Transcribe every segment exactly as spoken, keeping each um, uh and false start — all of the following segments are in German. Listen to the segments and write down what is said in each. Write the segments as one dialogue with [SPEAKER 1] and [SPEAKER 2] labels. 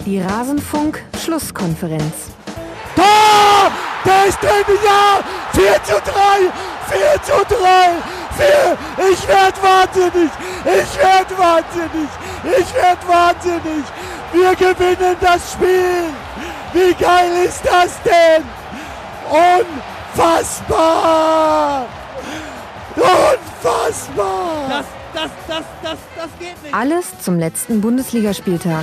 [SPEAKER 1] Die Rasenfunk-Schlusskonferenz.
[SPEAKER 2] Tor! Der ist drin, ja! vier zu drei! vier zu drei! vier! Ich werd wahnsinnig! Ich werd wahnsinnig! Ich werd wahnsinnig! Wir gewinnen das Spiel! Wie geil ist das denn? Unfassbar! Unfassbar!
[SPEAKER 3] Das, das, das, das, das geht nicht!
[SPEAKER 1] Alles zum letzten Bundesligaspieltag.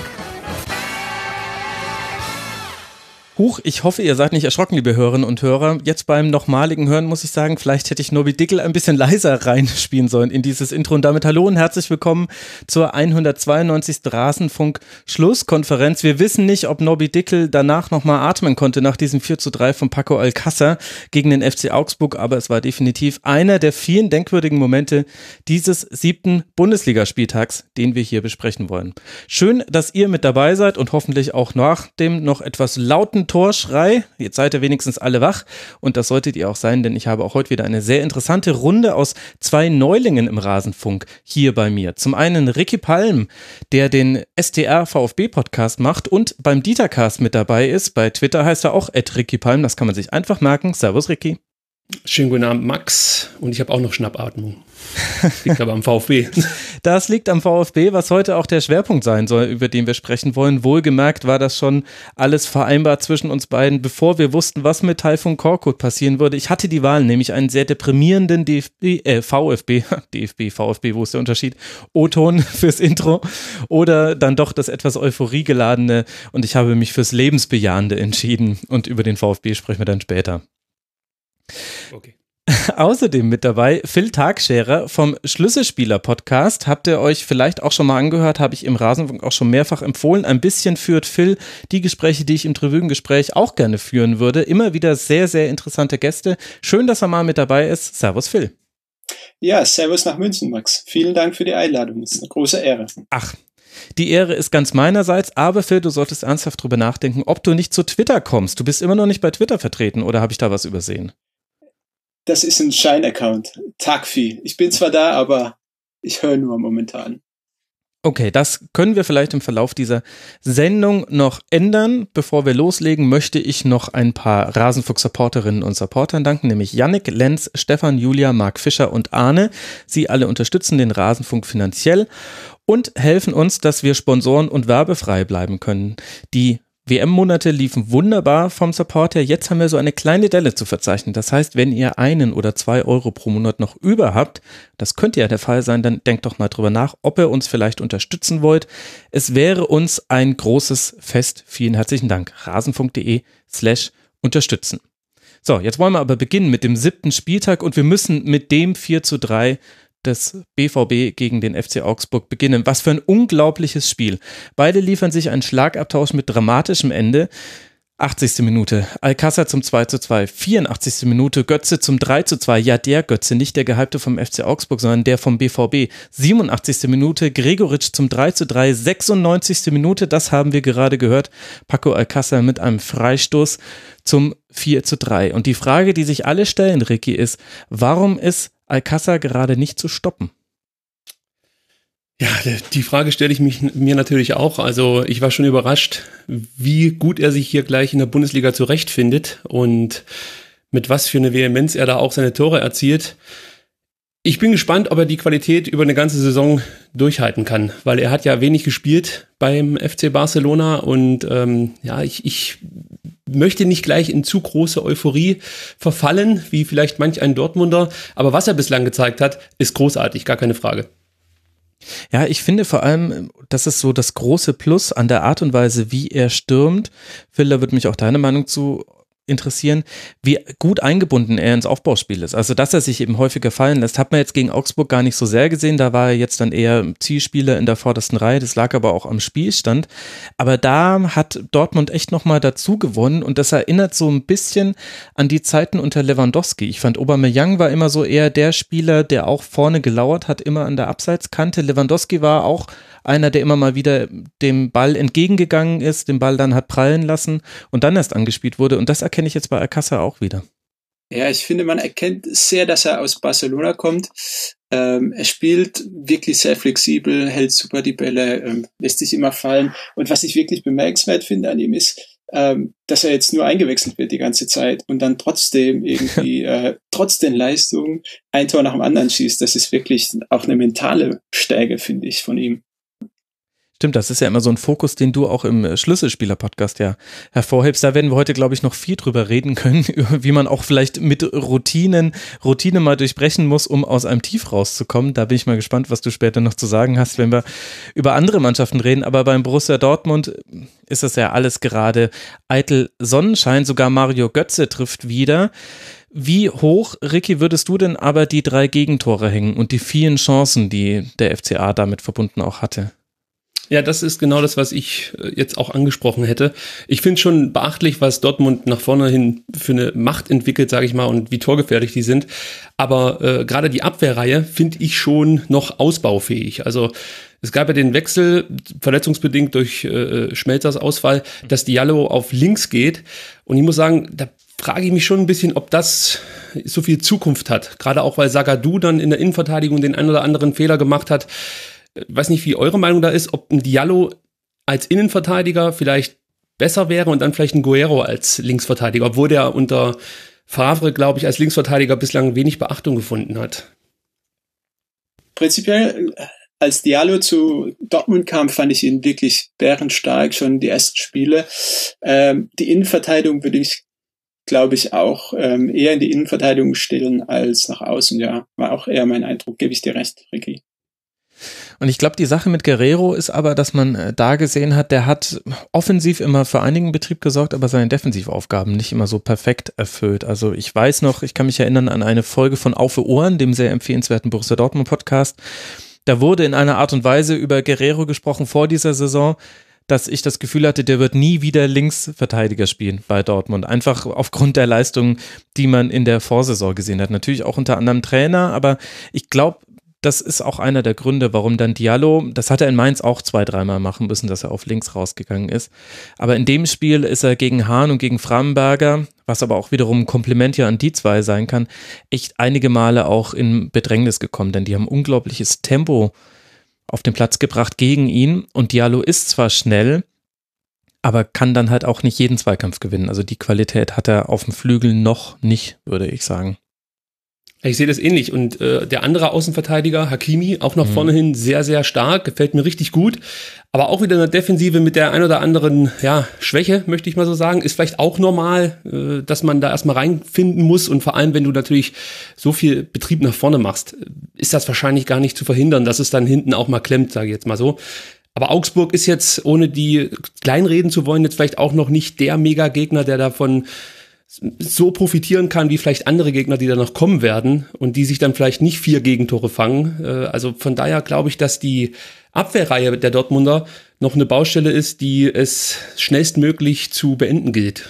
[SPEAKER 4] Huch, ich hoffe, ihr seid nicht erschrocken, liebe Hörerinnen und Hörer. Jetzt beim nochmaligen Hören muss ich sagen, vielleicht hätte ich Nobby Dickel ein bisschen leiser reinspielen sollen in dieses Intro. Und damit hallo und herzlich willkommen zur hundertzweiundneunzigsten Rasenfunk-Schlusskonferenz. Wir wissen nicht, ob Nobby Dickel danach nochmal atmen konnte nach diesem vier zu drei von Paco Alcácer gegen den F C Augsburg, aber es war definitiv einer der vielen denkwürdigen Momente dieses siebten Bundesligaspieltags, den wir hier besprechen wollen. Schön, dass ihr mit dabei seid und hoffentlich auch nach dem noch etwas lauten Torschrei. Jetzt seid ihr wenigstens alle wach und das solltet ihr auch sein, denn ich habe auch heute wieder eine sehr interessante Runde aus zwei Neulingen im Rasenfunk hier bei mir. Zum einen Ricky Palm, der den S T R VfB Podcast macht und beim Dietercast mit dabei ist. Bei Twitter heißt er auch at Ricky Palm, das kann man sich einfach merken. Servus Ricky.
[SPEAKER 5] Schönen guten Abend, Max. Und ich habe auch noch Schnappatmung. Liegt aber am VfB.
[SPEAKER 4] Das liegt am VfB, was heute auch der Schwerpunkt sein soll, über den wir sprechen wollen. Wohlgemerkt war das schon alles vereinbart zwischen uns beiden, bevor wir wussten, was mit Taifun Korkut passieren würde. Ich hatte die Wahl, nämlich einen sehr deprimierenden D F B, äh, VfB, D F B, VfB, wo ist der Unterschied? O-Ton fürs Intro oder dann doch das etwas euphoriegeladene und ich habe mich fürs Lebensbejahende entschieden und über den VfB sprechen wir dann später.
[SPEAKER 5] Okay.
[SPEAKER 4] Außerdem mit dabei Phil Tagscherer vom Schlüsselspieler-Podcast. Habt ihr euch vielleicht auch schon mal angehört, habe ich im Rasenfunk auch schon mehrfach empfohlen. Ein bisschen führt Phil die Gespräche, die ich im Tribünengespräch auch gerne führen würde. Immer wieder sehr, sehr interessante Gäste. Schön, dass er mal mit dabei ist. Servus Phil.
[SPEAKER 6] Ja, servus nach München, Max. Vielen Dank für die Einladung. Das ist eine große Ehre.
[SPEAKER 4] Ach, die Ehre ist ganz meinerseits, aber Phil, du solltest ernsthaft drüber nachdenken, ob du nicht zu Twitter kommst. Du bist immer noch nicht bei Twitter vertreten oder habe ich da was übersehen?
[SPEAKER 6] Das ist ein Schein-Account, Tagfi. Ich bin zwar da, aber ich höre nur momentan.
[SPEAKER 4] Okay, das können wir vielleicht im Verlauf dieser Sendung noch ändern. Bevor wir loslegen, möchte ich noch ein paar Rasenfunk-Supporterinnen und Supportern danken, nämlich Yannick, Lenz, Stefan, Julia, Marc Fischer und Arne. Sie alle unterstützen den Rasenfunk finanziell und helfen uns, dass wir sponsoren- und werbefrei bleiben können. Die W M-Monate liefen wunderbar vom Support her. Jetzt haben wir so eine kleine Delle zu verzeichnen. Das heißt, wenn ihr einen oder zwei Euro pro Monat noch über habt, das könnte ja der Fall sein, dann denkt doch mal drüber nach, ob ihr uns vielleicht unterstützen wollt. Es wäre uns ein großes Fest. Vielen herzlichen Dank. rasenfunk.de slash unterstützen. So, jetzt wollen wir aber beginnen mit dem siebten Spieltag und wir müssen mit dem vier zu drei des B V B gegen den F C Augsburg beginnen. Was für ein unglaubliches Spiel. Beide liefern sich einen Schlagabtausch mit dramatischem Ende. achtzigste Minute, Alcácer zum zwei zu zwei, vierundachtzigste Minute, Götze zum drei zu zwei, ja der Götze, nicht der Gehypte vom F C Augsburg, sondern der vom B V B, siebenundachtzigste Minute, Gregoritsch zum drei zu drei, sechsundneunzigste Minute, das haben wir gerade gehört, Paco Alcácer mit einem Freistoß zum vier zu drei. Und die Frage, die sich alle stellen, Ricky, ist, warum ist Alcácer gerade nicht zu stoppen?
[SPEAKER 5] Ja, die Frage stelle ich mich, mir natürlich auch. Also ich war schon überrascht, wie gut er sich hier gleich in der Bundesliga zurechtfindet und mit was für eine Vehemenz er da auch seine Tore erzielt. Ich bin gespannt, ob er die Qualität über eine ganze Saison durchhalten kann, weil er hat ja wenig gespielt beim F C Barcelona und ähm, ja, ich, ich möchte nicht gleich in zu große Euphorie verfallen, wie vielleicht manch ein Dortmunder, aber was er bislang gezeigt hat, ist großartig, gar keine Frage.
[SPEAKER 4] Ja, ich finde vor allem, das ist so das große Plus an der Art und Weise, wie er stürmt. Phil, da würde mich auch deine Meinung zu interessieren, wie gut eingebunden er ins Aufbauspiel ist. Also, dass er sich eben häufiger fallen lässt, hat man jetzt gegen Augsburg gar nicht so sehr gesehen. Da war er jetzt dann eher Zielspieler in der vordersten Reihe. Das lag aber auch am Spielstand. Aber da hat Dortmund echt nochmal dazu gewonnen und das erinnert so ein bisschen an die Zeiten unter Lewandowski. Ich fand, Aubameyang war immer so eher der Spieler, der auch vorne gelauert hat, immer an der Abseitskante. Lewandowski war auch einer, der immer mal wieder dem Ball entgegengegangen ist, den Ball dann hat prallen lassen und dann erst angespielt wurde. Und das erkenne ich jetzt bei Alcácer auch wieder.
[SPEAKER 6] Ja, ich finde, man erkennt sehr, dass er aus Barcelona kommt. Ähm, er spielt wirklich sehr flexibel, hält super die Bälle, ähm, lässt sich immer fallen. Und was ich wirklich bemerkenswert finde an ihm ist, ähm, dass er jetzt nur eingewechselt wird die ganze Zeit und dann trotzdem irgendwie, äh, trotz den Leistungen ein Tor nach dem anderen schießt. Das ist wirklich auch eine mentale Stärke, finde ich, von ihm.
[SPEAKER 4] Stimmt, das ist ja immer so ein Fokus, den du auch im Schlüsselspieler-Podcast ja hervorhebst. Da werden wir heute, glaube ich, noch viel drüber reden können, wie man auch vielleicht mit Routinen, Routine mal durchbrechen muss, um aus einem Tief rauszukommen. Da bin ich mal gespannt, was du später noch zu sagen hast, wenn wir über andere Mannschaften reden. Aber beim Borussia Dortmund ist das ja alles gerade eitel Sonnenschein. Sogar Mario Götze trifft wieder. Wie hoch, Ricky, würdest du denn aber die drei Gegentore hängen und die vielen Chancen, die der F C A damit verbunden auch hatte?
[SPEAKER 5] Ja, das ist genau das, was ich jetzt auch angesprochen hätte. Ich finde schon beachtlich, was Dortmund nach vorne hin für eine Macht entwickelt, sage ich mal, und wie torgefährlich die sind. Aber äh, gerade die Abwehrreihe finde ich schon noch ausbaufähig. Also es gab ja den Wechsel, verletzungsbedingt durch äh, Schmelzers Ausfall, dass Diallo auf links geht. Und ich muss sagen, da frage ich mich schon ein bisschen, ob das so viel Zukunft hat. Gerade auch, weil Zagadou dann in der Innenverteidigung den einen oder anderen Fehler gemacht hat. Ich weiß nicht, wie eure Meinung da ist, ob ein Diallo als Innenverteidiger vielleicht besser wäre und dann vielleicht ein Guerrero als Linksverteidiger, obwohl der unter Favre, glaube ich, als Linksverteidiger bislang wenig Beachtung gefunden hat.
[SPEAKER 6] Prinzipiell, als Diallo zu Dortmund kam, fand ich ihn wirklich bärenstark, schon die ersten Spiele. Ähm, die Innenverteidigung würde ich, glaube ich, auch ähm, eher in die Innenverteidigung stellen als nach außen. Ja, war auch eher mein Eindruck, gebe ich dir recht, Ricky.
[SPEAKER 4] Und ich glaube, die Sache mit Guerrero ist aber, dass man da gesehen hat, der hat offensiv immer für einigen Betrieb gesorgt, aber seine Defensivaufgaben nicht immer so perfekt erfüllt. Also ich weiß noch, ich kann mich erinnern an eine Folge von Auf für Ohren, dem sehr empfehlenswerten Borussia Dortmund Podcast. Da wurde in einer Art und Weise über Guerrero gesprochen vor dieser Saison, dass ich das Gefühl hatte, der wird nie wieder Linksverteidiger spielen bei Dortmund. Einfach aufgrund der Leistungen, die man in der Vorsaison gesehen hat. Natürlich auch unter anderem Trainer, aber ich glaube, das ist auch einer der Gründe, warum dann Diallo, das hat er in Mainz auch zwei, dreimal machen müssen, dass er auf links rausgegangen ist. Aber in dem Spiel ist er gegen Hahn und gegen Frammenberger, was aber auch wiederum ein Kompliment ja an die zwei sein kann, echt einige Male auch in Bedrängnis gekommen, denn die haben unglaubliches Tempo auf den Platz gebracht gegen ihn und Diallo ist zwar schnell, aber kann dann halt auch nicht jeden Zweikampf gewinnen. Also die Qualität hat er auf dem Flügel noch nicht, würde ich sagen.
[SPEAKER 5] Ich sehe das ähnlich und äh, der andere Außenverteidiger, Hakimi, auch nach mhm. vorne hin sehr, sehr stark, gefällt mir richtig gut, aber auch wieder in der Defensive mit der ein oder anderen ja, Schwäche, möchte ich mal so sagen, ist vielleicht auch normal, äh, dass man da erstmal reinfinden muss und vor allem, wenn du natürlich so viel Betrieb nach vorne machst, ist das wahrscheinlich gar nicht zu verhindern, dass es dann hinten auch mal klemmt, sage ich jetzt mal so. Aber Augsburg ist jetzt, ohne die kleinreden zu wollen, jetzt vielleicht auch noch nicht der Mega-Gegner, der davon so profitieren kann, wie vielleicht andere Gegner, die da noch kommen werden und die sich dann vielleicht nicht vier Gegentore fangen. Also von daher glaube ich, dass die Abwehrreihe der Dortmunder noch eine Baustelle ist, die es schnellstmöglich zu beenden gilt.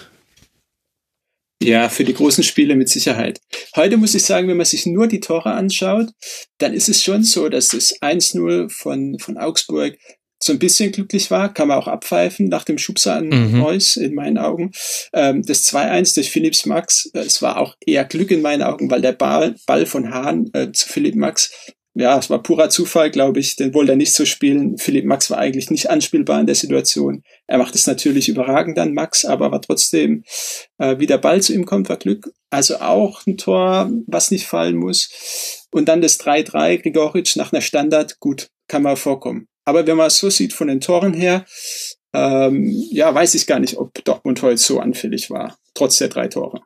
[SPEAKER 6] Ja, für die großen Spiele mit Sicherheit. Heute muss ich sagen, wenn man sich nur die Tore anschaut, dann ist es schon so, dass das eins null von, von Augsburg so ein bisschen glücklich war, kann man auch abpfeifen nach dem Schubser an mhm. Reus in meinen Augen. Ähm, das zwei eins durch Philipps Max, es war auch eher Glück in meinen Augen, weil der Ball, Ball von Hahn äh, zu Philipp Max, ja, es war purer Zufall, glaube ich, den wollte er nicht so spielen. Philipp Max war eigentlich nicht anspielbar in der Situation. Er macht es natürlich überragend dann, Max, aber war trotzdem, äh, wie der Ball zu ihm kommt, war Glück. Also auch ein Tor, was nicht fallen muss. Und dann das drei drei, Gregoritsch nach einer Standard, gut, kann mal vorkommen. Aber wenn man es so sieht von den Toren her, ähm, ja, weiß ich gar nicht, ob Dortmund heute so anfällig war, trotz der drei Tore.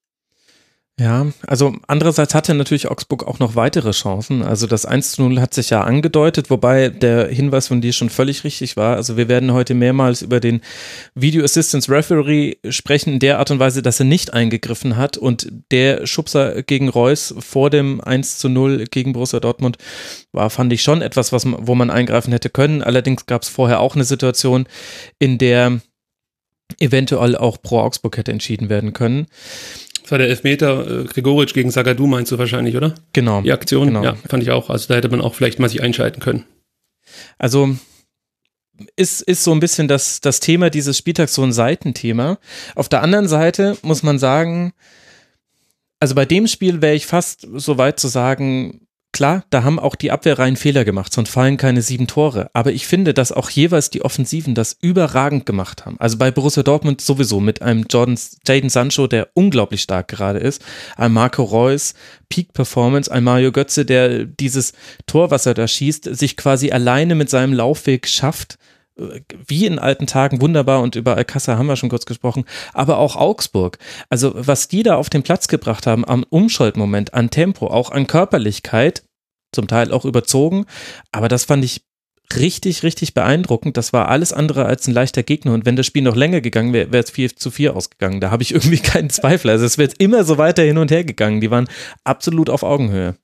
[SPEAKER 4] Ja, also andererseits hatte natürlich Augsburg auch noch weitere Chancen. Also das eins zu null hat sich ja angedeutet, wobei der Hinweis von dir schon völlig richtig war. Also wir werden heute mehrmals über den Video Assistance Referee sprechen in der Art und Weise, dass er nicht eingegriffen hat und der Schubser gegen Reus vor dem eins zu null gegen Borussia Dortmund war, fand ich schon etwas, was, wo man eingreifen hätte können. Allerdings gab es vorher auch eine Situation, in der eventuell auch pro Augsburg hätte entschieden werden können.
[SPEAKER 5] Das war der Elfmeter, äh, Gregoritsch gegen Zagadou meinst du wahrscheinlich, oder?
[SPEAKER 4] Genau.
[SPEAKER 5] Die Aktion,
[SPEAKER 4] genau.
[SPEAKER 5] Ja, fand ich auch. Also da hätte man auch vielleicht mal sich einschalten können.
[SPEAKER 4] Also ist, ist so ein bisschen das, das Thema dieses Spieltags so ein Seitenthema. Auf der anderen Seite muss man sagen, also bei dem Spiel wäre ich fast so weit zu sagen, klar, da haben auch die Abwehrreihen Fehler gemacht, sonst fallen keine sieben Tore. Aber ich finde, dass auch jeweils die Offensiven das überragend gemacht haben. Also bei Borussia Dortmund sowieso mit einem Jordan, Jadon Sancho, der unglaublich stark gerade ist, einem Marco Reus, Peak-Performance, ein Mario Götze, der dieses Tor, was er da schießt, sich quasi alleine mit seinem Laufweg schafft, wie in alten Tagen, wunderbar, und über Alcázar haben wir schon kurz gesprochen, aber auch Augsburg. Also was die da auf den Platz gebracht haben am Umschaltmoment, an Tempo, auch an Körperlichkeit, zum Teil auch überzogen, aber das fand ich richtig, richtig beeindruckend. Das war alles andere als ein leichter Gegner, und wenn das Spiel noch länger gegangen wäre, wäre es vier zu vier ausgegangen. Da habe ich irgendwie keinen Zweifel. Also es wäre jetzt immer so weiter hin und her gegangen. Die waren absolut auf Augenhöhe.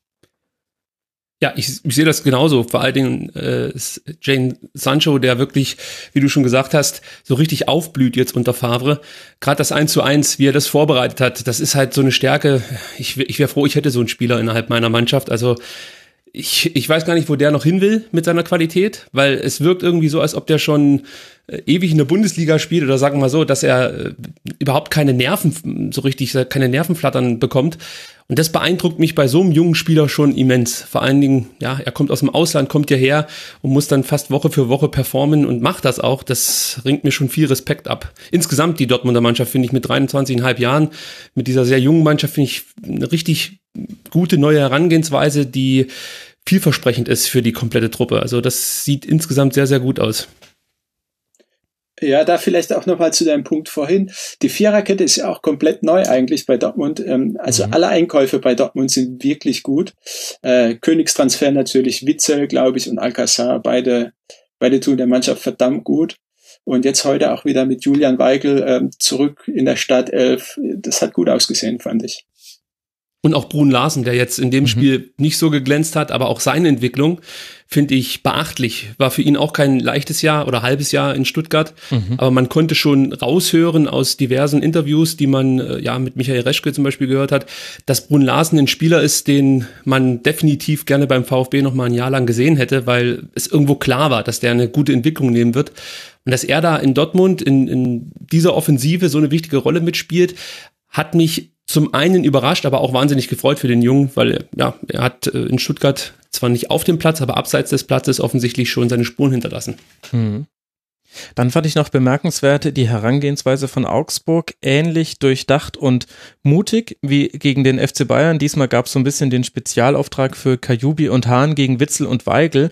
[SPEAKER 5] Ja, ich, ich sehe das genauso. Vor allen Dingen äh, Jadon Sancho, der wirklich, wie du schon gesagt hast, so richtig aufblüht jetzt unter Favre. Gerade das eins zu eins, wie er das vorbereitet hat, das ist halt so eine Stärke. Ich, ich wäre froh, ich hätte so einen Spieler innerhalb meiner Mannschaft. Also ich, ich weiß gar nicht, wo der noch hin will mit seiner Qualität, weil es wirkt irgendwie so, als ob der schon äh, ewig in der Bundesliga spielt, oder sagen wir mal so, dass er äh, überhaupt keine Nerven, so richtig keine Nervenflattern bekommt. Und das beeindruckt mich bei so einem jungen Spieler schon immens. Vor allen Dingen, ja, er kommt aus dem Ausland, kommt hierher und muss dann fast Woche für Woche performen und macht das auch. Das ringt mir schon viel Respekt ab. Insgesamt die Dortmunder Mannschaft finde ich mit dreiundzwanzig Komma fünf Jahren, mit dieser sehr jungen Mannschaft, finde ich eine richtig gute neue Herangehensweise, die vielversprechend ist für die komplette Truppe. Also das sieht insgesamt sehr, sehr gut aus.
[SPEAKER 6] Ja, da vielleicht auch nochmal zu deinem Punkt vorhin. Die Viererkette ist ja auch komplett neu eigentlich bei Dortmund. Also mhm. alle Einkäufe bei Dortmund sind wirklich gut. Äh, Königstransfer natürlich, Witzel, glaube ich, und Alcázar. Beide, beide tun der Mannschaft verdammt gut. Und jetzt heute auch wieder mit Julian Weigl äh, zurück in der Startelf. Das hat gut ausgesehen, fand ich.
[SPEAKER 5] Und auch Brun Larsen, der jetzt in dem mhm. Spiel nicht so geglänzt hat, aber auch seine Entwicklung finde ich beachtlich. War für ihn auch kein leichtes Jahr oder halbes Jahr in Stuttgart, mhm. aber man konnte schon raushören aus diversen Interviews, die man äh, ja mit Michael Reschke zum Beispiel gehört hat, dass Brun Larsen ein Spieler ist, den man definitiv gerne beim VfB noch mal ein Jahr lang gesehen hätte, weil es irgendwo klar war, dass der eine gute Entwicklung nehmen wird. Und dass er da in Dortmund in, in dieser Offensive so eine wichtige Rolle mitspielt, hat mich zum einen überrascht, aber auch wahnsinnig gefreut für den Jungen, weil ja, er hat in Stuttgart zwar nicht auf dem Platz, aber abseits des Platzes offensichtlich schon seine Spuren hinterlassen.
[SPEAKER 4] Mhm. Dann fand ich noch bemerkenswert die Herangehensweise von Augsburg, ähnlich durchdacht und mutig wie gegen den F C Bayern. Diesmal gab es so ein bisschen den Spezialauftrag für Kajubi und Hahn gegen Witzel und Weigl.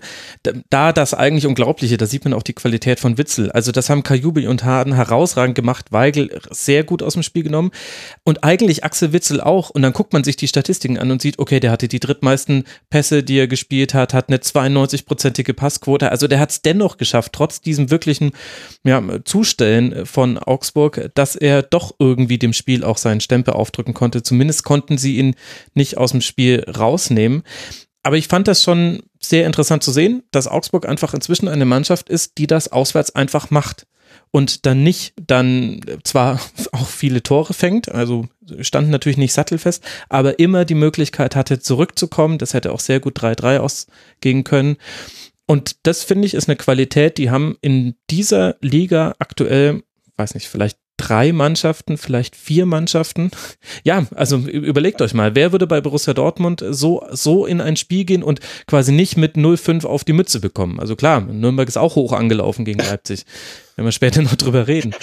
[SPEAKER 4] Da das eigentlich Unglaubliche, da sieht man auch die Qualität von Witzel. Also das haben Kajubi und Hahn herausragend gemacht, Weigl sehr gut aus dem Spiel genommen und eigentlich Axel Witzel auch. Und dann guckt man sich die Statistiken an und sieht, okay, der hatte die drittmeisten Pässe, die er gespielt hat, hat eine zweiundneunzig-prozentige Passquote. Also der hat es dennoch geschafft, trotz diesem wirklichen ja, Zustellen von Augsburg, dass er doch irgendwie dem Spiel auch seinen Stempel aufdrücken konnte. Zumindest konnten sie ihn nicht aus dem Spiel rausnehmen. Aber ich fand das schon sehr interessant zu sehen, dass Augsburg einfach inzwischen eine Mannschaft ist, die das auswärts einfach macht und dann nicht dann zwar auch viele Tore fängt, also standen natürlich nicht sattelfest, aber immer die Möglichkeit hatte, zurückzukommen. Das hätte auch sehr gut drei drei ausgehen können. Und das, finde ich, ist eine Qualität, die haben in dieser Liga aktuell, weiß nicht, vielleicht drei Mannschaften, vielleicht vier Mannschaften. Ja, also überlegt euch mal, wer würde bei Borussia Dortmund so, so in ein Spiel gehen und quasi nicht mit null fünf auf die Mütze bekommen? Also klar, Nürnberg ist auch hoch angelaufen gegen Leipzig, wenn wir später noch drüber reden.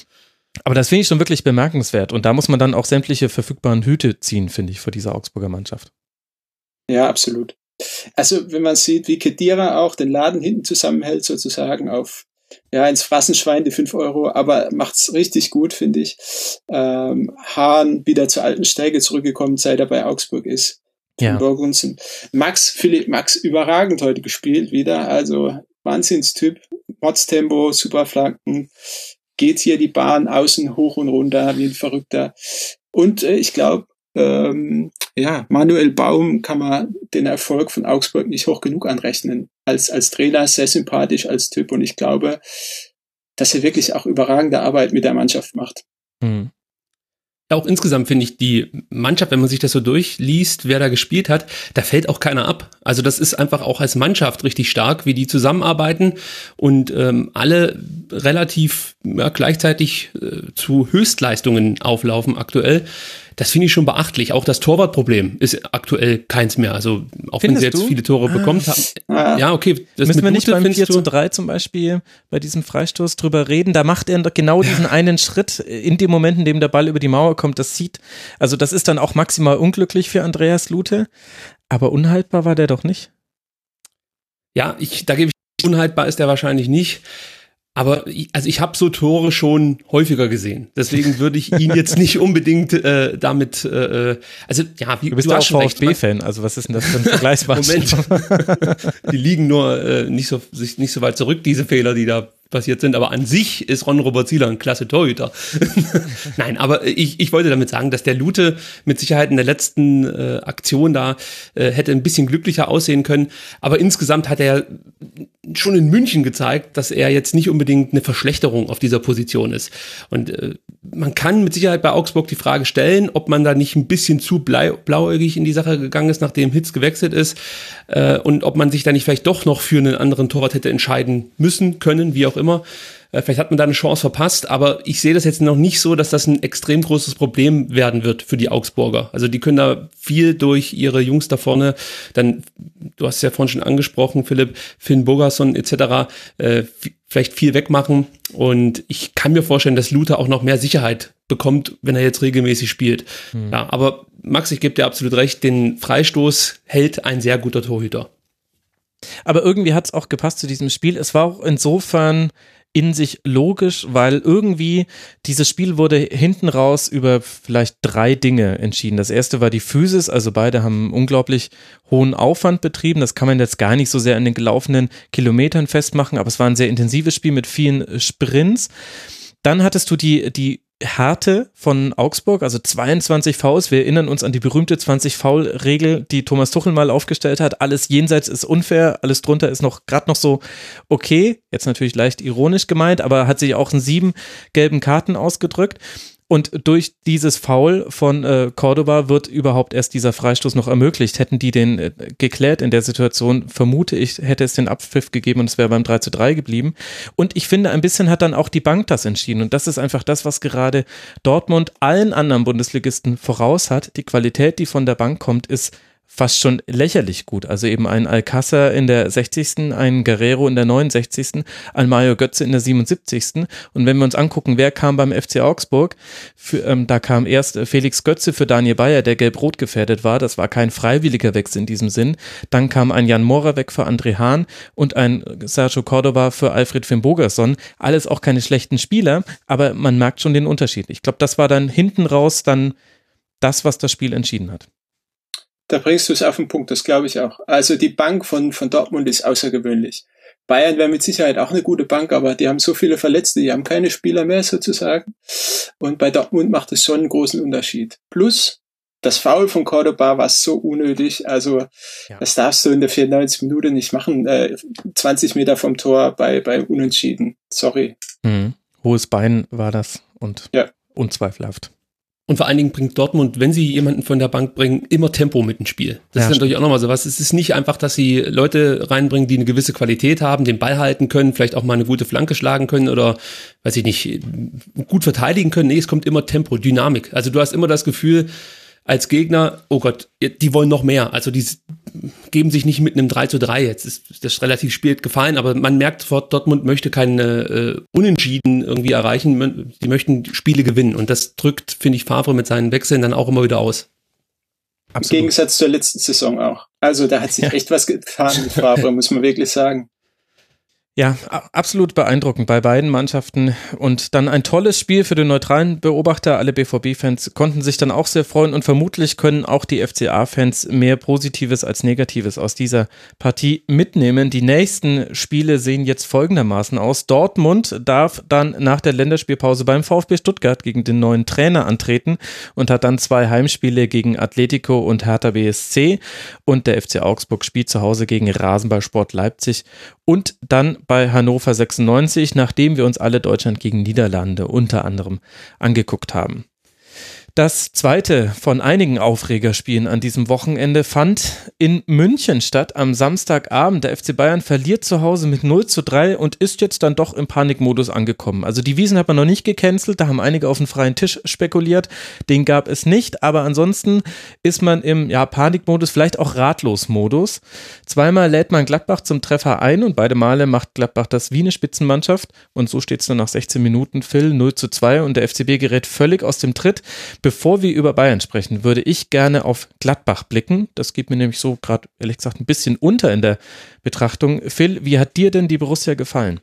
[SPEAKER 4] Aber das finde ich schon wirklich bemerkenswert und da muss man dann auch sämtliche verfügbaren Hüte ziehen, finde ich, vor dieser Augsburger Mannschaft.
[SPEAKER 6] Ja, absolut. Also wenn man sieht, wie Khedira auch den Laden hinten zusammenhält, sozusagen auf ja ins Phrasenschwein die fünf Euro, aber macht's richtig gut, finde ich. Ähm, Hahn wieder zur alten Stärke zurückgekommen, seit er bei Augsburg ist.
[SPEAKER 4] Ja.
[SPEAKER 6] Max, Philipp Max überragend heute gespielt wieder, also Wahnsinnstyp, Mordstempo, super Flanken, geht hier die Bahn außen hoch und runter wie ein Verrückter. Und äh, ich glaube, Ähm, ja, Manuel Baum kann man den Erfolg von Augsburg nicht hoch genug anrechnen. Als, als Trainer sehr sympathisch als Typ und ich glaube, dass er wirklich auch überragende Arbeit mit der Mannschaft macht.
[SPEAKER 5] Mhm. Auch insgesamt finde ich die Mannschaft, wenn man sich das so durchliest, wer da gespielt hat, da fällt auch keiner ab. Also das ist einfach auch als Mannschaft richtig stark, wie die zusammenarbeiten und ähm, alle relativ ja, gleichzeitig äh, zu Höchstleistungen auflaufen aktuell. das finde ich schon beachtlich. Auch das Torwartproblem ist aktuell keins mehr. Also auch
[SPEAKER 4] Findest
[SPEAKER 5] wenn sie jetzt
[SPEAKER 4] du?
[SPEAKER 5] viele Tore
[SPEAKER 4] ah.
[SPEAKER 5] bekommen haben. Ja, okay. Das
[SPEAKER 4] Müssen
[SPEAKER 5] mit
[SPEAKER 4] wir nicht
[SPEAKER 5] Lute,
[SPEAKER 4] beim vier
[SPEAKER 5] du?
[SPEAKER 4] zu drei zum Beispiel bei diesem Freistoß drüber reden? Da macht er genau diesen einen Schritt in dem Moment, in dem der Ball über die Mauer kommt. Das sieht, also das ist dann auch maximal unglücklich für Andreas Lute. Aber unhaltbar war der doch nicht.
[SPEAKER 5] Ja, ich, da gebe ich, unhaltbar ist der wahrscheinlich nicht. Aber ich, also ich habe so Tore schon häufiger gesehen. Deswegen würde ich ihn jetzt nicht unbedingt äh, damit, äh, also ja, wie
[SPEAKER 4] du bist
[SPEAKER 5] du
[SPEAKER 4] auch
[SPEAKER 5] hast schon recht.
[SPEAKER 4] VfB-Fan, also was ist denn das für ein Vergleichsmaßstab?
[SPEAKER 5] Moment, die liegen nur äh, nicht so sich nicht so weit zurück, diese Fehler, die da passiert sind, aber an sich ist Ron-Robert Zieler ein klasse Torhüter. Nein, aber ich, ich wollte damit sagen, dass der Lute mit Sicherheit in der letzten äh, Aktion da äh, hätte ein bisschen glücklicher aussehen können, aber insgesamt hat er schon in München gezeigt, dass er jetzt nicht unbedingt eine Verschlechterung auf dieser Position ist. Und äh, man kann mit Sicherheit bei Augsburg die Frage stellen, ob man da nicht ein bisschen zu blau, blauäugig in die Sache gegangen ist, nachdem Hitz gewechselt ist, äh, und ob man sich da nicht vielleicht doch noch für einen anderen Torwart hätte entscheiden müssen, können, wie auch immer. Äh, vielleicht hat man da eine Chance verpasst, aber ich sehe das jetzt noch nicht so, dass das ein extrem großes Problem werden wird für die Augsburger. Also die können da viel durch ihre Jungs da vorne, dann, du hast es ja vorhin schon angesprochen, Philipp, Finn Bogason et cetera, äh, vielleicht viel wegmachen, und ich kann mir vorstellen, dass Lute auch noch mehr Sicherheit bekommt, wenn er jetzt regelmäßig spielt. Hm. Ja, aber Max, ich gebe dir absolut recht, den Freistoß hält ein sehr guter Torhüter.
[SPEAKER 4] Aber irgendwie hat es auch gepasst zu diesem Spiel. Es war auch insofern in sich logisch, weil irgendwie dieses Spiel wurde hinten raus über vielleicht drei Dinge entschieden. Das erste war die Physis, also beide haben unglaublich hohen Aufwand betrieben. Das kann man jetzt gar nicht so sehr an den gelaufenen Kilometern festmachen, aber es war ein sehr intensives Spiel mit vielen Sprints. Dann hattest du die, die Härte von Augsburg, also zweiundzwanzig Fouls. Wir erinnern uns an die berühmte zwanzig-Foul-Regel, die Thomas Tuchel mal aufgestellt hat. Alles jenseits ist unfair, alles drunter ist noch gerade noch so okay. Jetzt natürlich leicht ironisch gemeint, aber hat sich auch in sieben gelben Karten ausgedrückt. Und durch dieses Foul von äh, Cordoba wird überhaupt erst dieser Freistoß noch ermöglicht. Hätten die den äh, geklärt in der Situation, vermute ich, hätte es den Abpfiff gegeben und es wäre beim drei zu drei geblieben. Und ich finde, ein bisschen hat dann auch die Bank das entschieden. Und das ist einfach das, was gerade Dortmund allen anderen Bundesligisten voraus hat. Die Qualität, die von der Bank kommt, ist fast schon lächerlich gut. Also eben ein Alcázar in der sechzigsten, ein Guerrero in der neunundsechzigsten, ein Mario Götze in der siebenundsiebzigsten Und wenn wir uns angucken, wer kam beim F C Augsburg, für, ähm, da kam erst Felix Götze für Daniel Bayer, der gelb-rot gefährdet war. Das war kein freiwilliger Wechsel in diesem Sinn. Dann kam ein Jan Moravec für André Hahn und ein Sergio Cordoba für Alfred Finn Bogason. Alles auch keine schlechten Spieler, aber man merkt schon den Unterschied. Ich glaube, das war dann hinten raus dann das, was das Spiel entschieden hat.
[SPEAKER 6] Da bringst du es auf den Punkt, das glaube ich auch. Also die Bank von, von Dortmund ist außergewöhnlich. Bayern wäre mit Sicherheit auch eine gute Bank, aber die haben so viele Verletzte, die haben keine Spieler mehr sozusagen. Und bei Dortmund macht es schon einen großen Unterschied. Plus, das Foul von Cordoba war so unnötig, also ja. Das darfst du in der vierundneunzigsten Minute nicht machen. Äh, zwanzig Meter vom Tor bei, bei Unentschieden. Sorry.
[SPEAKER 4] Mhm. Hohes Bein war das und
[SPEAKER 6] ja.
[SPEAKER 4] Unzweifelhaft.
[SPEAKER 5] Und vor allen Dingen bringt Dortmund, wenn sie jemanden von der Bank bringen, immer Tempo mit ins Spiel. Das ja, ist natürlich stimmt. auch nochmal so was. Es ist nicht einfach, dass sie Leute reinbringen, die eine gewisse Qualität haben, den Ball halten können, vielleicht auch mal eine gute Flanke schlagen können oder, weiß ich nicht, gut verteidigen können. Nee, es kommt immer Tempo, Dynamik. Also du hast immer das Gefühl, als Gegner, oh Gott, die wollen noch mehr. Also die geben sich nicht mit einem drei zu drei jetzt. Das ist, das ist relativ spät gefallen, aber man merkt sofort, Dortmund möchte keine äh, Unentschieden irgendwie erreichen. Die möchten Spiele gewinnen. Und das drückt, finde ich, Favre mit seinen Wechseln dann auch immer wieder aus.
[SPEAKER 6] Absolut. Im Gegensatz zur letzten Saison auch. Also da hat sich ja. echt was getan mit Favre, muss man wirklich sagen.
[SPEAKER 4] Ja, absolut beeindruckend bei beiden Mannschaften und dann ein tolles Spiel für den neutralen Beobachter. Alle B V B-Fans konnten sich dann auch sehr freuen und vermutlich können auch die F C A-Fans mehr Positives als Negatives aus dieser Partie mitnehmen. Die nächsten Spiele sehen jetzt folgendermaßen aus. Dortmund darf dann nach der Länderspielpause beim VfB Stuttgart gegen den neuen Trainer antreten und hat dann zwei Heimspiele gegen Atletico und Hertha B S C und der F C Augsburg spielt zu Hause gegen Rasenballsport Leipzig und dann bei Hannover sechsundneunzig, nachdem wir uns alle Deutschland gegen Niederlande unter anderem angeguckt haben. Das zweite von einigen Aufregerspielen an diesem Wochenende fand in München statt am Samstagabend. Der F C Bayern verliert zu Hause mit null zu drei und ist jetzt dann doch im Panikmodus angekommen. Also die Wiesn hat man noch nicht gecancelt, da haben einige auf den freien Tisch spekuliert. Den gab es nicht, aber ansonsten ist man im ja, Panikmodus, vielleicht auch Ratlos-Modus. Zweimal lädt man Gladbach zum Treffer ein und beide Male macht Gladbach das wie eine Spitzenmannschaft. Und so steht es nur nach sechzehn Minuten, Phil, null zu zwei und der F C B gerät völlig aus dem Tritt. Bevor wir über Bayern sprechen, würde ich gerne auf Gladbach blicken. Das geht mir nämlich so gerade, ehrlich gesagt, ein bisschen unter in der Betrachtung. Phil, wie hat dir denn die Borussia gefallen?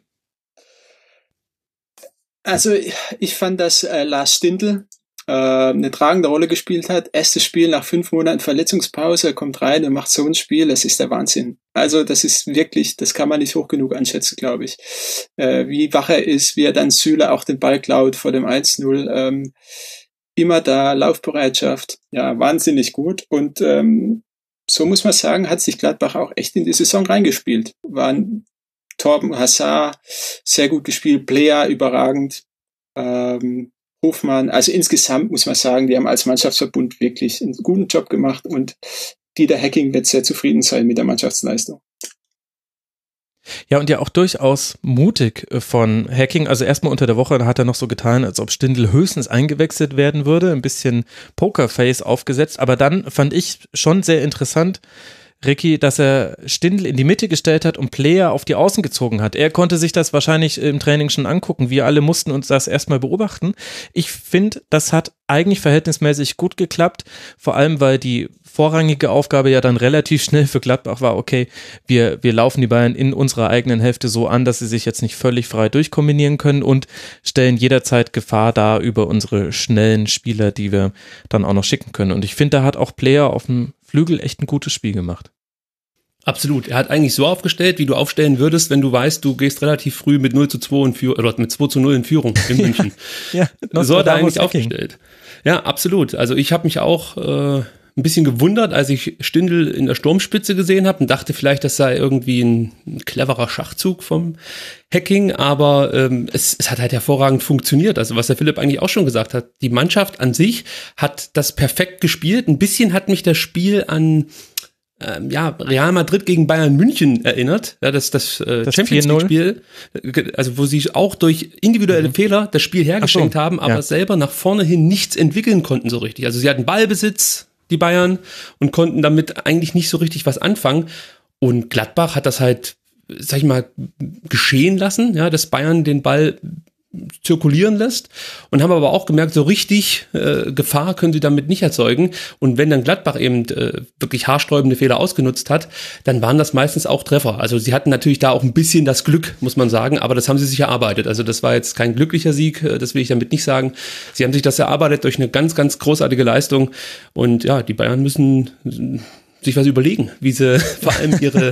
[SPEAKER 6] Also ich fand, dass äh, Lars Stindl äh, eine tragende Rolle gespielt hat. Erstes Spiel nach fünf Monaten Verletzungspause, er kommt rein und macht so ein Spiel, das ist der Wahnsinn. Also das ist wirklich, das kann man nicht hoch genug anschätzen, glaube ich. Äh, wie wach er ist, wie er dann Süle auch den Ball klaut vor dem eins null. Ähm, immer da, Laufbereitschaft, ja, wahnsinnig gut. Und ähm, so muss man sagen, hat sich Gladbach auch echt in die Saison reingespielt. Waren Torben Hazard sehr gut gespielt, Player überragend, ähm, Hofmann. Also insgesamt muss man sagen, die haben als Mannschaftsverbund wirklich einen guten Job gemacht und Dieter Hecking wird sehr zufrieden sein mit der Mannschaftsleistung.
[SPEAKER 4] Ja, und ja auch durchaus mutig von Hecking. Also erstmal unter der Woche, da hat er noch so getan, als ob Stindl höchstens eingewechselt werden würde, ein bisschen Pokerface aufgesetzt, aber dann fand ich schon sehr interessant, Ricky, dass er Stindl in die Mitte gestellt hat und Player auf die Außen gezogen hat. Er konnte sich das wahrscheinlich im Training schon angucken. Wir alle mussten uns das erstmal beobachten. Ich finde, das hat eigentlich verhältnismäßig gut geklappt, vor allem, weil die vorrangige Aufgabe ja dann relativ schnell für Gladbach war, okay, wir, wir laufen die Bayern in unserer eigenen Hälfte so an, dass sie sich jetzt nicht völlig frei durchkombinieren können und stellen jederzeit Gefahr dar über unsere schnellen Spieler, die wir dann auch noch schicken können. Und ich finde, da hat auch Player auf dem Flügel echt ein gutes Spiel gemacht.
[SPEAKER 5] Absolut. Er hat eigentlich so aufgestellt, wie du aufstellen würdest, wenn du weißt, du gehst relativ früh mit null zu zwei in Führung, oder mit zwei zu null in Führung in München.
[SPEAKER 4] ja, ja,
[SPEAKER 5] so hat er eigentlich aufgestellt. Ja, absolut. Also ich habe mich auch äh, ein bisschen gewundert, als ich Stindl in der Sturmspitze gesehen habe und dachte vielleicht, das sei irgendwie ein, ein cleverer Schachzug vom Hecking, aber ähm, es, es hat halt hervorragend funktioniert. Also was der Philipp eigentlich auch schon gesagt hat, die Mannschaft an sich hat das perfekt gespielt. Ein bisschen hat mich das Spiel an ähm, ja, Real Madrid gegen Bayern München erinnert, ja, das, das, äh, das Champions League-Spiel, also wo sie auch durch individuelle mhm. Fehler das Spiel hergeschenkt so, haben, aber ja. selber nach vorne hin nichts entwickeln konnten so richtig. Also sie hatten Ballbesitz, die Bayern, und konnten damit eigentlich nicht so richtig was anfangen. Und Gladbach hat das halt, sag ich mal, geschehen lassen, ja, dass Bayern den Ball zirkulieren lässt, und haben aber auch gemerkt, so richtig äh, Gefahr können sie damit nicht erzeugen. Und wenn dann Gladbach eben äh, wirklich haarsträubende Fehler ausgenutzt hat, dann waren das meistens auch Treffer. Also sie hatten natürlich da auch ein bisschen das Glück, muss man sagen, aber das haben sie sich erarbeitet. Also das war jetzt kein glücklicher Sieg, das will ich damit nicht sagen. Sie haben sich das erarbeitet durch eine ganz, ganz großartige Leistung, und ja, die Bayern müssen sich was überlegen, wie sie vor allem ihre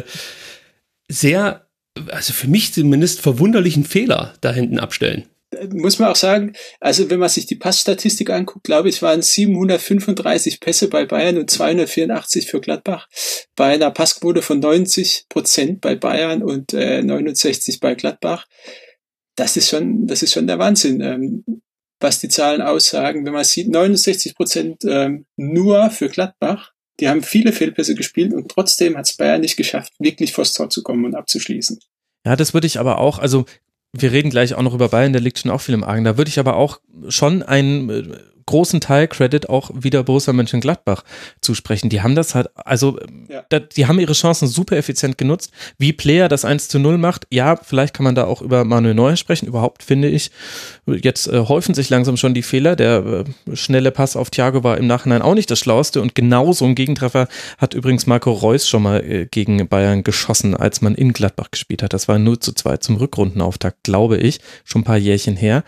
[SPEAKER 5] sehr, also für mich zumindest verwunderlichen Fehler da hinten abstellen.
[SPEAKER 6] Muss man auch sagen, also wenn man sich die Passstatistik anguckt, glaube ich, waren siebenhundertfünfunddreißig Pässe bei Bayern und zweihundertvierundachtzig für Gladbach. Bei einer Passquote von neunzig Prozent bei Bayern und äh, neunundsechzig bei Gladbach. Das ist schon, das ist schon der Wahnsinn, ähm, was die Zahlen aussagen. Wenn man sieht, neunundsechzig Prozent ähm, nur für Gladbach. Die haben viele Fehlpässe gespielt und trotzdem hat es Bayern nicht geschafft, wirklich vors Tor zu kommen und abzuschließen.
[SPEAKER 4] Ja, das würde ich aber auch, also wir reden gleich auch noch über Bayern, der liegt schon auch viel im Argen. Da würde ich aber auch schon einen äh, großen Teil Credit auch wieder Borussia Mönchengladbach zusprechen. Die haben das halt, also ja. da, die haben ihre Chancen super effizient genutzt. Wie Player das eins zu null macht, ja, vielleicht kann man da auch über Manuel Neuer sprechen. Überhaupt finde ich, jetzt äh, häufen sich langsam schon die Fehler. Der äh, schnelle Pass auf Thiago war im Nachhinein auch nicht das Schlauste, und genau so ein Gegentreffer hat übrigens Marco Reus schon mal äh, gegen Bayern geschossen, als man in Gladbach gespielt hat. Das war null zu zwei zum Rückrundenauftakt, glaube ich, schon ein paar Jährchen her.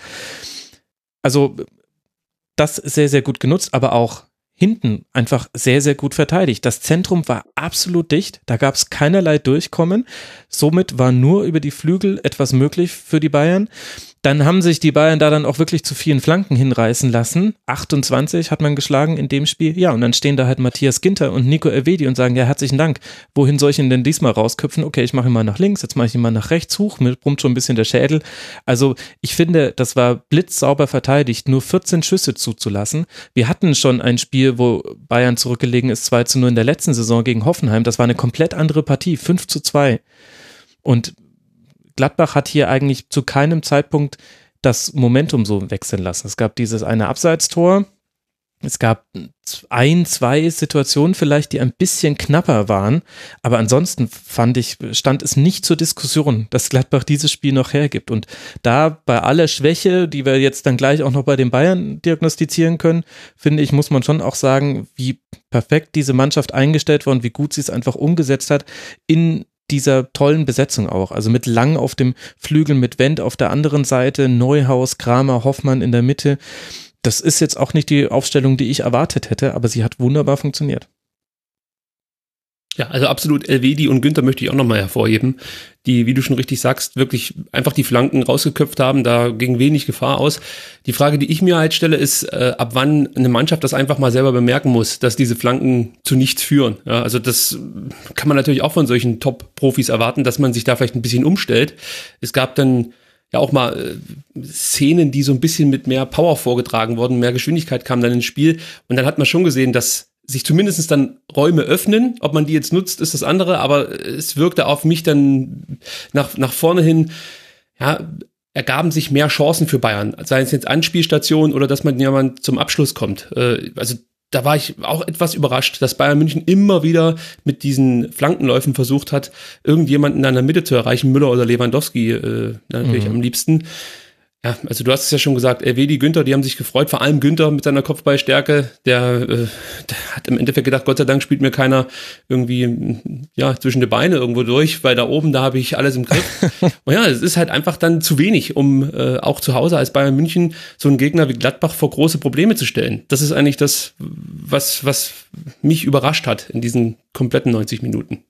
[SPEAKER 4] Also das sehr, sehr gut genutzt, aber auch hinten einfach sehr, sehr gut verteidigt. Das Zentrum war absolut dicht, da gab es keinerlei Durchkommen. Somit war nur über die Flügel etwas möglich für die Bayern. dann haben sich die Bayern da dann auch wirklich zu vielen Flanken hinreißen lassen. achtundzwanzig hat man geschlagen in dem Spiel. Ja, und dann stehen da halt Matthias Ginter und Nico Elvedi und sagen, ja, herzlichen Dank. Wohin soll ich ihn denn diesmal rausköpfen? Okay, ich mache ihn mal nach links, jetzt mache ich ihn mal nach rechts. Huch, mir brummt schon ein bisschen der Schädel. Also ich finde, das war blitzsauber verteidigt, nur vierzehn Schüsse zuzulassen. Wir hatten schon ein Spiel, wo Bayern zurückgelegen ist, zwei zu null in der letzten Saison gegen Hoffenheim. Das war eine komplett andere Partie, fünf zu zwei. Und Gladbach hat hier eigentlich zu keinem Zeitpunkt das Momentum so wechseln lassen. Es gab dieses eine Abseitstor, es gab ein, zwei Situationen vielleicht, die ein bisschen knapper waren, aber ansonsten fand ich, stand es nicht zur Diskussion, dass Gladbach dieses Spiel noch hergibt. Und da bei aller Schwäche, die wir jetzt dann gleich auch noch bei den Bayern diagnostizieren können, finde ich, muss man schon auch sagen, wie perfekt diese Mannschaft eingestellt war und wie gut sie es einfach umgesetzt hat in dieser tollen Besetzung auch, also mit Lang auf dem Flügel, mit Wendt auf der anderen Seite, Neuhaus, Kramer, Hoffmann in der Mitte. Das ist jetzt auch nicht die Aufstellung, die ich erwartet hätte, aber sie hat wunderbar funktioniert.
[SPEAKER 5] Ja, also absolut Elvedi und Günther möchte ich auch nochmal hervorheben, die, wie du schon richtig sagst, wirklich einfach die Flanken rausgeköpft haben, da ging wenig Gefahr aus. Die Frage, die ich mir halt stelle, ist, äh, ab wann eine Mannschaft das einfach mal selber bemerken muss, dass diese Flanken zu nichts führen. Ja, also das kann man natürlich auch von solchen Top-Profis erwarten, dass man sich da vielleicht ein bisschen umstellt. Es gab dann ja auch mal äh, Szenen, die so ein bisschen mit mehr Power vorgetragen wurden, mehr Geschwindigkeit kam dann ins Spiel und dann hat man schon gesehen, dass sich zumindest dann Räume öffnen. Ob man die jetzt nutzt, ist das andere, aber es wirkte auf mich dann nach, nach vorne hin, ja, ergaben sich mehr Chancen für Bayern, sei es jetzt Anspielstationen oder dass man jemand zum Abschluss kommt. Äh, also da war ich auch etwas überrascht, dass Bayern München immer wieder mit diesen Flankenläufen versucht hat, irgendjemanden in der Mitte zu erreichen, Müller oder Lewandowski äh, natürlich mhm. am liebsten. Ja, also du hast es ja schon gesagt, Elvedi, Günther, die haben sich gefreut, vor allem Günther mit seiner Kopfballstärke, der, äh, der hat im Endeffekt gedacht, Gott sei Dank spielt mir keiner irgendwie ja zwischen die Beine irgendwo durch, weil da oben, da habe ich alles im Griff. Und ja, es ist halt einfach dann zu wenig, um äh, auch zu Hause als Bayern München so einen Gegner wie Gladbach vor große Probleme zu stellen. Das ist eigentlich das, was, was mich überrascht hat in diesen kompletten neunzig Minuten.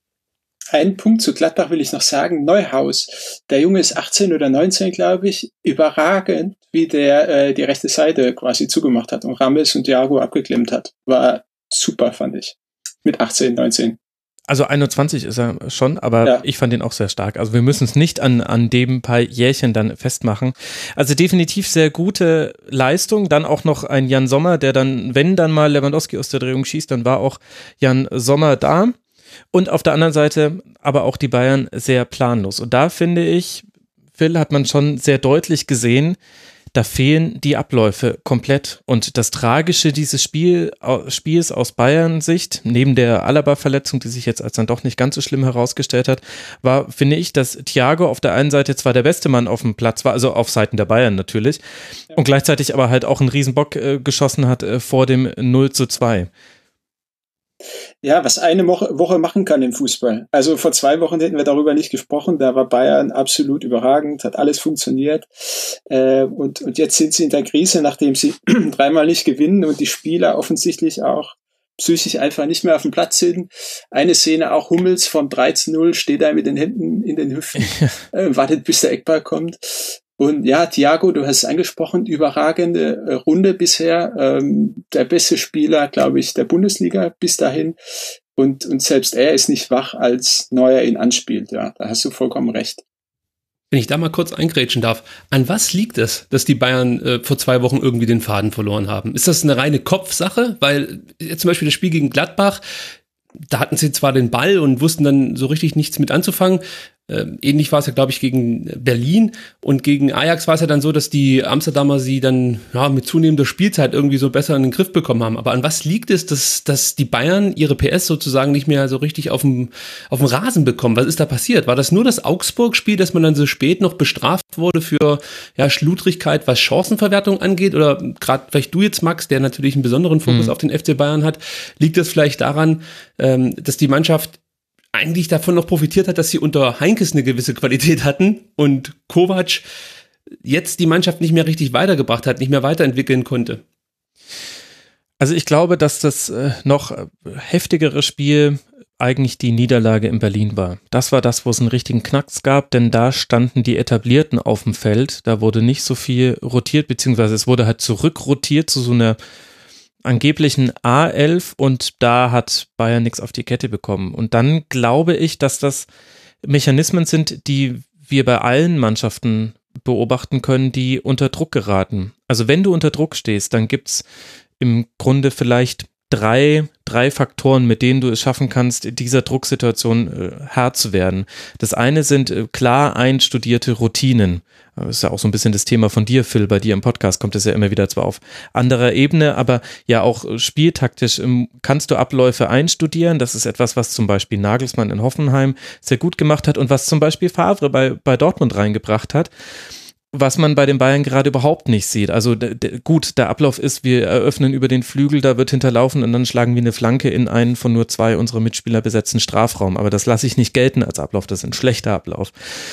[SPEAKER 6] Einen Punkt zu Gladbach will ich noch sagen. Neuhaus, der Junge ist achtzehn oder neunzehn, glaube ich. Überragend, wie der äh, die rechte Seite quasi zugemacht hat und Rames und Thiago abgeklemmt hat. War super, fand ich. Mit achtzehn, neunzehn.
[SPEAKER 4] Also einundzwanzig ist er schon, aber ja. Ich fand ihn auch sehr stark. Also wir müssen es nicht an, an dem paar Jährchen dann festmachen. Also definitiv sehr gute Leistung. Dann auch noch ein Jan Sommer, der dann, wenn dann mal Lewandowski aus der Drehung schießt, dann war auch Jan Sommer da. Und auf der anderen Seite aber auch die Bayern sehr planlos. Und da finde ich, Phil, hat man schon sehr deutlich gesehen, da fehlen die Abläufe komplett. Und das Tragische dieses Spiel, Spiels aus Bayern-Sicht, neben der Alaba-Verletzung, die sich jetzt als dann doch nicht ganz so schlimm herausgestellt hat, war, finde ich, dass Thiago auf der einen Seite zwar der beste Mann auf dem Platz war, also auf Seiten der Bayern natürlich, ja. Und gleichzeitig aber halt auch einen Riesenbock äh, geschossen hat äh, vor dem null zu zwei.
[SPEAKER 6] Ja, was eine Woche machen kann im Fußball. Also vor zwei Wochen hätten wir darüber nicht gesprochen, da war Bayern absolut überragend, hat alles funktioniert. Äh, und, und jetzt sind sie in der Krise, nachdem sie dreimal nicht gewinnen und die Spieler offensichtlich auch psychisch einfach nicht mehr auf dem Platz sind. Eine Szene, auch Hummels vom drei zu null, steht da mit den Händen in den Hüften, äh, wartet bis der Eckball kommt. Und ja, Thiago, du hast es angesprochen, überragende äh, Runde bisher, ähm, der beste Spieler, glaube ich, der Bundesliga bis dahin. Und, und selbst er ist nicht wach, als Neuer ihn anspielt. Ja, da hast du vollkommen recht.
[SPEAKER 5] Wenn ich da mal kurz eingrätschen darf, an was liegt es, dass die Bayern äh, vor zwei Wochen irgendwie den Faden verloren haben? Ist das eine reine Kopfsache? Weil äh, zum Beispiel das Spiel gegen Gladbach, da hatten sie zwar den Ball und wussten dann so richtig nichts mit anzufangen. Äh, ähnlich war es ja, glaube ich, gegen Berlin, und gegen Ajax war es ja dann so, dass die Amsterdamer sie dann ja mit zunehmender Spielzeit irgendwie so besser in den Griff bekommen haben. Aber an was liegt es, dass, dass die Bayern ihre P S sozusagen nicht mehr so richtig auf dem, auf dem Rasen bekommen? Was ist da passiert? War das nur das Augsburg-Spiel, dass man dann so spät noch bestraft wurde für ja, Schludrigkeit, was Chancenverwertung angeht? Oder gerade vielleicht du jetzt, Max, der natürlich einen besonderen Fokus mhm. auf den F C Bayern hat, liegt das vielleicht daran, ähm, dass die Mannschaft eigentlich davon noch profitiert hat, dass sie unter Heinkes eine gewisse Qualität hatten und Kovac jetzt die Mannschaft nicht mehr richtig weitergebracht hat, nicht mehr weiterentwickeln konnte?
[SPEAKER 4] Also ich glaube, dass das äh, noch heftigere Spiel eigentlich die Niederlage in Berlin war. Das war das, wo es einen richtigen Knacks gab, denn da standen die Etablierten auf dem Feld. Da wurde nicht so viel rotiert, beziehungsweise es wurde halt zurückrotiert zu so einer angeblichen A elf und da hat Bayern nichts auf die Kette bekommen. Und dann glaube ich, dass das Mechanismen sind, die wir bei allen Mannschaften beobachten können, die unter Druck geraten. Also wenn du unter Druck stehst, dann gibt's im Grunde vielleicht drei, drei Faktoren, mit denen du es schaffen kannst, dieser Drucksituation äh, Herr zu werden. Das eine sind äh, klar einstudierte Routinen. Das ist ja auch so ein bisschen das Thema von dir, Phil. Bei dir im Podcast kommt es ja immer wieder zwar auf anderer Ebene, aber ja auch spieltaktisch ähm, kannst du Abläufe einstudieren. Das ist etwas, was zum Beispiel Nagelsmann in Hoffenheim sehr gut gemacht hat und was zum Beispiel Favre bei, bei Dortmund reingebracht hat. Was man bei den Bayern gerade überhaupt nicht sieht. Also d- d- gut, der Ablauf ist, wir eröffnen über den Flügel, da wird hinterlaufen und dann schlagen wir eine Flanke in einen von nur zwei unserer Mitspieler besetzten Strafraum. Aber das lasse ich nicht gelten als Ablauf, das ist ein schlechter Ablauf.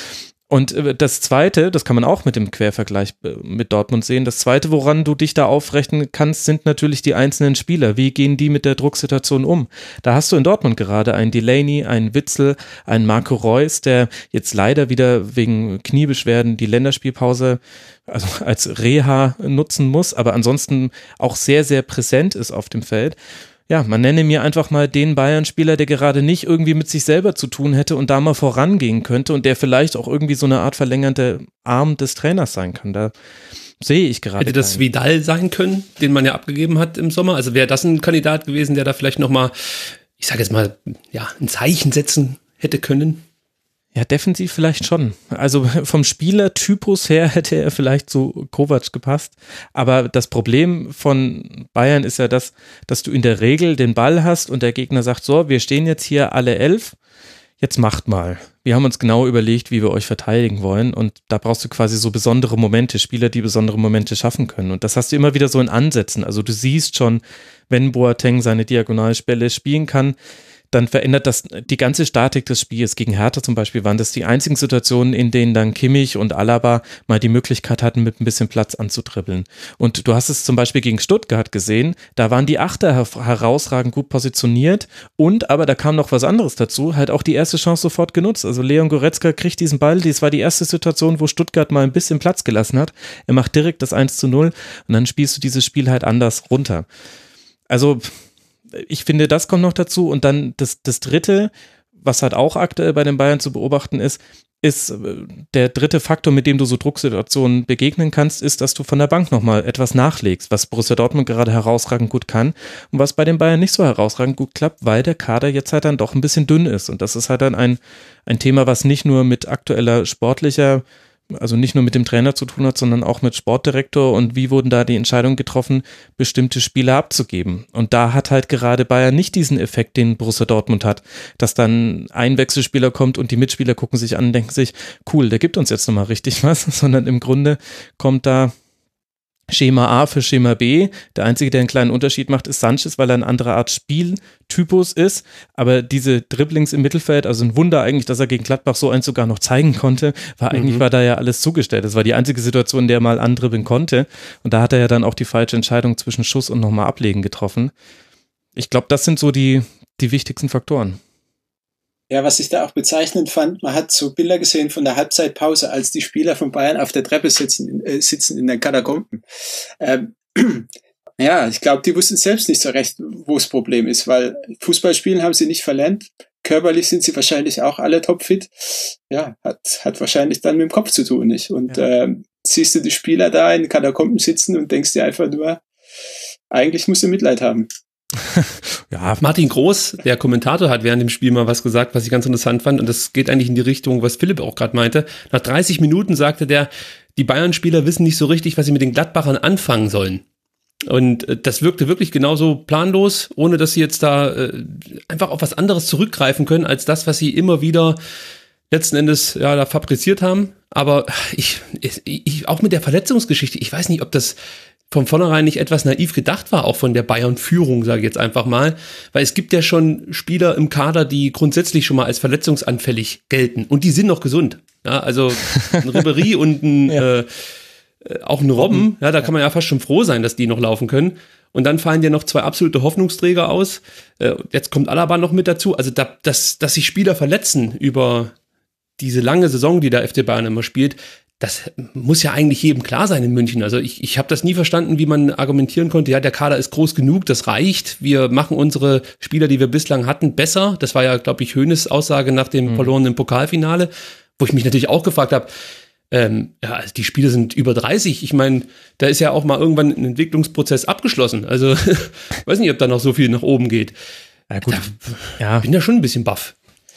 [SPEAKER 4] Und das Zweite, das kann man auch mit dem Quervergleich mit Dortmund sehen, das Zweite, woran du dich da aufrechnen kannst, sind natürlich die einzelnen Spieler. Wie gehen die mit der Drucksituation um? Da hast du in Dortmund gerade einen Delaney, einen Witzel, einen Marco Reus, der jetzt leider wieder wegen Kniebeschwerden die Länderspielpause also als Reha nutzen muss, aber ansonsten auch sehr, sehr präsent ist auf dem Feld. Ja, man nenne mir einfach mal den Bayern-Spieler, der gerade nicht irgendwie mit sich selber zu tun hätte und da mal vorangehen könnte und der vielleicht auch irgendwie so eine Art verlängerte Arm des Trainers sein kann. Da sehe ich gerade.
[SPEAKER 5] Hätte das Vidal sein können, den man ja abgegeben hat im Sommer? Also wäre das ein Kandidat gewesen, der da vielleicht nochmal, ich sage jetzt mal, ja, ein Zeichen setzen hätte können?
[SPEAKER 4] Ja, defensiv vielleicht schon. Also vom Spielertypus her hätte er vielleicht zu Kovac gepasst. Aber das Problem von Bayern ist ja das, dass du in der Regel den Ball hast und der Gegner sagt, so, wir stehen jetzt hier alle elf, jetzt macht mal. Wir haben uns genau überlegt, wie wir euch verteidigen wollen und da brauchst du quasi so besondere Momente, Spieler, die besondere Momente schaffen können. Und das hast du immer wieder so in Ansätzen. Also du siehst schon, wenn Boateng seine Diagonalspälle spielen kann, dann verändert das die ganze Statik des Spiels. Gegen Hertha zum Beispiel waren das die einzigen Situationen, in denen dann Kimmich und Alaba mal die Möglichkeit hatten, mit ein bisschen Platz anzudribbeln. Und du hast es zum Beispiel gegen Stuttgart gesehen, da waren die Achter her- herausragend gut positioniert und, aber da kam noch was anderes dazu, halt auch die erste Chance sofort genutzt. Also Leon Goretzka kriegt diesen Ball, das war die erste Situation, wo Stuttgart mal ein bisschen Platz gelassen hat. Er macht direkt das eins zu null und dann spielst du dieses Spiel halt anders runter. Also ich finde, das kommt noch dazu und dann das, das Dritte, was halt auch aktuell bei den Bayern zu beobachten ist, ist der dritte Faktor, mit dem du so Drucksituationen begegnen kannst, ist, dass du von der Bank nochmal etwas nachlegst, was Borussia Dortmund gerade herausragend gut kann und was bei den Bayern nicht so herausragend gut klappt, weil der Kader jetzt halt dann doch ein bisschen dünn ist und das ist halt dann ein, ein Thema, was nicht nur mit aktueller sportlicher, also nicht nur mit dem Trainer zu tun hat, sondern auch mit Sportdirektor und wie wurden da die Entscheidungen getroffen, bestimmte Spieler abzugeben. Und da hat halt gerade Bayern nicht diesen Effekt, den Borussia Dortmund hat, dass dann ein Wechselspieler kommt und die Mitspieler gucken sich an und denken sich, cool, der gibt uns jetzt nochmal richtig was, sondern im Grunde kommt da Schema A für Schema B. Der Einzige, der einen kleinen Unterschied macht, ist Sanchez, weil er eine andere Art Spieltypus ist. Aber diese Dribblings im Mittelfeld, also ein Wunder eigentlich, dass er gegen Gladbach so eins sogar noch zeigen konnte, war eigentlich, mhm. war da ja alles zugestellt. Das war die einzige Situation, in der er mal andribbeln konnte. Und da hat er ja dann auch die falsche Entscheidung zwischen Schuss und nochmal Ablegen getroffen. Ich glaube, das sind so die, die wichtigsten Faktoren.
[SPEAKER 6] Ja, was ich da auch bezeichnend fand, man hat so Bilder gesehen von der Halbzeitpause, als die Spieler von Bayern auf der Treppe sitzen, äh, sitzen in den Katakomben. Ähm, ja, ich glaube, die wussten selbst nicht so recht, wo das Problem ist, weil Fußballspielen haben sie nicht verlernt. Körperlich sind sie wahrscheinlich auch alle topfit. Ja, hat, hat wahrscheinlich dann mit dem Kopf zu tun, nicht? Und ja. ähm, siehst du die Spieler da in den Katakomben sitzen und denkst dir einfach nur, eigentlich musst du Mitleid haben.
[SPEAKER 5] Ja, Martin Groß, der Kommentator, hat während dem Spiel mal was gesagt, was ich ganz interessant fand und das geht eigentlich in die Richtung, was Philipp auch gerade meinte. Nach dreißig Minuten sagte der, die Bayern-Spieler wissen nicht so richtig, was sie mit den Gladbachern anfangen sollen. Und äh, das wirkte wirklich genauso planlos, ohne dass sie jetzt da äh, einfach auf was anderes zurückgreifen können, als das, was sie immer wieder letzten Endes ja da fabriziert haben. Aber ich, ich auch mit der Verletzungsgeschichte, ich weiß nicht, ob das von vornherein nicht etwas naiv gedacht war, auch von der Bayern-Führung, sage ich jetzt einfach mal, weil es gibt ja schon Spieler im Kader, die grundsätzlich schon mal als verletzungsanfällig gelten und die sind noch gesund. Ja, also ein Ribéry und ein, ja. äh, auch ein Robben, ja, da kann man ja fast schon froh sein, dass die noch laufen können und dann fallen dir noch zwei absolute Hoffnungsträger aus. Äh, jetzt kommt Alaba noch mit dazu. Also, da, dass, dass sich Spieler verletzen über diese lange Saison, die der F C Bayern immer spielt, das muss ja eigentlich jedem klar sein in München. Also ich, ich habe das nie verstanden, wie man argumentieren konnte, ja, der Kader ist groß genug, das reicht. Wir machen unsere Spieler, die wir bislang hatten, besser. Das war ja, glaube ich, Hoeneß Aussage nach dem mhm. verlorenen Pokalfinale, wo ich mich natürlich auch gefragt habe, ähm, ja, also die Spieler sind über dreißig. Ich meine, da ist ja auch mal irgendwann ein Entwicklungsprozess abgeschlossen. Also ich weiß nicht, ob da noch so viel nach oben geht.
[SPEAKER 4] Ja, gut.
[SPEAKER 5] Da,
[SPEAKER 4] ja.
[SPEAKER 5] Bin ja schon ein bisschen baff.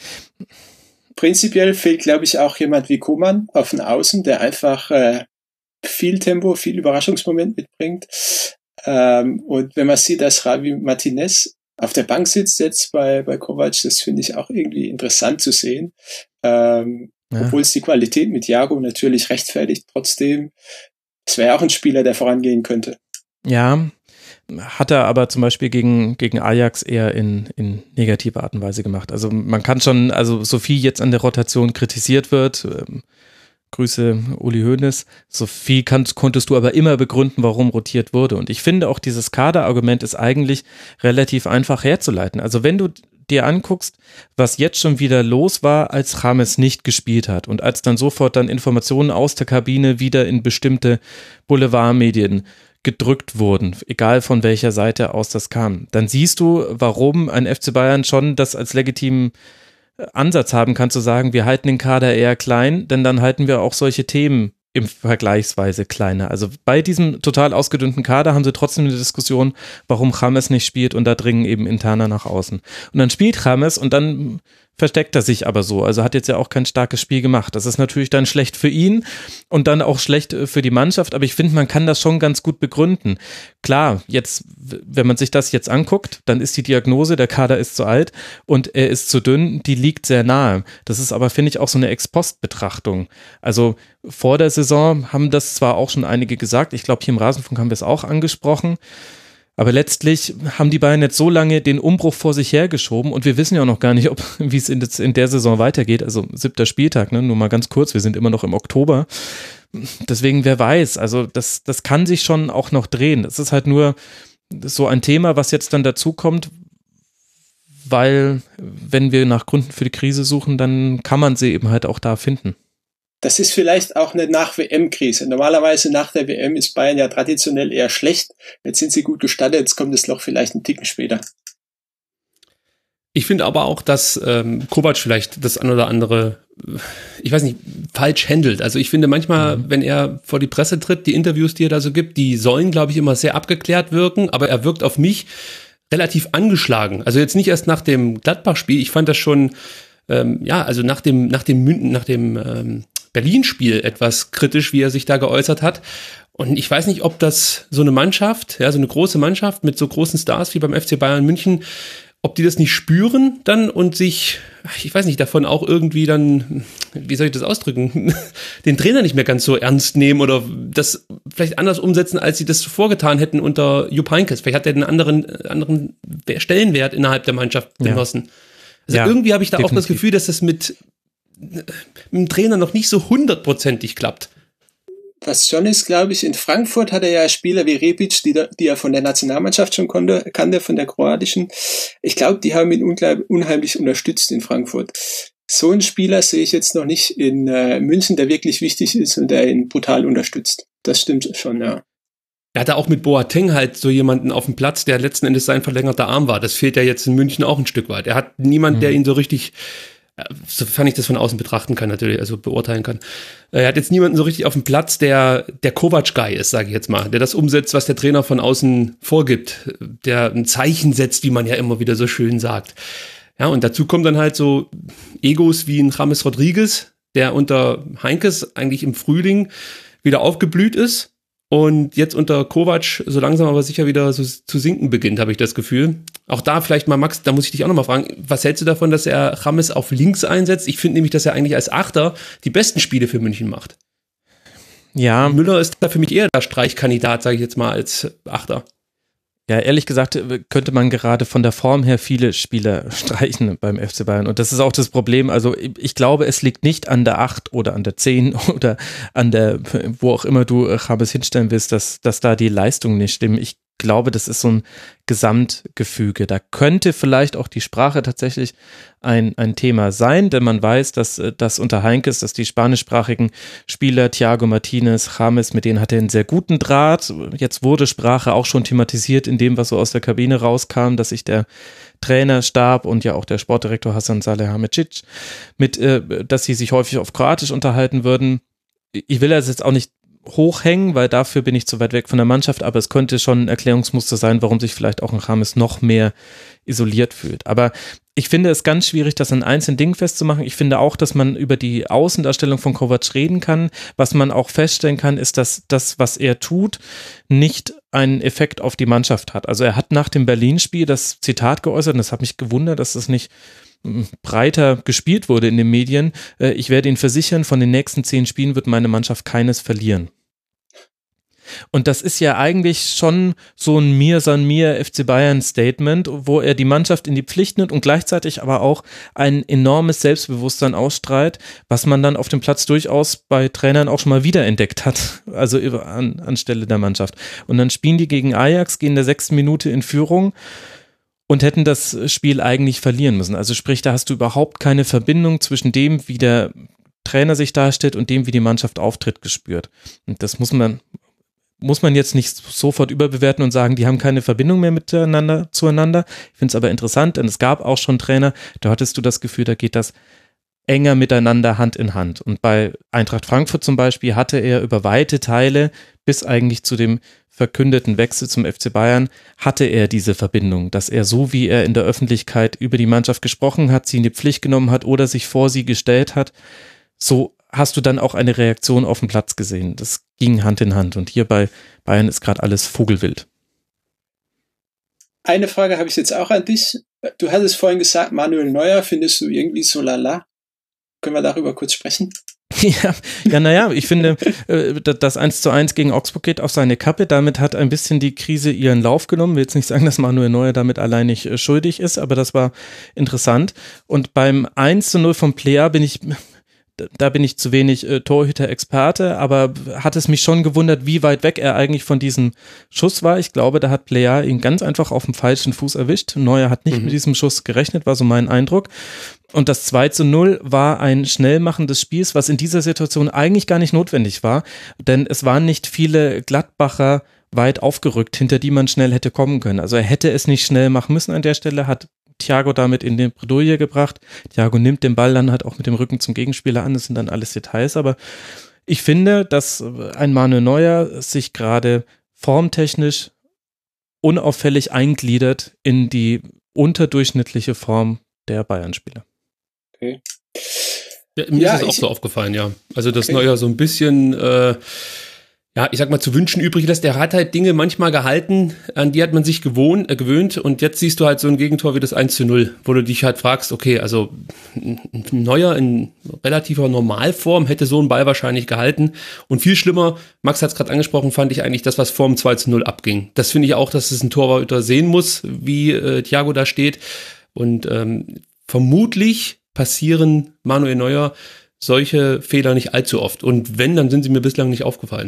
[SPEAKER 6] Prinzipiell fehlt, glaube ich, auch jemand wie Koeman auf den Außen, der einfach äh, viel Tempo, viel Überraschungsmoment mitbringt. Ähm, und wenn man sieht, dass Javi Martinez auf der Bank sitzt jetzt bei, bei Kovac, das finde ich auch irgendwie interessant zu sehen. Ähm, ja. Obwohl es die Qualität mit Thiago natürlich rechtfertigt, trotzdem, es wäre auch ein Spieler, der vorangehen könnte.
[SPEAKER 4] Ja, hat er aber zum Beispiel gegen, gegen Ajax eher in, in negativer Art und Weise gemacht. Also man kann schon, also so viel jetzt an der Rotation kritisiert wird, ähm, Grüße Uli Hoeneß, so viel kannst, konntest du aber immer begründen, warum rotiert wurde. Und ich finde auch dieses Kaderargument ist eigentlich relativ einfach herzuleiten. Also wenn du dir anguckst, was jetzt schon wieder los war, als James nicht gespielt hat und als dann sofort dann Informationen aus der Kabine wieder in bestimmte Boulevardmedien gedrückt wurden, egal von welcher Seite aus das kam, dann siehst du, warum ein F C Bayern schon das als legitimen Ansatz haben kann, zu sagen, wir halten den Kader eher klein, denn dann halten wir auch solche Themen im Vergleichsweise kleiner. Also bei diesem total ausgedünnten Kader haben sie trotzdem eine Diskussion, warum James nicht spielt und da dringen eben interner nach außen. Und dann spielt James und dann versteckt er sich aber so. Also hat jetzt ja auch kein starkes Spiel gemacht. Das ist natürlich dann schlecht für ihn und dann auch schlecht für die Mannschaft, aber ich finde, man kann das schon ganz gut begründen. Klar, jetzt, wenn man sich das jetzt anguckt, dann ist die Diagnose, der Kader ist zu alt und er ist zu dünn, die liegt sehr nahe. Das ist aber, finde ich, auch so eine Ex-Post-Betrachtung. Also vor der Saison haben das zwar auch schon einige gesagt, ich glaube, hier im Rasenfunk haben wir es auch angesprochen, aber letztlich haben die Bayern jetzt so lange den Umbruch vor sich hergeschoben und wir wissen ja auch noch gar nicht, ob wie es in, in der Saison weitergeht. Also siebter Spieltag, ne? Nur mal ganz kurz, wir sind immer noch im Oktober. Deswegen, wer weiß, also das, das kann sich schon auch noch drehen. Es ist halt nur so ein Thema, was jetzt dann dazu kommt, weil wenn wir nach Gründen für die Krise suchen, dann kann man sie eben halt auch da finden.
[SPEAKER 6] Das ist vielleicht auch eine Nach-W M-Krise. Normalerweise nach der W M ist Bayern ja traditionell eher schlecht. Jetzt sind sie gut gestartet, jetzt kommt das Loch vielleicht einen Ticken später.
[SPEAKER 5] Ich finde aber auch, dass ähm, Kovac vielleicht das ein oder andere, ich weiß nicht, falsch handelt. Also ich finde manchmal, mhm. wenn er vor die Presse tritt, die Interviews, die er da so gibt, die sollen, glaube ich, immer sehr abgeklärt wirken, aber er wirkt auf mich relativ angeschlagen. Also jetzt nicht erst nach dem Gladbach-Spiel. Ich fand das schon, ähm, ja, also nach dem, nach dem München, nach dem ähm, Berlin-Spiel etwas kritisch, wie er sich da geäußert hat. Und ich weiß nicht, ob das so eine Mannschaft, ja, so eine große Mannschaft mit so großen Stars wie beim F C Bayern München, ob die das nicht spüren dann und sich, ich weiß nicht, davon auch irgendwie dann, wie soll ich das ausdrücken, den Trainer nicht mehr ganz so ernst nehmen oder das vielleicht anders umsetzen, als sie das zuvor getan hätten unter Jupp Heynckes. Vielleicht hat er einen anderen, anderen Stellenwert innerhalb der Mannschaft genossen. Ja. Also ja, irgendwie habe ich da definitiv auch das Gefühl, dass das mit mit dem Trainer noch nicht so hundertprozentig klappt.
[SPEAKER 6] Was schon ist, glaube ich, in Frankfurt hat er ja Spieler wie Rebic, die, da, die er von der Nationalmannschaft schon konnte, kannte, von der kroatischen. Ich glaube, die haben ihn unheimlich unterstützt in Frankfurt. So einen Spieler sehe ich jetzt noch nicht in äh, München, der wirklich wichtig ist und der ihn brutal unterstützt. Das stimmt schon, ja.
[SPEAKER 5] Er hatte auch mit Boateng halt so jemanden auf dem Platz, der letzten Endes sein verlängerter Arm war. Das fehlt ja jetzt in München auch ein Stück weit. Er hat niemanden, mhm. der ihn so richtig, sofern ich das von außen betrachten kann natürlich, also beurteilen kann. Er hat jetzt niemanden so richtig auf dem Platz, der der Kovac-Guy ist, sage ich jetzt mal, der das umsetzt, was der Trainer von außen vorgibt, der ein Zeichen setzt, wie man ja immer wieder so schön sagt. Ja, und dazu kommen dann halt so Egos wie ein James Rodriguez, der unter Heynckes eigentlich im Frühling wieder aufgeblüht ist und jetzt unter Kovac so langsam aber sicher wieder so zu sinken beginnt, habe ich das Gefühl. Auch da vielleicht mal, Max, da muss ich dich auch nochmal fragen, was hältst du davon, dass er James auf links einsetzt? Ich finde nämlich, dass er eigentlich als Achter die besten Spiele für München macht.
[SPEAKER 4] Ja.
[SPEAKER 5] Müller ist da für mich eher der Streichkandidat, sage ich jetzt mal, als Achter.
[SPEAKER 4] Ja, ehrlich gesagt könnte man gerade von der Form her viele Spieler streichen beim F C Bayern. Und das ist auch das Problem. Also ich glaube, es liegt nicht an der acht oder an der zehn oder an der, wo auch immer du James hinstellen willst, dass, dass da die Leistungen nicht stimmen. Ich glaube, das ist so ein Gesamtgefüge. Da könnte vielleicht auch die Sprache tatsächlich ein, ein Thema sein, denn man weiß, dass, dass unter Heinkes, dass die spanischsprachigen Spieler, Thiago Martinez, James, mit denen hat er einen sehr guten Draht. Jetzt wurde Sprache auch schon thematisiert in dem, was so aus der Kabine rauskam, dass sich der Trainerstab und ja auch der Sportdirektor Hasan Salihamidzic mit, äh, dass sie sich häufig auf Kroatisch unterhalten würden. Ich will das jetzt auch nicht hochhängen, weil dafür bin ich zu weit weg von der Mannschaft, aber es könnte schon ein Erklärungsmuster sein, warum sich vielleicht auch ein James noch mehr isoliert fühlt. Aber ich finde es ganz schwierig, das an einzelnen Dingen festzumachen. Ich finde auch, dass man über die Außendarstellung von Kovac reden kann. Was man auch feststellen kann, ist, dass das, was er tut, nicht einen Effekt auf die Mannschaft hat. Also er hat nach dem Berlin-Spiel das Zitat geäußert, und das hat mich gewundert, dass das nicht breiter gespielt wurde in den Medien. Ich werde Ihnen versichern, von den nächsten zehn Spielen wird meine Mannschaft keines verlieren. Und das ist ja eigentlich schon so ein Mir san mir F C Bayern Statement, wo er die Mannschaft in die Pflicht nimmt und gleichzeitig aber auch ein enormes Selbstbewusstsein ausstrahlt, was man dann auf dem Platz durchaus bei Trainern auch schon mal wiederentdeckt hat, also an, anstelle der Mannschaft. Und dann spielen die gegen Ajax, gehen in der sechsten Minute in Führung und hätten das Spiel eigentlich verlieren müssen. Also sprich, da hast du überhaupt keine Verbindung zwischen dem, wie der Trainer sich darstellt und dem, wie die Mannschaft auftritt, gespürt. Und das muss man muss man jetzt nicht sofort überbewerten und sagen, die haben keine Verbindung mehr miteinander, zueinander. Ich finde es aber interessant, denn es gab auch schon Trainer, da hattest du das Gefühl, da geht das enger miteinander Hand in Hand. Und bei Eintracht Frankfurt zum Beispiel hatte er über weite Teile, bis eigentlich zu dem verkündeten Wechsel zum F C Bayern, hatte er diese Verbindung, dass er so, wie er in der Öffentlichkeit über die Mannschaft gesprochen hat, sie in die Pflicht genommen hat oder sich vor sie gestellt hat, so hast du dann auch eine Reaktion auf dem Platz gesehen. Das ging Hand in Hand. Und hier bei Bayern ist gerade alles vogelwild.
[SPEAKER 6] Eine Frage habe ich jetzt auch an dich. Du hattest vorhin gesagt, Manuel Neuer findest du irgendwie so lala. Können wir darüber kurz sprechen?
[SPEAKER 4] Ja, ja, naja, ich finde, das eins zu eins gegen Augsburg geht auf seine Kappe. Damit hat ein bisschen die Krise ihren Lauf genommen. Ich will jetzt nicht sagen, dass Manuel Neuer damit allein nicht schuldig ist, aber das war interessant. Und beim eins zu null vom Plea bin ich... Da bin ich zu wenig äh, Torhüter-Experte, aber hat es mich schon gewundert, wie weit weg er eigentlich von diesem Schuss war. Ich glaube, da hat Plea ihn ganz einfach auf dem falschen Fuß erwischt. Neuer hat nicht mhm. mit diesem Schuss gerechnet, war so mein Eindruck. Und das zwei zu null war ein Schnellmachen des Spiels, was in dieser Situation eigentlich gar nicht notwendig war, denn es waren nicht viele Gladbacher weit aufgerückt, hinter die man schnell hätte kommen können. Also er hätte es nicht schnell machen müssen an der Stelle, hat Thiago damit in den Bredouille gebracht. Thiago nimmt den Ball dann halt auch mit dem Rücken zum Gegenspieler an. Das sind dann alles Details, aber ich finde, dass ein Manuel Neuer sich gerade formtechnisch unauffällig eingliedert in die unterdurchschnittliche Form der Bayern-Spieler.
[SPEAKER 5] Okay. Ja, mir ja, ist es auch so aufgefallen, ja. Also, dass okay. Neuer so ein bisschen äh, ja, ich sag mal, zu wünschen übrig lässt. Der hat halt Dinge manchmal gehalten, an die hat man sich gewohnt, äh, gewöhnt und jetzt siehst du halt so ein Gegentor wie das eins zu null, wo du dich halt fragst, okay, also ein Neuer in relativer Normalform hätte so einen Ball wahrscheinlich gehalten und viel schlimmer, Max hat es gerade angesprochen, fand ich eigentlich das, was vor dem zwei zu null abging. Das finde ich auch, dass es ein Torhüter sehen muss, wie äh, Thiago da steht und ähm, vermutlich passieren Manuel Neuer solche Fehler nicht allzu oft und wenn, dann sind sie mir bislang nicht aufgefallen.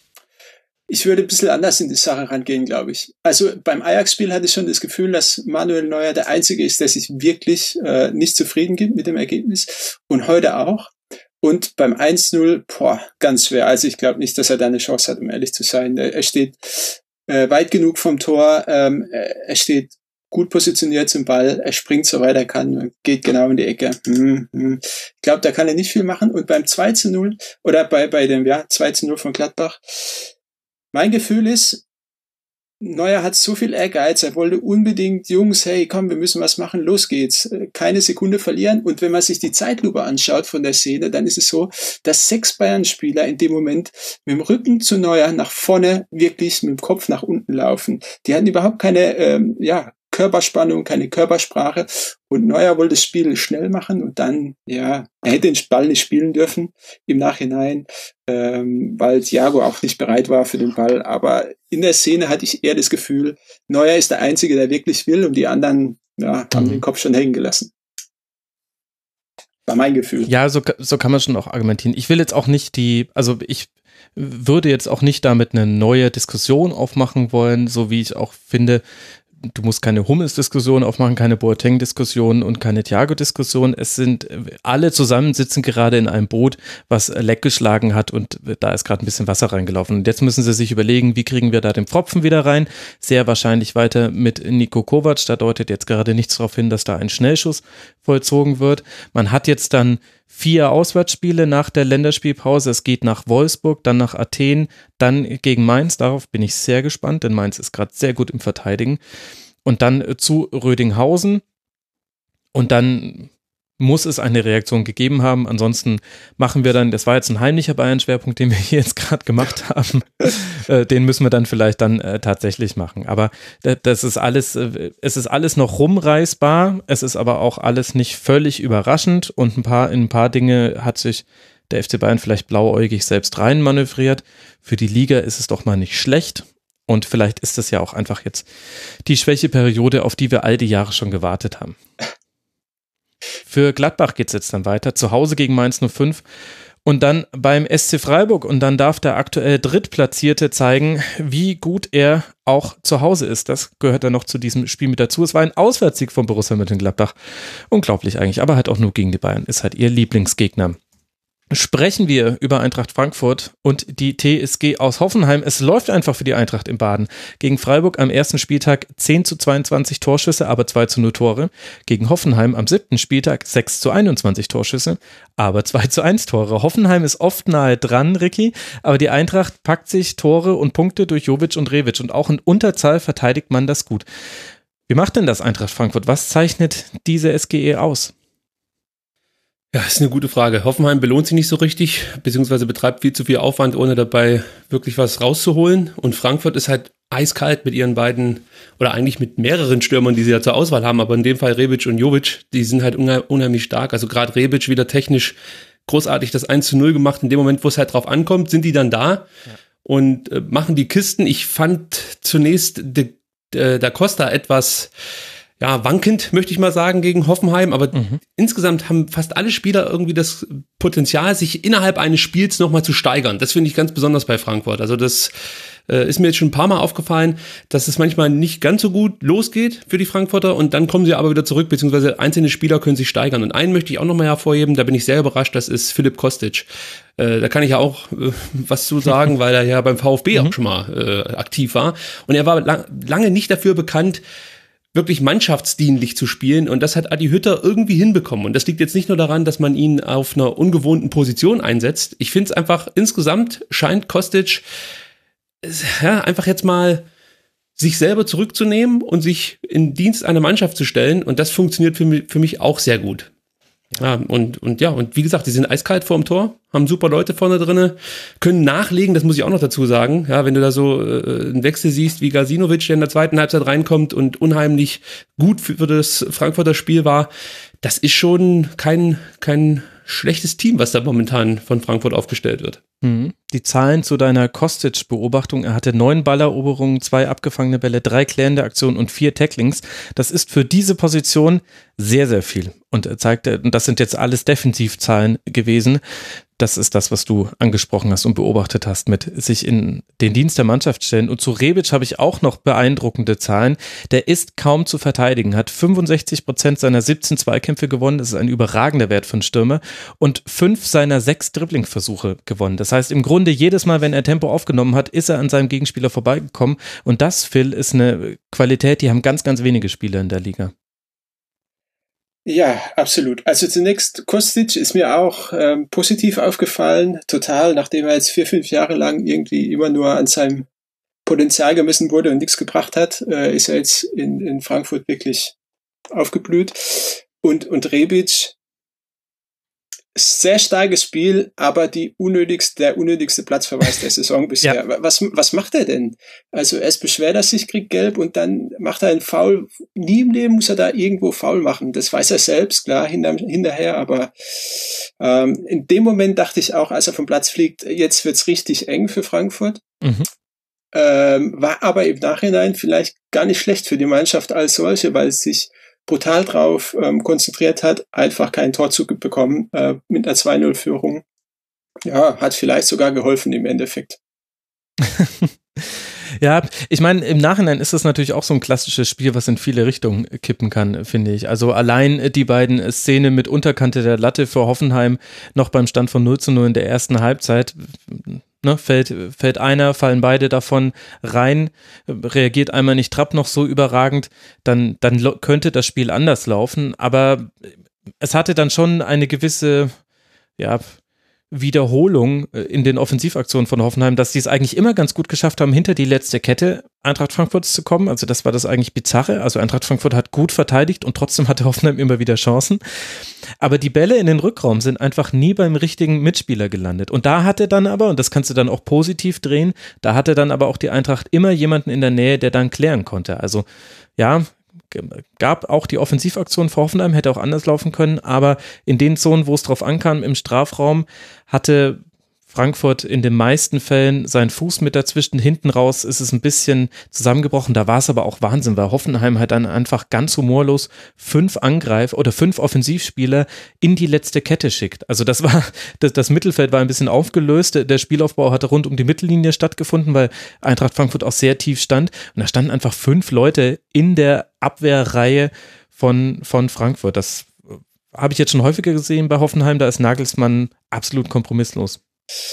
[SPEAKER 6] Ich würde ein bisschen anders in die Sache rangehen, glaube ich. Also beim Ajax-Spiel hatte ich schon das Gefühl, dass Manuel Neuer der Einzige ist, der sich wirklich äh, nicht zufrieden gibt mit dem Ergebnis. Und heute auch. Und beim eins null, boah, ganz schwer. Also ich glaube nicht, dass er da eine Chance hat, um ehrlich zu sein. Er steht äh, weit genug vom Tor. Ähm, er steht gut positioniert zum Ball. Er springt so weit er kann, geht genau in die Ecke. Hm, hm. Ich glaube, da kann er nicht viel machen. Und beim zwei zu null oder bei bei dem ja zwei zu null von Gladbach, mein Gefühl ist, Neuer hat so viel Ehrgeiz, er wollte unbedingt, Jungs, hey, komm, wir müssen was machen, los geht's. Keine Sekunde verlieren. Und wenn man sich die Zeitlupe anschaut von der Szene, dann ist es so, dass sechs Bayern-Spieler in dem Moment mit dem Rücken zu Neuer nach vorne wirklich mit dem Kopf nach unten laufen. Die hatten überhaupt keine, ähm, ja, Körperspannung, keine Körpersprache. Und Neuer wollte das Spiel schnell machen und dann, ja, er hätte den Ball nicht spielen dürfen im Nachhinein, ähm, weil Thiago auch nicht bereit war für den Ball. Aber in der Szene hatte ich eher das Gefühl, Neuer ist der Einzige, der wirklich will und die anderen, ja, haben mhm. den Kopf schon hängen gelassen. War mein Gefühl.
[SPEAKER 4] Ja, so, so kann man schon auch argumentieren. Ich will jetzt auch nicht die, also ich würde jetzt auch nicht damit eine neue Diskussion aufmachen wollen, so wie ich auch finde, du musst keine Hummels-Diskussion aufmachen, keine Boateng-Diskussion und keine Thiago-Diskussion. Es sind, alle zusammen sitzen gerade in einem Boot, was Leck geschlagen hat und da ist gerade ein bisschen Wasser reingelaufen. Und jetzt müssen sie sich überlegen, wie kriegen wir da den Pfropfen wieder rein? Sehr wahrscheinlich weiter mit Niko Kovac. Da deutet jetzt gerade nichts darauf hin, dass da ein Schnellschuss vollzogen wird. Man hat jetzt dann vier Auswärtsspiele nach der Länderspielpause. Es geht nach Wolfsburg, dann nach Athen, dann gegen Mainz. Darauf bin ich sehr gespannt, denn Mainz ist gerade sehr gut im Verteidigen. Und dann zu Rödinghausen. Und dann muss es eine Reaktion gegeben haben. Ansonsten machen wir dann, das war jetzt ein heimlicher Bayern-Schwerpunkt, den wir hier jetzt gerade gemacht haben. äh, den müssen wir dann vielleicht dann äh, tatsächlich machen. Aber äh, das ist alles, äh, es ist alles noch rumreißbar. Es ist aber auch alles nicht völlig überraschend. Und ein paar, in ein paar Dinge hat sich der F C Bayern vielleicht blauäugig selbst rein manövriert. Für die Liga ist es doch mal nicht schlecht. Und vielleicht ist das ja auch einfach jetzt die Schwächeperiode, auf die wir all die Jahre schon gewartet haben. Für Gladbach geht es jetzt dann weiter, zu Hause gegen Mainz null fünf und dann beim S C Freiburg. Und dann darf der aktuell Drittplatzierte zeigen, wie gut er auch zu Hause ist. Das gehört dann noch zu diesem Spiel mit dazu. Es war ein Auswärtssieg von Borussia Mönchengladbach. Unglaublich eigentlich, aber halt auch nur gegen die Bayern. Ist halt ihr Lieblingsgegner. Sprechen wir über Eintracht Frankfurt und die T S G aus Hoffenheim. Es läuft einfach für die Eintracht im Baden. Gegen Freiburg am ersten Spieltag zehn zu zweiundzwanzig Torschüsse, aber zwei zu null Tore. Gegen Hoffenheim am siebten Spieltag sechs zu einundzwanzig Torschüsse, aber zwei zu eins Tore. Hoffenheim ist oft nahe dran, Ricky, aber die Eintracht packt sich Tore und Punkte durch Jovic und Revic und auch in Unterzahl verteidigt man das gut. Wie macht denn das Eintracht Frankfurt? Was zeichnet diese S G E aus?
[SPEAKER 5] Ja, ist eine gute Frage. Hoffenheim belohnt sich nicht so richtig, beziehungsweise betreibt viel zu viel Aufwand, ohne dabei wirklich was rauszuholen. Und Frankfurt ist halt eiskalt mit ihren beiden, oder eigentlich mit mehreren Stürmern, die sie ja zur Auswahl haben, aber in dem Fall Rebic und Jovic, die sind halt unheimlich stark. Also gerade Rebic wieder technisch großartig das eins zu null gemacht. In dem Moment, wo es halt drauf ankommt, sind die dann da ja. und äh, machen die Kisten. Ich fand zunächst de, de, da Costa etwas... ja, wankend, möchte ich mal sagen, gegen Hoffenheim, aber mhm. insgesamt haben fast alle Spieler irgendwie das Potenzial, sich innerhalb eines Spiels nochmal zu steigern. Das finde ich ganz besonders bei Frankfurt. Also das äh, ist mir jetzt schon ein paar Mal aufgefallen, dass es manchmal nicht ganz so gut losgeht für die Frankfurter und dann kommen sie aber wieder zurück, beziehungsweise einzelne Spieler können sich steigern. Und einen möchte ich auch nochmal hervorheben, da bin ich sehr überrascht, das ist Filip Kostic. Äh, da kann ich ja auch äh, was zu sagen, weil er ja beim VfB mhm. auch schon mal äh, aktiv war. Und er war lang, lange nicht dafür bekannt, wirklich mannschaftsdienlich zu spielen und das hat Adi Hütter irgendwie hinbekommen und das liegt jetzt nicht nur daran, dass man ihn auf einer ungewohnten Position einsetzt. Ich finde es einfach, insgesamt scheint Kostic ja, einfach jetzt mal sich selber zurückzunehmen und sich in Dienst einer Mannschaft zu stellen und das funktioniert für mich, für mich auch sehr gut. Ja, und, und ja, und wie gesagt, die sind eiskalt vorm Tor, haben super Leute vorne drinne, können nachlegen, das muss ich auch noch dazu sagen. Ja, wenn du da so äh, einen Wechsel siehst wie Gazinovic, der in der zweiten Halbzeit reinkommt und unheimlich gut für, für das Frankfurter Spiel war, das ist schon kein, kein schlechtes Team, was da momentan von Frankfurt aufgestellt wird.
[SPEAKER 4] Mhm. Die Zahlen zu deiner Kostic-Beobachtung. Er hatte neun Balleroberungen, zwei abgefangene Bälle, drei klärende Aktionen und vier Tacklings. Das ist für diese Position sehr, sehr viel. Und er zeigt, und das sind jetzt alles Defensivzahlen gewesen. Das ist das, was du angesprochen hast und beobachtet hast, mit sich in den Dienst der Mannschaft stellen. Und zu Rebic habe ich auch noch beeindruckende Zahlen. Der ist kaum zu verteidigen, hat fünfundsechzig Prozent seiner siebzehn Zweikämpfe gewonnen. Das ist ein überragender Wert von Stürmer. Und fünf seiner sechs Dribblingversuche gewonnen. Das heißt, im Grunde jedes Mal, wenn er Tempo aufgenommen hat, ist er an seinem Gegenspieler vorbeigekommen. Und das, Phil, ist eine Qualität, die haben ganz, ganz wenige Spieler in der Liga.
[SPEAKER 6] Ja, absolut. Also zunächst, Kostic ist mir auch ähm, positiv aufgefallen, total, nachdem er jetzt vier, fünf Jahre lang irgendwie immer nur an seinem Potenzial gemessen wurde und nichts gebracht hat, äh, ist er jetzt in, in Frankfurt wirklich aufgeblüht. Und, und Rebic, sehr starkes Spiel, aber die unnötigste, der unnötigste Platzverweis der Saison bisher. Ja. Was, was macht er denn? Also erst beschwert er sich, kriegt gelb und dann macht er einen Foul. Nie im Leben muss er da irgendwo Foul machen. Das weiß er selbst, klar, hinter, hinterher, aber ähm, in dem Moment dachte ich auch, als er vom Platz fliegt, jetzt wird's richtig eng für Frankfurt. Mhm. Ähm, war aber im Nachhinein vielleicht gar nicht schlecht für die Mannschaft als solche, weil es sich brutal drauf ähm, konzentriert hat, einfach kein Tor zu bekommen äh, mit einer zwei null Führung. Ja, hat vielleicht sogar geholfen im Endeffekt.
[SPEAKER 4] Ja, ich meine, im Nachhinein ist das natürlich auch so ein klassisches Spiel, was in viele Richtungen kippen kann, finde ich. Also allein die beiden Szenen mit Unterkante der Latte für Hoffenheim noch beim Stand von null zu null in der ersten Halbzeit, ne, fällt, fällt einer, fallen beide davon rein, reagiert einmal nicht Trapp noch so überragend, dann, dann lo- könnte das Spiel anders laufen, aber es hatte dann schon eine gewisse, ja, Wiederholung in den Offensivaktionen von Hoffenheim, dass die es eigentlich immer ganz gut geschafft haben, hinter die letzte Kette Eintracht Frankfurts zu kommen. Also das war das eigentlich Bizarre. Also Eintracht Frankfurt hat gut verteidigt und trotzdem hatte Hoffenheim immer wieder Chancen. Aber die Bälle in den Rückraum sind einfach nie beim richtigen Mitspieler gelandet. Und da hatte dann aber, und das kannst du dann auch positiv drehen, da hatte dann aber auch die Eintracht immer jemanden in der Nähe, der dann klären konnte. Also ja, gab auch die Offensivaktion für Hoffenheim, hätte auch anders laufen können, aber in den Zonen, wo es drauf ankam, im Strafraum, hatte Frankfurt in den meisten Fällen seinen Fuß mit dazwischen. Hinten raus ist es ein bisschen zusammengebrochen, da war es aber auch Wahnsinn, weil Hoffenheim halt dann einfach ganz humorlos fünf Angreifer oder fünf Offensivspieler in die letzte Kette schickt. Also das war, das, das Mittelfeld war ein bisschen aufgelöst, der Spielaufbau hatte rund um die Mittellinie stattgefunden, weil Eintracht Frankfurt auch sehr tief stand und da standen einfach fünf Leute in der Abwehrreihe von, von Frankfurt. Das habe ich jetzt schon häufiger gesehen bei Hoffenheim, da ist Nagelsmann absolut kompromisslos.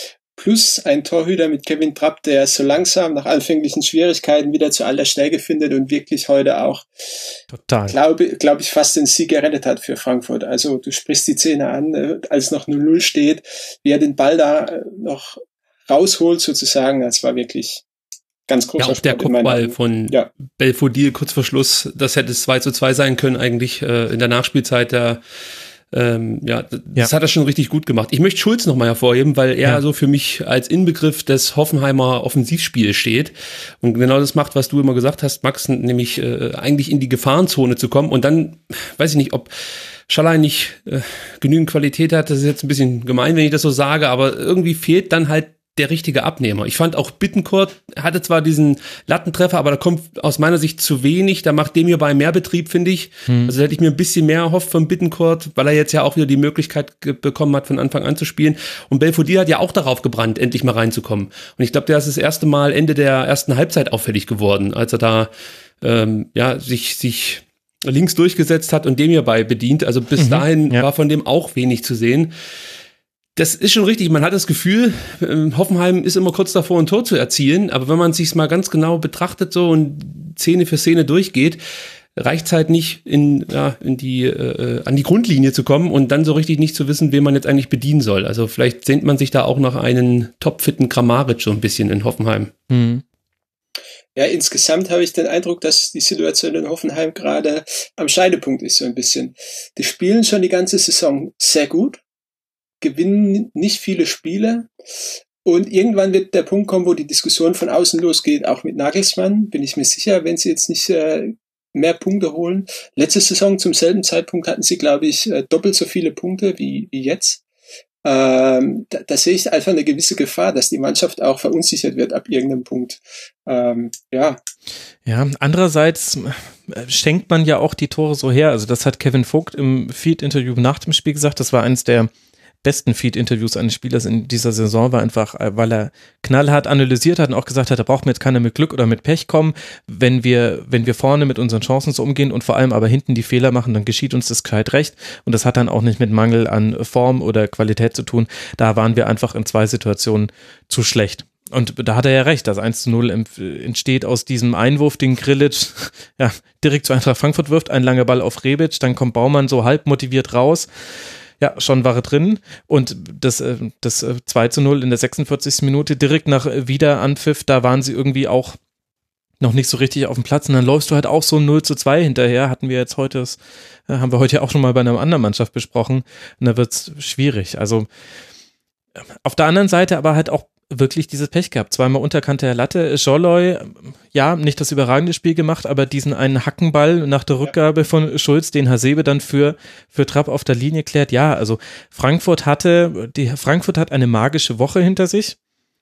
[SPEAKER 6] Plus ein Torhüter mit Kevin Trapp, der so langsam nach anfänglichen Schwierigkeiten wieder zu aller Stärke findet und wirklich heute auch,
[SPEAKER 4] total,
[SPEAKER 6] glaube glaub ich, fast den Sieg gerettet hat für Frankfurt. Also du sprichst die Szene an, als noch null null steht, wie er den Ball da noch rausholt sozusagen, das war wirklich ganz großer
[SPEAKER 5] Ja, auch der Kopfball von
[SPEAKER 6] ja.
[SPEAKER 5] Belfodil kurz vor Schluss, das hätte zwei zu zwei sein können eigentlich äh, in der Nachspielzeit, der Ähm, ja, das ja. hat er schon richtig gut gemacht. Ich möchte Schulz nochmal hervorheben, weil er ja. so für mich als Inbegriff des Hoffenheimer Offensivspiels steht und genau das macht, was du immer gesagt hast, Max, nämlich äh, eigentlich in die Gefahrenzone zu kommen und dann, weiß ich nicht, ob Schalay nicht äh, genügend Qualität hat, das ist jetzt ein bisschen gemein, wenn ich das so sage, aber irgendwie fehlt dann halt der richtige Abnehmer. Ich fand auch Bittencourt hatte zwar diesen Lattentreffer, aber da kommt aus meiner Sicht zu wenig. Da macht dem hier bei mehr Betrieb, finde ich. Hm. Also hätte ich mir ein bisschen mehr erhofft von Bittencourt, weil er jetzt ja auch wieder die Möglichkeit ge- bekommen hat, von Anfang an zu spielen. Und Belfodil hat ja auch darauf gebrannt, endlich mal reinzukommen. Und ich glaube, der ist das erste Mal Ende der ersten Halbzeit auffällig geworden, als er da ähm, ja sich sich links durchgesetzt hat und dem hierbei bedient. Also bis mhm, dahin ja. war von dem auch wenig zu sehen. Das ist schon richtig, man hat das Gefühl, Hoffenheim ist immer kurz davor, ein Tor zu erzielen, aber wenn man es sich mal ganz genau betrachtet so und Szene für Szene durchgeht, reicht es halt nicht, in, ja, in die, äh, an die Grundlinie zu kommen und dann so richtig nicht zu wissen, wen man jetzt eigentlich bedienen soll. Also vielleicht sehnt man sich da auch noch einen topfitten Kramaric so ein bisschen in Hoffenheim.
[SPEAKER 4] Mhm.
[SPEAKER 6] Ja, insgesamt habe ich den Eindruck, dass die Situation in Hoffenheim gerade am Scheidepunkt ist so ein bisschen. Die spielen schon die ganze Saison sehr gut, gewinnen nicht viele Spiele und irgendwann wird der Punkt kommen, wo die Diskussion von außen losgeht, auch mit Nagelsmann, bin ich mir sicher, wenn sie jetzt nicht äh, mehr Punkte holen. Letzte Saison zum selben Zeitpunkt hatten sie, glaube ich, äh, doppelt so viele Punkte wie, wie jetzt. Ähm, da, da sehe ich einfach eine gewisse Gefahr, dass die Mannschaft auch verunsichert wird ab irgendeinem Punkt. Ähm, ja.
[SPEAKER 4] Ja, andererseits schenkt man ja auch die Tore so her. Also das hat Kevin Vogt im Feed-Interview nach dem Spiel gesagt. Das war eines der besten Feed-Interviews eines Spielers in dieser Saison, war einfach, weil er knallhart analysiert hat und auch gesagt hat, da braucht mir jetzt keiner mit Glück oder mit Pech kommen. Wenn wir, wenn wir vorne mit unseren Chancen so umgehen und vor allem aber hinten die Fehler machen, dann geschieht uns das gescheit recht. Und das hat dann auch nicht mit Mangel an Form oder Qualität zu tun. Da waren wir einfach in zwei Situationen zu schlecht. Und da hat er ja recht, das eins zu null entsteht aus diesem Einwurf, den Grillitsch ja, direkt zu Eintracht Frankfurt wirft, ein langer Ball auf Rebic, dann kommt Baumann so halb motiviert raus. Ja, schon war er drin und das, das zwei zu null in der sechsundvierzigsten Minute direkt nach Wiederanpfiff, da waren sie irgendwie auch noch nicht so richtig auf dem Platz und dann läufst du halt auch so null zu zwei hinterher, hatten wir jetzt heute, das haben wir heute ja auch schon mal bei einer anderen Mannschaft besprochen und da wird's schwierig. Also auf der anderen Seite aber halt auch wirklich dieses Pech gehabt. Zweimal Unterkante der Latte. Scholloy, ja, nicht das überragende Spiel gemacht, aber diesen einen Hackenball nach der Rückgabe von Schulz, den Hasebe dann für, für Trapp auf der Linie klärt. Ja, also Frankfurt hatte, die, Frankfurt hat eine magische Woche hinter sich.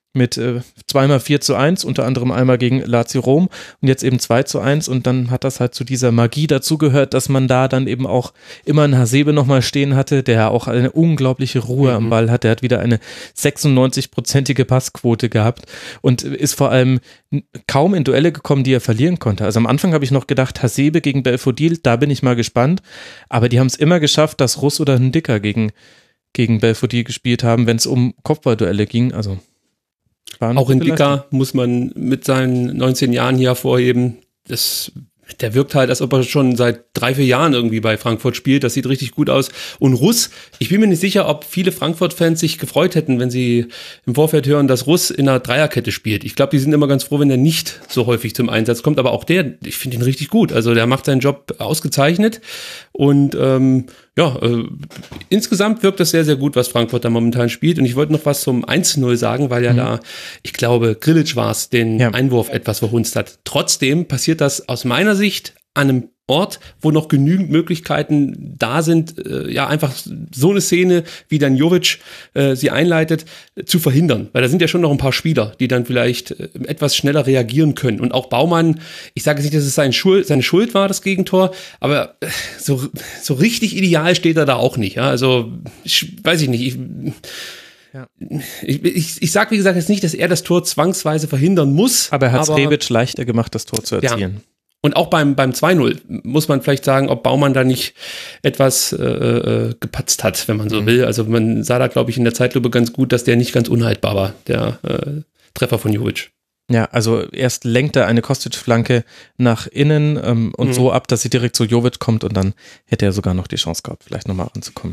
[SPEAKER 4] mit äh, zweimal vier zu eins, unter anderem einmal gegen Lazio Rom und jetzt eben zwei zu eins und dann hat das halt zu dieser Magie dazugehört, dass man da dann eben auch immer einen Hasebe nochmal stehen hatte, der auch eine unglaubliche Ruhe mhm. am Ball hat, der hat wieder eine sechsundneunzig-prozentige Passquote gehabt und ist vor allem kaum in Duelle gekommen, die er verlieren konnte. Also am Anfang habe ich noch gedacht, Hasebe gegen Belfodil, da bin ich mal gespannt, aber die haben es immer geschafft, dass Russ oder Ndicka gegen, gegen Belfodil gespielt haben, wenn es um Kopfballduelle ging, also
[SPEAKER 5] auch in Ndicka muss man mit seinen neunzehn Jahren hier hervorheben, das, der wirkt halt, als ob er schon seit drei, vier Jahren irgendwie bei Frankfurt spielt, das sieht richtig gut aus. Und Russ, ich bin mir nicht sicher, ob viele Frankfurt-Fans sich gefreut hätten, wenn sie im Vorfeld hören, dass Russ in einer Dreierkette spielt. Ich glaube, die sind immer ganz froh, wenn er nicht so häufig zum Einsatz kommt, aber auch der, ich finde ihn richtig gut, also der macht seinen Job ausgezeichnet und ähm, ja, äh, insgesamt wirkt das sehr, sehr gut, was Frankfurt da momentan spielt. Und ich wollte noch was zum eins zu null sagen, weil ja mhm. da, ich glaube, Grilic war es, den ja. Einwurf etwas verhunzt hat. Trotzdem passiert das aus meiner Sicht an einem Ort, wo noch genügend Möglichkeiten da sind, äh, ja einfach so eine Szene, wie dann Jovic äh, sie einleitet, äh, zu verhindern. Weil da sind ja schon noch ein paar Spieler, die dann vielleicht äh, etwas schneller reagieren können. Und auch Baumann, ich sage jetzt nicht, dass es sein Schuld, seine Schuld war, das Gegentor, aber äh, so, so richtig ideal steht er da auch nicht. Ja? Also, ich, weiß ich nicht, ich... Ja. Ich, ich, ich sage, wie gesagt, jetzt nicht, dass er das Tor zwangsweise verhindern muss.
[SPEAKER 4] Aber er hat es Rebic leichter gemacht, das Tor zu erzielen.
[SPEAKER 5] Ja. Und auch beim, beim zwei null muss man vielleicht sagen, ob Baumann da nicht etwas äh, äh, gepatzt hat, wenn man so mhm. will. Also man sah da, glaube ich, in der Zeitlupe ganz gut, dass der nicht ganz unhaltbar war, der äh, Treffer von Jovic.
[SPEAKER 4] Ja, also erst lenkt er eine Kostic-Flanke nach innen ähm, und mhm. so ab, dass sie direkt zu Jovic kommt und dann hätte er sogar noch die Chance gehabt, vielleicht nochmal ranzukommen.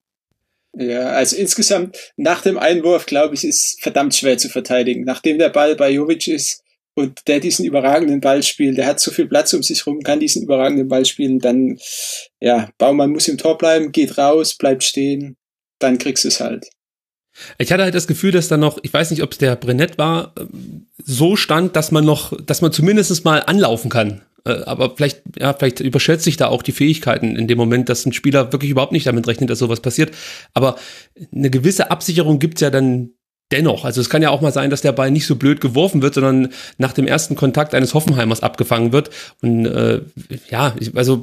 [SPEAKER 6] Ja, also insgesamt nach dem Einwurf, glaube ich, ist verdammt schwer zu verteidigen. Nachdem der Ball bei Jovic ist, und der diesen überragenden Ball spielt, der hat so viel Platz um sich rum, kann diesen überragenden Ball spielen, dann, ja, Baumann muss im Tor bleiben, geht raus, bleibt stehen, dann kriegst du es halt.
[SPEAKER 5] Ich hatte halt das Gefühl, dass da noch, ich weiß nicht, ob es der Brennett war, so stand, dass man noch, dass man zumindest mal anlaufen kann. Aber vielleicht, ja, vielleicht überschätzt sich da auch die Fähigkeiten in dem Moment, dass ein Spieler wirklich überhaupt nicht damit rechnet, dass sowas passiert. Aber eine gewisse Absicherung gibt's ja dann dennoch. Also es kann ja auch mal sein, dass der Ball nicht so blöd geworfen wird, sondern nach dem ersten Kontakt eines Hoffenheimers abgefangen wird. Und äh, ja, ich, also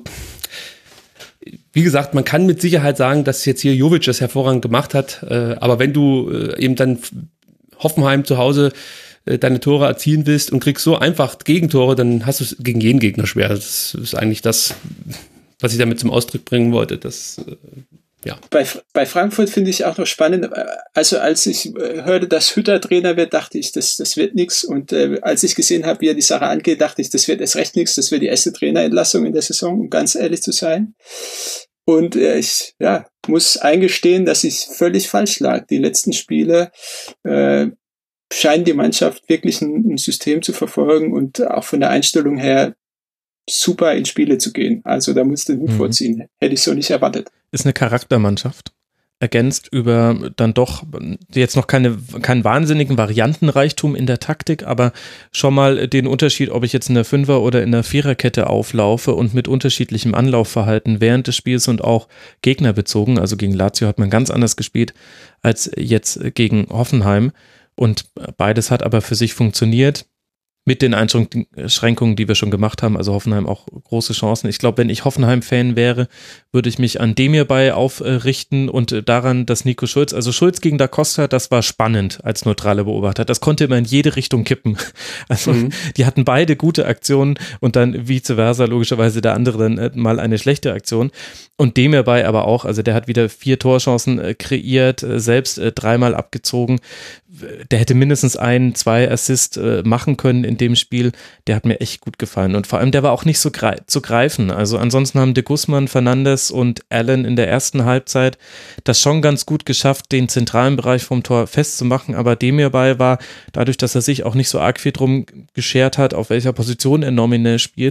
[SPEAKER 5] wie gesagt, man kann mit Sicherheit sagen, dass jetzt hier Jovic das hervorragend gemacht hat. Äh, aber wenn du äh, eben dann Hoffenheim zu Hause äh, deine Tore erzielen willst und kriegst so einfach Gegentore, dann hast du es gegen jeden Gegner schwer. Das ist eigentlich das, was ich damit zum Ausdruck bringen wollte. Das äh, Ja.
[SPEAKER 6] Bei, bei Frankfurt finde ich auch noch spannend, also als ich hörte, dass Hütter Trainer wird, dachte ich, das, das wird nichts. Und äh, als ich gesehen habe, wie er die Sache angeht, dachte ich, das wird erst recht nichts. Das wird die erste Trainerentlassung in der Saison, um ganz ehrlich zu sein. Und äh, ich ja, muss eingestehen, dass ich völlig falsch lag. Die letzten Spiele äh, scheint die Mannschaft wirklich ein, ein System zu verfolgen und auch von der Einstellung her super in Spiele zu gehen. Also da musste den Hut mhm. vorziehen. Hätte ich so nicht erwartet.
[SPEAKER 4] Ist eine Charaktermannschaft. Ergänzt über dann doch jetzt noch keine, keinen wahnsinnigen Variantenreichtum in der Taktik, aber schon mal den Unterschied, ob ich jetzt in der Fünfer- oder in der Viererkette auflaufe und mit unterschiedlichem Anlaufverhalten während des Spiels und auch gegnerbezogen. Also gegen Lazio hat man ganz anders gespielt als jetzt gegen Hoffenheim und beides hat aber für sich funktioniert. Mit den Einschränkungen, die wir schon gemacht haben, also Hoffenheim auch große Chancen. Ich glaube, wenn ich Hoffenheim-Fan wäre, würde ich mich an Demirbay aufrichten und daran, dass Nico Schulz, also Schulz gegen Da Costa, das war spannend als neutraler Beobachter. Das konnte immer in jede Richtung kippen. Also mhm. die hatten beide gute Aktionen und dann vice versa, logischerweise der andere dann mal eine schlechte Aktion. Und Demirbay aber auch, also der hat wieder vier Torchancen kreiert, selbst dreimal abgezogen. Der hätte mindestens ein, zwei Assist machen können in dem Spiel, der hat mir echt gut gefallen und vor allem der war auch nicht so grei- zu greifen, also ansonsten haben de Guzman, Fernandes und Allen in der ersten Halbzeit das schon ganz gut geschafft, den zentralen Bereich vom Tor festzumachen, aber Demirbay war, dadurch, dass er sich auch nicht so arg viel drum geschert hat, auf welcher Position er nominell spielt,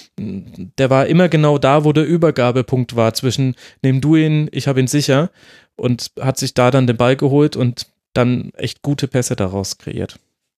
[SPEAKER 4] der war immer genau da, wo der Übergabepunkt war zwischen, nimm du ihn, ich habe ihn sicher und hat sich da dann den Ball geholt und dann echt gute Pässe daraus kreiert.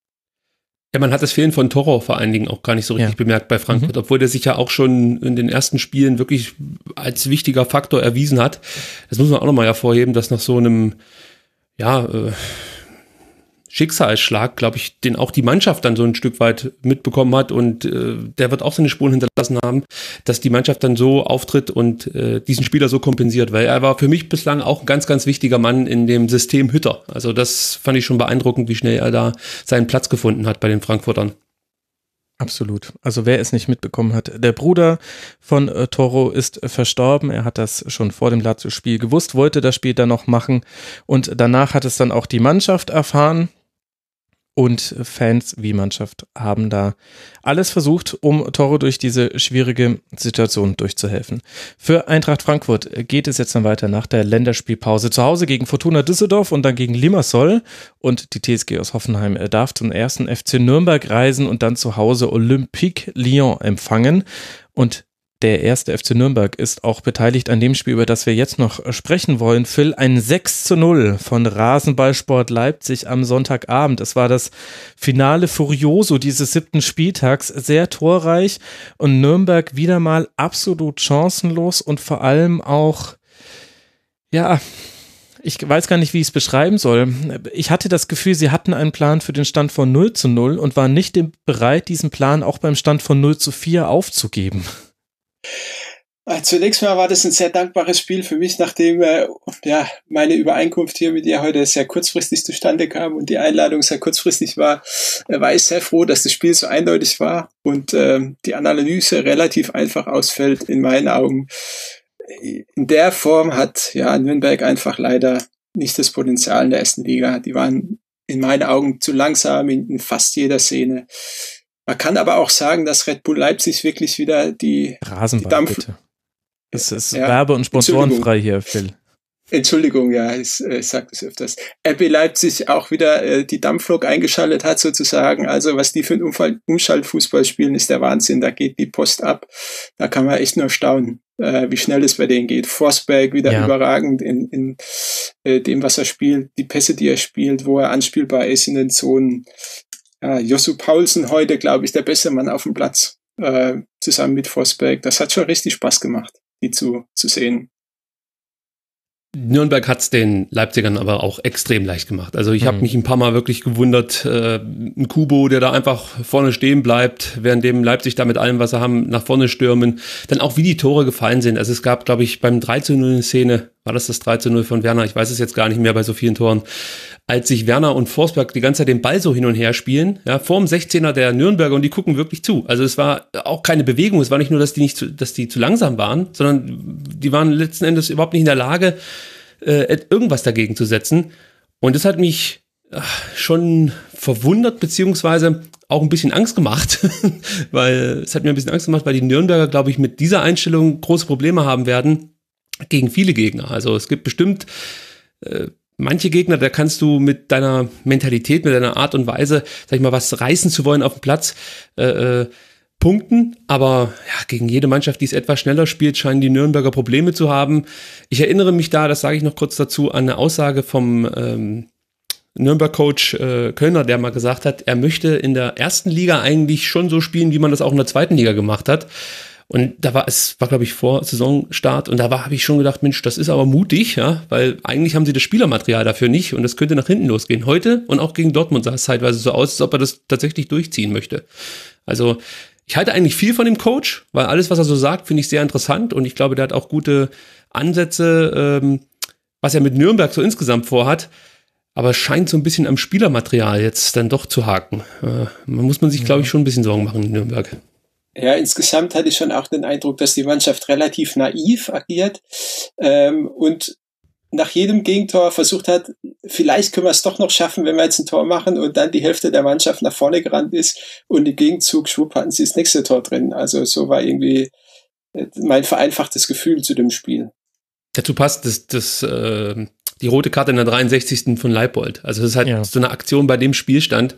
[SPEAKER 5] Ja, man hat das Fehlen von Toro vor allen Dingen auch gar nicht so richtig ja. bemerkt bei Frankfurt, mhm. obwohl der sich ja auch schon in den ersten Spielen wirklich als wichtiger Faktor erwiesen hat. Das muss man auch nochmal hervorheben, dass nach so einem, ja, äh, Schicksalsschlag, glaube ich, den auch die Mannschaft dann so ein Stück weit mitbekommen hat und äh, der wird auch seine Spuren hinterlassen haben, dass die Mannschaft dann so auftritt und äh, diesen Spieler so kompensiert, weil er war für mich bislang auch ein ganz, ganz wichtiger Mann in dem System Hütter. Also das fand ich schon beeindruckend, wie schnell er da seinen Platz gefunden hat bei den Frankfurtern.
[SPEAKER 4] Absolut. Also wer es nicht mitbekommen hat, der Bruder von äh, Toro ist äh, verstorben. Er hat das schon vor dem Lazio-Spiel gewusst, wollte das Spiel dann noch machen und danach hat es dann auch die Mannschaft erfahren. Und Fans wie Mannschaft haben da alles versucht, um Toro durch diese schwierige Situation durchzuhelfen. Für Eintracht Frankfurt geht es jetzt dann weiter nach der Länderspielpause. Zu Hause gegen Fortuna Düsseldorf und dann gegen Limassol. Und die T S G aus Hoffenheim darf zum ersten F C Nürnberg reisen und dann zu Hause Olympique Lyon empfangen. Und der erste F C Nürnberg ist auch beteiligt an dem Spiel, über das wir jetzt noch sprechen wollen. Phil, ein sechs zu null von Rasenballsport Leipzig am Sonntagabend. Es war das Finale Furioso dieses siebten Spieltags, sehr torreich und Nürnberg wieder mal absolut chancenlos und vor allem auch, ja, ich weiß gar nicht, wie ich es beschreiben soll. Ich hatte das Gefühl, sie hatten einen Plan für den Stand von null zu null und waren nicht bereit, diesen Plan auch beim Stand von null zu vier aufzugeben.
[SPEAKER 6] Zunächst mal war das ein sehr dankbares Spiel für mich, nachdem äh, ja meine Übereinkunft hier mit dir heute sehr kurzfristig zustande kam und die Einladung sehr kurzfristig war, äh, war ich sehr froh, dass das Spiel so eindeutig war und äh, die Analyse relativ einfach ausfällt in meinen Augen. In der Form hat ja Nürnberg einfach leider nicht das Potenzial in der ersten Liga. Die waren in meinen Augen zu langsam in, in fast jeder Szene. Man kann aber auch sagen, dass Red Bull Leipzig wirklich wieder die,
[SPEAKER 4] Rasenball,
[SPEAKER 6] die Dampf...
[SPEAKER 4] bitte. Es ist
[SPEAKER 6] ja,
[SPEAKER 4] werbe- und sponsorenfrei hier, Phil.
[SPEAKER 6] Entschuldigung, ja, ich, ich sage das öfters. R B Leipzig auch wieder äh, die Dampflok eingeschaltet hat sozusagen. Also was die für einen Umfall, Umschaltfußball spielen, ist der Wahnsinn. Da geht die Post ab. Da kann man echt nur staunen, äh, wie schnell es bei denen geht. Forsberg wieder ja. überragend in, in äh, dem, was er spielt. Die Pässe, die er spielt, wo er anspielbar ist in den Zonen. Ja, Josu Paulsen heute, glaube ich, der beste Mann auf dem Platz, äh, zusammen mit Forsberg. Das hat schon richtig Spaß gemacht, die zu, zu sehen.
[SPEAKER 5] Nürnberg hat's den Leipzigern aber auch extrem leicht gemacht. Also ich mhm. habe mich ein paar Mal wirklich gewundert, äh, ein Kubo, der da einfach vorne stehen bleibt, währenddem Leipzig da mit allem, was sie haben, nach vorne stürmen. Dann auch, wie die Tore gefallen sind. Also es gab, glaube ich, beim drei zu null eine Szene, war das das drei zu null von Werner? Ich weiß es jetzt gar nicht mehr bei so vielen Toren. Als sich Werner und Forsberg die ganze Zeit den Ball so hin und her spielen, ja, vorm sechzehner der Nürnberger und die gucken wirklich zu. Also es war auch keine Bewegung. Es war nicht nur, dass die nicht zu, dass die zu langsam waren, sondern die waren letzten Endes überhaupt nicht in der Lage, äh, irgendwas dagegen zu setzen. Und das hat mich ach, schon verwundert, beziehungsweise auch ein bisschen Angst gemacht, weil es hat mir ein bisschen Angst gemacht, weil die Nürnberger, glaube ich, mit dieser Einstellung große Probleme haben werden gegen viele Gegner. Also es gibt bestimmt äh, manche Gegner, da kannst du mit deiner Mentalität, mit deiner Art und Weise, sag ich mal, was reißen zu wollen auf dem Platz, äh, äh, punkten. Aber ja, gegen jede Mannschaft, die es etwas schneller spielt, scheinen die Nürnberger Probleme zu haben. Ich erinnere mich da, das sage ich noch kurz dazu, an eine Aussage vom ähm, Nürnberg-Coach äh, Kölner, der mal gesagt hat, er möchte in der ersten Liga eigentlich schon so spielen, wie man das auch in der zweiten Liga gemacht hat. Und da war, es war, glaube ich, vor Saisonstart und da war, habe ich schon gedacht, Mensch, das ist aber mutig, ja, weil eigentlich haben sie das Spielermaterial dafür nicht und das könnte nach hinten losgehen. Heute und auch gegen Dortmund sah es zeitweise so aus, als ob er das tatsächlich durchziehen möchte. Also ich halte eigentlich viel von dem Coach, weil alles, was er so sagt, finde ich sehr interessant und ich glaube, der hat auch gute Ansätze, ähm, was er mit Nürnberg so insgesamt vorhat. Aber es scheint so ein bisschen am Spielermaterial jetzt dann doch zu haken. Äh, man muss man sich, glaube ich, schon ein bisschen Sorgen machen in Nürnberg.
[SPEAKER 6] Ja, insgesamt hatte ich schon auch den Eindruck, dass die Mannschaft relativ naiv agiert ähm, und nach jedem Gegentor versucht hat, vielleicht können wir es doch noch schaffen, wenn wir jetzt ein Tor machen und dann die Hälfte der Mannschaft nach vorne gerannt ist und im Gegenzug, schwupp, hatten sie das nächste Tor drin. Also so war irgendwie mein vereinfachtes Gefühl zu dem Spiel.
[SPEAKER 5] Dazu passt das, das äh, die rote Karte in der dreiundsechzigsten von Leipold. Also das ist halt ja. so eine Aktion bei dem Spielstand.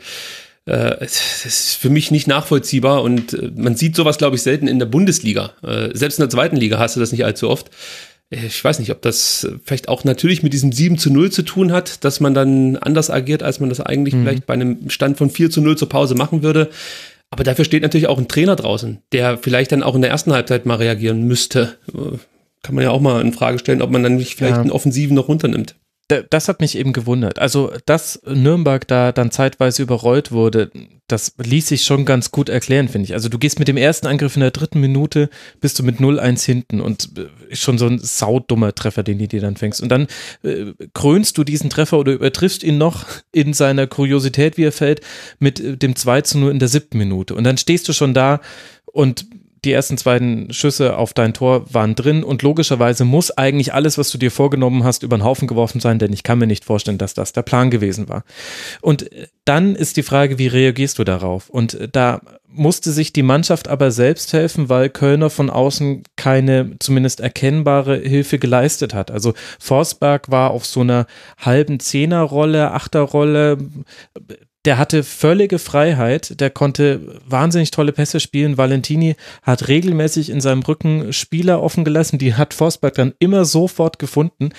[SPEAKER 5] Das ist für mich nicht nachvollziehbar und man sieht sowas, glaube ich, selten in der Bundesliga. Selbst in der zweiten Liga hast du das nicht allzu oft. Ich weiß nicht, ob das vielleicht auch natürlich mit diesem sieben zu null zu tun hat, dass man dann anders agiert, als man das eigentlich mhm. vielleicht bei einem Stand von vier zu null zur Pause machen würde. Aber dafür steht natürlich auch ein Trainer draußen, der vielleicht dann auch in der ersten Halbzeit mal reagieren müsste. Kann man ja auch mal in Frage stellen, ob man dann nicht vielleicht ja. einen Offensiven noch runternimmt.
[SPEAKER 4] das hat mich eben gewundert. Also, dass Nürnberg da dann zeitweise überrollt wurde, das ließ sich schon ganz gut erklären, finde ich. Also, du gehst mit dem ersten Angriff in der dritten Minute, bist du mit null eins hinten und ist schon so ein saudummer Treffer, den du dir dann fängst. Und dann äh, krönst du diesen Treffer oder übertriffst ihn noch in seiner Kuriosität, wie er fällt, mit dem zwei zu null in der siebten Minute. Und dann stehst du schon da und die ersten beiden Schüsse auf dein Tor waren drin und logischerweise muss eigentlich alles, was du dir vorgenommen hast, über den Haufen geworfen sein, denn ich kann mir nicht vorstellen, dass das der Plan gewesen war. Und dann ist die Frage, wie reagierst du darauf? Und da musste sich die Mannschaft aber selbst helfen, weil Kölner von außen keine zumindest erkennbare Hilfe geleistet hat. Also Forsberg war auf so einer halben Zehnerrolle, Achterrolle. Der hatte völlige Freiheit, der konnte wahnsinnig tolle Pässe spielen. Valentini hat regelmäßig in seinem Rücken Spieler offen gelassen, die hat Forsberg dann immer sofort gefunden.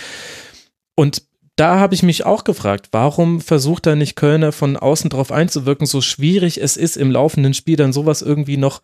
[SPEAKER 4] Und da habe ich mich auch gefragt, warum versucht da nicht Kölner von außen drauf einzuwirken, so schwierig es ist, im laufenden Spiel dann sowas irgendwie noch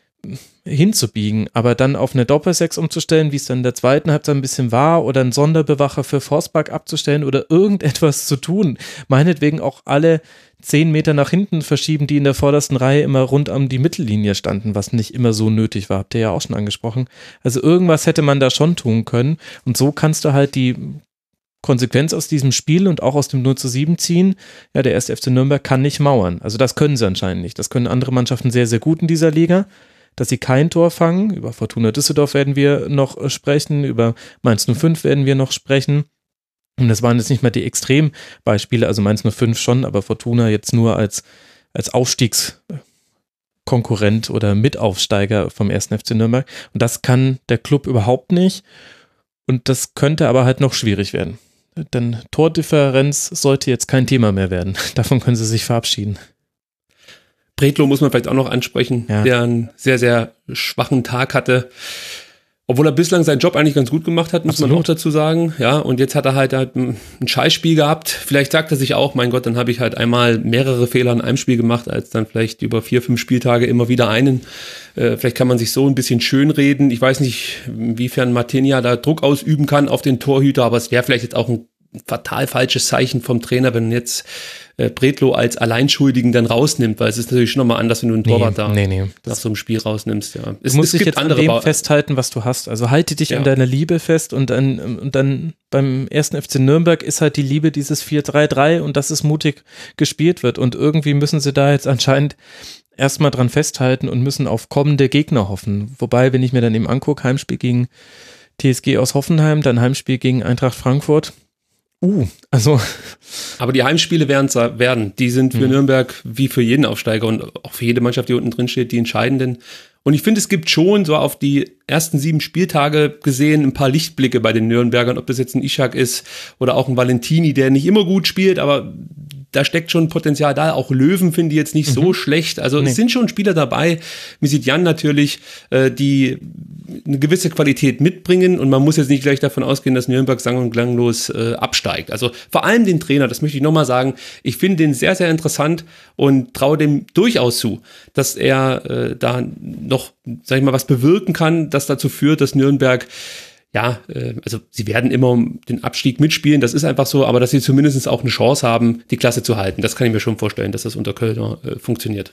[SPEAKER 4] hinzubiegen, aber dann auf eine Doppelsechs umzustellen, wie es dann in der zweiten Halbzeit ein bisschen war, oder einen Sonderbewacher für Forsberg abzustellen oder irgendetwas zu tun. Meinetwegen auch alle zehn Meter nach hinten verschieben, die in der vordersten Reihe immer rund um die Mittellinie standen, was nicht immer so nötig war, habt ihr ja auch schon angesprochen. Also irgendwas hätte man da schon tun können und so kannst du halt die Konsequenz aus diesem Spiel und auch aus dem null zu sieben ziehen. Ja, der erste F C Nürnberg kann nicht mauern. Also das können sie anscheinend nicht. Das können andere Mannschaften sehr, sehr gut in dieser Liga, dass sie kein Tor fangen. Über Fortuna Düsseldorf werden wir noch sprechen, über Mainz null fünf werden wir noch sprechen. Und das waren jetzt nicht mal die Extrembeispiele, also Mainz null fünf schon, aber Fortuna jetzt nur als, als Aufstiegskonkurrent oder Mitaufsteiger vom ersten F C Nürnberg. Und das kann der Club überhaupt nicht. Und das könnte aber halt noch schwierig werden. Denn Tordifferenz sollte jetzt kein Thema mehr werden. Davon können sie sich verabschieden.
[SPEAKER 5] Bredlow muss man vielleicht auch noch ansprechen, ja, der einen sehr, sehr schwachen Tag hatte. Obwohl er bislang seinen Job eigentlich ganz gut gemacht hat, muss Absolut. man auch dazu sagen. Ja, und jetzt hat er halt, halt ein Scheißspiel gehabt. Vielleicht sagt er sich auch, mein Gott, dann habe ich halt einmal mehrere Fehler in einem Spiel gemacht, als dann vielleicht über vier, fünf Spieltage immer wieder einen. Äh, vielleicht kann man sich so ein bisschen schönreden. Ich weiß nicht, inwiefern Martinia da Druck ausüben kann auf den Torhüter, aber es wäre vielleicht jetzt auch ein fatal falsches Zeichen vom Trainer, wenn jetzt äh, Bredlow als Alleinschuldigen dann rausnimmt, weil es ist natürlich schon nochmal anders, wenn du einen Torwart nee, da nee, nee. nach so einem Spiel rausnimmst. Ja. Es,
[SPEAKER 4] du musst
[SPEAKER 5] es
[SPEAKER 4] dich jetzt an dem ba- festhalten, was du hast. Also halte dich ja. an deiner Liebe fest und dann, und dann beim ersten F C Nürnberg ist halt die Liebe dieses vier drei drei und dass es mutig gespielt wird und irgendwie müssen sie da jetzt anscheinend erstmal dran festhalten und müssen auf kommende Gegner hoffen. Wobei, wenn ich mir dann eben angucke, Heimspiel gegen T S G aus Hoffenheim, dann Heimspiel gegen Eintracht Frankfurt. Uh, also.
[SPEAKER 5] Aber die Heimspiele werden es werden. Die sind für mhm. Nürnberg wie für jeden Aufsteiger und auch für jede Mannschaft, die unten drin steht, die entscheidenden. Und ich finde, es gibt schon so auf die ersten sieben Spieltage gesehen ein paar Lichtblicke bei den Nürnbergern, ob das jetzt ein Ishak ist oder auch ein Valentini, der nicht immer gut spielt, aber da steckt schon Potenzial da. Auch Löwen finde ich jetzt nicht mhm. so schlecht. Also nee. es sind schon Spieler dabei, Misitjan natürlich, äh, die eine gewisse Qualität mitbringen und man muss jetzt nicht gleich davon ausgehen, dass Nürnberg sang- und klanglos äh, absteigt. Also vor allem den Trainer, das möchte ich nochmal sagen, ich finde den sehr, sehr interessant und traue dem durchaus zu, dass er äh, da noch, sag ich mal, was bewirken kann, das dazu führt, dass Nürnberg ja, äh, also sie werden immer um den Abstieg mitspielen, das ist einfach so, aber dass sie zumindest auch eine Chance haben, die Klasse zu halten. Das kann ich mir schon vorstellen, dass das unter Kölner äh, funktioniert.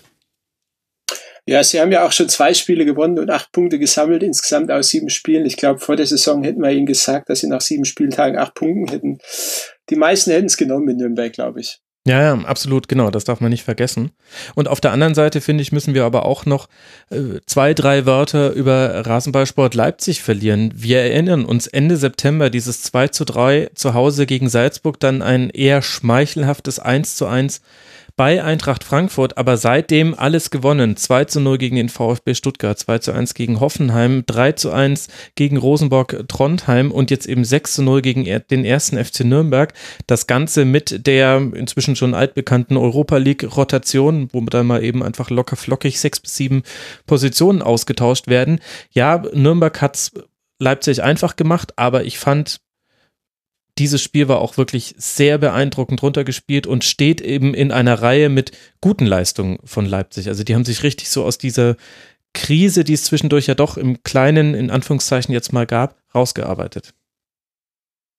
[SPEAKER 6] Ja, sie haben ja auch schon zwei Spiele gewonnen und acht Punkte gesammelt, insgesamt aus sieben Spielen. Ich glaube, vor der Saison hätten wir ihnen gesagt, dass sie nach sieben Spieltagen acht Punkten hätten. Die meisten hätten es genommen in Nürnberg, glaube ich.
[SPEAKER 4] Ja, ja, absolut, genau, das darf man nicht vergessen. Und auf der anderen Seite, finde ich, müssen wir aber auch noch äh, zwei, drei Wörter über Rasenballsport Leipzig verlieren. Wir erinnern uns Ende September dieses zwei zu drei zu Hause gegen Salzburg, dann ein eher schmeichelhaftes eins zu eins bei Eintracht Frankfurt, aber seitdem alles gewonnen. zwei zu null gegen den VfB Stuttgart, zwei zu eins gegen Hoffenheim, drei zu eins gegen Rosenborg-Trondheim und jetzt eben sechs zu null gegen den ersten F C Nürnberg. Das Ganze mit der inzwischen schon altbekannten Europa-League-Rotation, wo dann mal eben einfach locker flockig sechs bis sieben Positionen ausgetauscht werden. Ja, Nürnberg hat's Leipzig einfach gemacht, aber ich fand, dieses Spiel war auch wirklich sehr beeindruckend runtergespielt und steht eben in einer Reihe mit guten Leistungen von Leipzig. Also die haben sich richtig so aus dieser Krise, die es zwischendurch ja doch im Kleinen, in Anführungszeichen jetzt mal gab, rausgearbeitet.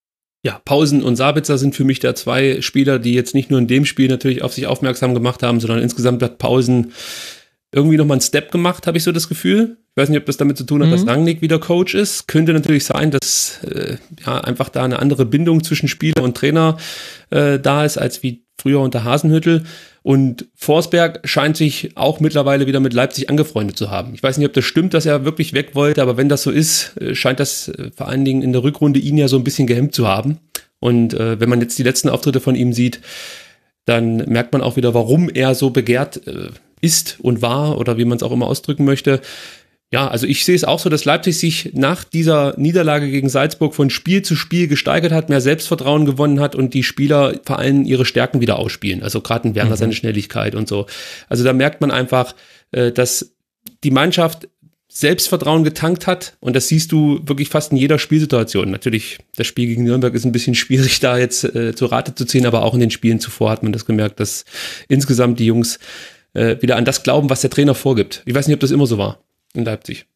[SPEAKER 5] ja, Pausen und Sabitzer sind für mich da zwei Spieler, die jetzt nicht nur in dem Spiel natürlich auf sich aufmerksam gemacht haben, sondern insgesamt hat Pausen irgendwie nochmal einen Step gemacht, habe ich so das Gefühl. Ich weiß nicht, ob das damit zu tun hat, mhm. dass Rangnick wieder Coach ist. Könnte natürlich sein, dass äh, ja einfach da eine andere Bindung zwischen Spieler und Trainer äh, da ist, als wie früher unter Hasenhüttl. Und Forsberg scheint sich auch mittlerweile wieder mit Leipzig angefreundet zu haben. Ich weiß nicht, ob das stimmt, dass er wirklich weg wollte, aber wenn das so ist, scheint das äh, vor allen Dingen in der Rückrunde ihn ja so ein bisschen gehemmt zu haben. Und äh, wenn man jetzt die letzten Auftritte von ihm sieht, dann merkt man auch wieder, warum er so begehrt äh, ist und war oder wie man es auch immer ausdrücken möchte. Ja, also ich sehe es auch so, dass Leipzig sich nach dieser Niederlage gegen Salzburg von Spiel zu Spiel gesteigert hat, mehr Selbstvertrauen gewonnen hat und die Spieler vor allem ihre Stärken wieder ausspielen. Also gerade ein Werner mhm. seine Schnelligkeit und so. Also da merkt man einfach, äh, dass die Mannschaft Selbstvertrauen getankt hat und das siehst du wirklich fast in jeder Spielsituation. Natürlich, das Spiel gegen Nürnberg ist ein bisschen schwierig, da jetzt äh, zu Rate zu ziehen, aber auch in den Spielen zuvor hat man das gemerkt, dass insgesamt die Jungs äh, wieder an das glauben, was der Trainer vorgibt. Ich weiß nicht, ob das immer so war in Leipzig.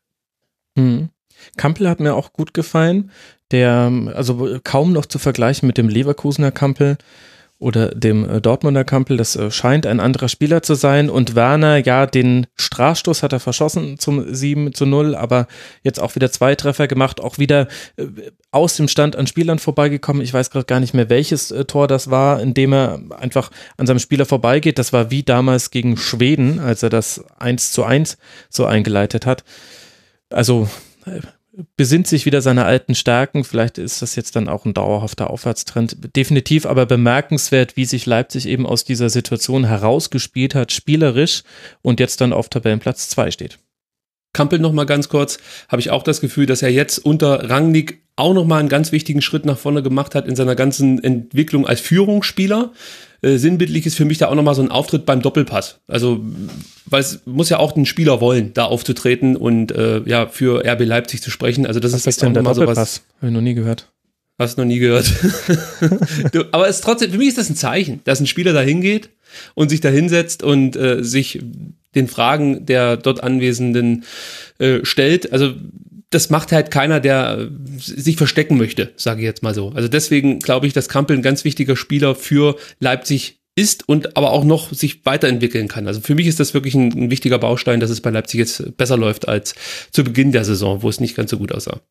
[SPEAKER 4] Hm. Kampel hat mir auch gut gefallen, der also kaum noch zu vergleichen mit dem Leverkusener Kampel oder dem Dortmunder Kampel, das scheint ein anderer Spieler zu sein und Werner, ja, den Strafstoß hat er verschossen zum sieben zu null, aber jetzt auch wieder zwei Treffer gemacht, auch wieder aus dem Stand an Spielern vorbeigekommen, ich weiß gerade gar nicht mehr, welches Tor das war, indem er einfach an seinem Spieler vorbeigeht, das war wie damals gegen Schweden, als er das eins zu eins so eingeleitet hat, also besinnt sich wieder seine alten Stärken, vielleicht ist das jetzt dann auch ein dauerhafter Aufwärtstrend, definitiv aber bemerkenswert, wie sich Leipzig eben aus dieser Situation herausgespielt hat, spielerisch und jetzt dann auf Tabellenplatz zwei steht.
[SPEAKER 5] Kampel noch mal ganz kurz, habe ich auch das Gefühl, dass er jetzt unter Rangnick auch noch mal einen ganz wichtigen Schritt nach vorne gemacht hat in seiner ganzen Entwicklung als Führungsspieler. Äh, sinnbildlich ist für mich da auch noch mal so ein Auftritt beim Doppelpass. Also, weil es muss ja auch ein Spieler wollen, da aufzutreten und äh, ja für R B Leipzig zu sprechen. Also das
[SPEAKER 4] was
[SPEAKER 5] ist
[SPEAKER 4] ist denn der Doppelpass? Habe ich noch nie gehört.
[SPEAKER 5] Hast du noch nie gehört. du, aber es ist trotzdem, für mich ist das ein Zeichen, dass ein Spieler da hingeht und sich da hinsetzt und äh, sich den Fragen der dort Anwesenden äh, stellt. Also das macht halt keiner, der sich verstecken möchte, sage ich jetzt mal so. Also deswegen glaube ich, dass Kampel ein ganz wichtiger Spieler für Leipzig ist und aber auch noch sich weiterentwickeln kann. Also für mich ist das wirklich ein, ein wichtiger Baustein, dass es bei Leipzig jetzt besser läuft als zu Beginn der Saison, wo es nicht ganz so gut aussah.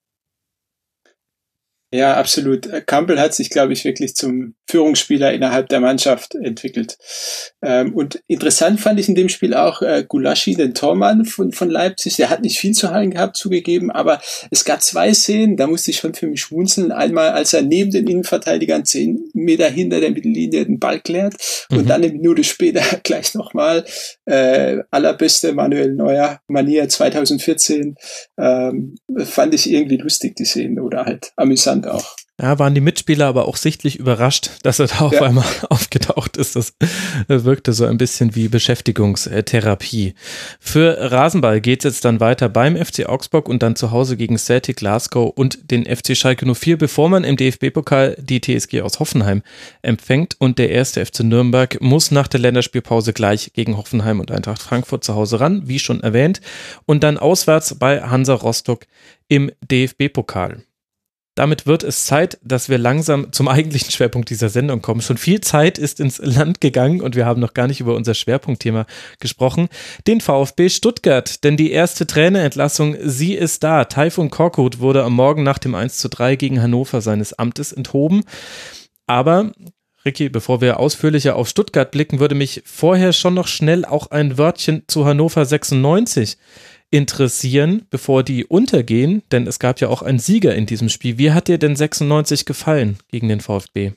[SPEAKER 6] Ja, absolut. Kampel hat sich, glaube ich, wirklich zum Führungsspieler innerhalb der Mannschaft entwickelt. Ähm, und interessant fand ich in dem Spiel auch äh, Gulaschi, den Tormann von, von Leipzig. Der hat nicht viel zu halten gehabt, zugegeben, aber es gab zwei Szenen, da musste ich schon für mich schmunzeln. Einmal, als er neben den Innenverteidigern zehn Meter hinter der Mittellinie den Ball klärt mhm. und dann eine Minute später gleich nochmal äh, allerbeste Manuel Neuer Manier zwanzig vierzehn. Ähm, fand ich irgendwie lustig, die Szene, oder halt amüsant auch.
[SPEAKER 4] Ja, waren die Mitspieler aber auch sichtlich überrascht, dass er da auf ja. einmal aufgetaucht ist. Das wirkte so ein bisschen wie Beschäftigungstherapie. Für Rasenball geht es jetzt dann weiter beim F C Augsburg und dann zu Hause gegen Celtic Glasgow und den F C Schalke null vier, bevor man im D F B-Pokal die T S G aus Hoffenheim empfängt. Und der erste F C Nürnberg muss nach der Länderspielpause gleich gegen Hoffenheim und Eintracht Frankfurt zu Hause ran, wie schon erwähnt. Und dann auswärts bei Hansa Rostock im D F B-Pokal. Damit wird es Zeit, dass wir langsam zum eigentlichen Schwerpunkt dieser Sendung kommen. Schon viel Zeit ist ins Land gegangen und wir haben noch gar nicht über unser Schwerpunktthema gesprochen. Den VfB Stuttgart, denn die erste Trainerentlassung, sie ist da. Tayfun Korkut wurde am Morgen nach dem eins zu drei gegen Hannover seines Amtes enthoben. Aber Ricky, bevor wir ausführlicher auf Stuttgart blicken, würde mich vorher schon noch schnell auch ein Wörtchen zu Hannover sechsundneunzig interessieren, bevor die untergehen, denn es gab ja auch einen Sieger in diesem Spiel. Wie hat dir denn sechsundneunzig gefallen gegen den VfB?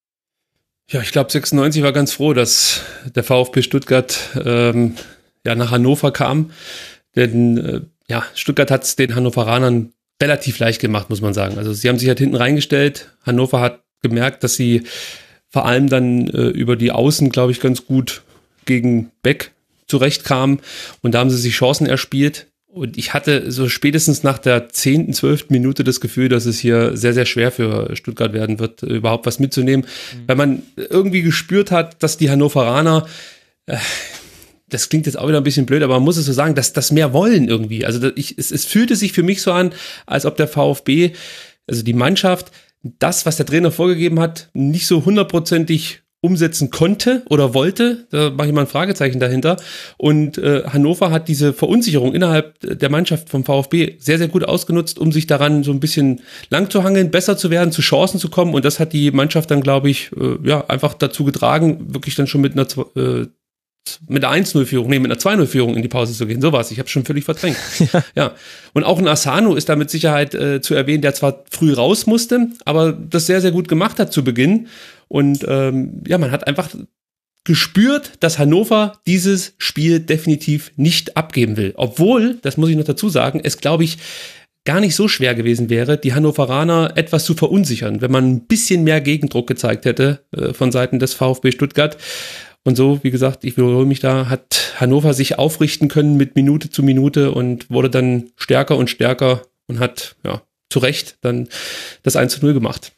[SPEAKER 5] Ja, ich glaube, sechsundneunzig war ganz froh, dass der VfB Stuttgart ähm, ja nach Hannover kam, denn äh, ja, Stuttgart hat es den Hannoveranern relativ leicht gemacht, muss man sagen. Also sie haben sich halt hinten reingestellt. Hannover hat gemerkt, dass sie vor allem dann äh, über die Außen, glaube ich, ganz gut gegen Beck zurechtkam und da haben sie sich Chancen erspielt und ich hatte so spätestens nach der zehnten, zwölften Minute das Gefühl, dass es hier sehr, sehr schwer für Stuttgart werden wird, überhaupt was mitzunehmen, mhm. weil man irgendwie gespürt hat, dass die Hannoveraner, äh, das klingt jetzt auch wieder ein bisschen blöd, aber man muss es so sagen, dass das mehr wollen irgendwie. Also ich, es, es fühlte sich für mich so an, als ob der VfB, also die Mannschaft, das, was der Trainer vorgegeben hat, nicht so hundertprozentig umsetzen konnte oder wollte. Da mache ich mal ein Fragezeichen dahinter. Und äh, Hannover hat diese Verunsicherung innerhalb der Mannschaft vom VfB sehr, sehr gut ausgenutzt, um sich daran so ein bisschen lang zu hangeln, besser zu werden, zu Chancen zu kommen. Und das hat die Mannschaft dann, glaube ich, äh, ja einfach dazu getragen, wirklich dann schon mit einer äh, mit einer eins null Führung, nee, mit einer zwei null Führung in die Pause zu gehen. So war's. Ich habe schon völlig verdrängt. Ja. ja. Und auch ein Asano ist da mit Sicherheit äh, zu erwähnen, der zwar früh raus musste, aber das sehr, sehr gut gemacht hat zu Beginn. Und ähm, ja, man hat einfach gespürt, dass Hannover dieses Spiel definitiv nicht abgeben will. Obwohl, das muss ich noch dazu sagen, es, glaube ich, gar nicht so schwer gewesen wäre, die Hannoveraner etwas zu verunsichern, wenn man ein bisschen mehr Gegendruck gezeigt hätte äh, von Seiten des VfB Stuttgart. Und so, wie gesagt, ich wiederhole mich da, hat Hannover sich aufrichten können mit Minute zu Minute und wurde dann stärker und stärker und hat, ja, zu Recht dann das eins zu null gemacht.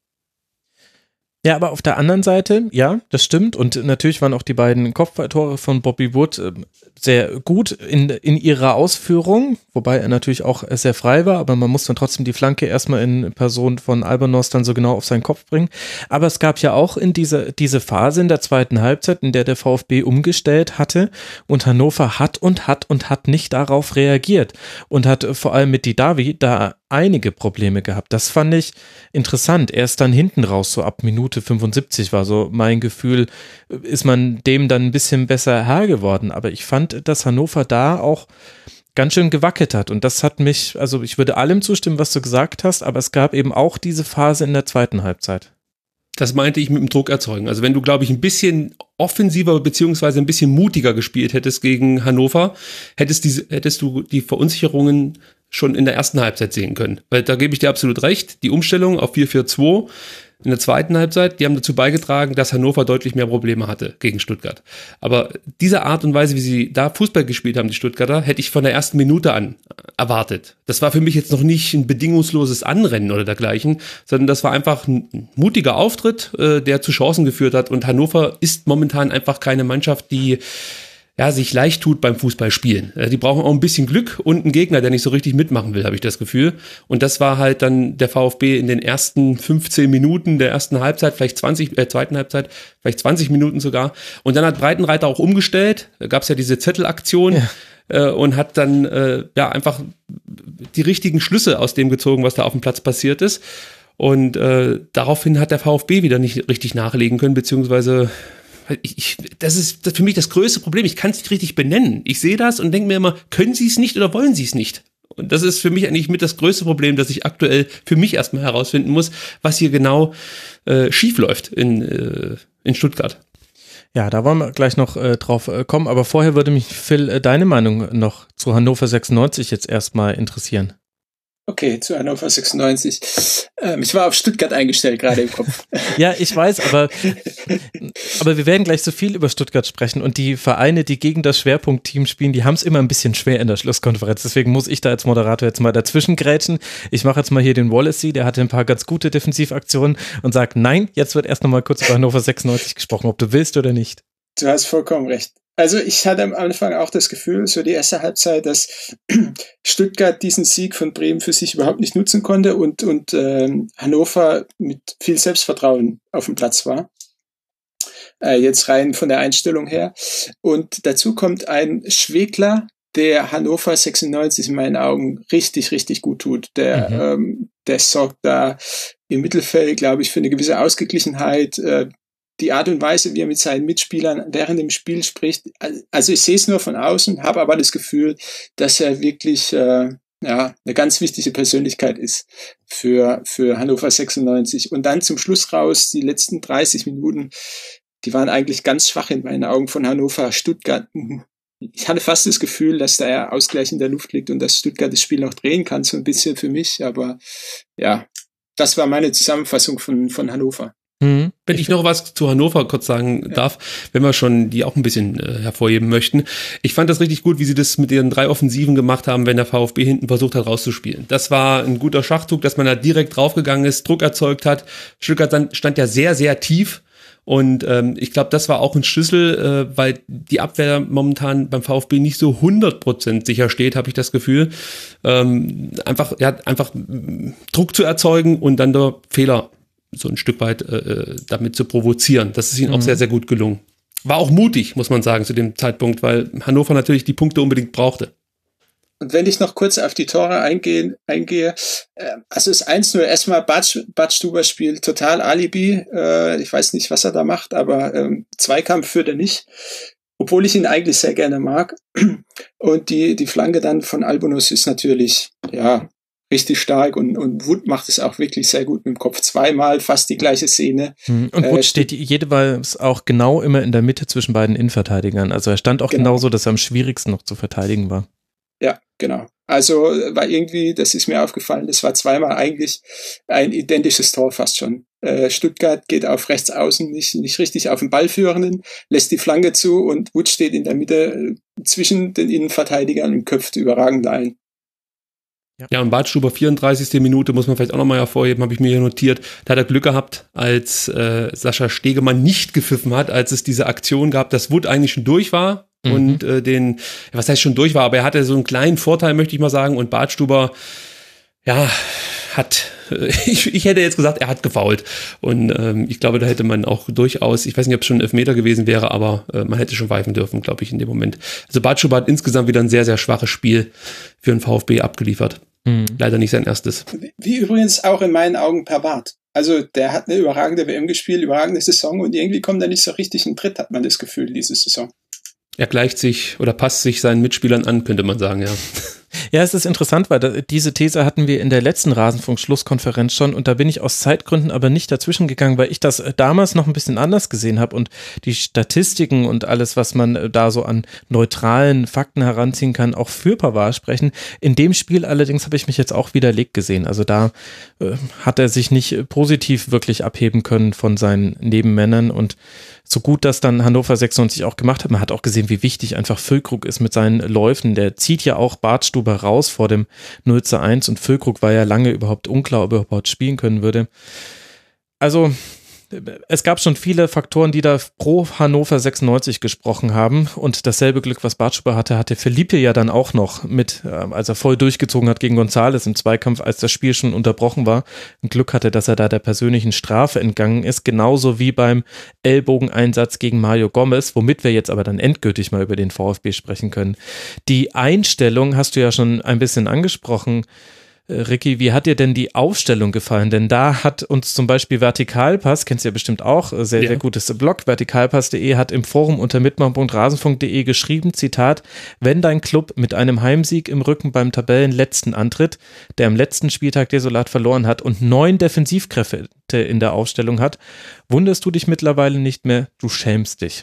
[SPEAKER 4] Ja, aber auf der anderen Seite, ja, das stimmt. Und natürlich waren auch die beiden Kopfballtore von Bobby Wood äh, sehr gut in, in ihrer Ausführung, wobei er natürlich auch sehr frei war, aber man muss dann trotzdem die Flanke erstmal in Person von Albornoz dann so genau auf seinen Kopf bringen. Aber es gab ja auch in dieser diese Phase in der zweiten Halbzeit, in der der VfB umgestellt hatte und Hannover hat und hat und hat nicht darauf reagiert und hat vor allem mit Didavi da einige Probleme gehabt. Das fand ich interessant. Erst dann hinten raus, so ab Minute fünfundsiebzig war so mein Gefühl, ist man dem dann ein bisschen besser Herr geworden. Aber ich fand, dass Hannover da auch ganz schön gewackelt hat. Und das hat mich, also ich würde allem zustimmen, was du gesagt hast, aber es gab eben auch diese Phase in der zweiten Halbzeit.
[SPEAKER 5] Das meinte ich mit dem Druck erzeugen. Also wenn du, glaube ich, ein bisschen offensiver beziehungsweise ein bisschen mutiger gespielt hättest gegen Hannover, hättest, diese, hättest du die Verunsicherungen schon in der ersten Halbzeit sehen können. Weil da gebe ich dir absolut recht, die Umstellung auf vier vier zwei in der zweiten Halbzeit, die haben dazu beigetragen, dass Hannover deutlich mehr Probleme hatte gegen Stuttgart. Aber diese Art und Weise, wie sie da Fußball gespielt haben, die Stuttgarter, hätte ich von der ersten Minute an erwartet. Das war für mich jetzt noch nicht ein bedingungsloses Anrennen oder dergleichen, sondern das war einfach ein mutiger Auftritt, äh, der zu Chancen geführt hat. Und Hannover ist momentan einfach keine Mannschaft, die ja, sich leicht tut beim Fußballspielen. Die brauchen auch ein bisschen Glück und einen Gegner, der nicht so richtig mitmachen will, habe ich das Gefühl. Und das war halt dann der VfB in den ersten fünfzehn Minuten der ersten Halbzeit, vielleicht zwanzig, äh, zweiten Halbzeit, vielleicht zwanzig Minuten sogar. Und dann hat Breitenreiter auch umgestellt. Da gab es ja diese Zettelaktion. Ja. Äh, und hat dann äh, ja einfach die richtigen Schlüsse aus dem gezogen, was da auf dem Platz passiert ist. Und äh, daraufhin hat der VfB wieder nicht richtig nachlegen können, beziehungsweise Ich, ich, das ist für mich das größte Problem. Ich kann es nicht richtig benennen. Ich sehe das und denke mir immer, können Sie es nicht oder wollen Sie es nicht? Und das ist für mich eigentlich mit das größte Problem, dass ich aktuell für mich erstmal herausfinden muss, was hier genau äh, schief läuft in, äh, in Stuttgart.
[SPEAKER 4] Ja, da wollen wir gleich noch äh, drauf äh, kommen. Aber vorher würde mich, Phil, äh, deine Meinung noch zu Hannover sechsundneunzig jetzt erstmal interessieren.
[SPEAKER 6] Okay, zu Hannover sechsundneunzig. Ähm, ich war auf Stuttgart eingestellt, gerade im Kopf.
[SPEAKER 4] Ja, ich weiß, aber, aber wir werden gleich so viel über Stuttgart sprechen und die Vereine, die gegen das Schwerpunktteam spielen, die haben es immer ein bisschen schwer in der Schlusskonferenz. Deswegen muss ich da als Moderator jetzt mal dazwischen grätschen. Ich mache jetzt mal hier den Wallacey, der hatte ein paar ganz gute Defensivaktionen und sagt, nein, jetzt wird erst noch mal kurz über Hannover sechsundneunzig gesprochen, ob du willst oder nicht.
[SPEAKER 6] Du hast vollkommen recht. Also ich hatte am Anfang auch das Gefühl, so die erste Halbzeit, dass Stuttgart diesen Sieg von Bremen für sich überhaupt nicht nutzen konnte und, und ähm, Hannover mit viel Selbstvertrauen auf dem Platz war. Äh, jetzt rein von der Einstellung her. Und dazu kommt ein Schwegler, der Hannover sechsundneunzig in meinen Augen richtig, richtig gut tut. Der, mhm. ähm, der sorgt da im Mittelfeld, glaube ich, für eine gewisse Ausgeglichenheit. Äh, die Art und Weise, wie er mit seinen Mitspielern während dem Spiel spricht. Also ich sehe es nur von außen, habe aber das Gefühl, dass er wirklich äh, ja eine ganz wichtige Persönlichkeit ist für für Hannover sechsundneunzig. Und dann zum Schluss raus, die letzten dreißig Minuten, die waren eigentlich ganz schwach in meinen Augen von Hannover. Stuttgart, ich hatte fast das Gefühl, dass da ja Ausgleich in der Luft liegt und dass Stuttgart das Spiel noch drehen kann, so ein bisschen für mich. Aber ja, das war meine Zusammenfassung von von Hannover.
[SPEAKER 5] Mhm. Wenn ich noch was zu Hannover kurz sagen ja. darf, wenn wir schon die auch ein bisschen äh, hervorheben möchten. Ich fand das richtig gut, wie sie das mit ihren drei Offensiven gemacht haben, wenn der VfB hinten versucht hat rauszuspielen. Das war ein guter Schachzug, dass man da direkt draufgegangen ist, Druck erzeugt hat. Stuttgart stand ja sehr, sehr tief Und ähm, ich glaube, das war auch ein Schlüssel, äh, weil die Abwehr momentan beim VfB nicht so hundert Prozent sicher steht, habe ich das Gefühl. Ähm, einfach, ja, einfach Druck zu erzeugen und dann der Fehler so ein Stück weit äh, damit zu provozieren. Das ist ihnen mhm. auch sehr, sehr gut gelungen. War auch mutig, muss man sagen, zu dem Zeitpunkt, weil Hannover natürlich die Punkte unbedingt brauchte.
[SPEAKER 6] Und wenn ich noch kurz auf die Tore eingehe, eingehe äh, also das eins null erstmal Badstuber spielt total Alibi. Äh, ich weiß nicht, was er da macht, aber ähm, Zweikampf führt er nicht, obwohl ich ihn eigentlich sehr gerne mag. Und die die Flanke dann von Albonus ist natürlich, ja, richtig stark und, und Wood macht es auch wirklich sehr gut mit dem Kopf. Zweimal fast die gleiche Szene.
[SPEAKER 4] Und Wood äh, steht jeweils auch genau immer in der Mitte zwischen beiden Innenverteidigern. Also er stand auch
[SPEAKER 6] genau.
[SPEAKER 4] genauso, dass er am schwierigsten noch zu verteidigen war.
[SPEAKER 6] Ja, genau. Also war irgendwie, das ist mir aufgefallen, das war zweimal eigentlich ein identisches Tor fast schon. Äh, Stuttgart geht auf rechts außen, nicht, nicht richtig auf den Ballführenden, lässt die Flanke zu und Wood steht in der Mitte zwischen den Innenverteidigern und köpft überragend ein.
[SPEAKER 5] Ja, ja und Badstuber, vierunddreißigste Minute, muss man vielleicht auch nochmal hervorheben, habe ich mir hier notiert. Da hat er Glück gehabt, als äh, Sascha Stegemann nicht gepfiffen hat, als es diese Aktion gab, dass Wood eigentlich schon durch war. Mhm. Und äh, den, was heißt schon durch war, aber er hatte so einen kleinen Vorteil, möchte ich mal sagen. Und Badstuber, ja, hat, äh, ich, ich hätte jetzt gesagt, er hat gefoult. Und ähm, ich glaube, da hätte man auch durchaus, ich weiß nicht, ob es schon ein Elfmeter gewesen wäre, aber äh, man hätte schon pfeifen dürfen, glaube ich, in dem Moment. Also Badstuber hat insgesamt wieder ein sehr, sehr schwaches Spiel für den VfB abgeliefert. Mhm. Leider nicht sein erstes.
[SPEAKER 6] Wie, wie übrigens auch in meinen Augen Pavard. Also der hat eine überragende W M gespielt, überragende Saison und irgendwie kommt er nicht so richtig in den Tritt, hat man das Gefühl, diese Saison.
[SPEAKER 5] Er gleicht sich oder passt sich seinen Mitspielern an, könnte man sagen, ja.
[SPEAKER 4] Ja, es ist interessant, weil da, diese These hatten wir in der letzten Rasenfunk-Schlusskonferenz schon und da bin ich aus Zeitgründen aber nicht dazwischen gegangen, weil ich das damals noch ein bisschen anders gesehen habe und die Statistiken und alles, was man da so an neutralen Fakten heranziehen kann, auch für Pavard sprechen. In dem Spiel allerdings habe ich mich jetzt auch widerlegt gesehen. Also da äh, hat er sich nicht positiv wirklich abheben können von seinen Nebenmännern und so gut das dann Hannover sechsundneunzig auch gemacht hat, man hat auch gesehen, wie wichtig einfach Füllkrug ist mit seinen Läufen. Der zieht ja auch Badstuber raus vor dem null zu eins und Füllkrug war ja lange überhaupt unklar, ob er überhaupt spielen können würde. Also es gab schon viele Faktoren, die da pro Hannover sechsundneunzig gesprochen haben und dasselbe Glück, was Badstuber hatte, hatte Felipe ja dann auch noch mit, als er voll durchgezogen hat gegen González im Zweikampf, als das Spiel schon unterbrochen war. Ein Glück hatte, dass er da der persönlichen Strafe entgangen ist, genauso wie beim Ellbogeneinsatz gegen Mario Gomez, womit wir jetzt aber dann endgültig mal über den VfB sprechen können. Die Einstellung hast du ja schon ein bisschen angesprochen, Ricky, wie hat dir denn die Aufstellung gefallen? Denn da hat uns zum Beispiel Vertikalpass, kennst du ja bestimmt auch, sehr, ja. sehr gutes Blog, vertikalpass punkt de hat im Forum unter mitmachen punkt rasenfunk punkt de geschrieben, Zitat, wenn dein Club mit einem Heimsieg im Rücken beim Tabellenletzten antritt, der am letzten Spieltag desolat verloren hat und neun Defensivkräfte in der Aufstellung hat, wunderst du dich mittlerweile nicht mehr, du schämst dich.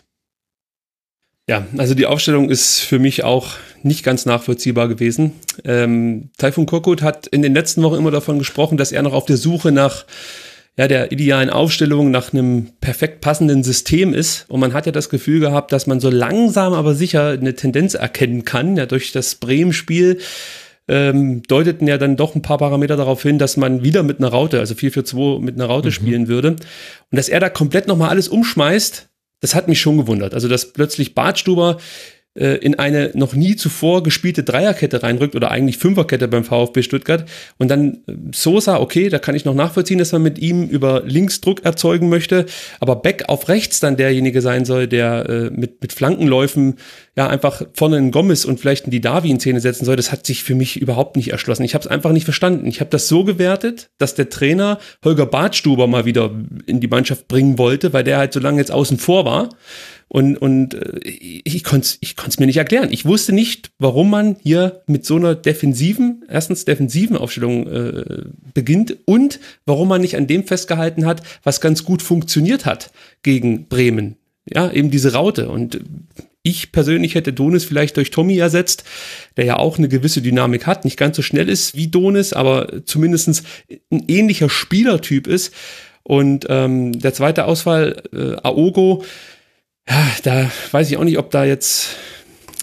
[SPEAKER 5] Ja, also die Aufstellung ist für mich auch nicht ganz nachvollziehbar gewesen. Ähm, Tayfun Korkut hat in den letzten Wochen immer davon gesprochen, dass er noch auf der Suche nach ja, der idealen Aufstellung, nach einem perfekt passenden System ist. Und man hat ja das Gefühl gehabt, dass man so langsam aber sicher eine Tendenz erkennen kann. Ja, durch das Bremen-Spiel ähm, deuteten ja dann doch ein paar Parameter darauf hin, dass man wieder mit einer Raute, also vier vier zwei mit einer Raute mhm. spielen würde. Und dass er da komplett nochmal alles umschmeißt, das hat mich schon gewundert. Also, dass plötzlich Badstuber äh, in eine noch nie zuvor gespielte Dreierkette reinrückt oder eigentlich Fünferkette beim VfB Stuttgart und dann äh, Sosa, okay, da kann ich noch nachvollziehen, dass man mit ihm über links Druck erzeugen möchte, aber Beck auf rechts dann derjenige sein soll, der äh, mit, mit Flankenläufen ja einfach vorne einen Gomez und vielleicht einen Didavi in Szene setzen soll, das hat sich für mich überhaupt nicht erschlossen. Ich habe es einfach nicht verstanden. Ich habe das so gewertet, dass der Trainer Holger Badstuber mal wieder in die Mannschaft bringen wollte, weil der halt so lange jetzt außen vor war. Und, und ich konnte es ich konnt's mir nicht erklären. Ich wusste nicht, warum man hier mit so einer defensiven, erstens defensiven Aufstellung äh, beginnt und warum man nicht an dem festgehalten hat, was ganz gut funktioniert hat gegen Bremen. Ja, eben diese Raute. Und ich persönlich hätte Donis vielleicht durch Tommy ersetzt, der ja auch eine gewisse Dynamik hat, nicht ganz so schnell ist wie Donis, aber zumindest ein ähnlicher Spielertyp ist. Und ähm, der zweite Ausfall, äh, Aogo, ja, da weiß ich auch nicht, ob da jetzt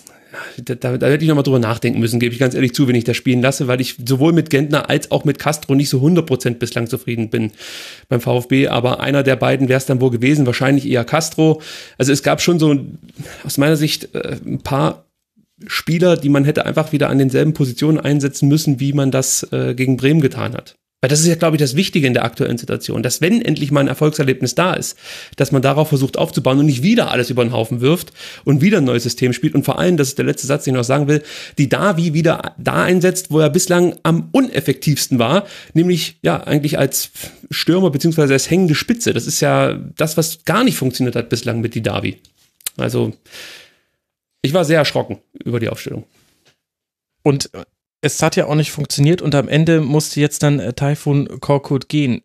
[SPEAKER 5] da, da, da hätte ich nochmal drüber nachdenken müssen, gebe ich ganz ehrlich zu, wenn ich das spielen lasse, weil ich sowohl mit Gentner als auch mit Castro nicht so hundert Prozent bislang zufrieden bin beim VfB, aber einer der beiden wäre es dann wohl gewesen, wahrscheinlich eher Castro. Also es gab schon so aus meiner Sicht ein paar Spieler, die man hätte einfach wieder an denselben Positionen einsetzen müssen, wie man das äh, gegen Bremen getan hat. Weil das ist ja, glaube ich, das Wichtige in der aktuellen Situation, dass wenn endlich mal ein Erfolgserlebnis da ist, dass man darauf versucht aufzubauen und nicht wieder alles über den Haufen wirft und wieder ein neues System spielt und vor allem, das ist der letzte Satz, den ich noch sagen will, die Davi wieder da einsetzt, wo er bislang am uneffektivsten war, nämlich ja eigentlich als Stürmer beziehungsweise als hängende Spitze. Das ist ja das, was gar nicht funktioniert hat bislang mit die Davi. Also ich war sehr erschrocken über die Aufstellung.
[SPEAKER 4] Und es hat ja auch nicht funktioniert und am Ende musste jetzt dann äh, Tayfun Korkut gehen.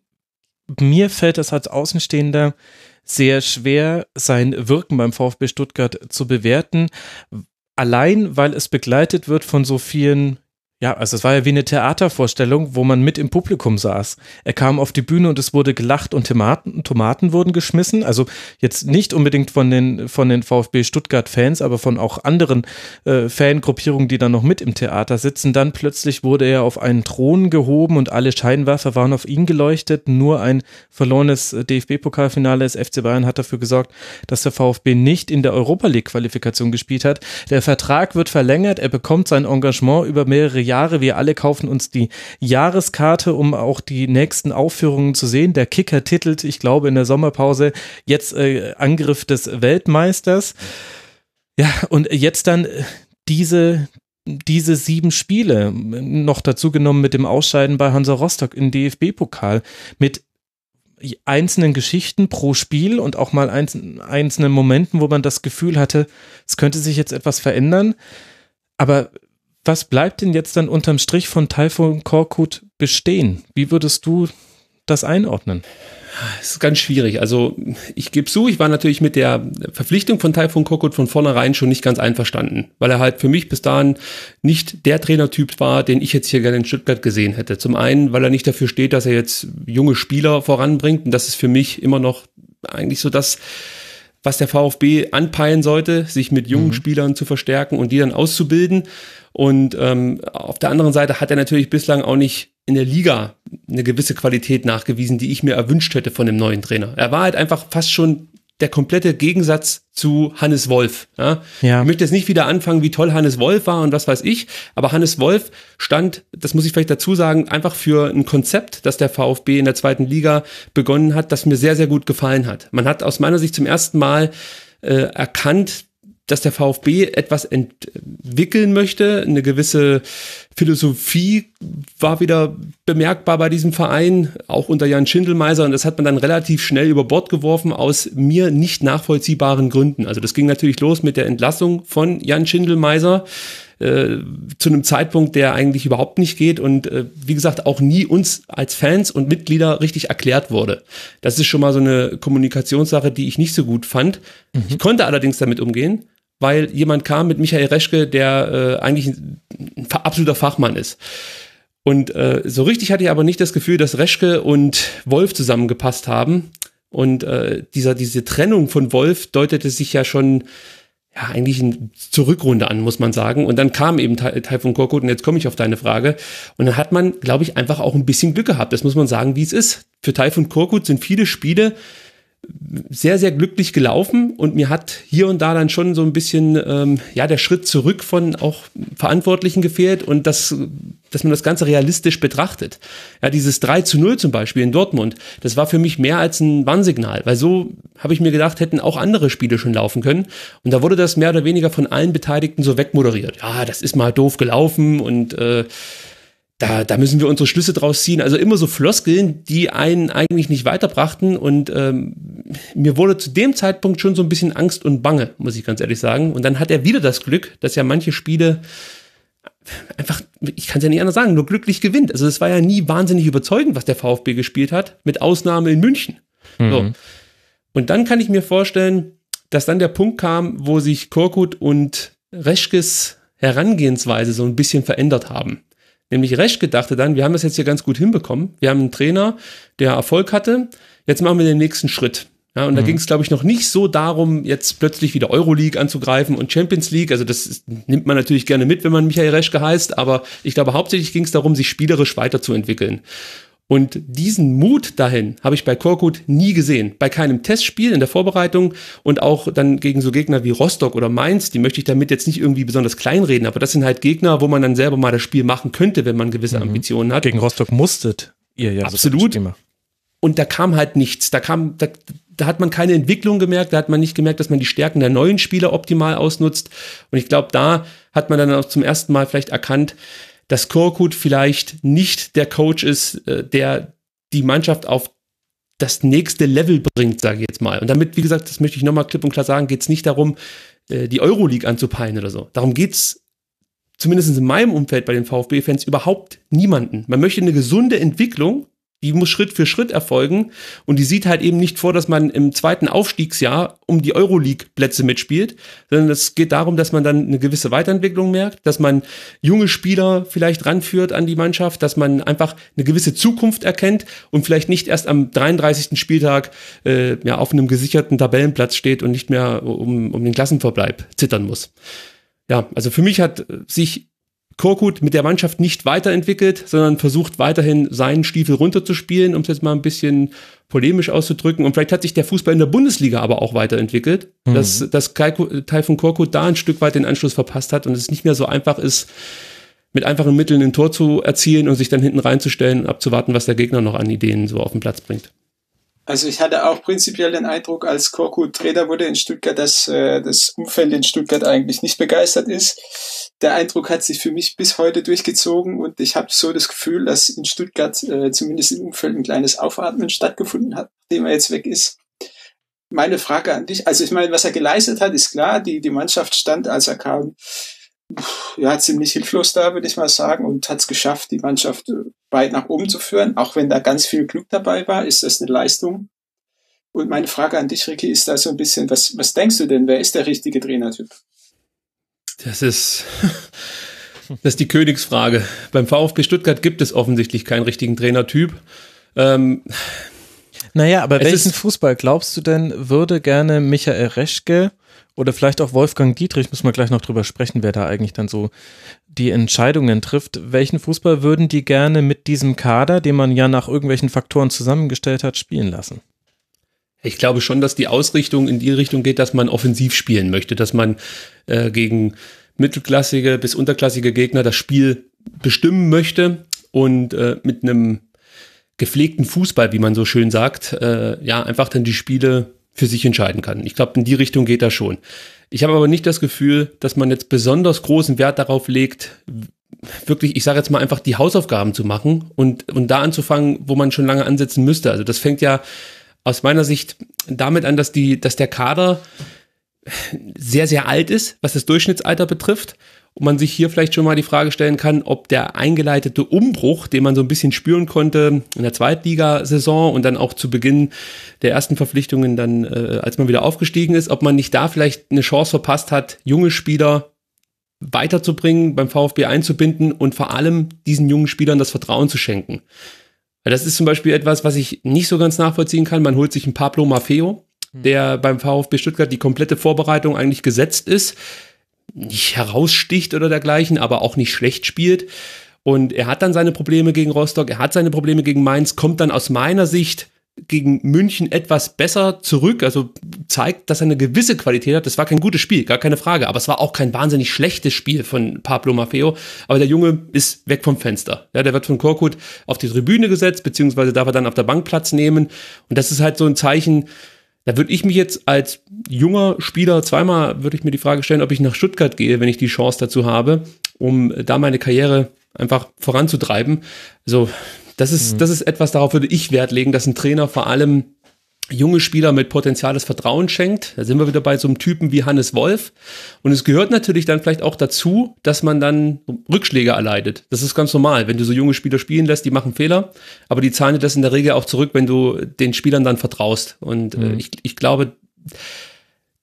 [SPEAKER 4] Mir fällt es als Außenstehender sehr schwer, sein Wirken beim VfB Stuttgart zu bewerten, allein weil es begleitet wird von so vielen. Ja, also es war ja wie eine Theatervorstellung, wo man mit im Publikum saß. Er kam auf die Bühne und es wurde gelacht und Tomaten, Tomaten wurden geschmissen. Also jetzt nicht unbedingt von den, von den VfB Stuttgart-Fans, aber von auch anderen äh, Fangruppierungen, die dann noch mit im Theater sitzen. Dann plötzlich wurde er auf einen Thron gehoben und alle Scheinwerfer waren auf ihn geleuchtet. Nur ein verlorenes D F B-Pokalfinale des F C Bayern hat dafür gesorgt, dass der VfB nicht in der Europa-League-Qualifikation gespielt hat. Der Vertrag wird verlängert, er bekommt sein Engagement über mehrere Jahre. Wir alle kaufen uns die Jahreskarte, um auch die nächsten Aufführungen zu sehen. Der Kicker titelt, ich glaube in der Sommerpause, jetzt äh, Angriff des Weltmeisters. Ja, und jetzt dann diese, diese sieben Spiele, noch dazu genommen mit dem Ausscheiden bei Hansa Rostock im D F B-Pokal, mit einzelnen Geschichten pro Spiel und auch mal einzelnen Momenten, wo man das Gefühl hatte, es könnte sich jetzt etwas verändern. Aber was bleibt denn jetzt dann unterm Strich von Tayfun Korkut bestehen? Wie würdest du das einordnen?
[SPEAKER 5] Es ist ganz schwierig. Also ich gebe zu, ich war natürlich mit der Verpflichtung von Tayfun Korkut von vornherein schon nicht ganz einverstanden, weil er halt für mich bis dahin nicht der Trainertyp war, den ich jetzt hier gerne in Stuttgart gesehen hätte. Zum einen, weil er nicht dafür steht, dass er jetzt junge Spieler voranbringt, und das ist für mich immer noch eigentlich so das, was der VfB anpeilen sollte, sich mit jungen mhm. Spielern zu verstärken und die dann auszubilden. Und ähm, auf der anderen Seite hat er natürlich bislang auch nicht in der Liga eine gewisse Qualität nachgewiesen, die ich mir erwünscht hätte von dem neuen Trainer. Er war halt einfach fast schon der komplette Gegensatz zu Hannes Wolf. Ja? Ja. Ich möchte jetzt nicht wieder anfangen, wie toll Hannes Wolf war und was weiß ich, aber Hannes Wolf stand, das muss ich vielleicht dazu sagen, einfach für ein Konzept, das der VfB in der zweiten Liga begonnen hat, das mir sehr, sehr gut gefallen hat. Man hat aus meiner Sicht zum ersten Mal äh, erkannt, dass der VfB etwas entwickeln möchte. Eine gewisse Philosophie war wieder bemerkbar bei diesem Verein, auch unter Jan Schindelmeiser. Und das hat man dann relativ schnell über Bord geworfen aus mir nicht nachvollziehbaren Gründen. Also das ging natürlich los mit der Entlassung von Jan Schindelmeiser äh, zu einem Zeitpunkt, der eigentlich überhaupt nicht geht und äh, wie gesagt auch nie uns als Fans und Mitglieder richtig erklärt wurde. Das ist schon mal so eine Kommunikationssache, die ich nicht so gut fand. Mhm. Ich konnte allerdings damit umgehen, weil jemand kam mit Michael Reschke, der äh, eigentlich ein, ein absoluter Fachmann ist. Und äh, so richtig hatte ich aber nicht das Gefühl, dass Reschke und Wolf zusammengepasst haben. Und äh, dieser, diese Trennung von Wolf deutete sich ja schon ja eigentlich in, zur Rückrunde an, muss man sagen. Und dann kam eben Tayfun Korkut, und jetzt komme ich auf deine Frage. Und dann hat man, glaube ich, einfach auch ein bisschen Glück gehabt. Das muss man sagen, wie es ist. Für Tayfun Korkut sind viele Spiele sehr, sehr glücklich gelaufen, und mir hat hier und da dann schon so ein bisschen ähm, ja der Schritt zurück von auch Verantwortlichen gefehlt und das, dass man das Ganze realistisch betrachtet. Ja, dieses drei zu null zum Beispiel in Dortmund, das war für mich mehr als ein Warnsignal, weil so habe ich mir gedacht, hätten auch andere Spiele schon laufen können, und da wurde das mehr oder weniger von allen Beteiligten so wegmoderiert. Ja, das ist mal doof gelaufen und äh, Da, da müssen wir unsere Schlüsse draus ziehen. Also immer so Floskeln, die einen eigentlich nicht weiterbrachten. Und ähm, mir wurde zu dem Zeitpunkt schon so ein bisschen Angst und Bange, muss ich ganz ehrlich sagen. Und dann hat er wieder das Glück, dass ja manche Spiele einfach, ich kann es ja nicht anders sagen, nur glücklich gewinnt. Also es war ja nie wahnsinnig überzeugend, was der VfB gespielt hat, mit Ausnahme in München. Mhm. So. Und dann kann ich mir vorstellen, dass dann der Punkt kam, wo sich Korkut und Reschkes Herangehensweise so ein bisschen verändert haben. Nämlich Reschke dachte dann, wir haben das jetzt hier ganz gut hinbekommen. Wir haben einen Trainer, der Erfolg hatte. Jetzt machen wir den nächsten Schritt. Ja, und mhm. da ging es, glaube ich, noch nicht so darum, jetzt plötzlich wieder Euroleague anzugreifen und Champions League. Also das ist, nimmt man natürlich gerne mit, wenn man Michael Reschke heißt, aber ich glaube, hauptsächlich ging es darum, sich spielerisch weiterzuentwickeln. Und diesen Mut dahin habe ich bei Korkut nie gesehen. Bei keinem Testspiel in der Vorbereitung und auch dann gegen so Gegner wie Rostock oder Mainz, die möchte ich damit jetzt nicht irgendwie besonders kleinreden, aber das sind halt Gegner, wo man dann selber mal das Spiel machen könnte, wenn man gewisse mhm. Ambitionen hat.
[SPEAKER 4] Gegen Rostock musstet ihr ja.
[SPEAKER 5] Absolut. Und da kam halt nichts. Da kam, da, da hat man keine Entwicklung gemerkt, da hat man nicht gemerkt, dass man die Stärken der neuen Spieler optimal ausnutzt. Und ich glaube, da hat man dann auch zum ersten Mal vielleicht erkannt, dass Korkut vielleicht nicht der Coach ist, der die Mannschaft auf das nächste Level bringt, sage ich jetzt mal. Und damit, wie gesagt, das möchte ich nochmal klipp und klar sagen, geht es nicht darum, die Euroleague anzupeilen oder so. Darum geht es zumindest in meinem Umfeld bei den VfB-Fans überhaupt niemanden. Man möchte eine gesunde Entwicklung, die muss Schritt für Schritt erfolgen und die sieht halt eben nicht vor, dass man im zweiten Aufstiegsjahr um die Euroleague-Plätze mitspielt, sondern es geht darum, dass man dann eine gewisse Weiterentwicklung merkt, dass man junge Spieler vielleicht ranführt an die Mannschaft, dass man einfach eine gewisse Zukunft erkennt und vielleicht nicht erst am dreiunddreißigsten Spieltag äh, ja, auf einem gesicherten Tabellenplatz steht und nicht mehr um, um den Klassenverbleib zittern muss. Ja, also für mich hat sich Korkut mit der Mannschaft nicht weiterentwickelt, sondern versucht weiterhin seinen Stiefel runterzuspielen, um es jetzt mal ein bisschen polemisch auszudrücken. Und vielleicht hat sich der Fußball in der Bundesliga aber auch weiterentwickelt, mhm. dass, dass Tayfun Korkut da ein Stück weit den Anschluss verpasst hat und es nicht mehr so einfach ist, mit einfachen Mitteln ein Tor zu erzielen und sich dann hinten reinzustellen und abzuwarten, was der Gegner noch an Ideen so auf den Platz bringt.
[SPEAKER 6] Also ich hatte auch prinzipiell den Eindruck, als Korkut Trainer wurde in Stuttgart, dass äh, das Umfeld in Stuttgart eigentlich nicht begeistert ist. Der Eindruck hat sich für mich bis heute durchgezogen und ich habe so das Gefühl, dass in Stuttgart äh, zumindest im Umfeld ein kleines Aufatmen stattgefunden hat, nachdem er jetzt weg ist. Meine Frage an dich, also ich meine, was er geleistet hat, ist klar, die, die Mannschaft stand, als er kam, ja, ziemlich hilflos da, würde ich mal sagen, und hat es geschafft, die Mannschaft weit nach oben zu führen. Auch wenn da ganz viel Glück dabei war, ist das eine Leistung. Und meine Frage an dich, Ricky, ist da so ein bisschen, was, was denkst du denn, wer ist der richtige Trainertyp?
[SPEAKER 5] Das ist, das ist die Königsfrage. Beim VfB Stuttgart gibt es offensichtlich keinen richtigen Trainertyp. Ähm,
[SPEAKER 4] naja, aber welchen Fußball glaubst du denn, würde gerne Michael Reschke oder vielleicht auch Wolfgang Dietrich, müssen wir gleich noch drüber sprechen, wer da eigentlich dann so die Entscheidungen trifft. Welchen Fußball würden die gerne mit diesem Kader, den man ja nach irgendwelchen Faktoren zusammengestellt hat, spielen lassen?
[SPEAKER 5] Ich glaube schon, dass die Ausrichtung in die Richtung geht, dass man offensiv spielen möchte, dass man äh, gegen mittelklassige bis unterklassige Gegner das Spiel bestimmen möchte und äh, mit einem gepflegten Fußball, wie man so schön sagt, äh, ja, einfach dann die Spiele für sich entscheiden kann. Ich glaube, in die Richtung geht das schon. Ich habe aber nicht das Gefühl, dass man jetzt besonders großen Wert darauf legt, wirklich, ich sage jetzt mal einfach die Hausaufgaben zu machen und, und da anzufangen, wo man schon lange ansetzen müsste. Also das fängt ja aus meiner Sicht damit an, dass die, dass der Kader sehr, sehr alt ist, was das Durchschnittsalter betrifft. Und man sich hier vielleicht schon mal die Frage stellen kann, ob der eingeleitete Umbruch, den man so ein bisschen spüren konnte in der Zweitligasaison und dann auch zu Beginn der ersten Verpflichtungen dann, äh, als man wieder aufgestiegen ist, ob man nicht da vielleicht eine Chance verpasst hat, junge Spieler weiterzubringen, beim VfB einzubinden und vor allem diesen jungen Spielern das Vertrauen zu schenken. Weil das ist zum Beispiel etwas, was ich nicht so ganz nachvollziehen kann. Man holt sich einen Pablo Maffeo, der beim VfB Stuttgart die komplette Vorbereitung eigentlich gesetzt ist, nicht heraussticht oder dergleichen, aber auch nicht schlecht spielt. Und er hat dann seine Probleme gegen Rostock, er hat seine Probleme gegen Mainz, kommt dann aus meiner Sicht gegen München etwas besser zurück, also zeigt, dass er eine gewisse Qualität hat. Das war kein gutes Spiel, gar keine Frage, aber es war auch kein wahnsinnig schlechtes Spiel von Pablo Maffeo, aber der Junge ist weg vom Fenster. Ja, der wird von Korkut auf die Tribüne gesetzt, beziehungsweise darf er dann auf der Bank Platz nehmen und das ist halt so ein Zeichen, da würde ich mich jetzt als junger Spieler zweimal, würde ich mir die Frage stellen, ob ich nach Stuttgart gehe, wenn ich die Chance dazu habe, um da meine Karriere einfach voranzutreiben. Also das ist, mhm. das ist etwas, darauf würde ich Wert legen, dass ein Trainer vor allem junge Spieler mit Potenzial das Vertrauen schenkt. Da sind wir wieder bei so einem Typen wie Hannes Wolf. Und es gehört natürlich dann vielleicht auch dazu, dass man dann Rückschläge erleidet. Das ist ganz normal. Wenn du so junge Spieler spielen lässt, die machen Fehler, aber die zahlen dir das in der Regel auch zurück, wenn du den Spielern dann vertraust. Und mhm. äh, ich, ich glaube,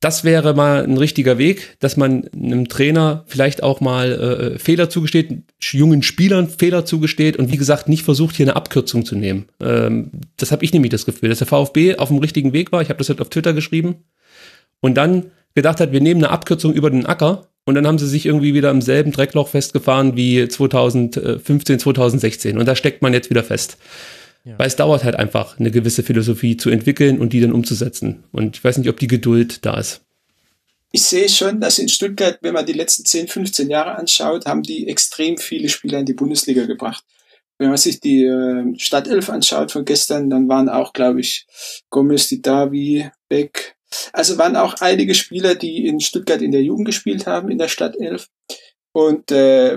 [SPEAKER 5] das wäre mal ein richtiger Weg, dass man einem Trainer vielleicht auch mal äh, Fehler zugesteht, jungen Spielern Fehler zugesteht und wie gesagt nicht versucht, hier eine Abkürzung zu nehmen. Ähm, das habe ich nämlich das Gefühl, dass der VfB auf dem richtigen Weg war. Ich habe das halt auf Twitter geschrieben und dann gedacht hat, wir nehmen eine Abkürzung über den Acker und dann haben sie sich irgendwie wieder im selben Dreckloch festgefahren wie zweitausendfünfzehn, zweitausendsechzehn und da steckt man jetzt wieder fest. Ja. Weil es dauert halt einfach, eine gewisse Philosophie zu entwickeln und die dann umzusetzen. Und ich weiß nicht, ob die Geduld da ist.
[SPEAKER 6] Ich sehe schon, dass in Stuttgart, wenn man die letzten zehn, fünfzehn Jahre anschaut, haben die extrem viele Spieler in die Bundesliga gebracht. Wenn man sich die äh, Stadtelf anschaut von gestern, dann waren auch, glaube ich, Gomez, Didavi, Beck. Also waren auch einige Spieler, die in Stuttgart in der Jugend gespielt haben, in der Stadtelf. Und äh,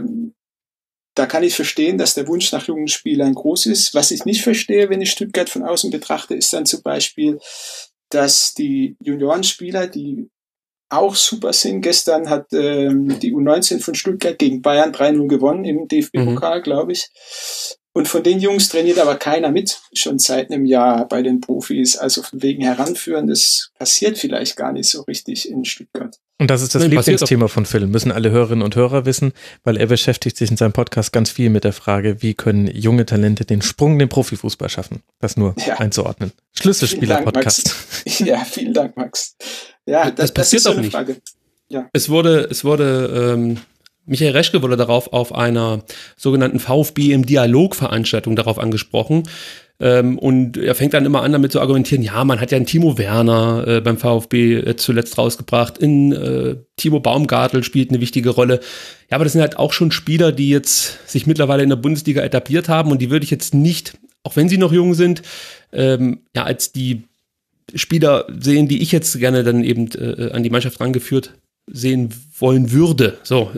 [SPEAKER 6] da kann ich verstehen, dass der Wunsch nach jungen Spielern groß ist. Was ich nicht verstehe, wenn ich Stuttgart von außen betrachte, ist dann zum Beispiel, dass die Juniorenspieler, die auch super sind, gestern hat ähm, die U neunzehn von Stuttgart gegen Bayern drei null gewonnen im D F B-Pokal, mhm. glaube ich. Und von den Jungs trainiert aber keiner mit, schon seit einem Jahr bei den Profis. Also von wegen Heranführen, das passiert vielleicht gar nicht so richtig in Stuttgart.
[SPEAKER 4] Und das ist das Lieblingsthema von Phil, müssen alle Hörerinnen und Hörer wissen, weil er beschäftigt sich in seinem Podcast ganz viel mit der Frage, wie können junge Talente den Sprung in den Profifußball schaffen. Das nur ja. einzuordnen. Schlüsselspieler-Podcast.
[SPEAKER 6] Ja, vielen Dank, Max. Ja, das,
[SPEAKER 5] das passiert
[SPEAKER 6] das ist so
[SPEAKER 5] auch
[SPEAKER 6] eine
[SPEAKER 5] nicht.
[SPEAKER 6] Frage. Ja.
[SPEAKER 5] Es wurde, es wurde, ähm, Michael Reschke wurde darauf auf einer sogenannten VfB im Dialog-Veranstaltung darauf angesprochen. Ähm, und er fängt dann immer an, damit zu argumentieren, ja, man hat ja einen Timo Werner äh, beim VfB äh, zuletzt rausgebracht, in äh, Timo Baumgartel spielt eine wichtige Rolle. Ja, aber das sind halt auch schon Spieler, die jetzt sich mittlerweile in der Bundesliga etabliert haben und die würde ich jetzt nicht, auch wenn sie noch jung sind, ähm, ja, als die Spieler sehen, die ich jetzt gerne dann eben äh, an die Mannschaft rangeführt sehen wollen würde. So.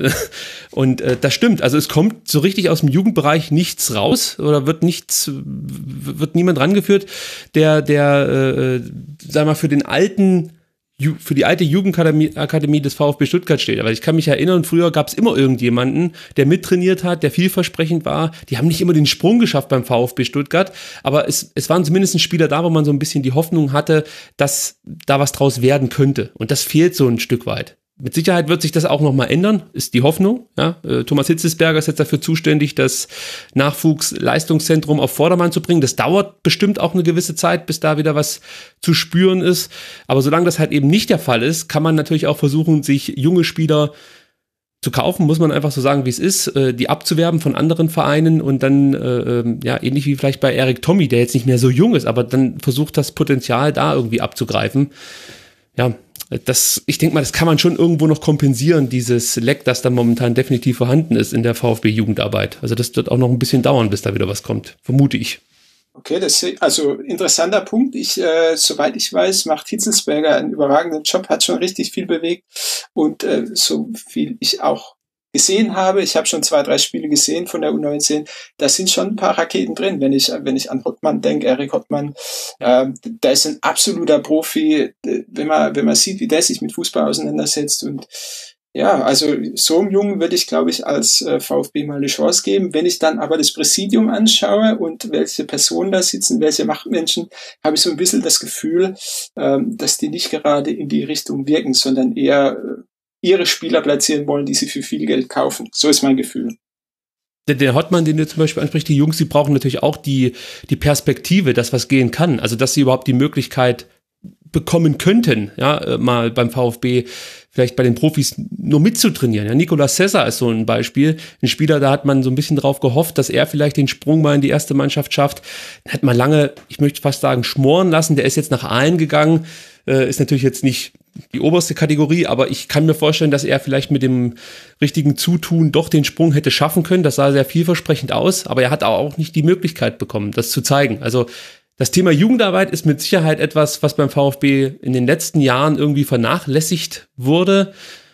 [SPEAKER 5] Und äh, das stimmt. Also es kommt so richtig aus dem Jugendbereich nichts raus oder wird nichts, wird niemand rangeführt, der, der, äh, sag mal, für den alten, für die alte Jugendakademie Akademie des VfB Stuttgart steht. Aber ich kann mich erinnern, früher gab es immer irgendjemanden, der mittrainiert hat, der vielversprechend war. Die haben nicht immer den Sprung geschafft beim VfB Stuttgart, aber es, es waren zumindest Spieler da, wo man so ein bisschen die Hoffnung hatte, dass da was draus werden könnte. Und das fehlt so ein Stück weit. Mit Sicherheit wird sich das auch nochmal ändern, ist die Hoffnung. Ja, äh, Thomas Hitzelsberger ist jetzt dafür zuständig, das Nachwuchsleistungszentrum auf Vordermann zu bringen. Das dauert bestimmt auch eine gewisse Zeit, bis da wieder was zu spüren ist. Aber solange das halt eben nicht der Fall ist, kann man natürlich auch versuchen, sich junge Spieler zu kaufen, muss man einfach so sagen, wie es ist, äh, die abzuwerben von anderen Vereinen und dann, äh, ja, ähnlich wie vielleicht bei Erik Tommy, der jetzt nicht mehr so jung ist, aber dann versucht, das Potenzial da irgendwie abzugreifen. Ja, das, ich denke mal, das kann man schon irgendwo noch kompensieren, dieses Leck, das da momentan definitiv vorhanden ist in der VfB-Jugendarbeit. Also das wird auch noch ein bisschen dauern, bis da wieder was kommt, vermute ich.
[SPEAKER 6] Okay, das ist also interessanter Punkt. Ich, äh, soweit ich weiß, macht Hitzelsberger einen überragenden Job, hat schon richtig viel bewegt und äh, so viel ich auch gesehen habe, ich habe schon zwei, drei Spiele gesehen von der U neunzehn, da sind schon ein paar Raketen drin, wenn ich wenn ich an Hottmann denke, Erik Hottmann, äh, der ist ein absoluter Profi, wenn man wenn man sieht, wie der sich mit Fußball auseinandersetzt und ja, also so einem Jungen würde ich, glaube ich, als äh, VfB mal eine Chance geben. Wenn ich dann aber das Präsidium anschaue und welche Personen da sitzen, welche Machtmenschen, habe ich so ein bisschen das Gefühl, äh, dass die nicht gerade in die Richtung wirken, sondern eher äh, ihre Spieler platzieren wollen, die sie für viel Geld kaufen. So ist mein Gefühl.
[SPEAKER 5] Der, der Hottmann, den du zum Beispiel ansprichst, die Jungs, die brauchen natürlich auch die, die Perspektive, dass was gehen kann. Also, dass sie überhaupt die Möglichkeit bekommen könnten, ja, mal beim VfB vielleicht bei den Profis nur mitzutrainieren. Ja, Nicolas Cesar ist so ein Beispiel. Ein Spieler, da hat man so ein bisschen drauf gehofft, dass er vielleicht den Sprung mal in die erste Mannschaft schafft. Den hat man lange, ich möchte fast sagen, schmoren lassen. Der ist jetzt nach Aalen gegangen. Äh, ist natürlich jetzt nicht die oberste Kategorie, aber ich kann mir vorstellen, dass er vielleicht mit dem richtigen Zutun doch den Sprung hätte schaffen können. Das sah sehr vielversprechend aus, aber er hat auch nicht die Möglichkeit bekommen, das zu zeigen. Also das Thema Jugendarbeit ist mit Sicherheit etwas, was beim VfB in den letzten Jahren irgendwie vernachlässigt wurde.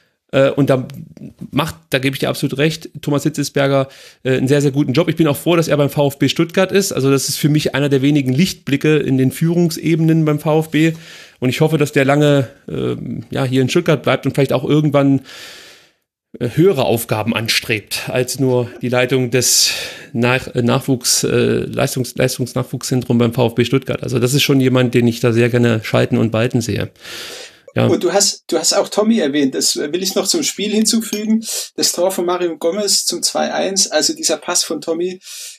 [SPEAKER 5] Und da macht, da gebe ich dir absolut recht, Thomas Hitzelsberger einen sehr, sehr guten Job. Ich bin auch froh, dass er beim VfB Stuttgart ist. Also das ist für mich einer der wenigen Lichtblicke in den Führungsebenen beim VfB. Und ich hoffe, dass der lange äh, ja, hier in Stuttgart bleibt und vielleicht auch irgendwann äh, höhere Aufgaben anstrebt, als nur die Leitung des Nach- Nachwuchs, äh, Leistungs- Leistungsnachwuchszentrums beim VfB Stuttgart. Also das ist schon jemand, den ich da sehr gerne schalten und walten sehe. Ja.
[SPEAKER 6] Und du hast, du hast auch Tommy erwähnt, das will ich noch zum Spiel hinzufügen. Das Tor von Mario Gomez zum zwei eins, also dieser Pass von Tommy,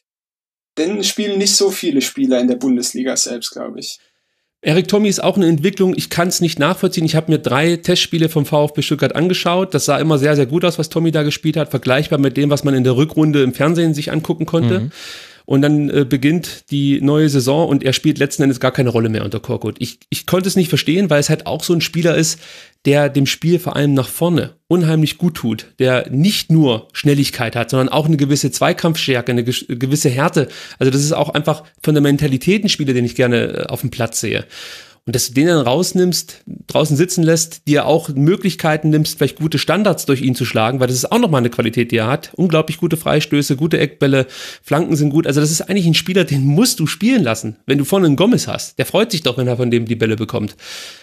[SPEAKER 6] den spielen nicht so viele Spieler in der Bundesliga selbst, glaube ich.
[SPEAKER 5] Erik Tommy ist auch eine Entwicklung, ich kann es nicht nachvollziehen. Ich habe mir drei Testspiele vom VfB Stuttgart angeschaut. Das sah immer sehr, sehr gut aus, was Tommy da gespielt hat, vergleichbar mit dem, was man in der Rückrunde im Fernsehen sich angucken konnte. Mhm. Und dann äh, beginnt die neue Saison und er spielt letzten Endes gar keine Rolle mehr unter Korkut. Ich, ich konnte es nicht verstehen, weil es halt auch so ein Spieler ist, der dem Spiel vor allem nach vorne unheimlich gut tut, der nicht nur Schnelligkeit hat, sondern auch eine gewisse Zweikampfstärke, eine ge- gewisse Härte. Also das ist auch einfach von der Mentalität ein Spieler, den ich gerne äh, auf dem Platz sehe. Und dass du den dann rausnimmst, draußen sitzen lässt, dir auch Möglichkeiten nimmst, vielleicht gute Standards durch ihn zu schlagen, weil das ist auch nochmal eine Qualität, die er hat. Unglaublich gute Freistöße, gute Eckbälle, Flanken sind gut. Also das ist eigentlich ein Spieler, den musst du spielen lassen. Wenn du vorne einen Gomez hast, der freut sich doch, wenn er von dem die Bälle bekommt.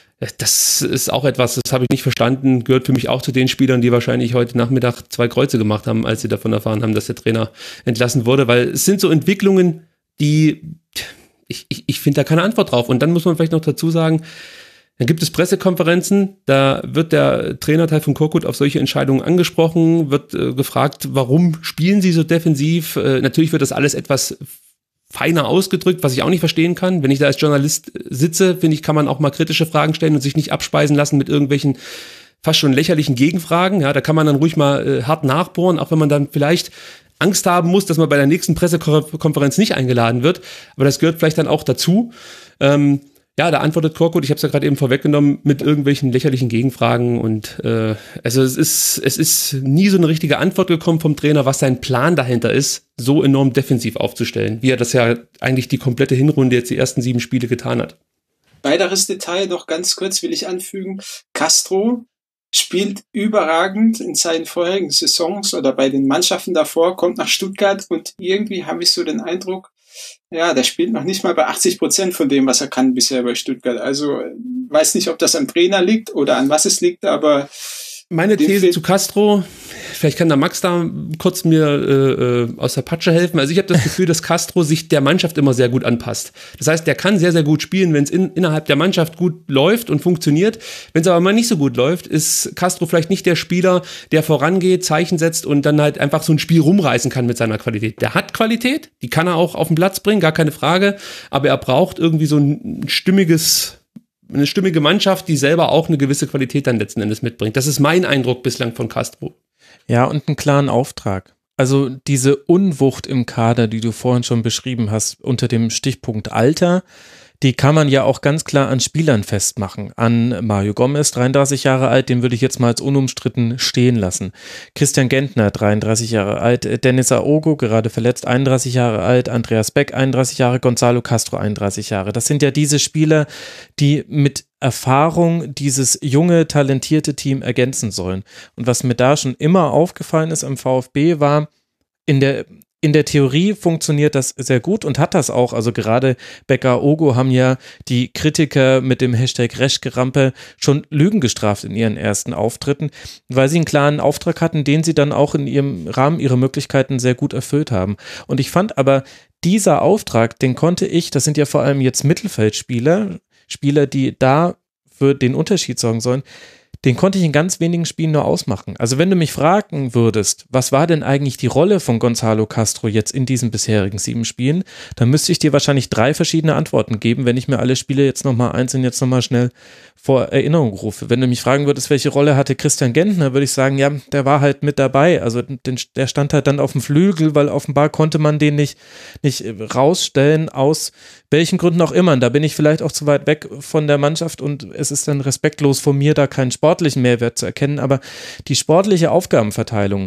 [SPEAKER 5] Das ist auch etwas, das habe ich nicht verstanden, gehört für mich auch zu den Spielern, die wahrscheinlich heute Nachmittag zwei Kreuze gemacht haben, als sie davon erfahren haben, dass der Trainer entlassen wurde, weil es sind so Entwicklungen, die... Ich, ich, ich finde da keine Antwort drauf. Und dann muss man vielleicht noch dazu sagen, dann gibt es Pressekonferenzen, da wird der Trainerteil von Korkut auf solche Entscheidungen angesprochen, wird äh, gefragt, warum spielen sie so defensiv? Äh, natürlich wird das alles etwas feiner ausgedrückt, was ich auch nicht verstehen kann. Wenn ich da als Journalist sitze, finde ich, kann man auch mal kritische Fragen stellen und sich nicht abspeisen lassen mit irgendwelchen fast schon lächerlichen Gegenfragen. Ja, da kann man dann ruhig mal äh, hart nachbohren, auch wenn man dann vielleicht Angst haben muss, dass man bei der nächsten Pressekonferenz nicht eingeladen wird. Aber das gehört vielleicht dann auch dazu. Ähm, ja, da antwortet Korkut, ich habe es ja gerade eben vorweggenommen, mit irgendwelchen lächerlichen Gegenfragen. Und äh, also es ist, es ist nie so eine richtige Antwort gekommen vom Trainer, was sein Plan dahinter ist, so enorm defensiv aufzustellen, wie er das ja eigentlich die komplette Hinrunde jetzt die ersten sieben Spiele getan hat.
[SPEAKER 6] Weiteres Detail noch ganz kurz will ich anfügen. Castro spielt überragend in seinen vorherigen Saisons oder bei den Mannschaften davor, kommt nach Stuttgart und irgendwie habe ich so den Eindruck, ja, der spielt noch nicht mal bei achtzig Prozent von dem, was er kann bisher bei Stuttgart. Also weiß nicht, ob das am Trainer liegt oder an was es liegt, aber
[SPEAKER 5] meine These zu Castro, vielleicht kann der Max da kurz mir äh, aus der Patsche helfen. Also ich habe das Gefühl, dass Castro sich der Mannschaft immer sehr gut anpasst. Das heißt, der kann sehr, sehr gut spielen, wenn es in, innerhalb der Mannschaft gut läuft und funktioniert. Wenn es aber mal nicht so gut läuft, ist Castro vielleicht nicht der Spieler, der vorangeht, Zeichen setzt und dann halt einfach so ein Spiel rumreißen kann mit seiner Qualität. Der hat Qualität, die kann er auch auf den Platz bringen, gar keine Frage. Aber er braucht irgendwie so ein stimmiges... eine stimmige Mannschaft, die selber auch eine gewisse Qualität dann letzten Endes mitbringt. Das ist mein Eindruck bislang von Castro.
[SPEAKER 4] Ja, und einen klaren Auftrag. Also diese Unwucht im Kader, die du vorhin schon beschrieben hast, unter dem Stichpunkt Alter, die kann man ja auch ganz klar an Spielern festmachen. An Mario Gomez, dreiunddreißig Jahre alt, den würde ich jetzt mal als unumstritten stehen lassen. Christian Gentner, dreiunddreißig Jahre alt. Dennis Aogo, gerade verletzt, einunddreißig Jahre alt. Andreas Beck, einunddreißig Jahre. Gonzalo Castro, einunddreißig Jahre. Das sind ja diese Spieler, die mit Erfahrung dieses junge, talentierte Team ergänzen sollen. Und was mir da schon immer aufgefallen ist am VfB war, in der In der Theorie funktioniert das sehr gut und hat das auch. Also gerade Becker, Ogo haben ja die Kritiker mit dem Hashtag Reschgerampe schon Lügen gestraft in ihren ersten Auftritten, weil sie einen klaren Auftrag hatten, den sie dann auch in ihrem Rahmen ihrer Möglichkeiten sehr gut erfüllt haben. Und ich fand aber, dieser Auftrag, den konnte ich, das sind ja vor allem jetzt Mittelfeldspieler, Spieler, die da für den Unterschied sorgen sollen, den konnte ich in ganz wenigen Spielen nur ausmachen. Also wenn du mich fragen würdest, was war denn eigentlich die Rolle von Gonzalo Castro jetzt in diesen bisherigen sieben Spielen, dann müsste ich dir wahrscheinlich drei verschiedene Antworten geben, wenn ich mir alle Spiele jetzt nochmal einzeln jetzt nochmal schnell vor Erinnerung rufe. Wenn du mich fragen würdest, welche Rolle hatte Christian Gentner, würde ich sagen, ja, der war halt mit dabei. Also den, der stand halt dann auf dem Flügel, weil offenbar konnte man den nicht, nicht rausstellen, aus welchen Gründen auch immer. Und da bin ich vielleicht auch zu weit weg von der Mannschaft und es ist dann respektlos von mir, da keinen sportlichen Mehrwert zu erkennen. Aber die sportliche Aufgabenverteilung,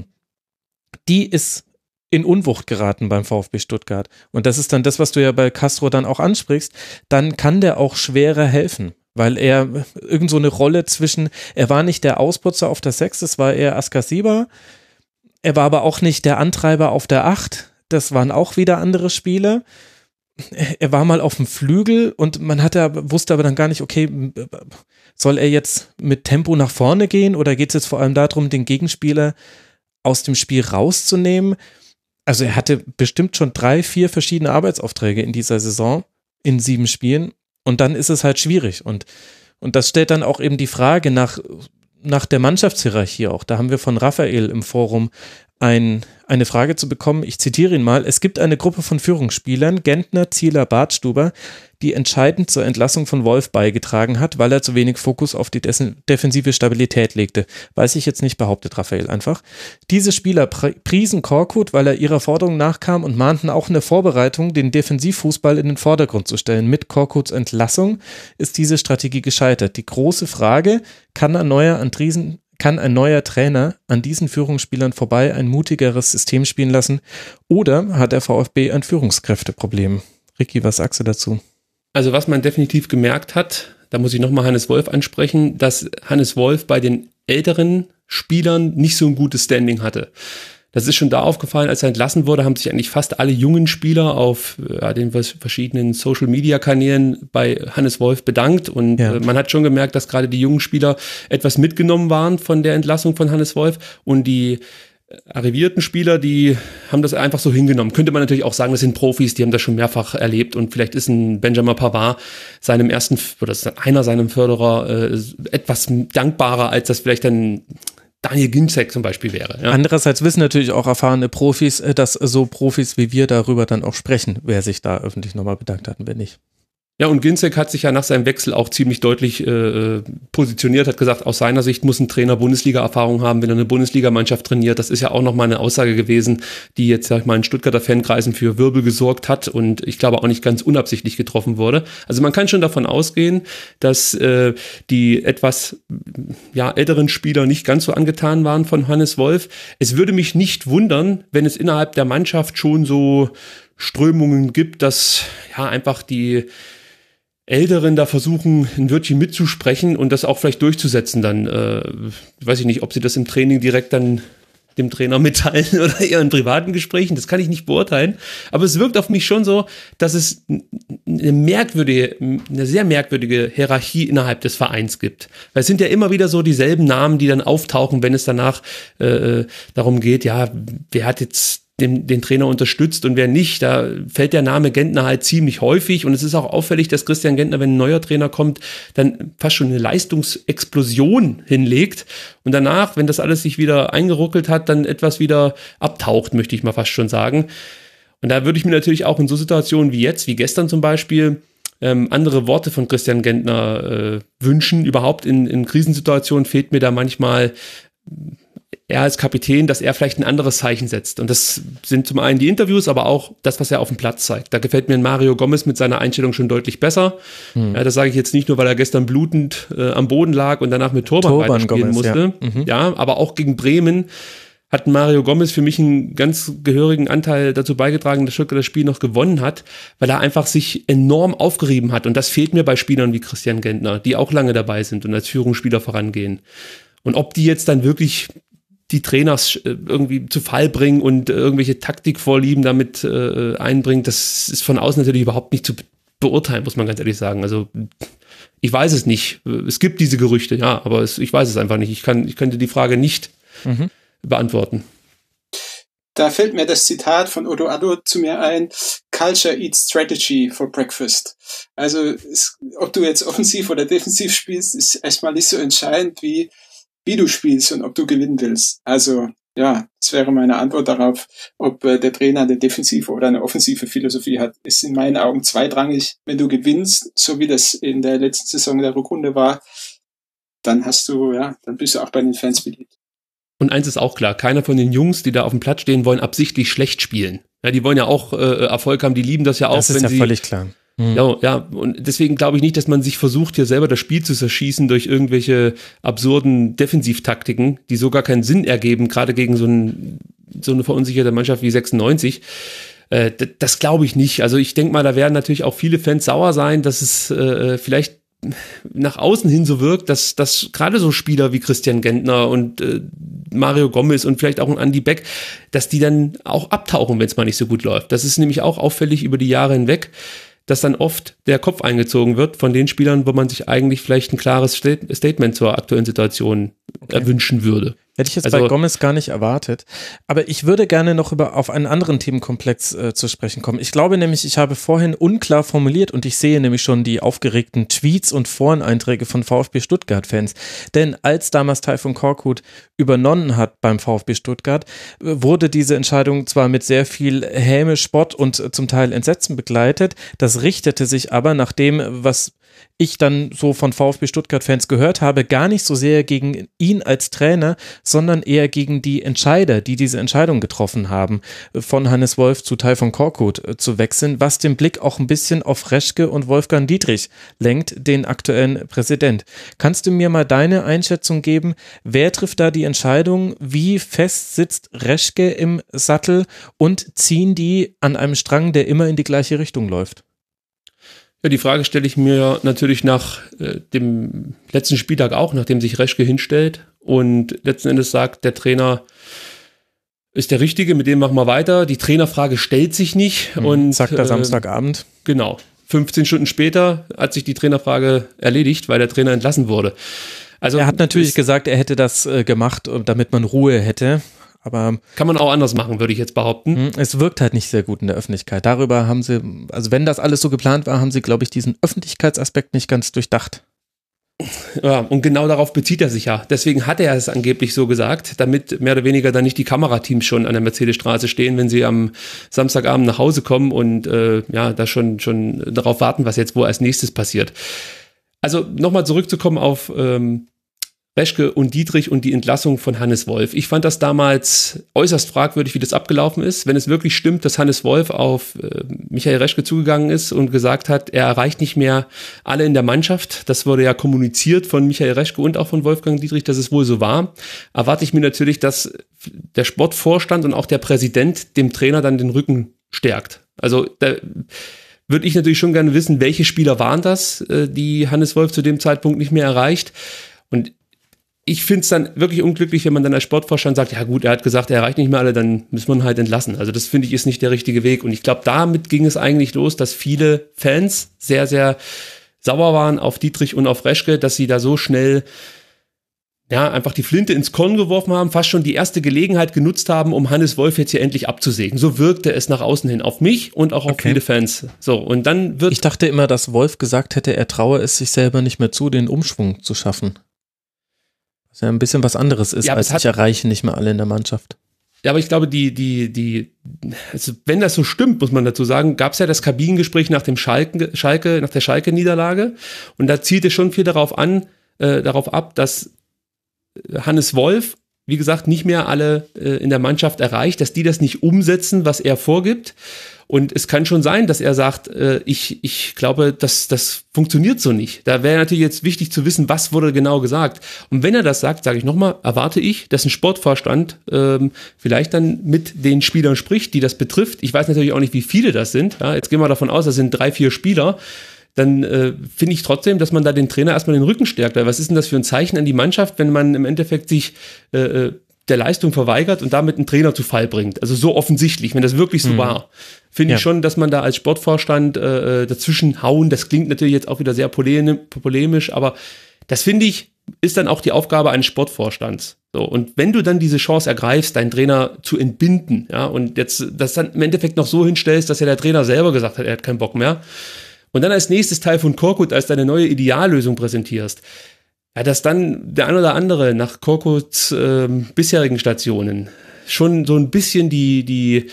[SPEAKER 4] die ist in Unwucht geraten beim VfB Stuttgart. Und das ist dann das, was du ja bei Castro dann auch ansprichst. Dann kann der auch schwerer helfen, weil er irgend so eine Rolle zwischen, er war nicht der Ausputzer auf der Sechs, das war eher Askasiba. Er war aber auch nicht der Antreiber auf der Acht. Das waren auch wieder andere Spiele. Er war mal auf dem Flügel und man hatte, wusste aber dann gar nicht, okay, soll er jetzt mit Tempo nach vorne gehen oder geht es jetzt vor allem darum, den Gegenspieler aus dem Spiel rauszunehmen? Also er hatte bestimmt schon drei, vier verschiedene Arbeitsaufträge in dieser Saison in sieben Spielen und dann ist es halt schwierig und Und das stellt dann auch eben die Frage nach, nach der Mannschaftshierarchie auch. Da haben wir von Raphael im Forum ein, eine Frage zu bekommen. Ich zitiere ihn mal. Es gibt eine Gruppe von Führungsspielern, Gentner, Zieler, Bartstuber, die entscheidend zur Entlassung von Wolf beigetragen hat, weil er zu wenig Fokus auf die des- defensive Stabilität legte. Weiß ich jetzt nicht, behauptet Raphael einfach. Diese Spieler pr- priesen Korkut, weil er ihrer Forderung nachkam und mahnten auch in der Vorbereitung, den Defensivfußball in den Vordergrund zu stellen. Mit Korkuts Entlassung ist diese Strategie gescheitert. Die große Frage, kann ein neuer Andriesen Kann ein neuer Trainer an diesen Führungsspielern vorbei ein mutigeres System spielen lassen oder hat der VfB ein Führungskräfteproblem? Ricky, was sagst du dazu?
[SPEAKER 5] Also was man definitiv gemerkt hat, da muss ich nochmal Hannes Wolf ansprechen, dass Hannes Wolf bei den älteren Spielern nicht so ein gutes Standing hatte. Das ist schon da aufgefallen, als er entlassen wurde, haben sich eigentlich fast alle jungen Spieler auf ja, den verschiedenen Social-Media-Kanälen bei Hannes Wolf bedankt. Und ja. äh, man hat schon gemerkt, dass gerade die jungen Spieler etwas mitgenommen waren von der Entlassung von Hannes Wolf. Und die arrivierten Spieler, die haben das einfach so hingenommen. Könnte man natürlich auch sagen, das sind Profis, die haben das schon mehrfach erlebt. Und vielleicht ist ein Benjamin Pavard seinem ersten, oder einer seinem Förderer äh, etwas dankbarer, als das vielleicht dann Daniel Ginczek zum Beispiel wäre. Ja.
[SPEAKER 4] Andererseits wissen natürlich auch erfahrene Profis, dass so Profis wie wir darüber dann auch sprechen, wer sich da öffentlich nochmal bedankt hat und wer nicht.
[SPEAKER 5] Ja, und Ginczek hat sich ja nach seinem Wechsel auch ziemlich deutlich äh, positioniert, hat gesagt, aus seiner Sicht muss ein Trainer Bundesliga-Erfahrung haben, wenn er eine Bundesligamannschaft trainiert. Das ist ja auch nochmal eine Aussage gewesen, die jetzt, sag ich mal, in Stuttgarter Fankreisen für Wirbel gesorgt hat und ich glaube auch nicht ganz unabsichtlich getroffen wurde. Also man kann schon davon ausgehen, dass äh, die etwas ja, älteren Spieler nicht ganz so angetan waren von Hannes Wolf. Es würde mich nicht wundern, wenn es innerhalb der Mannschaft schon so Strömungen gibt, dass ja einfach die Älteren da versuchen, ein Wörtchen mitzusprechen und das auch vielleicht durchzusetzen dann. Äh, weiß ich nicht, ob sie das im Training direkt dann dem Trainer mitteilen oder eher in privaten Gesprächen, das kann ich nicht beurteilen. Aber es wirkt auf mich schon so, dass es eine merkwürdige, eine sehr merkwürdige Hierarchie innerhalb des Vereins gibt. Weil es sind ja immer wieder so dieselben Namen, die dann auftauchen, wenn es danach äh, darum geht, ja, wer hat jetzt Den, den Trainer unterstützt und wer nicht, da fällt der Name Gentner halt ziemlich häufig und es ist auch auffällig, dass Christian Gentner, wenn ein neuer Trainer kommt, dann fast schon eine Leistungsexplosion hinlegt und danach, wenn das alles sich wieder eingeruckelt hat, dann etwas wieder abtaucht, möchte ich mal fast schon sagen. Und da würde ich mir natürlich auch in so Situationen wie jetzt, wie gestern zum Beispiel, ähm, andere Worte von Christian Gentner äh, wünschen. Überhaupt in, in Krisensituationen fehlt mir da manchmal er als Kapitän, dass er vielleicht ein anderes Zeichen setzt. Und das sind zum einen die Interviews, aber auch das, was er auf dem Platz zeigt. Da gefällt mir ein Mario Gomez mit seiner Einstellung schon deutlich besser. Hm. Ja, das sage ich jetzt nicht nur, weil er gestern blutend äh, am Boden lag und danach mit Turban, Turban weiterspielen Gomez, musste. Ja. Mhm. ja, aber auch gegen Bremen hat Mario Gomez für mich einen ganz gehörigen Anteil dazu beigetragen, dass Stuttgart das Spiel noch gewonnen hat, weil er einfach sich enorm aufgerieben hat. Und das fehlt mir bei Spielern wie Christian Gentner, die auch lange dabei sind und als Führungsspieler vorangehen. Und ob die jetzt dann wirklich die Trainers irgendwie zu Fall bringen und irgendwelche Taktikvorlieben damit äh, einbringen, das ist von außen natürlich überhaupt nicht zu beurteilen, muss man ganz ehrlich sagen. Also ich weiß es nicht. Es gibt diese Gerüchte, ja, aber es, ich weiß es einfach nicht. Ich kann, ich könnte die Frage nicht mhm. beantworten.
[SPEAKER 6] Da fällt mir das Zitat von Odo Addo zu mir ein: Culture eats strategy for breakfast. Also es, ob du jetzt offensiv oder defensiv spielst, ist erstmal nicht so entscheidend, wie wie du spielst und ob du gewinnen willst. Also ja, das wäre meine Antwort darauf, ob äh, der Trainer eine defensive oder eine offensive Philosophie hat. Ist in meinen Augen zweitrangig. Wenn du gewinnst, so wie das in der letzten Saison der Rückrunde war, dann hast du, ja, dann bist du auch bei den Fans beliebt.
[SPEAKER 5] Und eins ist auch klar, keiner von den Jungs, die da auf dem Platz stehen, wollen absichtlich schlecht spielen. Ja, die wollen ja auch äh, Erfolg haben, die lieben das ja auch.
[SPEAKER 4] Das ist
[SPEAKER 5] wenn
[SPEAKER 4] ja
[SPEAKER 5] sie
[SPEAKER 4] völlig klar. Mhm.
[SPEAKER 5] Ja, ja, und deswegen glaube ich nicht, dass man sich versucht, hier selber das Spiel zu zerschießen durch irgendwelche absurden Defensivtaktiken, die so gar keinen Sinn ergeben, gerade gegen so, ein, so eine verunsicherte Mannschaft wie sechsundneunzig. Äh, das das glaube ich nicht. Also ich denke mal, da werden natürlich auch viele Fans sauer sein, dass es äh, vielleicht nach außen hin so wirkt, dass, dass gerade so Spieler wie Christian Gentner und äh, Mario Gomez und vielleicht auch ein Andi Beck, dass die dann auch abtauchen, wenn es mal nicht so gut läuft. Das ist nämlich auch auffällig über die Jahre hinweg, dass dann oft der Kopf eingezogen wird von den Spielern, wo man sich eigentlich vielleicht ein klares Statement zur aktuellen Situation okay. erwünschen würde.
[SPEAKER 4] Hätte ich jetzt
[SPEAKER 5] also,
[SPEAKER 4] bei Gomez gar nicht erwartet. Aber ich würde gerne noch über auf einen anderen Themenkomplex äh, zu sprechen kommen. Ich glaube nämlich, ich habe vorhin unklar formuliert und ich sehe nämlich schon die aufgeregten Tweets und Foreneinträge von VfB Stuttgart-Fans. Denn als damals Tayfun Korkut übernommen hat beim VfB Stuttgart, wurde diese Entscheidung zwar mit sehr viel Häme, Spott und äh, zum Teil Entsetzen begleitet. Das richtete sich aber nach dem, was ich dann so von VfB Stuttgart-Fans gehört habe, gar nicht so sehr gegen ihn als Trainer, sondern eher gegen die Entscheider, die diese Entscheidung getroffen haben, von Hannes Wolf zu Tayfun Korkut zu wechseln, was den Blick auch ein bisschen auf Reschke und Wolfgang Dietrich lenkt, den aktuellen Präsident. Kannst du mir mal deine Einschätzung geben? Wer trifft da die Entscheidung? Wie fest sitzt Reschke im Sattel und ziehen die an einem Strang, der immer in die gleiche Richtung läuft?
[SPEAKER 5] Ja, die Frage stelle ich mir natürlich nach äh, dem letzten Spieltag auch, nachdem sich Reschke hinstellt und letzten Endes sagt, der Trainer ist der Richtige, mit dem machen wir weiter. Die Trainerfrage stellt sich nicht. Mhm, und
[SPEAKER 4] sagt er äh, Samstagabend.
[SPEAKER 5] Genau. fünfzehn Stunden später hat sich die Trainerfrage erledigt, weil der Trainer entlassen wurde. Also
[SPEAKER 4] er hat natürlich gesagt, er hätte das äh, gemacht, damit man Ruhe hätte. Aber
[SPEAKER 5] kann man auch anders machen, würde ich jetzt behaupten.
[SPEAKER 4] Es wirkt halt nicht sehr gut in der Öffentlichkeit. Darüber haben sie, also wenn das alles so geplant war, haben sie, glaube ich, diesen Öffentlichkeitsaspekt nicht ganz durchdacht.
[SPEAKER 5] Ja, und genau darauf bezieht er sich ja. Deswegen hat er es angeblich so gesagt, damit mehr oder weniger dann nicht die Kamerateams schon an der Mercedesstraße stehen, wenn sie am Samstagabend nach Hause kommen und äh, ja, da schon, schon darauf warten, was jetzt wohl als nächstes passiert. Also nochmal zurückzukommen auf ähm, Reschke und Dietrich und die Entlassung von Hannes Wolf. Ich fand das damals äußerst fragwürdig, wie das abgelaufen ist. Wenn es wirklich stimmt, dass Hannes Wolf auf äh, Michael Reschke zugegangen ist und gesagt hat, er erreicht nicht mehr alle in der Mannschaft, das wurde ja kommuniziert von Michael Reschke und auch von Wolfgang Dietrich, dass es wohl so war, erwarte ich mir natürlich, dass der Sportvorstand und auch der Präsident dem Trainer dann den Rücken stärkt. Also da würde ich natürlich schon gerne wissen, welche Spieler waren das, äh, die Hannes Wolf zu dem Zeitpunkt nicht mehr erreicht. Und ich finde es dann wirklich unglücklich, wenn man dann als Sportvorstand sagt, ja gut, er hat gesagt, er erreicht nicht mehr alle, dann muss man halt entlassen. Also das finde ich ist nicht der richtige Weg. Und ich glaube, damit ging es eigentlich los, dass viele Fans sehr, sehr sauer waren auf Dietrich und auf Reschke, dass sie da so schnell ja einfach die Flinte ins Korn geworfen haben, fast schon die erste Gelegenheit genutzt haben, um Hannes Wolf jetzt hier endlich abzusägen. So wirkte es nach außen hin auf mich und auch auf okay. viele Fans. So, und dann wird.
[SPEAKER 4] Ich dachte immer, dass Wolf gesagt hätte, er traue es sich selber nicht mehr zu, den Umschwung zu schaffen. Was ja ein bisschen was anderes ist, ja, als ich erreiche nicht mehr alle in der Mannschaft.
[SPEAKER 5] Ja, aber ich glaube, die, die, die, also wenn das so stimmt, muss man dazu sagen, gab es ja das Kabinengespräch nach dem Schalke, Schalke, nach der Schalke-Niederlage. Und da zielte schon viel darauf an, äh, darauf ab, dass Hannes Wolf, wie gesagt, nicht mehr alle äh, in der Mannschaft erreicht, dass die das nicht umsetzen, was er vorgibt. Und es kann schon sein, dass er sagt, äh, ich, ich glaube, das, das funktioniert so nicht. Da wäre natürlich jetzt wichtig zu wissen, was wurde genau gesagt. Und wenn er das sagt, sage ich nochmal, erwarte ich, dass ein Sportvorstand ähm, vielleicht dann mit den Spielern spricht, die das betrifft. Ich weiß natürlich auch nicht, wie viele das sind. Ja, jetzt gehen wir davon aus, das sind drei, vier Spieler. Dann äh, finde ich trotzdem, dass man da den Trainer erstmal den Rücken stärkt. Weil was ist denn das für ein Zeichen an die Mannschaft, wenn man im Endeffekt sich äh, der Leistung verweigert und damit einen Trainer zu Fall bringt? Also so offensichtlich, wenn das wirklich so mhm. war. Finde ja. ich schon, dass man da als Sportvorstand äh, dazwischen hauen, das klingt natürlich jetzt auch wieder sehr polemisch, aber das finde ich, ist dann auch die Aufgabe eines Sportvorstands. So, und wenn du dann diese Chance ergreifst, deinen Trainer zu entbinden, ja, und jetzt das dann im Endeffekt noch so hinstellst, dass ja der Trainer selber gesagt hat, er hat keinen Bock mehr, und dann als nächstes Tayfun Korkut als deine neue Ideallösung präsentierst, ja, dass dann der ein oder andere nach Korkuts äh, bisherigen Stationen schon so ein bisschen die, die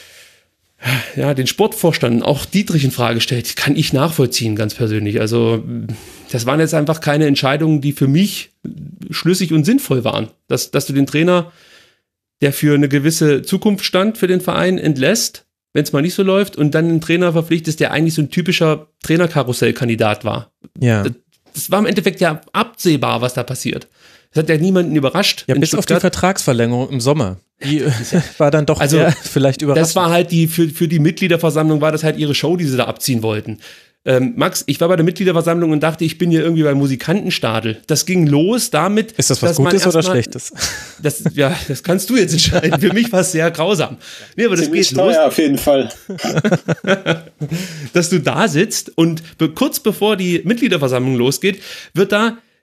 [SPEAKER 5] ja, den Sportvorstand, auch Dietrich in Frage stellt, kann ich nachvollziehen, ganz persönlich. Also das waren jetzt einfach keine Entscheidungen, die für mich schlüssig und sinnvoll waren. Dass, dass du den Trainer, der für eine gewisse Zukunft stand, für den Verein entlässt, wenn es mal nicht so läuft, und dann einen Trainer verpflichtest, der eigentlich so ein typischer Trainerkarussellkandidat war.
[SPEAKER 4] Ja.
[SPEAKER 5] Das, das war im Endeffekt ja absehbar, was da passiert. Das hat ja niemanden überrascht.
[SPEAKER 4] Ja, bis Stuttgart. Auf die Vertragsverlängerung im Sommer. Die war dann doch also, vielleicht überraschend.
[SPEAKER 5] Das war halt die, für, für die Mitgliederversammlung war das halt ihre Show, die sie da abziehen wollten. Ähm, Max, ich war bei der Mitgliederversammlung und dachte, ich bin hier irgendwie beim Musikantenstadel. Das ging los damit.
[SPEAKER 4] Ist das was Gutes oder Schlechtes?
[SPEAKER 5] Das, ja, das kannst du jetzt entscheiden. Für mich war es sehr grausam. Nee, aber das
[SPEAKER 6] Ziemlich
[SPEAKER 5] geht los.
[SPEAKER 6] Teuer auf jeden Fall.
[SPEAKER 5] Dass du da sitzt und be- kurz bevor die Mitgliederversammlung losgeht, wird da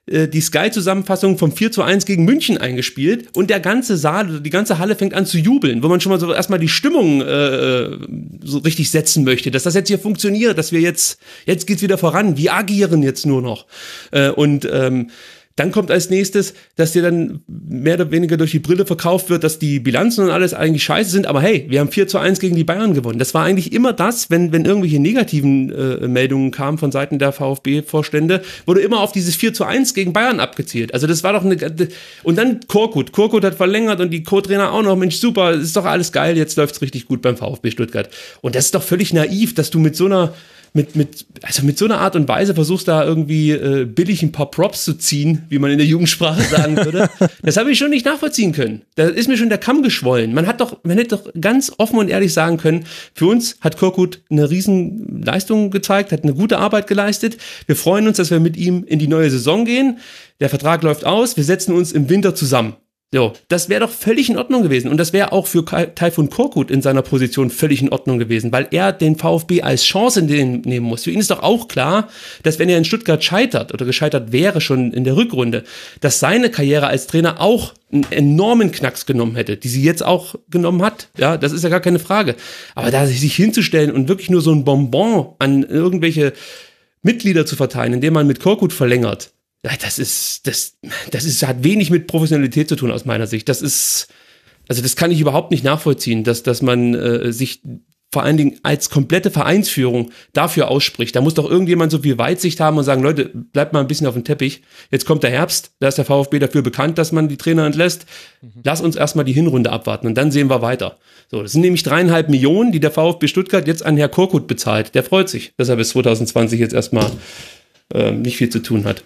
[SPEAKER 5] äh, die Sky-Zusammenfassung vom vier zu eins gegen München eingespielt und der ganze Saal, die ganze Halle fängt an zu jubeln, wo man schon mal so erstmal die Stimmung äh, so richtig setzen möchte, dass das jetzt hier funktioniert, dass wir jetzt, jetzt geht's wieder voran, wir agieren jetzt nur noch. Äh, und ähm, dann kommt als nächstes, dass dir dann mehr oder weniger durch die Brille verkauft wird, dass die Bilanzen und alles eigentlich scheiße sind, aber hey, wir haben vier zu eins gegen die Bayern gewonnen. Das war eigentlich immer das, wenn wenn irgendwelche negativen äh, Meldungen kamen von Seiten der VfB-Vorstände, wurde immer auf dieses vier zu eins gegen Bayern abgezielt. Also das war doch eine... Und dann Korkut. Korkut hat verlängert und die Co-Trainer auch noch. Mensch, super, ist doch alles geil, jetzt läuft's richtig gut beim VfB Stuttgart. Und das ist doch völlig naiv, dass du mit so einer... Mit, mit, also mit so einer Art und Weise versuchst da irgendwie äh, billig ein paar Props zu ziehen, wie man in der Jugendsprache sagen würde. Das habe ich schon nicht nachvollziehen können. Da ist mir schon der Kamm geschwollen. Man hat doch, man hätte doch ganz offen und ehrlich sagen können, für uns hat Korkut eine riesen Leistung gezeigt, hat eine gute Arbeit geleistet. Wir freuen uns, dass wir mit ihm in die neue Saison gehen. Der Vertrag läuft aus, wir setzen uns im Winter zusammen. So, das wäre doch völlig in Ordnung gewesen. Und das wäre auch für Tayfun Korkut in seiner Position völlig in Ordnung gewesen, weil er den VfB als Chance nehmen muss. Für ihn ist doch auch klar, dass wenn er in Stuttgart scheitert oder gescheitert wäre schon in der Rückrunde, dass seine Karriere als Trainer auch einen enormen Knacks genommen hätte, die sie jetzt auch genommen hat. Ja, das ist ja gar keine Frage. Aber da sich hinzustellen und wirklich nur so ein Bonbon an irgendwelche Mitglieder zu verteilen, indem man mit Korkut verlängert, ja, das ist, das, das ist, hat wenig mit Professionalität zu tun aus meiner Sicht. Das ist, also das kann ich überhaupt nicht nachvollziehen, dass, dass man äh, sich vor allen Dingen als komplette Vereinsführung dafür ausspricht. Da muss doch irgendjemand so viel Weitsicht haben und sagen, Leute, bleibt mal ein bisschen auf dem Teppich. Jetzt kommt der Herbst, da ist der VfB dafür bekannt, dass man die Trainer entlässt. Mhm. Lass uns erstmal die Hinrunde abwarten und dann sehen wir weiter. So, das sind nämlich dreieinhalb Millionen, die der VfB Stuttgart jetzt an Herr Korkut bezahlt. Der freut sich, dass er bis zwanzig zwanzig jetzt erstmal äh, nicht viel zu tun hat.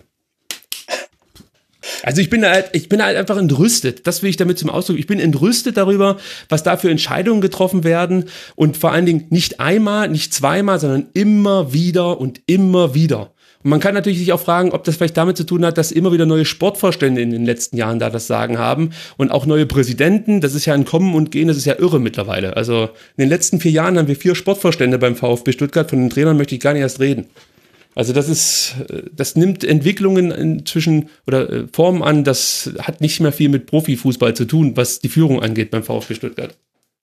[SPEAKER 5] Also ich bin halt, ich bin halt einfach entrüstet. Das will ich damit zum Ausdruck. Ich bin entrüstet darüber, was da für Entscheidungen getroffen werden und vor allen Dingen nicht einmal, nicht zweimal, sondern immer wieder und immer wieder. Und man kann natürlich sich auch fragen, ob das vielleicht damit zu tun hat, dass immer wieder neue Sportvorstände in den letzten Jahren da das Sagen haben und auch neue Präsidenten. Das ist ja ein Kommen und Gehen, das ist ja irre mittlerweile. Also in den letzten vier Jahren haben wir vier Sportvorstände beim VfB Stuttgart. Von den Trainern möchte ich gar nicht erst reden. Also das ist, das nimmt Entwicklungen inzwischen oder äh, Formen an, das hat nicht mehr viel mit Profifußball zu tun, was die Führung angeht beim VfB Stuttgart.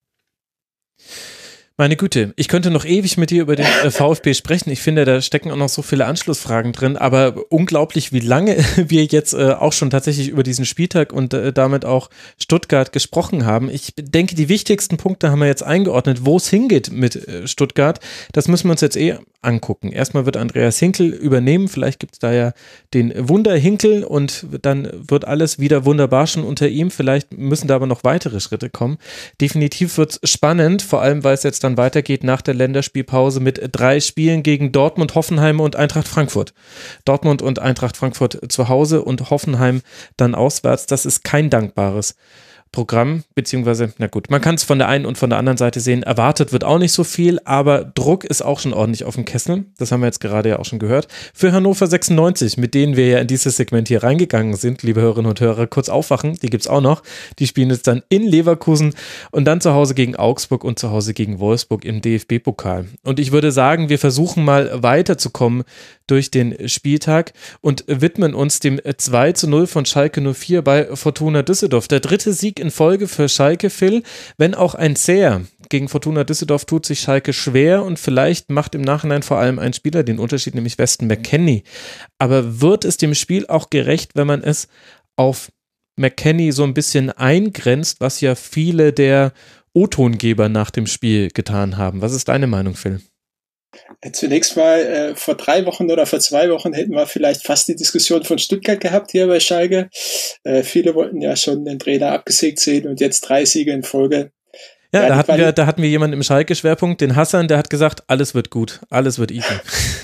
[SPEAKER 4] Meine Güte, ich könnte noch ewig mit dir über den äh, VfB sprechen. Ich finde, da stecken auch noch so viele Anschlussfragen drin, aber unglaublich, wie lange wir jetzt äh, auch schon tatsächlich über diesen Spieltag und äh, damit auch Stuttgart gesprochen haben. Ich denke, die wichtigsten Punkte haben wir jetzt eingeordnet, wo es hingeht mit äh, Stuttgart. Das müssen wir uns jetzt eh angucken. Erstmal wird Andreas Hinkel übernehmen, vielleicht gibt es da ja den Wunder-Hinkel und dann wird alles wieder wunderbar schon unter ihm. Vielleicht müssen da aber noch weitere Schritte kommen. Definitiv wird es spannend, vor allem, weil es jetzt dann weitergeht nach der Länderspielpause mit drei Spielen gegen Dortmund, Hoffenheim und Eintracht Frankfurt. Dortmund und Eintracht Frankfurt zu Hause und Hoffenheim dann auswärts. Das ist kein dankbares Programm, beziehungsweise, na gut, man kann es von der einen und von der anderen Seite sehen, erwartet wird auch nicht so viel, aber Druck ist auch schon ordentlich auf dem Kessel, das haben wir jetzt gerade ja auch schon gehört, für Hannover sechsundneunzig, mit denen wir ja in dieses Segment hier reingegangen sind, liebe Hörerinnen und Hörer, kurz aufwachen, die gibt's auch noch, die spielen jetzt dann in Leverkusen und dann zu Hause gegen Augsburg und zu Hause gegen Wolfsburg im D F B-Pokal. Und ich würde sagen, wir versuchen mal weiterzukommen durch den Spieltag und widmen uns dem zwei zu null von Schalke null vier bei Fortuna Düsseldorf. Der dritte Sieg in Folge für Schalke, Phil, wenn auch ein zäher. Gegen Fortuna Düsseldorf tut sich Schalke schwer und vielleicht macht im Nachhinein vor allem ein Spieler den Unterschied, nämlich Weston McKennie. Aber wird es dem Spiel auch gerecht, wenn man es auf McKennie so ein bisschen eingrenzt, was ja viele der O-Tongeber nach dem Spiel getan haben? Was ist deine Meinung, Phil?
[SPEAKER 6] Zunächst mal, äh, vor drei Wochen oder vor zwei Wochen hätten wir vielleicht fast die Diskussion von Stuttgart gehabt hier bei Schalke. Äh, viele wollten ja schon den Trainer abgesägt sehen und jetzt drei Siege in Folge.
[SPEAKER 4] Ja, ja da, hatten wir, da hatten wir jemanden im Schalke-Schwerpunkt, den Hassan, der hat gesagt, alles wird gut, alles wird easy.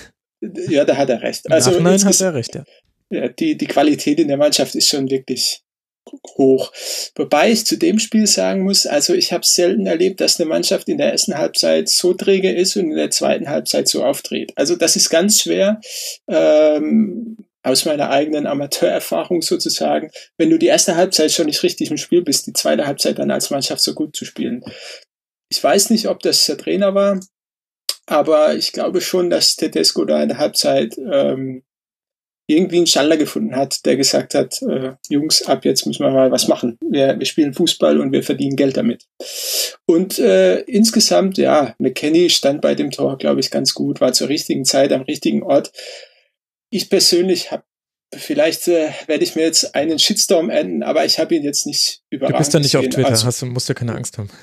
[SPEAKER 6] Ja, da hat er recht. Also
[SPEAKER 4] Nein, hat er recht, ja.
[SPEAKER 6] Ja, die, die Qualität in der Mannschaft ist schon wirklich hoch. Wobei ich zu dem Spiel sagen muss, also ich habe selten erlebt, dass eine Mannschaft in der ersten Halbzeit so träge ist und in der zweiten Halbzeit so aufdreht. Also das ist ganz schwer, ähm, aus meiner eigenen Amateurerfahrung sozusagen, wenn du die erste Halbzeit schon nicht richtig im Spiel bist, die zweite Halbzeit dann als Mannschaft so gut zu spielen. Ich weiß nicht, ob das der Trainer war, aber ich glaube schon, dass Tedesco da in der Halbzeit ähm, irgendwie einen Schalter gefunden hat, der gesagt hat, äh, Jungs, ab jetzt müssen wir mal was machen. Wir, wir spielen Fußball und wir verdienen Geld damit. Und äh, insgesamt, ja, McKennie stand bei dem Tor, glaube ich, ganz gut, war zur richtigen Zeit am richtigen Ort. Ich persönlich habe, vielleicht äh, werde ich mir jetzt einen Shitstorm enden, aber ich habe ihn jetzt nicht überragend.
[SPEAKER 4] Du bist ja nicht
[SPEAKER 6] gesehen.
[SPEAKER 4] auf Twitter,
[SPEAKER 6] also,
[SPEAKER 4] hast du, musst ja keine Angst haben.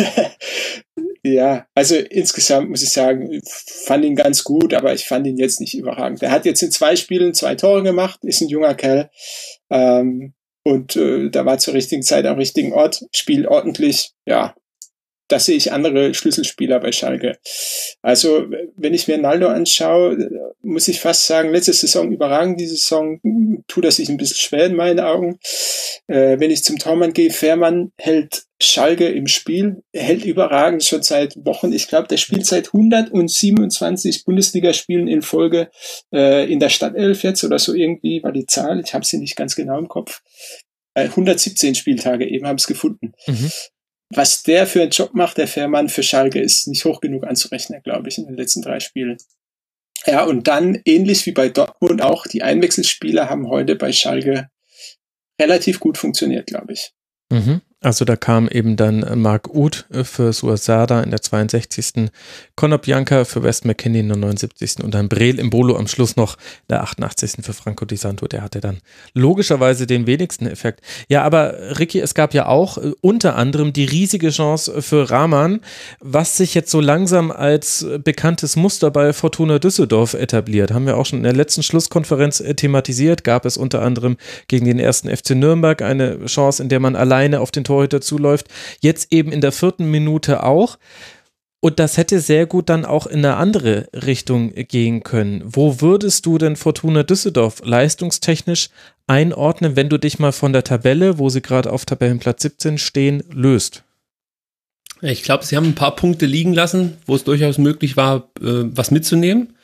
[SPEAKER 6] Ja, also insgesamt muss ich sagen, fand ihn ganz gut, aber ich fand ihn jetzt nicht überragend. Er hat jetzt in zwei Spielen zwei Tore gemacht, ist ein junger Kerl ähm, und äh, da war zur richtigen Zeit am richtigen Ort, spielt ordentlich, ja. Das sehe ich andere Schlüsselspieler bei Schalke. Also, wenn ich mir Naldo anschaue, muss ich fast sagen, letzte Saison überragend, diese Saison tut er sich ein bisschen schwer in meinen Augen. Äh, wenn ich zum Tormann gehe, Fährmann hält Schalke im Spiel, er hält überragend schon seit Wochen. Ich glaube, der spielt seit hundertsiebenundzwanzig Bundesligaspielen in Folge äh, in der Stadtelf jetzt oder so irgendwie, war die Zahl, ich habe sie nicht ganz genau im Kopf. Äh, hundertsiebzehn Spieltage eben, haben es gefunden. Mhm. Was der für einen Job macht, der Fährmann für Schalke, ist nicht hoch genug anzurechnen, glaube ich, in den letzten drei Spielen. Ja, und dann, ähnlich wie bei Dortmund auch, die Einwechselspieler haben heute bei Schalke relativ gut funktioniert, glaube ich.
[SPEAKER 4] Mhm. Also da kam eben dann Marc Uth für Suasada in der zweiundsechzigsten Conor Bianca für Wes McKennie in der neunundsiebzigsten und dann Breel Embolo am Schluss noch in der achtundachtzigsten für Franco Di Santo. Der hatte dann logischerweise den wenigsten Effekt. Ja, aber Ricky, es gab ja auch äh, unter anderem die riesige Chance für Rahman, was sich jetzt so langsam als bekanntes Muster bei Fortuna Düsseldorf etabliert. Haben wir auch schon in der letzten Schlusskonferenz äh, thematisiert. Gab es unter anderem gegen den ersten F C Nürnberg eine Chance, in der man alleine auf den Torhüter zuläuft, jetzt eben in der vierten Minute auch. Und das hätte sehr gut dann auch in eine andere Richtung gehen können. Wo würdest du denn Fortuna Düsseldorf leistungstechnisch einordnen, wenn du dich mal von der Tabelle, wo sie gerade auf Tabellenplatz siebzehn stehen, löst?
[SPEAKER 5] Ich glaube, sie haben ein paar Punkte liegen lassen, wo es durchaus möglich war, äh, was mitzunehmen.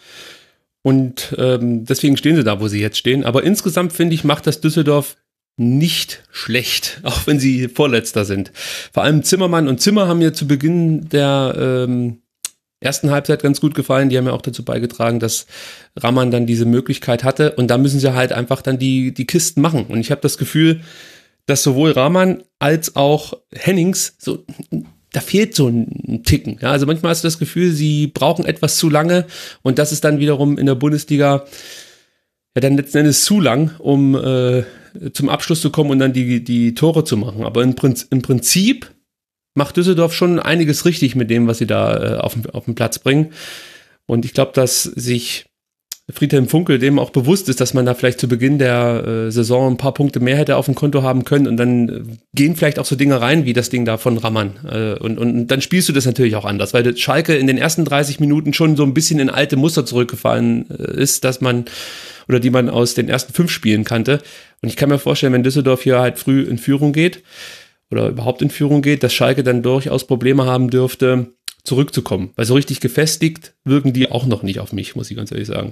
[SPEAKER 5] Und ähm, deswegen stehen sie da, wo sie jetzt stehen. Aber insgesamt, finde ich, macht das Düsseldorf nicht schlecht, auch wenn sie Vorletzter sind. Vor allem Zimmermann und Zimmer haben mir zu Beginn der ähm, ersten Halbzeit ganz gut gefallen. Die haben ja auch dazu beigetragen, dass Rahman dann diese Möglichkeit hatte. Und da müssen sie halt einfach dann die die Kisten machen. Und ich habe das Gefühl, dass sowohl Rahman als auch Hennings so, da fehlt so ein Ticken. Ja, also manchmal hast du das Gefühl, sie brauchen etwas zu lange. Und das ist dann wiederum in der Bundesliga ja dann letzten Endes zu lang, um äh, zum Abschluss zu kommen und dann die, die Tore zu machen. Aber im, Prinzip, im Prinzip macht Düsseldorf schon einiges richtig mit dem, was sie da äh, auf, auf den Platz bringen. Und ich glaube, dass sich Friedhelm Funkel dem auch bewusst ist, dass man da vielleicht zu Beginn der äh, Saison ein paar Punkte mehr hätte auf dem Konto haben können und dann äh, gehen vielleicht auch so Dinge rein, wie das Ding da von Rahman. Äh, und, und dann spielst du das natürlich auch anders, weil Schalke in den ersten dreißig Minuten schon so ein bisschen in alte Muster zurückgefallen äh, ist, dass man oder die man aus den ersten fünf Spielen kannte. Und ich kann mir vorstellen, wenn Düsseldorf hier halt früh in Führung geht oder überhaupt in Führung geht, dass Schalke dann durchaus Probleme haben dürfte, zurückzukommen. Weil so richtig gefestigt wirken die auch noch nicht auf mich, muss ich ganz ehrlich sagen.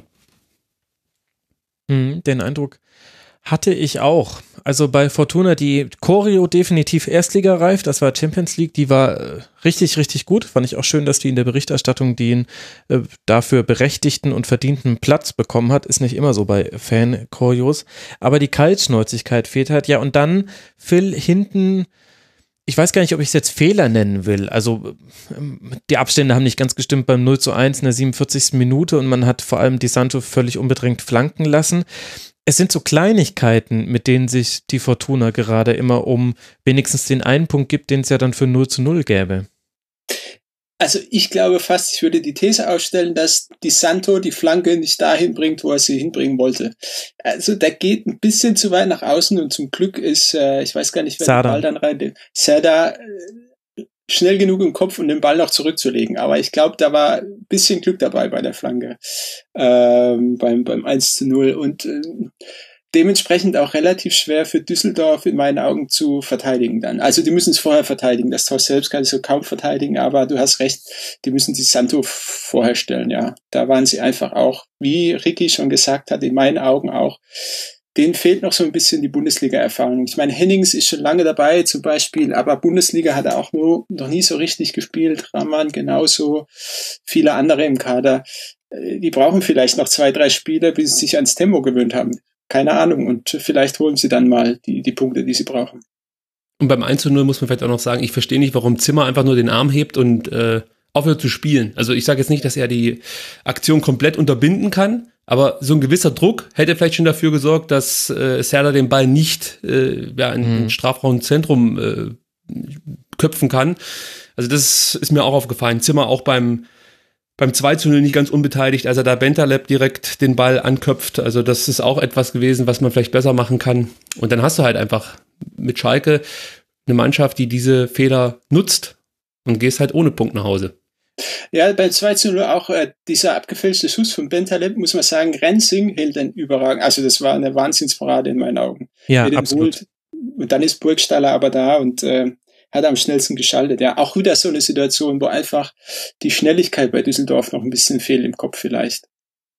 [SPEAKER 4] Hm, den Eindruck hatte ich auch. Also bei Fortuna, die Choreo definitiv erstligareif, das war Champions League, die war äh, richtig, richtig gut. Fand ich auch schön, dass die in der Berichterstattung den äh, dafür berechtigten und verdienten Platz bekommen hat. Ist nicht immer so bei Fan-Choreos. Aber die Kaltschnäuzigkeit fehlt halt. Ja, und dann Phil hinten, ich weiß gar nicht, ob ich es jetzt Fehler nennen will. Also die Abstände haben nicht ganz gestimmt beim null zu eins in der siebenundvierzigsten Minute und man hat vor allem Di Santo völlig unbedrängt flanken lassen. Es sind so Kleinigkeiten, mit denen sich die Fortuna gerade immer um wenigstens den einen Punkt gibt, den es ja dann für null zu null gäbe.
[SPEAKER 6] Also ich glaube fast, ich würde die These aufstellen, dass Di Santo die Flanke nicht dahin bringt, wo er sie hinbringen wollte. Also der geht ein bisschen zu weit nach außen und zum Glück ist, äh, ich weiß gar nicht, wer den Ball dann rein, Sada äh, schnell genug im Kopf, um den Ball noch zurückzulegen. Aber ich glaube, da war ein bisschen Glück dabei bei der Flanke, ähm, beim, beim eins zu null und äh, dementsprechend auch relativ schwer für Düsseldorf in meinen Augen zu verteidigen dann. Also die müssen es vorher verteidigen. Das Tor selbst kann ich so kaum verteidigen, aber du hast recht, die müssen Di Santo vorher stellen, ja. Da waren sie einfach auch, wie Ricky schon gesagt hat, in meinen Augen auch denen fehlt noch so ein bisschen die Bundesliga-Erfahrung. Ich meine, Hennings ist schon lange dabei zum Beispiel, aber Bundesliga hat er auch nur, noch nie so richtig gespielt. Rahman genauso, viele andere im Kader. Die brauchen vielleicht noch zwei, drei Spiele, bis sie sich ans Tempo gewöhnt haben. Keine Ahnung. Und vielleicht holen sie dann mal die, die Punkte, die sie brauchen.
[SPEAKER 5] Und beim eins zu null muss man vielleicht auch noch sagen, ich verstehe nicht, warum Zimmer einfach nur den Arm hebt und äh, aufhört zu spielen. Also ich sage jetzt nicht, dass er die Aktion komplett unterbinden kann, aber so ein gewisser Druck hätte vielleicht schon dafür gesorgt, dass äh, Serdar den Ball nicht äh, ja, in ein mhm. Strafraumzentrum äh, köpfen kann. Also das ist mir auch aufgefallen. Zimmer auch beim beim zwei zu null nicht ganz unbeteiligt, als er da Bentaleb direkt den Ball anköpft. Also das ist auch etwas gewesen, was man vielleicht besser machen kann. Und dann hast du halt einfach mit Schalke eine Mannschaft, die diese Fehler nutzt und gehst halt ohne Punkt nach Hause.
[SPEAKER 6] Ja, beim zwei zu null auch äh, dieser abgefälschte Schuss von Bentaleb, muss man sagen, Rensing hält den überragend. Also das war eine Wahnsinnsparade in meinen Augen.
[SPEAKER 4] Ja, absolut.
[SPEAKER 6] Holt. Und dann ist Burgstaller aber da und äh, hat am schnellsten geschaltet. Ja, auch wieder so eine Situation, wo einfach die Schnelligkeit bei Düsseldorf noch ein bisschen fehlt im Kopf vielleicht.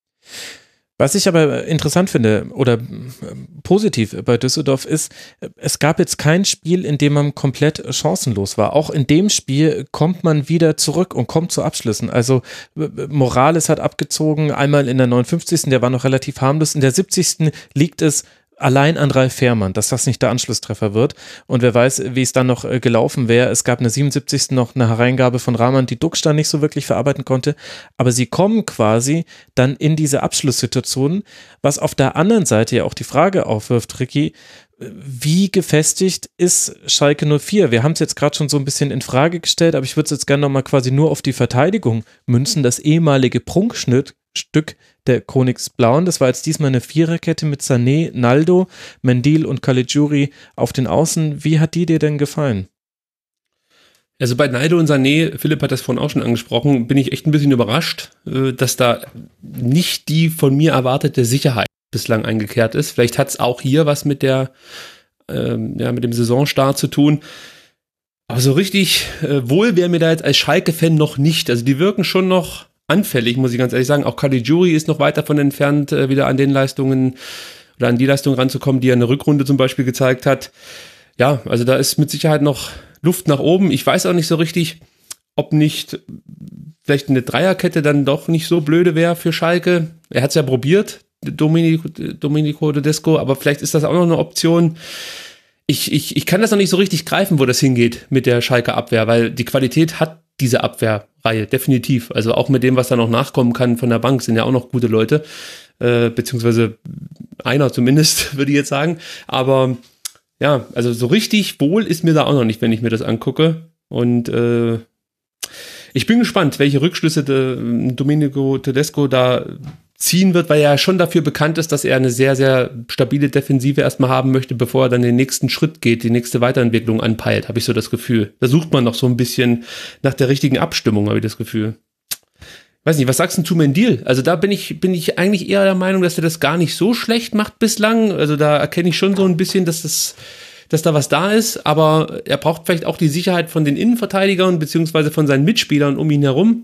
[SPEAKER 4] Was ich aber interessant finde oder positiv bei Düsseldorf ist, es gab jetzt kein Spiel, in dem man komplett chancenlos war. Auch in dem Spiel kommt man wieder zurück und kommt zu Abschlüssen. Also Morales hat abgezogen, einmal in der neunundfünfzigsten der war noch relativ harmlos, in der siebzigsten liegt es allein an Ralf Fährmann, dass das nicht der Anschlusstreffer wird. Und wer weiß, wie es dann noch äh, gelaufen wäre. Es gab in der siebenundsiebzigsten noch eine Hereingabe von Rahman, die Duckstein nicht so wirklich verarbeiten konnte. Aber sie kommen quasi dann in diese Abschlusssituation, was auf der anderen Seite ja auch die Frage aufwirft, Ricky, wie gefestigt ist Schalke null vier? Wir haben es jetzt gerade schon so ein bisschen in Frage gestellt, aber ich würde es jetzt gerne nochmal quasi nur auf die Verteidigung münzen. Das ehemalige Prunkstück der Chronix Blauen, das war jetzt diesmal eine Viererkette mit Sané, Naldo, Mendil und Caligiuri auf den Außen. Wie hat die dir denn gefallen?
[SPEAKER 5] Also bei Naldo und Sané, Philipp hat das vorhin auch schon angesprochen, bin ich echt ein bisschen überrascht, dass da nicht die von mir erwartete Sicherheit bislang eingekehrt ist. Vielleicht hat es auch hier was mit der, ähm, ja, mit dem Saisonstart zu tun. Aber so richtig äh, wohl wäre mir da jetzt als Schalke-Fan noch nicht. Also die wirken schon noch anfällig, muss ich ganz ehrlich sagen. Auch Caligiuri ist noch weit davon entfernt, äh, wieder an den Leistungen oder an die Leistungen ranzukommen, die er in der Rückrunde zum Beispiel gezeigt hat. Ja, also da ist mit Sicherheit noch Luft nach oben. Ich weiß auch nicht so richtig, ob nicht vielleicht eine Dreierkette dann doch nicht so blöde wäre für Schalke. Er hat es ja probiert, Domenico, Domenico Tedesco, aber vielleicht ist das auch noch eine Option. Ich, ich, ich kann das noch nicht so richtig greifen, wo das hingeht mit der Schalke Abwehr, weil die Qualität hat diese Abwehrreihe, definitiv. Also auch mit dem, was da noch nachkommen kann von der Bank, sind ja auch noch gute Leute, äh, beziehungsweise einer zumindest, würde ich jetzt sagen. Aber ja, also so richtig wohl ist mir da auch noch nicht, wenn ich mir das angucke. Und äh, ich bin gespannt, welche Rückschlüsse de, Domenico Tedesco da ziehen wird, weil er ja schon dafür bekannt ist, dass er eine sehr, sehr stabile Defensive erstmal haben möchte, bevor er dann den nächsten Schritt geht, die nächste Weiterentwicklung anpeilt, habe ich so das Gefühl. Da sucht man noch so ein bisschen nach der richtigen Abstimmung, habe ich das Gefühl. Weiß nicht, was sagst du zu Mendil? Also da bin ich, bin ich eigentlich eher der Meinung, dass er das gar nicht so schlecht macht bislang. Also da erkenne ich schon so ein bisschen, dass das, dass da was da ist, aber er braucht vielleicht auch die Sicherheit von den Innenverteidigern beziehungsweise von seinen Mitspielern um ihn herum.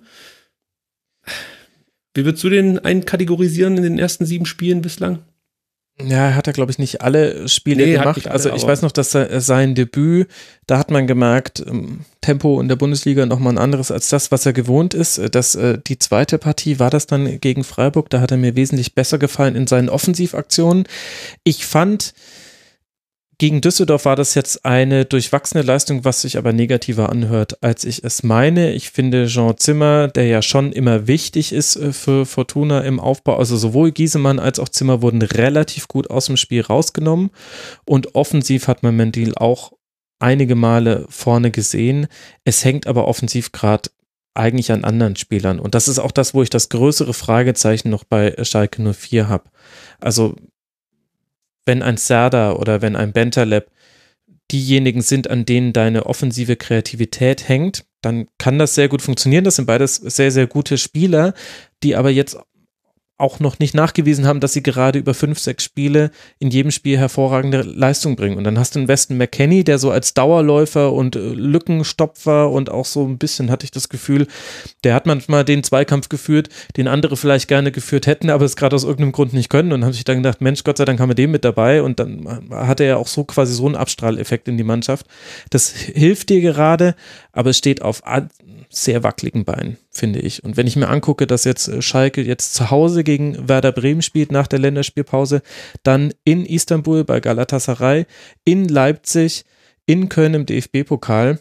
[SPEAKER 5] Wie würdest du den einkategorisieren in den ersten sieben Spielen bislang?
[SPEAKER 4] Ja, er hat ja, glaube ich, nicht alle Spiele nee, gemacht. Alle, also ich weiß noch, dass sein Debüt, da hat man gemerkt, Tempo in der Bundesliga nochmal ein anderes als das, was er gewohnt ist. Das, die zweite Partie war das dann gegen Freiburg, da hat er mir wesentlich besser gefallen in seinen Offensivaktionen. Ich fand, gegen Düsseldorf war das jetzt eine durchwachsene Leistung, was sich aber negativer anhört, als ich es meine. Ich finde Jean Zimmer, der ja schon immer wichtig ist für Fortuna im Aufbau, also sowohl Giesemann als auch Zimmer wurden relativ gut aus dem Spiel rausgenommen und offensiv hat man Mendil auch einige Male vorne gesehen. Es hängt aber offensiv gerade eigentlich an anderen Spielern und das ist auch das, wo ich das größere Fragezeichen noch bei Schalke null vier habe. Also wenn ein Serdar oder wenn ein Bentaleb diejenigen sind, an denen deine offensive Kreativität hängt, dann kann das sehr gut funktionieren. Das sind beides sehr, sehr gute Spieler, die aber jetzt auch noch nicht nachgewiesen haben, dass sie gerade über fünf, sechs Spiele in jedem Spiel hervorragende Leistung bringen. Und dann hast du einen Weston McKennie, der so als Dauerläufer und äh, Lückenstopfer und auch so ein bisschen, hatte ich das Gefühl, der hat manchmal den Zweikampf geführt, den andere vielleicht gerne geführt hätten, aber es gerade aus irgendeinem Grund nicht können. Und dann habe ich dann gedacht, Mensch, Gott sei Dank haben wir den mit dabei. Und dann hatte er auch so quasi so einen Abstrahleffekt in die Mannschaft. Das hilft dir gerade, aber es steht auf sehr wackeligen Beinen, finde ich. Und wenn ich mir angucke, dass jetzt Schalke jetzt zu Hause gegen Werder Bremen spielt nach der Länderspielpause, dann in Istanbul bei Galatasaray, in Leipzig, in Köln im D F B-Pokal,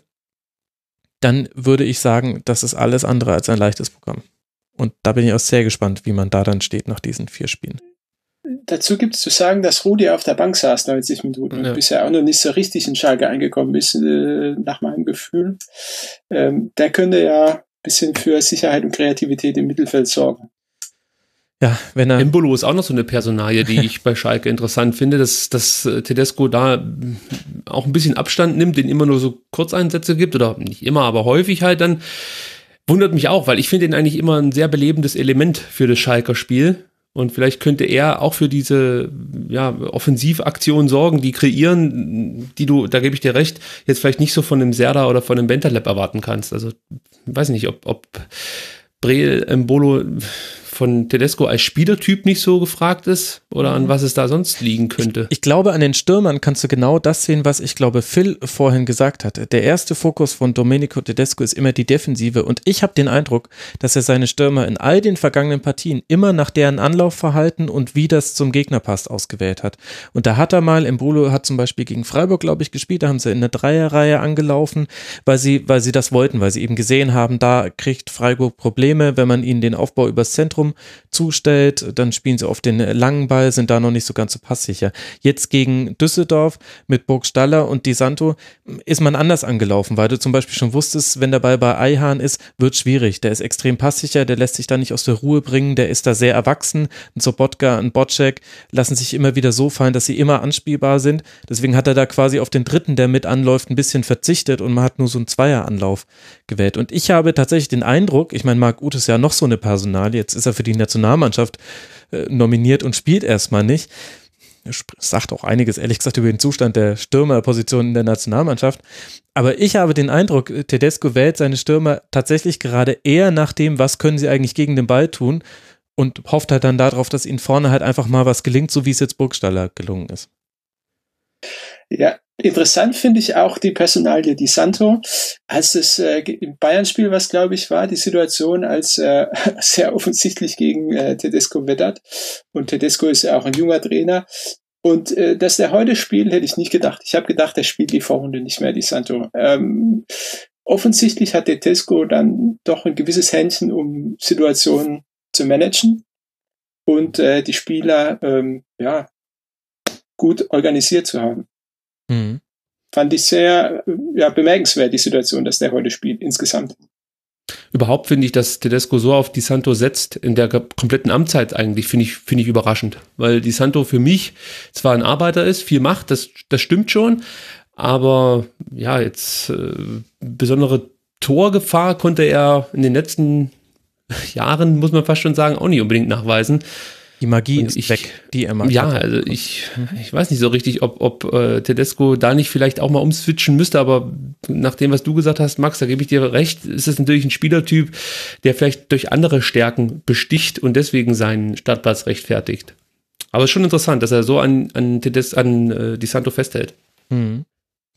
[SPEAKER 4] dann würde ich sagen, das ist alles andere als ein leichtes Programm. Und da bin ich auch sehr gespannt, wie man da dann steht nach diesen vier Spielen.
[SPEAKER 6] Dazu gibt es zu sagen, dass Rudi auf der Bank saß neunzig Minuten ja. und bisher auch noch nicht so richtig in Schalke angekommen ist, äh, nach meinem Gefühl. Ähm, der könnte ja ein bisschen für Sicherheit und Kreativität im Mittelfeld sorgen.
[SPEAKER 4] Ja, wenn er.
[SPEAKER 5] Embolo ist auch noch so eine Personalie, die ich bei Schalke interessant finde, dass, dass Tedesco da auch ein bisschen Abstand nimmt, den immer nur so Kurzeinsätze gibt oder nicht immer, aber häufig halt dann. Wundert mich auch, weil ich finde ihn eigentlich immer ein sehr belebendes Element für das Schalker Spiel. Und vielleicht könnte er auch für diese ja, Offensivaktionen sorgen, die kreieren, die du, da gebe ich dir recht, jetzt vielleicht nicht so von einem Serdar oder von einem Bentaleb erwarten kannst. Also, ich weiß nicht, ob, ob Breel, Embolo von Tedesco als Spielertyp nicht so gefragt ist oder an was es da sonst liegen könnte.
[SPEAKER 4] Ich, ich glaube, an den Stürmern kannst du genau das sehen, was ich glaube Phil vorhin gesagt hatte. Der erste Fokus von Domenico Tedesco ist immer die Defensive und ich habe den Eindruck, dass er seine Stürmer in all den vergangenen Partien immer nach deren Anlaufverhalten und wie das zum Gegner passt ausgewählt hat. Und da hat er mal, Embolo hat zum Beispiel gegen Freiburg, glaube ich, gespielt, da haben sie in eine Dreierreihe angelaufen, weil sie, weil sie das wollten, weil sie eben gesehen haben, da kriegt Freiburg Probleme, wenn man ihnen den Aufbau übers Zentrum zustellt, dann spielen sie auf den langen Ball, sind da noch nicht so ganz so passsicher. Jetzt gegen Düsseldorf mit Burgstaller und Di Santo ist man anders angelaufen, weil du zum Beispiel schon wusstest, wenn der Ball bei Ayhan ist, wird schwierig. Der ist extrem passsicher, der lässt sich da nicht aus der Ruhe bringen, der ist da sehr erwachsen. Ein Sobotka, ein Bocek lassen sich immer wieder so fallen, dass sie immer anspielbar sind. Deswegen hat er da quasi auf den dritten, der mit anläuft, ein bisschen verzichtet und man hat nur so einen Zweieranlauf gewählt. Und ich habe tatsächlich den Eindruck, ich meine, Marc Uth ist ja noch so eine Personalie, jetzt ist er für die Nationalmannschaft äh, nominiert und spielt erstmal nicht. Sagt auch einiges, ehrlich gesagt, über den Zustand der Stürmerposition in der Nationalmannschaft. Aber ich habe den Eindruck, Tedesco wählt seine Stürmer tatsächlich gerade eher nach dem, was können sie eigentlich gegen den Ball tun und hofft halt dann darauf, dass ihnen vorne halt einfach mal was gelingt, so wie es jetzt Burgstaller gelungen ist.
[SPEAKER 6] Ja, interessant finde ich auch die Personalie Di Santo, als das äh, im Bayern-Spiel, was glaube ich war, die Situation, als äh, sehr offensichtlich gegen äh, Tedesco wettert und Tedesco ist ja auch ein junger Trainer und äh, dass der heute spielt, hätte ich nicht gedacht. Ich habe gedacht, der spielt die Vorrunde nicht mehr, Di Santo. Ähm, offensichtlich hat Tedesco dann doch ein gewisses Händchen, um Situationen zu managen und äh, die Spieler ähm, ja gut organisiert zu haben. Mhm. Fand ich sehr ja, bemerkenswert, die Situation, dass der heute spielt, insgesamt.
[SPEAKER 5] Überhaupt finde ich, dass Tedesco so auf Di Santo setzt, in der kompletten Amtszeit eigentlich, finde ich, finde ich überraschend. Weil Di Santo für mich zwar ein Arbeiter ist, viel macht, das, das stimmt schon, aber ja, jetzt äh, besondere Torgefahr konnte er in den letzten Jahren, muss man fast schon sagen, auch nicht unbedingt nachweisen.
[SPEAKER 4] Die Magie
[SPEAKER 5] und
[SPEAKER 4] ist
[SPEAKER 5] ich,
[SPEAKER 4] weg, die er mag.
[SPEAKER 5] Ja, also ich, ich weiß nicht so richtig, ob, ob äh, Tedesco da nicht vielleicht auch mal umswitchen müsste, aber nach dem, was du gesagt hast, Max, da gebe ich dir recht, ist es natürlich ein Spielertyp, der vielleicht durch andere Stärken besticht und deswegen seinen Startplatz rechtfertigt. Aber es ist schon interessant, dass er so an, an, Tedes, an äh, Di Santo festhält.
[SPEAKER 4] Mhm.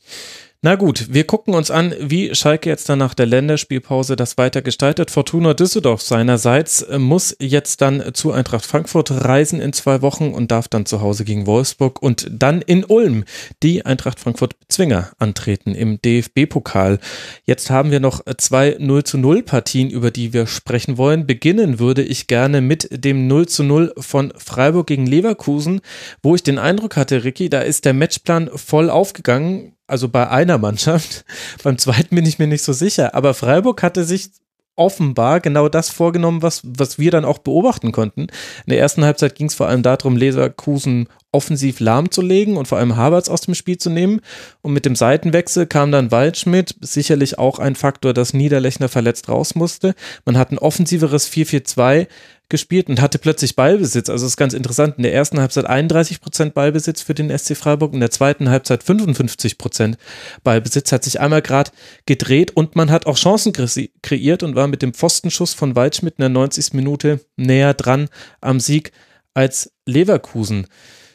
[SPEAKER 4] Na gut, wir gucken uns an, wie Schalke jetzt dann nach der Länderspielpause das weiter gestaltet. Fortuna Düsseldorf seinerseits muss jetzt dann zu Eintracht Frankfurt reisen in zwei Wochen und darf dann zu Hause gegen Wolfsburg und dann in Ulm die Eintracht Frankfurt-Bezwinger antreten im D F B-Pokal. Jetzt haben wir noch zwei null zu null Partien, über die wir sprechen wollen. Beginnen würde ich gerne mit dem null zu null von Freiburg gegen Leverkusen, wo ich den Eindruck hatte, Ricky, da ist der Matchplan voll aufgegangen. Also bei einer Mannschaft, beim zweiten bin ich mir nicht so sicher, aber Freiburg hatte sich offenbar genau das vorgenommen, was, was wir dann auch beobachten konnten. In der ersten Halbzeit ging es vor allem darum, Leverkusen offensiv lahmzulegen und vor allem Havertz aus dem Spiel zu nehmen und mit dem Seitenwechsel kam dann Waldschmidt, sicherlich auch ein Faktor, dass Niederlechner verletzt raus musste. Man hat ein offensiveres vier vier zwei gespielt und hatte plötzlich Ballbesitz. Also das ist ganz interessant. In der ersten Halbzeit einunddreißig Prozent Ballbesitz für den S C Freiburg, in der zweiten Halbzeit fünfundfünfzig Prozent Ballbesitz, hat sich einmal gerade gedreht und man hat auch Chancen kreiert und war mit dem Pfostenschuss von Waldschmidt in der neunzigsten Minute näher dran am Sieg als Leverkusen.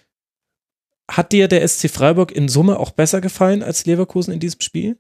[SPEAKER 4] Hat dir der S C Freiburg in Summe auch besser gefallen als Leverkusen in diesem Spiel?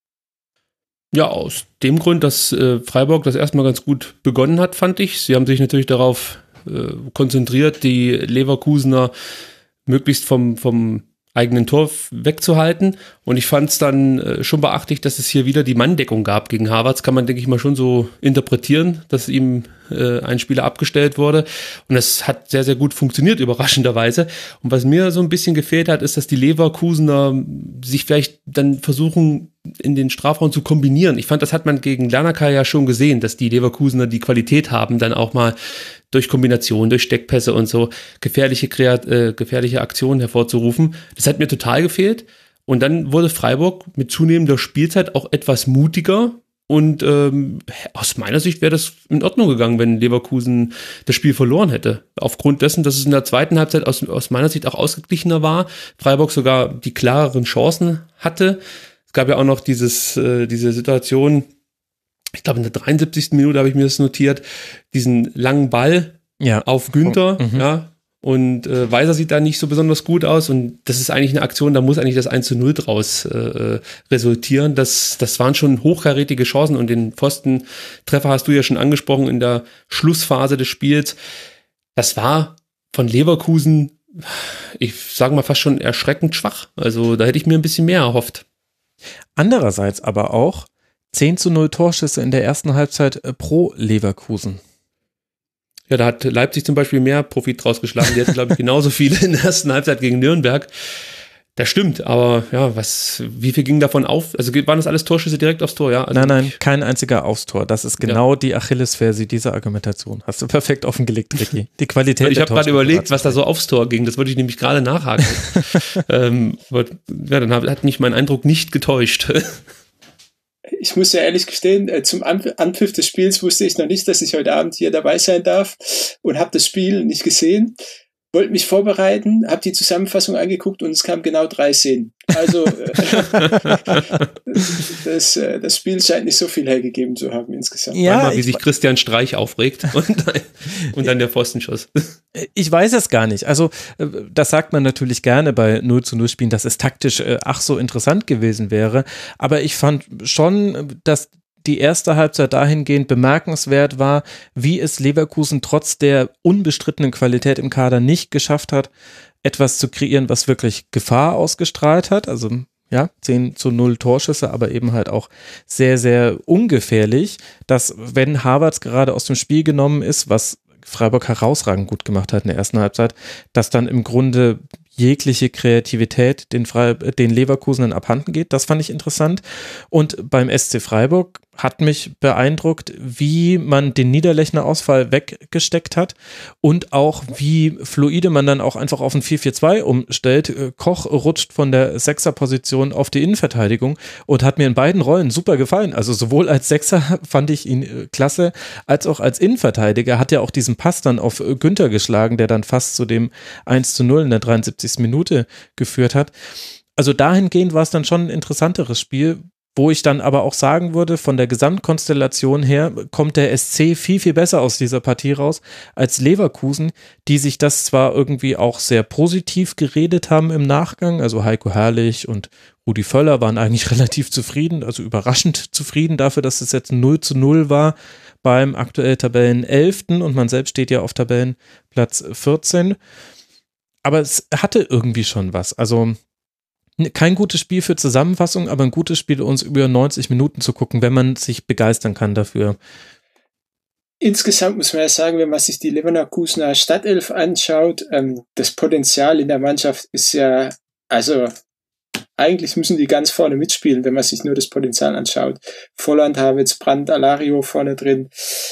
[SPEAKER 5] Ja, aus dem Grund, dass äh, Freiburg das erstmal ganz gut begonnen hat, fand ich. Sie haben sich natürlich darauf äh, konzentriert, die Leverkusener möglichst vom, vom eigenen Tor wegzuhalten. Und ich fand es dann äh, schon beachtlich, dass es hier wieder die Manndeckung gab gegen Havertz. Kann man, denke ich mal, schon so interpretieren, dass ihm äh, ein Spieler abgestellt wurde. Und das hat sehr, sehr gut funktioniert, überraschenderweise. Und was mir so ein bisschen gefehlt hat, ist, dass die Leverkusener sich vielleicht dann versuchen, in den Strafraum zu kombinieren. Ich fand, das hat man gegen Larnaca ja schon gesehen, dass die Leverkusener die Qualität haben, dann auch mal durch Kombination, durch Steckpässe und so gefährliche, Kreat- äh, gefährliche Aktionen hervorzurufen. Das hat mir total gefehlt. Und dann wurde Freiburg mit zunehmender Spielzeit auch etwas mutiger. Und ähm, aus meiner Sicht wäre das in Ordnung gegangen, wenn Leverkusen das Spiel verloren hätte. Aufgrund dessen, dass es in der zweiten Halbzeit aus, aus meiner Sicht auch ausgeglichener war, Freiburg sogar die klareren Chancen hatte. Es gab ja auch noch dieses, äh, diese Situation, ich glaube in der dreiundsiebzigsten Minute habe ich mir das notiert, diesen langen Ball ja. auf Günther, mhm. ja, und äh, Weiser sieht da nicht so besonders gut aus und das ist eigentlich eine Aktion, da muss eigentlich das eins zu null draus äh, resultieren. Das, das waren schon hochkarätige Chancen und den Pfostentreffer hast du ja schon angesprochen in der Schlussphase des Spiels. Das war von Leverkusen, ich sage mal fast schon erschreckend schwach. Also da hätte ich mir ein bisschen mehr erhofft.
[SPEAKER 4] Andererseits aber auch zehn zu null Torschüsse in der ersten Halbzeit pro Leverkusen.
[SPEAKER 5] Ja, da hat Leipzig zum Beispiel mehr Profit draus geschlagen. Die hatten, glaube ich, genauso viele in der ersten Halbzeit gegen Nürnberg. Das stimmt, aber ja, was, wie viel ging davon auf? Also waren das alles Torschüsse direkt aufs Tor, ja? Also
[SPEAKER 4] nein, nein, kein einziger aufs Tor. Das ist genau ja. die Achillesferse dieser Argumentation. Hast du perfekt offengelegt, Ricky. Die Qualität.
[SPEAKER 5] Ich habe gerade überlegt, was da so aufs Tor ging. Das wollte ich nämlich gerade nachhaken. ähm, aber, ja, dann hat mich mein Eindruck nicht getäuscht.
[SPEAKER 6] Ich muss ja ehrlich gestehen, zum Anpfiff des Spiels wusste ich noch nicht, dass ich heute Abend hier dabei sein darf und habe das Spiel nicht gesehen. Wollte mich vorbereiten, habe die Zusammenfassung angeguckt und es kamen genau drei Szenen. Also das, das Spiel scheint nicht so viel hergegeben zu haben insgesamt.
[SPEAKER 5] Ja, einmal, wie sich Christian Streich aufregt und, und dann der Pfostenschuss.
[SPEAKER 4] Ich weiß es gar nicht. Also das sagt man natürlich gerne bei null zu null Spielen, dass es taktisch ach so interessant gewesen wäre. Aber ich fand schon, dass die erste Halbzeit dahingehend bemerkenswert war, wie es Leverkusen trotz der unbestrittenen Qualität im Kader nicht geschafft hat, etwas zu kreieren, was wirklich Gefahr ausgestrahlt hat. Also ja, zehn zu null Torschüsse, aber eben halt auch sehr, sehr ungefährlich, dass wenn Havertz gerade aus dem Spiel genommen ist, was Freiburg herausragend gut gemacht hat in der ersten Halbzeit, dass dann im Grunde jegliche Kreativität den, Fre- den Leverkusenern abhanden geht. Das fand ich interessant. Und beim S C Freiburg hat mich beeindruckt, wie man den Niederlechner Ausfall weggesteckt hat und auch wie fluide man dann auch einfach auf ein vier vier zwei umstellt. Koch rutscht von der Sechserposition auf die Innenverteidigung und hat mir in beiden Rollen super gefallen. Also sowohl als Sechser fand ich ihn klasse, als auch als Innenverteidiger. Hat ja auch diesen Pass dann auf Günther geschlagen, der dann fast zu dem eins zu null in der dreiundsiebzigsten Minute geführt hat. Also dahingehend war es dann schon ein interessanteres Spiel, wo ich dann aber auch sagen würde, von der Gesamtkonstellation her kommt der S C viel, viel besser aus dieser Partie raus als Leverkusen, die sich das zwar irgendwie auch sehr positiv geredet haben im Nachgang, also Heiko Herrlich und Rudi Völler waren eigentlich relativ zufrieden, also überraschend zufrieden dafür, dass es jetzt null zu null war beim aktuell Tabellenelften und man selbst steht ja auf Tabellenplatz vierzehn. Aber es hatte irgendwie schon was, also kein gutes Spiel für Zusammenfassung, aber ein gutes Spiel, uns über neunzig Minuten zu gucken, wenn man sich begeistern kann dafür.
[SPEAKER 6] Insgesamt muss man ja sagen, wenn man sich die Leverkusener Stadtelf anschaut, ähm, das Potenzial in der Mannschaft ist ja, also eigentlich müssen die ganz vorne mitspielen, wenn man sich nur das Potenzial anschaut. Volland, Havertz, Brandt, Alario vorne drin.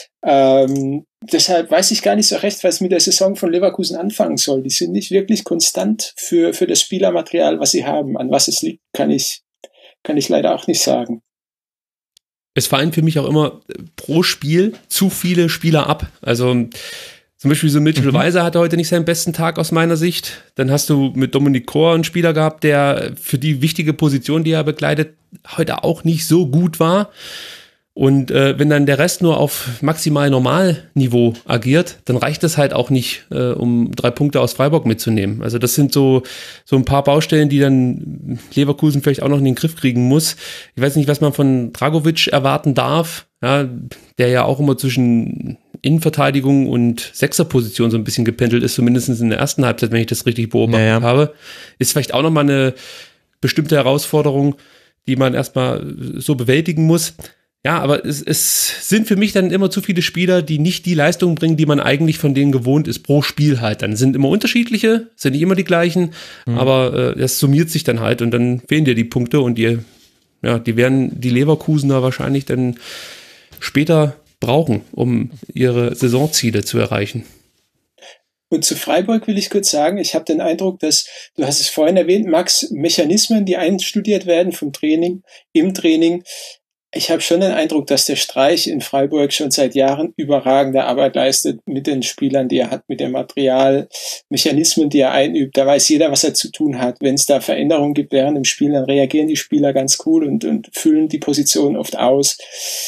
[SPEAKER 6] Ähm, deshalb weiß ich gar nicht so recht, was mit der Saison von Leverkusen anfangen soll. Die sind nicht wirklich konstant für, für das Spielermaterial, was sie haben. An was es liegt, kann ich, kann ich leider auch nicht sagen.
[SPEAKER 5] Es fallen für mich auch immer pro Spiel zu viele Spieler ab. Also Zum Beispiel so Mitchell
[SPEAKER 4] Mhm.
[SPEAKER 5] Weiser hatte heute nicht seinen besten Tag aus meiner Sicht. Dann hast du mit Dominik Kor einen Spieler gehabt, der für die wichtige Position, die er bekleidet, heute auch nicht so gut war. Und äh, wenn dann der Rest nur auf maximal Normalniveau agiert, dann reicht das halt auch nicht, äh, um drei Punkte aus Freiburg mitzunehmen. Also das sind so so ein paar Baustellen, die dann Leverkusen vielleicht auch noch in den Griff kriegen muss. Ich weiß nicht, was man von Dragovic erwarten darf, ja, der ja auch immer zwischen Innenverteidigung und Sechserposition so ein bisschen gependelt ist, zumindest in der ersten Halbzeit, wenn ich das richtig beobachtet
[SPEAKER 4] Ja, ja.
[SPEAKER 5] habe. Ist vielleicht auch nochmal eine bestimmte Herausforderung, die man erstmal so bewältigen muss. Ja, aber es, es sind für mich dann immer zu viele Spieler, die nicht die Leistung bringen, die man eigentlich von denen gewohnt ist, pro Spiel halt. Dann sind immer unterschiedliche, sind nicht immer die gleichen, mhm. aber äh, das summiert sich dann halt und dann fehlen dir die Punkte und die, ja, die werden die Leverkusener wahrscheinlich dann später brauchen, um ihre Saisonziele zu erreichen.
[SPEAKER 6] Und zu Freiburg will ich kurz sagen, ich habe den Eindruck, dass, du hast es vorhin erwähnt, Max, Mechanismen, die einstudiert werden vom Training, im Training. Ich habe schon den Eindruck, dass der Streich in Freiburg schon seit Jahren überragende Arbeit leistet mit den Spielern, die er hat, mit dem Material, Mechanismen, die er einübt. Da weiß jeder, was er zu tun hat. Wenn es da Veränderungen gibt während dem Spiel, dann reagieren die Spieler ganz cool und, und füllen die Position oft aus.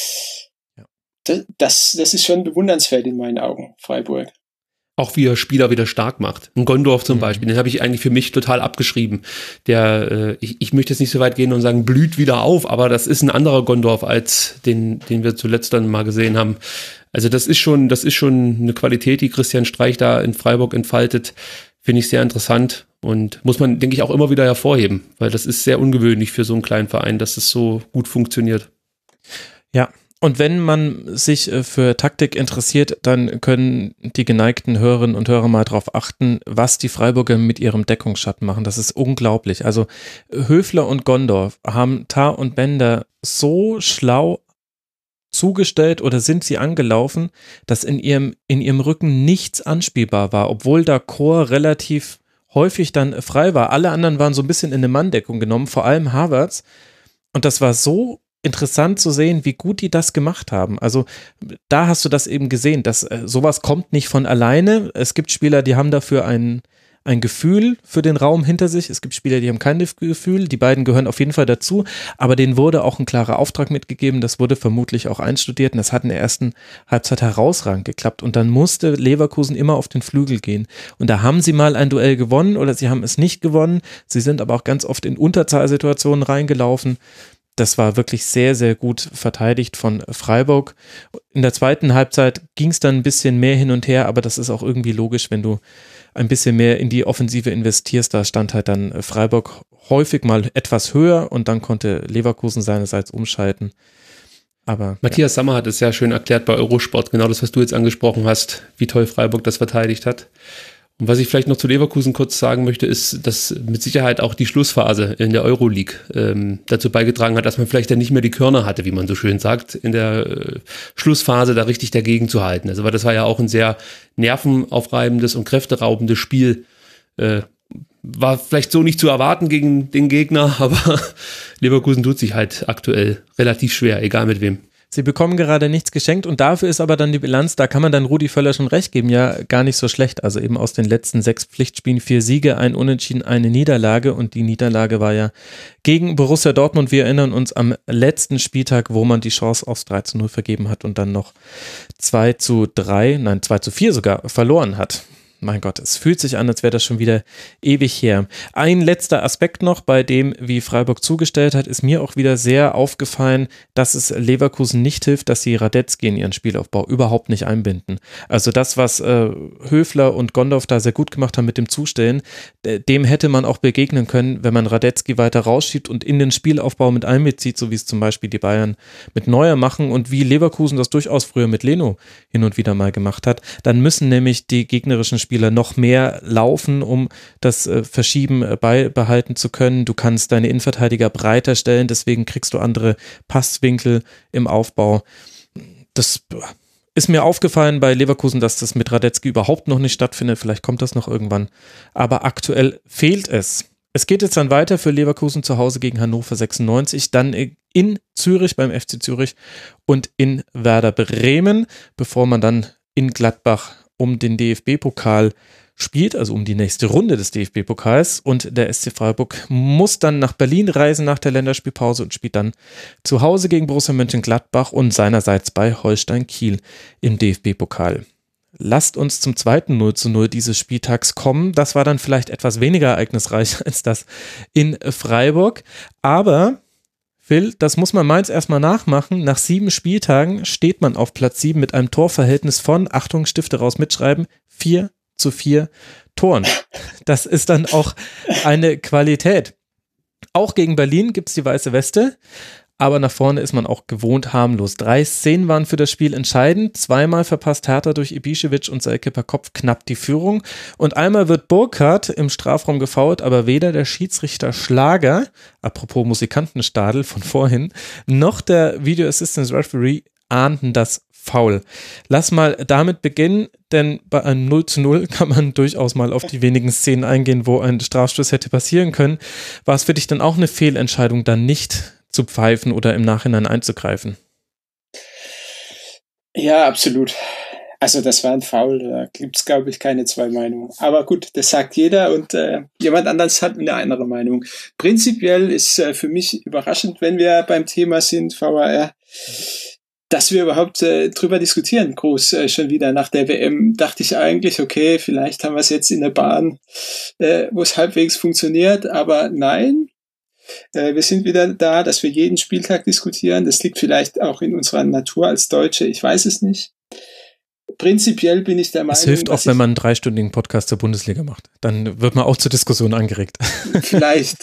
[SPEAKER 6] Das, das, das ist schon bewundernswert in meinen Augen, Freiburg.
[SPEAKER 5] Auch wie er Spieler wieder stark macht. Ein Gondorf zum
[SPEAKER 4] Mhm.
[SPEAKER 5] Beispiel, den habe ich eigentlich für mich total abgeschrieben. Der, äh, ich, ich möchte jetzt nicht so weit gehen und sagen, blüht wieder auf, aber das ist ein anderer Gondorf als den, den wir zuletzt dann mal gesehen haben. Also das ist schon, das ist schon eine Qualität, die Christian Streich da in Freiburg entfaltet. Finde ich sehr interessant und muss man, denke ich, auch immer wieder hervorheben, weil das ist sehr ungewöhnlich für so einen kleinen Verein, dass es so gut funktioniert.
[SPEAKER 4] Ja. Und wenn man sich für Taktik interessiert, dann können die geneigten Hörerinnen und Hörer mal darauf achten, was die Freiburger mit ihrem Deckungsschatten machen. Das ist unglaublich. Also Höfler und Gondorf haben Tah und Bender so schlau zugestellt oder sind sie angelaufen, dass in ihrem, in ihrem Rücken nichts anspielbar war, obwohl da Kor relativ häufig dann frei war. Alle anderen waren so ein bisschen in eine Manndeckung genommen, vor allem Havertz. Und das war so interessant zu sehen, wie gut die das gemacht haben. Also da hast du das eben gesehen, dass äh, sowas kommt nicht von alleine. Es gibt Spieler, die haben dafür ein, ein Gefühl für den Raum hinter sich. Es gibt Spieler, die haben kein Gefühl. Die beiden gehören auf jeden Fall dazu. Aber denen wurde auch ein klarer Auftrag mitgegeben. Das wurde vermutlich auch einstudiert. Und das hat in der ersten Halbzeit herausragend geklappt. Und dann musste Leverkusen immer auf den Flügel gehen. Und da haben sie mal ein Duell gewonnen oder sie haben es nicht gewonnen. Sie sind aber auch ganz oft in Unterzahlsituationen reingelaufen. Das war wirklich sehr, sehr gut verteidigt von Freiburg. In der zweiten Halbzeit ging es dann ein bisschen mehr hin und her, aber das ist auch irgendwie logisch, wenn du ein bisschen mehr in die Offensive investierst. Da stand halt dann Freiburg häufig mal etwas höher und dann konnte Leverkusen seinerseits umschalten. Aber
[SPEAKER 5] Matthias ja. Sammer hat es sehr schön erklärt bei Eurosport, genau das, was du jetzt angesprochen hast, wie toll Freiburg das verteidigt hat. Und was ich vielleicht noch zu Leverkusen kurz sagen möchte, ist, dass mit Sicherheit auch die Schlussphase in der Euroleague ähm, dazu beigetragen hat, dass man vielleicht dann nicht mehr die Körner hatte, wie man so schön sagt, in der äh, Schlussphase da richtig dagegen zu halten. Also weil das war ja auch ein sehr nervenaufreibendes und kräfteraubendes Spiel. Äh, war vielleicht so nicht zu erwarten gegen den Gegner, aber Leverkusen tut sich halt aktuell relativ schwer, egal mit wem.
[SPEAKER 4] Sie bekommen gerade nichts geschenkt und dafür ist aber dann die Bilanz, da kann man dann Rudi Völler schon recht geben, ja gar nicht so schlecht. Also eben aus den letzten sechs Pflichtspielen vier Siege, ein Unentschieden, eine Niederlage und die Niederlage war ja gegen Borussia Dortmund. Wir erinnern uns am letzten Spieltag, wo man die Chance aufs drei zu null vergeben hat und dann noch zwei zu drei, nein zwei zu vier sogar verloren hat. Mein Gott, es fühlt sich an, als wäre das schon wieder ewig her. Ein letzter Aspekt noch, bei dem, wie Freiburg zugestellt hat, ist mir auch wieder sehr aufgefallen, dass es Leverkusen nicht hilft, dass sie Radetzky in ihren Spielaufbau überhaupt nicht einbinden. Also das, was äh, Höfler und Gondorf da sehr gut gemacht haben mit dem Zustellen, dem hätte man auch begegnen können, wenn man Radetzky weiter rausschiebt und in den Spielaufbau mit einbezieht, so wie es zum Beispiel die Bayern mit Neuer machen und wie Leverkusen das durchaus früher mit Leno hin und wieder mal gemacht hat. Dann müssen nämlich die gegnerischen Spieler Spieler noch mehr laufen, um das äh, Verschieben äh, beibehalten zu können. Du kannst deine Innenverteidiger breiter stellen, deswegen kriegst du andere Passwinkel im Aufbau. Das ist mir aufgefallen bei Leverkusen, dass das mit Radetzky überhaupt noch nicht stattfindet. Vielleicht kommt das noch irgendwann. Aber aktuell fehlt es. Es geht jetzt dann weiter für Leverkusen zu Hause gegen Hannover sechsundneunzig, dann in Zürich beim F C Zürich und in Werder Bremen, bevor man dann in Gladbach um den D F B-Pokal spielt, also um die nächste Runde des D F B-Pokals, und der S C Freiburg muss dann nach Berlin reisen nach der Länderspielpause und spielt dann zu Hause gegen Borussia Mönchengladbach und seinerseits bei Holstein Kiel im D F B-Pokal. Lasst uns zum zweiten null zu null dieses Spieltags kommen. Das war dann vielleicht etwas weniger ereignisreich als das in Freiburg, aber Phil, das muss man Mainz erstmal nachmachen. Nach sieben Spieltagen steht man auf Platz sieben mit einem Torverhältnis von, Achtung, Stifte raus mitschreiben, vier zu vier Toren. Das ist dann auch eine Qualität. Auch gegen Berlin gibt es die weiße Weste, aber nach vorne ist man auch gewohnt harmlos. Drei Szenen waren für das Spiel entscheidend. Zweimal verpasst Hertha durch Ibišević und Selke per Kopf knapp die Führung. Und einmal wird Burkhardt im Strafraum gefoult, aber weder der Schiedsrichter Schlager, apropos Musikantenstadel von vorhin, noch der Video Assistance Referee ahnten das Foul. Lass mal damit beginnen, denn bei einem null zu null kann man durchaus mal auf die wenigen Szenen eingehen, wo ein Strafstoß hätte passieren können. War es für dich dann auch eine Fehlentscheidung, dann nicht zu pfeifen oder im Nachhinein einzugreifen?
[SPEAKER 6] Ja, absolut. Also das war ein Foul, da gibt es, glaube ich, keine zwei Meinungen. Aber gut, das sagt jeder und äh, jemand anderes hat eine andere Meinung. Prinzipiell ist äh, für mich überraschend, wenn wir beim Thema sind, V A R, dass wir überhaupt äh, drüber diskutieren, groß äh, schon wieder. Nach der W M dachte ich eigentlich, okay, vielleicht haben wir es jetzt in der Bahn, äh, wo es halbwegs funktioniert, aber nein. Äh, wir sind wieder da, dass wir jeden Spieltag diskutieren. Das liegt vielleicht auch in unserer Natur als Deutsche, ich weiß es nicht. Prinzipiell bin ich der Meinung...
[SPEAKER 4] Es hilft auch, wenn man einen dreistündigen Podcast zur Bundesliga macht. Dann wird man auch zur Diskussion angeregt.
[SPEAKER 6] Vielleicht.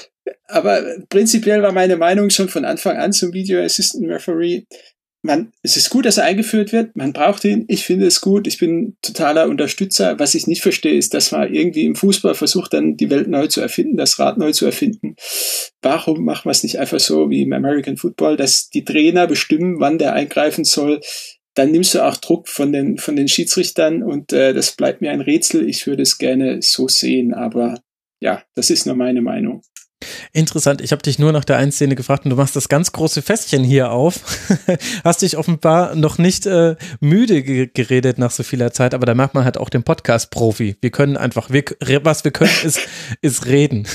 [SPEAKER 6] Aber prinzipiell war meine Meinung schon von Anfang an zum Video Assistant Referee, man, es ist gut, dass er eingeführt wird, man braucht ihn, ich finde es gut, ich bin totaler Unterstützer. Was ich nicht verstehe, ist, dass man irgendwie im Fußball versucht, dann die Welt neu zu erfinden, das Rad neu zu erfinden. Warum machen wir es nicht einfach so wie im American Football, dass die Trainer bestimmen, wann der eingreifen soll? Dann nimmst du auch Druck von den, von den Schiedsrichtern und äh, das bleibt mir ein Rätsel. Ich würde es gerne so sehen, aber ja, das ist nur meine Meinung.
[SPEAKER 4] Interessant, ich habe dich nur nach der einen Szene gefragt und du machst das ganz große Fässchen hier auf. Hast dich offenbar noch nicht äh, müde ge- geredet nach so vieler Zeit, aber da merkt man halt auch den Podcast-Profi. Wir können einfach, wir, was wir können, ist, ist reden.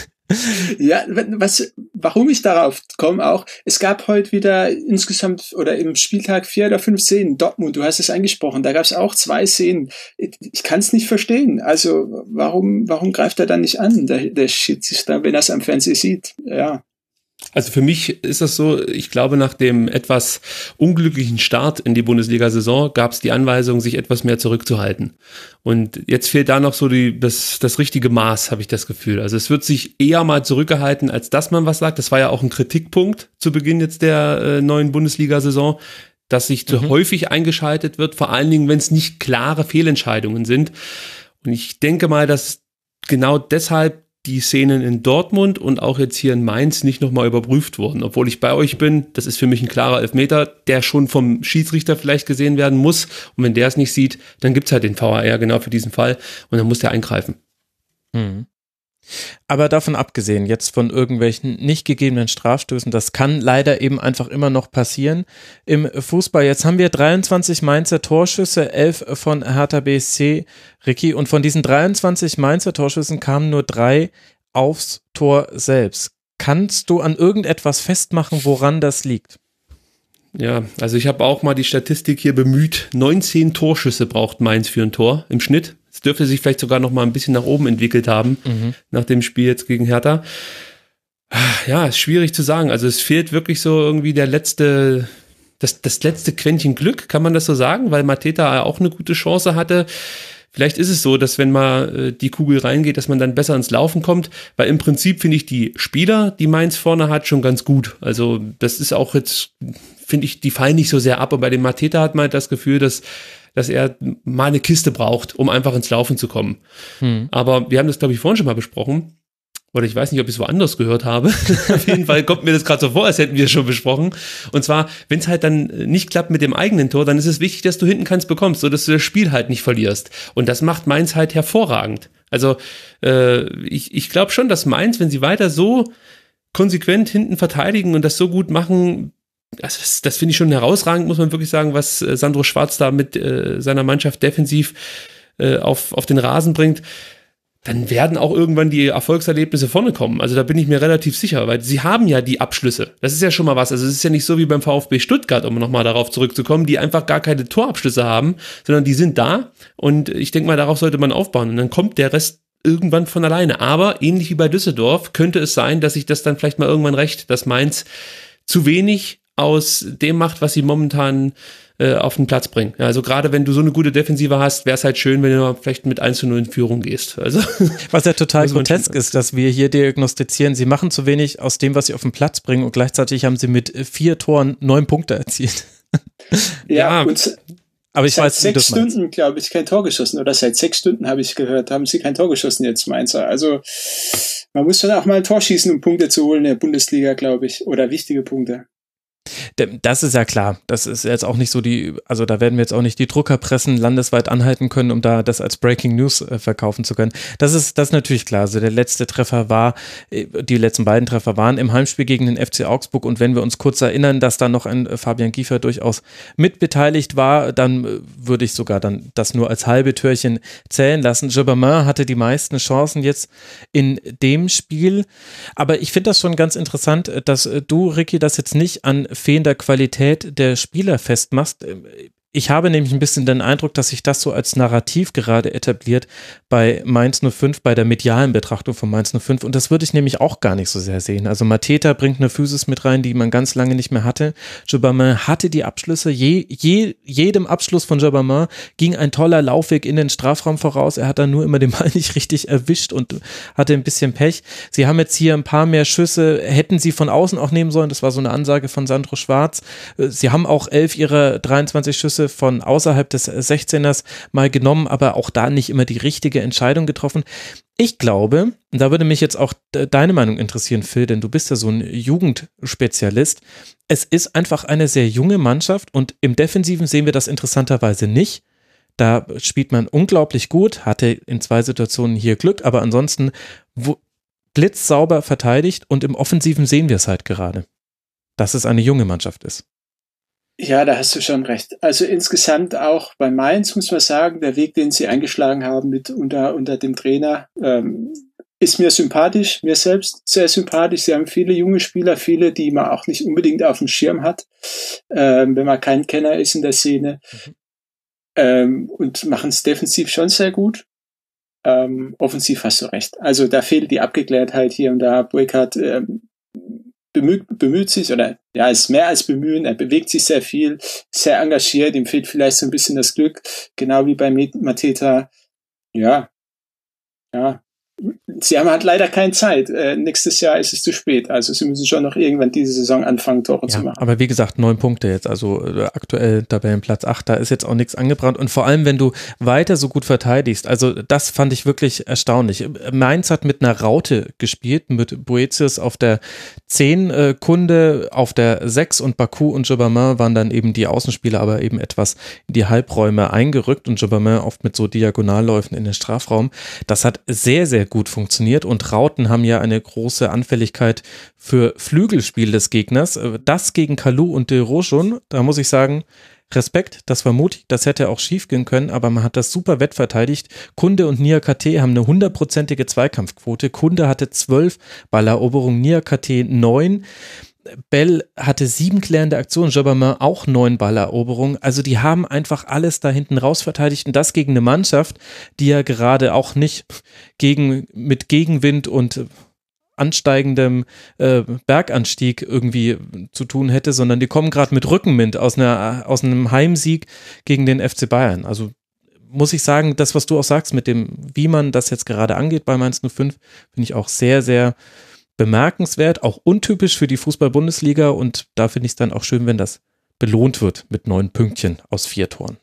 [SPEAKER 6] Ja, was, warum ich darauf komme auch, es gab heute wieder insgesamt oder im Spieltag vier oder fünf Szenen, Dortmund, du hast es angesprochen, da gab es auch zwei Szenen. Ich kann es nicht verstehen. Also warum, warum greift er dann nicht an, der, der Schiedsrichter, wenn er es am Fernsehen sieht? Ja.
[SPEAKER 5] Also für mich ist das so, ich glaube, nach dem etwas unglücklichen Start in die Bundesliga-Saison gab es die Anweisung, sich etwas mehr zurückzuhalten. Und jetzt fehlt da noch so die, das, das richtige Maß, habe ich das Gefühl. Also es wird sich eher mal zurückgehalten, als dass man was sagt. Das war ja auch ein Kritikpunkt zu Beginn jetzt der äh, neuen Bundesliga-Saison, dass sich zu mhm. häufig eingeschaltet wird, vor allen Dingen, wenn es nicht klare Fehlentscheidungen sind. Und ich denke mal, dass genau deshalb die Szenen in Dortmund und auch jetzt hier in Mainz nicht nochmal überprüft wurden. Obwohl ich bei euch bin, das ist für mich ein klarer Elfmeter, der schon vom Schiedsrichter vielleicht gesehen werden muss. Und wenn der es nicht sieht, dann gibt's halt den V A R genau für diesen Fall und dann muss der eingreifen.
[SPEAKER 4] Mhm. Aber davon abgesehen, jetzt von irgendwelchen nicht gegebenen Strafstößen, das kann leider eben einfach immer noch passieren im Fußball. Jetzt haben wir dreiundzwanzig Mainzer Torschüsse, elf von Hertha B S C, Ricky, und von diesen dreiundzwanzig Mainzer Torschüssen kamen nur drei aufs Tor selbst. Kannst du an irgendetwas festmachen, woran das liegt?
[SPEAKER 5] Ja, also ich habe auch mal die Statistik hier bemüht. neunzehn Torschüsse braucht Mainz für ein Tor im Schnitt. Es dürfte sich vielleicht sogar noch mal ein bisschen nach oben entwickelt haben, mhm. nach dem Spiel jetzt gegen Hertha. Ja, ist schwierig zu sagen. Also es fehlt wirklich so irgendwie der letzte, das, das letzte Quäntchen Glück, kann man das so sagen, weil Mateta auch eine gute Chance hatte. Vielleicht ist es so, dass wenn mal äh, die Kugel reingeht, dass man dann besser ins Laufen kommt, weil im Prinzip finde ich die Spieler, die Mainz vorne hat, schon ganz gut. Also das ist auch jetzt, finde ich, die fallen nicht so sehr ab. Und bei dem Mateta hat man das Gefühl, dass dass er mal eine Kiste braucht, um einfach ins Laufen zu kommen. Hm. Aber wir haben das, glaube ich, vorhin schon mal besprochen. Oder ich weiß nicht, ob ich es woanders gehört habe. Auf jeden Fall kommt mir das gerade so vor, als hätten wir es schon besprochen. Und zwar, wenn es halt dann nicht klappt mit dem eigenen Tor, dann ist es wichtig, dass du hinten keins bekommst, sodass du das Spiel halt nicht verlierst. Und das macht Mainz halt hervorragend. Also äh, ich, ich glaube schon, dass Mainz, wenn sie weiter so konsequent hinten verteidigen und das so gut machen, also das, das finde ich schon herausragend, muss man wirklich sagen, was äh, Sandro Schwarz da mit äh, seiner Mannschaft defensiv äh, auf, auf den Rasen bringt. Dann werden auch irgendwann die Erfolgserlebnisse vorne kommen. Also da bin ich mir relativ sicher, weil sie haben ja die Abschlüsse. Das ist ja schon mal was. Also es ist ja nicht so wie beim VfB Stuttgart, um nochmal darauf zurückzukommen, die einfach gar keine Torabschlüsse haben, sondern die sind da und ich denke mal, darauf sollte man aufbauen und dann kommt der Rest irgendwann von alleine. Aber ähnlich wie bei Düsseldorf könnte es sein, dass sich das dann vielleicht mal irgendwann rächt, dass Mainz zu wenig aus dem macht, was sie momentan äh, auf den Platz bringen. Also gerade wenn du so eine gute Defensive hast, wäre es halt schön, wenn du vielleicht mit eins zu null in Führung gehst. Also
[SPEAKER 4] was ja total grotesk ist, dass wir hier diagnostizieren, sie machen zu wenig aus dem, was sie auf den Platz bringen und gleichzeitig haben sie mit vier Toren neun Punkte erzielt.
[SPEAKER 6] Ja, ja, und
[SPEAKER 4] aber ich
[SPEAKER 6] seit
[SPEAKER 4] weiß,
[SPEAKER 6] sechs Stunden, glaube ich, kein Tor geschossen. Oder seit sechs Stunden habe ich gehört, haben sie kein Tor geschossen jetzt, Mainzer. Also man muss schon auch mal ein Tor schießen, um Punkte zu holen in der Bundesliga, glaube ich. Oder wichtige Punkte.
[SPEAKER 4] Das ist ja klar. Das ist jetzt auch nicht so die, also da werden wir jetzt auch nicht die Druckerpressen landesweit anhalten können, um da das als Breaking News äh, verkaufen zu können. Das ist, das ist natürlich klar. Also der letzte Treffer war, die letzten beiden Treffer waren im Heimspiel gegen den F C Augsburg und wenn wir uns kurz erinnern, dass da noch ein Fabian Giefer durchaus mitbeteiligt war, dann würde ich sogar dann das nur als halbe Türchen zählen lassen. Gibbermann hatte die meisten Chancen jetzt in dem Spiel, aber ich finde das schon ganz interessant, dass du, Ricky, das jetzt nicht an fehlender Qualität der Spieler festmachst. Ich habe nämlich ein bisschen den Eindruck, dass sich das so als Narrativ gerade etabliert bei Mainz null fünf, bei der medialen Betrachtung von Mainz null fünf und das würde ich nämlich auch gar nicht so sehr sehen. Also Mateta bringt eine Physis mit rein, die man ganz lange nicht mehr hatte. Gibbermann hatte die Abschlüsse, je, je, jedem Abschluss von Gibbermann ging ein toller Laufweg in den Strafraum voraus, er hat dann nur immer den Ball nicht richtig erwischt und hatte ein bisschen Pech. Sie haben jetzt hier ein paar mehr Schüsse, hätten sie von außen auch nehmen sollen, das war so eine Ansage von Sandro Schwarz. Sie haben auch elf ihrer dreiundzwanzig Schüsse von außerhalb des sechzehners mal genommen, aber auch da nicht immer die richtige Entscheidung getroffen. Ich glaube, und da würde mich jetzt auch deine Meinung interessieren, Phil, denn du bist ja so ein Jugendspezialist, es ist einfach eine sehr junge Mannschaft und im Defensiven sehen wir das interessanterweise nicht. Da spielt man unglaublich gut, hatte in zwei Situationen hier Glück, aber ansonsten wo, blitzsauber verteidigt und im Offensiven sehen wir es halt gerade, dass es eine junge Mannschaft ist.
[SPEAKER 6] Ja, da hast du schon recht. Also insgesamt auch bei Mainz muss man sagen, der Weg, den sie eingeschlagen haben mit unter, unter dem Trainer, ähm, ist mir sympathisch, mir selbst sehr sympathisch. Sie haben viele junge Spieler, viele, die man auch nicht unbedingt auf dem Schirm hat, ähm, wenn man kein Kenner ist in der Szene, mhm. ähm, und machen es defensiv schon sehr gut. Ähm, offensiv hast du recht. Also da fehlt die Abgeklärtheit hier und da. Burkhardt ähm, Bemüht, bemüht sich, oder ja, ist mehr als bemühen, er bewegt sich sehr viel, sehr engagiert, ihm fehlt vielleicht so ein bisschen das Glück, genau wie bei Mateta. Ja, ja, sie haben halt leider keine Zeit. Äh, nächstes Jahr ist es zu spät, also sie müssen schon noch irgendwann diese Saison anfangen, Tore
[SPEAKER 4] ja,
[SPEAKER 6] zu machen.
[SPEAKER 4] Aber wie gesagt, neun Punkte jetzt, also äh, aktuell Tabellenplatz acht, da ist jetzt auch nichts angebrannt und vor allem, wenn du weiter so gut verteidigst, also das fand ich wirklich erstaunlich. Mainz hat mit einer Raute gespielt, mit Boetius auf der zehn, äh, Kunde auf der sechs und Baku und Gibbermann waren dann eben die Außenspieler, aber eben etwas in die Halbräume eingerückt und Gibbermann oft mit so Diagonalläufen in den Strafraum. Das hat sehr, sehr gut funktioniert und Rauten haben ja eine große Anfälligkeit für Flügelspiel des Gegners. Das gegen Kalou und De Rochon, da muss ich sagen, Respekt, das war mutig, das hätte auch schief gehen können, aber man hat das super wettverteidigt. Kunde und Niakate haben eine hundertprozentige Zweikampfquote. Kunde hatte zwölf Balleroberungen, Niakate neun. Bell hatte sieben klärende Aktionen, Gibbermann auch neun Balleroberungen. Also die haben einfach alles da hinten raus verteidigt und das gegen eine Mannschaft, die ja gerade auch nicht gegen, mit Gegenwind und ansteigendem äh, Berganstieg irgendwie zu tun hätte, sondern die kommen gerade mit Rückenwind aus, einer, aus einem Heimsieg gegen den F C Bayern. Also muss ich sagen, das, was du auch sagst mit dem, wie man das jetzt gerade angeht bei Mainz null fünf, finde ich auch sehr, sehr bemerkenswert, auch untypisch für die Fußball-Bundesliga und da finde ich es dann auch schön, wenn das belohnt wird mit neun Pünktchen aus vier Toren.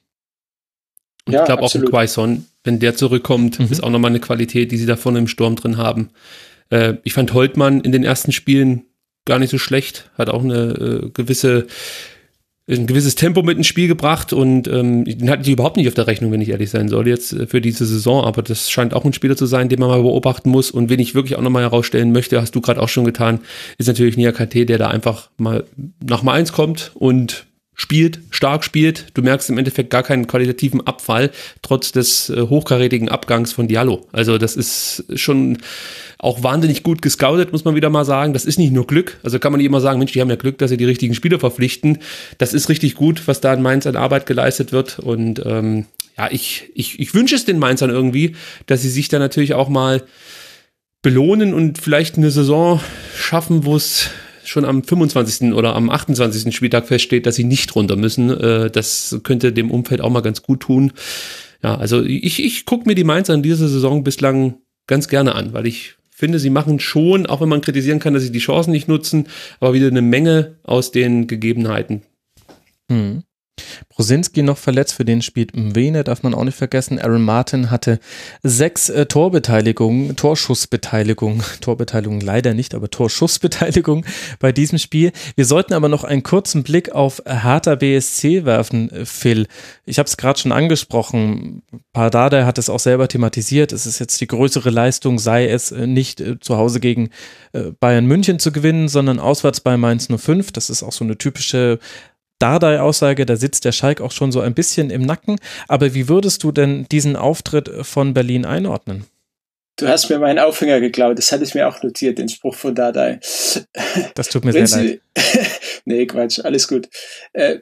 [SPEAKER 5] Und ja, ich glaube auch ein Quaison, wenn der zurückkommt, mhm. ist auch nochmal eine Qualität, die sie da vorne im Sturm drin haben. Äh, ich fand Holtmann in den ersten Spielen gar nicht so schlecht, hat auch eine äh, gewisse ein gewisses Tempo mit ins Spiel gebracht und ähm, den hatte ich überhaupt nicht auf der Rechnung, wenn ich ehrlich sein soll, jetzt für diese Saison, aber das scheint auch ein Spieler zu sein, den man mal beobachten muss und wen ich wirklich auch nochmal herausstellen möchte, hast du gerade auch schon getan, ist natürlich Nia K T, der da einfach mal nach Mainz kommt und spielt, stark spielt. Du merkst im Endeffekt gar keinen qualitativen Abfall, trotz des äh, hochkarätigen Abgangs von Diallo. Also das ist schon auch wahnsinnig gut gescoutet, muss man wieder mal sagen. Das ist nicht nur Glück. Also kann man nicht immer sagen, Mensch, die haben ja Glück, dass sie die richtigen Spieler verpflichten. Das ist richtig gut, was da in Mainz an Arbeit geleistet wird. Und ähm, ja, ich, ich, ich wünsche es den Mainzern irgendwie, dass sie sich da natürlich auch mal belohnen und vielleicht eine Saison schaffen, wo es schon am fünfundzwanzigsten oder am achtundzwanzigsten Spieltag feststeht, dass sie nicht runter müssen. Das könnte dem Umfeld auch mal ganz gut tun. Ja, also ich, ich gucke mir die Mainzer in dieser Saison bislang ganz gerne an, weil ich finde, sie machen schon, auch wenn man kritisieren kann, dass sie die Chancen nicht nutzen, aber wieder eine Menge aus den Gegebenheiten.
[SPEAKER 4] Hm. Brosinski noch verletzt, für den spielt Mwene, darf man auch nicht vergessen. Aaron Martin hatte sechs äh, Torbeteiligungen, Torschussbeteiligung, Torbeteiligung leider nicht, aber Torschussbeteiligung bei diesem Spiel. Wir sollten aber noch einen kurzen Blick auf Hertha B S C werfen, Phil. Ich habe es gerade schon angesprochen, Pardada hat es auch selber thematisiert, es ist jetzt die größere Leistung, sei es äh, nicht äh, zu Hause gegen äh, Bayern München zu gewinnen, sondern auswärts bei Mainz null fünf. Das ist auch so eine typische Dardai-Aussage, da sitzt der Schalk auch schon so ein bisschen im Nacken. Aber wie würdest du denn diesen Auftritt von Berlin einordnen?
[SPEAKER 6] Du hast mir meinen Aufhänger geklaut, das hatte ich mir auch notiert, den Spruch von Dardai.
[SPEAKER 4] Das tut mir sehr leid.
[SPEAKER 6] Nee, Quatsch, alles gut. Äh,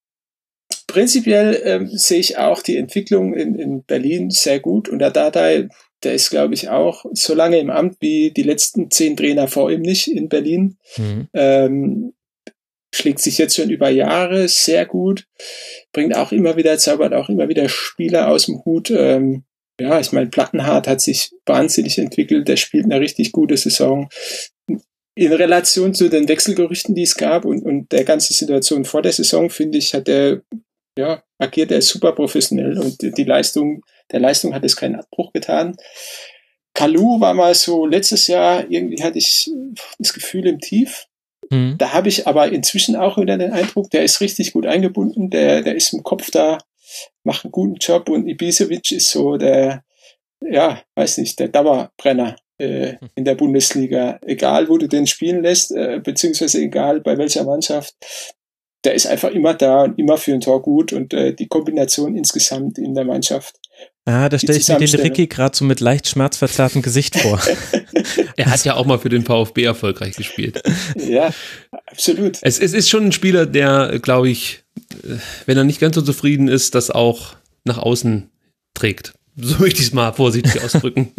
[SPEAKER 6] prinzipiell äh, sehe ich auch die Entwicklung in, in Berlin sehr gut und der Dardai, der ist, glaube ich, auch so lange im Amt wie die letzten zehn Trainer vor ihm nicht in Berlin. Mhm. Ähm, schlägt sich jetzt schon über Jahre sehr gut, bringt auch immer wieder, zaubert auch immer wieder Spieler aus dem Hut. Ähm, ja, ich meine, Plattenhardt hat sich wahnsinnig entwickelt, der spielt eine richtig gute Saison. In Relation zu den Wechselgerüchten, die es gab und, und der ganzen Situation vor der Saison, finde ich, hat er, ja, agiert er super professionell und die, die Leistung, der Leistung hat es keinen Abbruch getan. Kalou war mal so letztes Jahr, irgendwie hatte ich das Gefühl im Tief. Mhm. Da habe ich aber inzwischen auch wieder den Eindruck, der ist richtig gut eingebunden, der, der ist im Kopf da, macht einen guten Job und Ibisevic ist so der, ja, weiß nicht, der Dauerbrenner äh, in der Bundesliga. Egal, wo du den spielen lässt, äh, beziehungsweise egal bei welcher Mannschaft, der ist einfach immer da und immer für ein Tor gut und äh, die Kombination insgesamt in der Mannschaft.
[SPEAKER 4] Ah, da stelle ich mir den Ricky gerade so mit leicht schmerzverzerrtem Gesicht vor.
[SPEAKER 5] Er hat ja auch mal für den VfB erfolgreich gespielt.
[SPEAKER 6] Ja, absolut.
[SPEAKER 5] Es, es ist schon ein Spieler, der, glaube ich, wenn er nicht ganz so zufrieden ist, das auch nach außen trägt. So möchte ich es mal vorsichtig ausdrücken.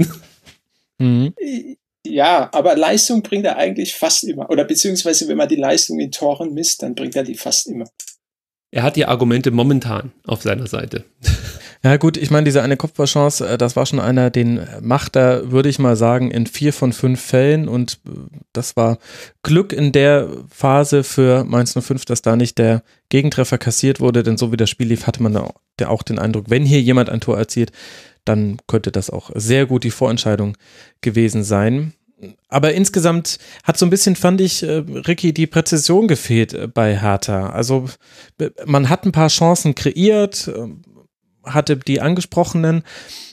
[SPEAKER 4] Mhm.
[SPEAKER 6] Ja, aber Leistung bringt er eigentlich fast immer. Oder beziehungsweise, wenn man die Leistung in Toren misst, dann bringt er die fast immer.
[SPEAKER 5] Er hat die Argumente momentan auf seiner Seite.
[SPEAKER 4] Ja gut, ich meine, diese eine Kopfballchance, das war schon einer, den macht er, würde ich mal sagen, in vier von fünf Fällen und das war Glück in der Phase für Mainz null fünf, dass da nicht der Gegentreffer kassiert wurde, denn so wie das Spiel lief, hatte man da auch den Eindruck, wenn hier jemand ein Tor erzielt, dann könnte das auch sehr gut die Vorentscheidung gewesen sein. Aber insgesamt hat so ein bisschen, fand ich, Ricky, die Präzision gefehlt bei Hertha. Also man hat ein paar Chancen kreiert, hatte die angesprochenen,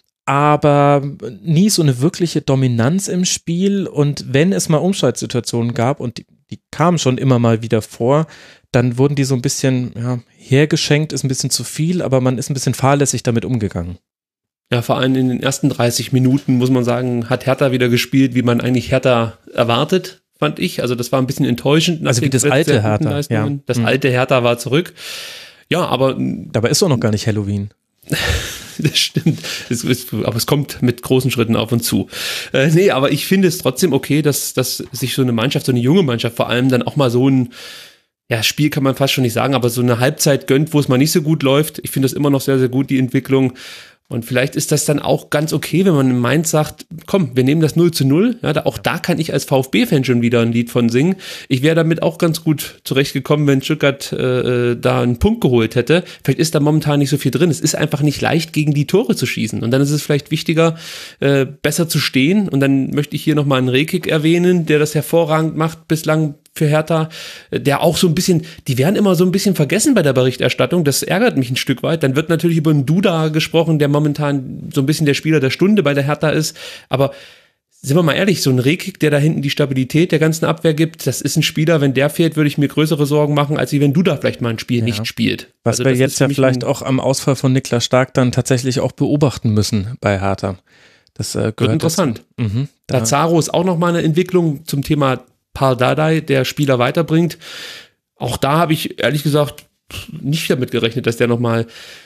[SPEAKER 4] aber nie so eine wirkliche Dominanz im Spiel und wenn es mal Umschaltsituationen gab und die, die kamen schon immer mal wieder vor, dann wurden die so ein bisschen ja, hergeschenkt, ist ein bisschen zu viel, aber man ist ein bisschen fahrlässig damit umgegangen.
[SPEAKER 5] Ja, vor allem in den ersten dreißig Minuten, muss man sagen, hat Hertha wieder gespielt, wie man eigentlich Hertha erwartet, fand ich. Also das war ein bisschen enttäuschend.
[SPEAKER 4] Also wie das alte Hertha. Ja.
[SPEAKER 5] Das
[SPEAKER 4] mhm.
[SPEAKER 5] alte Hertha war zurück. Ja, aber...
[SPEAKER 4] Dabei ist doch noch gar nicht Halloween.
[SPEAKER 5] Das stimmt, es ist, aber es kommt mit großen Schritten auf uns zu. Äh, nee, aber ich finde es trotzdem okay, dass, dass sich so eine Mannschaft, so eine junge Mannschaft vor allem dann auch mal so ein ja, Spiel kann man fast schon nicht sagen, aber so eine Halbzeit gönnt, wo es mal nicht so gut läuft. Ich finde das immer noch sehr, sehr gut, die Entwicklung. Und vielleicht ist das dann auch ganz okay, wenn man in Mainz sagt, komm, wir nehmen das null zu null. Ja, da, auch da kann ich als VfB-Fan schon wieder ein Lied von singen. Ich wäre damit auch ganz gut zurechtgekommen, wenn Stuttgart äh, da einen Punkt geholt hätte. Vielleicht ist da momentan nicht so viel drin. Es ist einfach nicht leicht, gegen die Tore zu schießen. Und dann ist es vielleicht wichtiger, äh, besser zu stehen. Und dann möchte ich hier nochmal einen Rekik erwähnen, der das hervorragend macht bislang, für Hertha, der auch so ein bisschen, die werden immer so ein bisschen vergessen bei der Berichterstattung, das ärgert mich ein Stück weit. Dann wird natürlich über einen Duda gesprochen, der momentan so ein bisschen der Spieler der Stunde bei der Hertha ist, aber sind wir mal ehrlich, so ein Rehkick, der da hinten die Stabilität der ganzen Abwehr gibt, das ist ein Spieler, wenn der fehlt, würde ich mir größere Sorgen machen, als wenn Duda vielleicht mal ein Spiel ja. nicht spielt.
[SPEAKER 4] Was also wir jetzt ja vielleicht auch am Ausfall von Niklas Stark dann tatsächlich auch beobachten müssen bei Hertha. Das äh, gehört
[SPEAKER 5] wird interessant.
[SPEAKER 4] Mhm, da.
[SPEAKER 5] Lazaro ist auch nochmal eine Entwicklung zum Thema Pardadei, der Spieler weiterbringt. Auch da habe ich ehrlich gesagt nicht damit gerechnet, dass der nochmal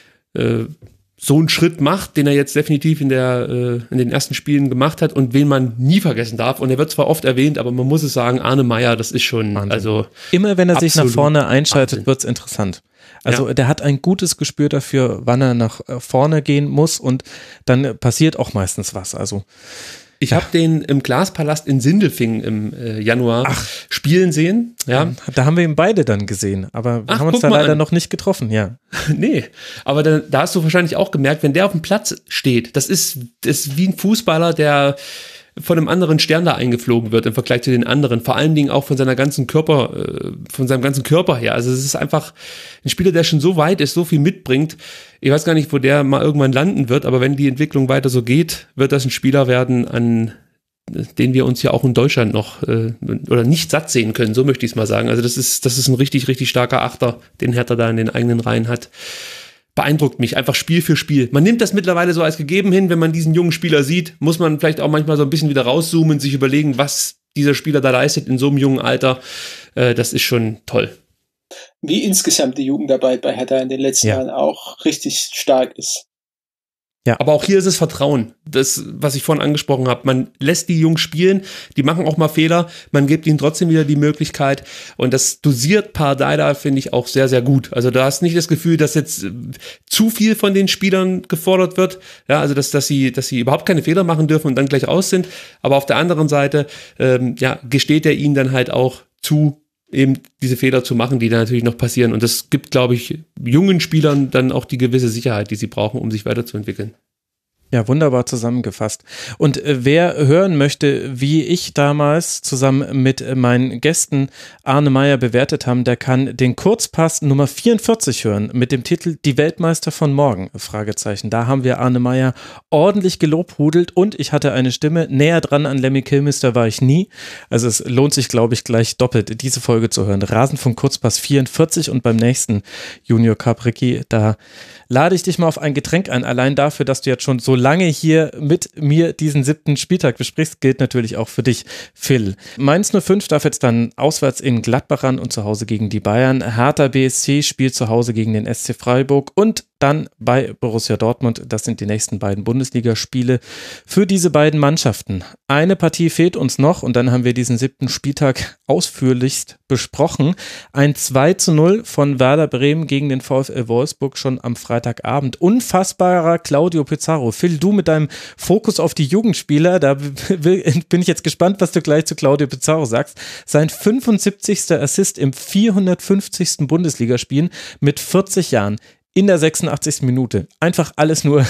[SPEAKER 5] äh, so einen Schritt macht, den er jetzt definitiv in der äh, in den ersten Spielen gemacht hat und wen man nie vergessen darf. Und er wird zwar oft erwähnt, aber man muss es sagen, Arne Meyer, das ist schon, Wahnsinn. Also
[SPEAKER 4] immer wenn er sich nach vorne einschaltet, wird es interessant. Also ja. der hat ein gutes Gespür dafür, wann er nach vorne gehen muss und dann passiert auch meistens was. Also
[SPEAKER 5] ich ja. habe den im Glaspalast in Sindelfingen im äh, Januar Ach. spielen sehen. Ja.
[SPEAKER 4] Da haben wir ihn beide dann gesehen, aber wir
[SPEAKER 5] Ach,
[SPEAKER 4] haben uns da leider
[SPEAKER 5] an.
[SPEAKER 4] noch nicht getroffen, ja.
[SPEAKER 5] Nee, aber da, da hast du wahrscheinlich auch gemerkt, wenn der auf dem Platz steht, das ist, das ist wie ein Fußballer, der von einem anderen Stern da eingeflogen wird im Vergleich zu den anderen, vor allen Dingen auch von seiner ganzen Körper, äh, von seinem ganzen Körper her. Also es ist einfach ein Spieler, der schon so weit ist, so viel mitbringt. Ich weiß gar nicht, wo der mal irgendwann landen wird, aber wenn die Entwicklung weiter so geht, wird das ein Spieler werden, an den wir uns ja auch in Deutschland noch äh, oder nicht satt sehen können, so möchte ich es mal sagen. Also das ist, das ist ein richtig, richtig starker Achter, den Hertha da in den eigenen Reihen hat. Beeindruckt mich, einfach Spiel für Spiel. Man nimmt das mittlerweile so als gegeben hin, wenn man diesen jungen Spieler sieht, muss man vielleicht auch manchmal so ein bisschen wieder rauszoomen, sich überlegen, was dieser Spieler da leistet in so einem jungen Alter. Äh, das ist schon toll.
[SPEAKER 6] Wie insgesamt die Jugendarbeit bei Hertha in den letzten ja. Jahren auch richtig stark ist.
[SPEAKER 5] Ja. Aber auch hier ist es Vertrauen, das, was ich vorhin angesprochen habe. Man lässt die Jungs spielen, die machen auch mal Fehler, man gibt ihnen trotzdem wieder die Möglichkeit und das dosiert Pardadei, finde ich, auch sehr, sehr gut. Also da hast nicht das Gefühl, dass jetzt zu viel von den Spielern gefordert wird, ja, also dass, dass sie, dass sie überhaupt keine Fehler machen dürfen und dann gleich aus sind, aber auf der anderen Seite, ähm, ja, gesteht er ihnen dann halt auch zu, eben diese Fehler zu machen, die da natürlich noch passieren. Und das gibt, glaube ich, jungen Spielern dann auch die gewisse Sicherheit, die sie brauchen, um sich weiterzuentwickeln.
[SPEAKER 4] Ja, wunderbar zusammengefasst. Und äh, wer hören möchte, wie ich damals zusammen mit meinen Gästen Arne Meyer bewertet haben, der kann den Kurzpass Nummer vierundvierzig hören mit dem Titel Die Weltmeister von morgen, Fragezeichen. Da haben wir Arne Meyer ordentlich gelobhudelt und ich hatte eine Stimme. Näher dran an Lemmy Kilmister war ich nie. Also es lohnt sich, glaube ich, gleich doppelt, diese Folge zu hören. Rasenfunk Kurzpass vierundvierzig und beim nächsten Junior Cup, Ricky, da lade ich dich mal auf ein Getränk ein. Allein dafür, dass du jetzt schon so lange hier mit mir diesen siebten Spieltag besprichst, gilt natürlich auch für dich, Phil. Mainz null fünf darf jetzt dann auswärts in Gladbach ran und zu Hause gegen die Bayern. Hertha B S C spielt zu Hause gegen den S C Freiburg und dann bei Borussia Dortmund. Das sind die nächsten beiden Bundesligaspiele für diese beiden Mannschaften. Eine Partie fehlt uns noch und dann haben wir diesen siebten Spieltag ausführlichst besprochen. Ein zwei zu null von Werder Bremen gegen den VfL Wolfsburg schon am Freitagabend. Unfassbarer Claudio Pizarro. Phil, du mit deinem Fokus auf die Jugendspieler, da bin ich jetzt gespannt, was du gleich zu Claudio Pizarro sagst. Sein fünfundsiebzigster Assist im vierhundertfünfzigsten Bundesligaspielen mit vierzig Jahren. In der sechsundachtzigsten Minute. Einfach alles nur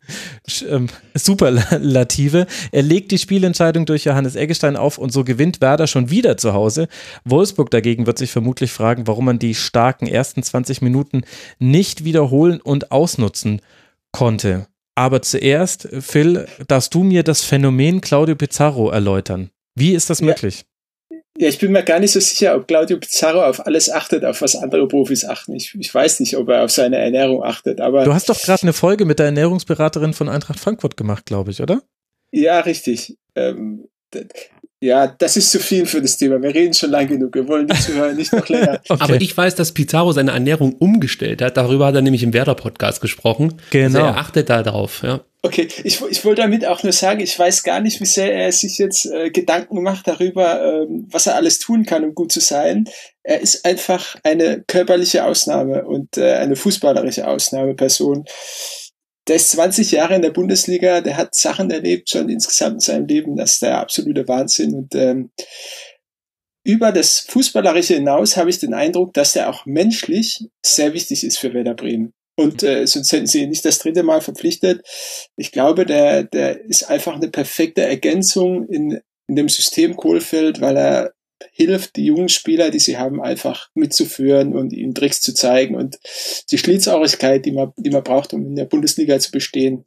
[SPEAKER 4] Superlative. Er legt die Spielentscheidung durch Johannes Eggestein auf und so gewinnt Werder schon wieder zu Hause. Wolfsburg dagegen wird sich vermutlich fragen, warum man die starken ersten zwanzig Minuten nicht wiederholen und ausnutzen konnte. Aber zuerst, Phil, darfst du mir das Phänomen Claudio Pizarro erläutern. Wie ist das möglich?
[SPEAKER 6] Ja. Ja, ich bin mir gar nicht so sicher, ob Claudio Pizarro auf alles achtet, auf was andere Profis achten. Ich, ich weiß nicht, ob er auf seine Ernährung achtet, aber...
[SPEAKER 4] Du hast doch gerade eine Folge mit der Ernährungsberaterin von Eintracht Frankfurt gemacht, glaube ich, oder?
[SPEAKER 6] Ja, richtig. Ähm, d- ja, das ist zu viel für das Thema. Wir reden schon lang genug. Wir wollen die Zuhörer nicht noch länger.
[SPEAKER 5] Okay. Aber ich weiß, dass Pizarro seine Ernährung umgestellt hat. Darüber hat er nämlich im Werder-Podcast gesprochen.
[SPEAKER 4] Genau.
[SPEAKER 5] Also er achtet da drauf, ja.
[SPEAKER 6] Okay, ich, ich wollte damit auch nur sagen, ich weiß gar nicht, wie sehr er sich jetzt äh, Gedanken macht darüber, ähm, was er alles tun kann, um gut zu sein. Er ist einfach eine körperliche Ausnahme und äh, eine fußballerische Ausnahmeperson. Der ist zwanzig Jahre in der Bundesliga, der hat Sachen erlebt schon insgesamt in seinem Leben, das ist der absolute Wahnsinn. Und ähm, über das Fußballerische hinaus habe ich den Eindruck, dass er auch menschlich sehr wichtig ist für Werder Bremen. Und äh, sonst hätten sie ihn nicht das dritte Mal verpflichtet. Ich glaube, der der ist einfach eine perfekte Ergänzung in in dem System Kohlfeld, weil er hilft, die jungen Spieler, die sie haben, einfach mitzuführen und ihnen Tricks zu zeigen und die Schlitzohrigkeit, die man, die man braucht, um in der Bundesliga zu bestehen.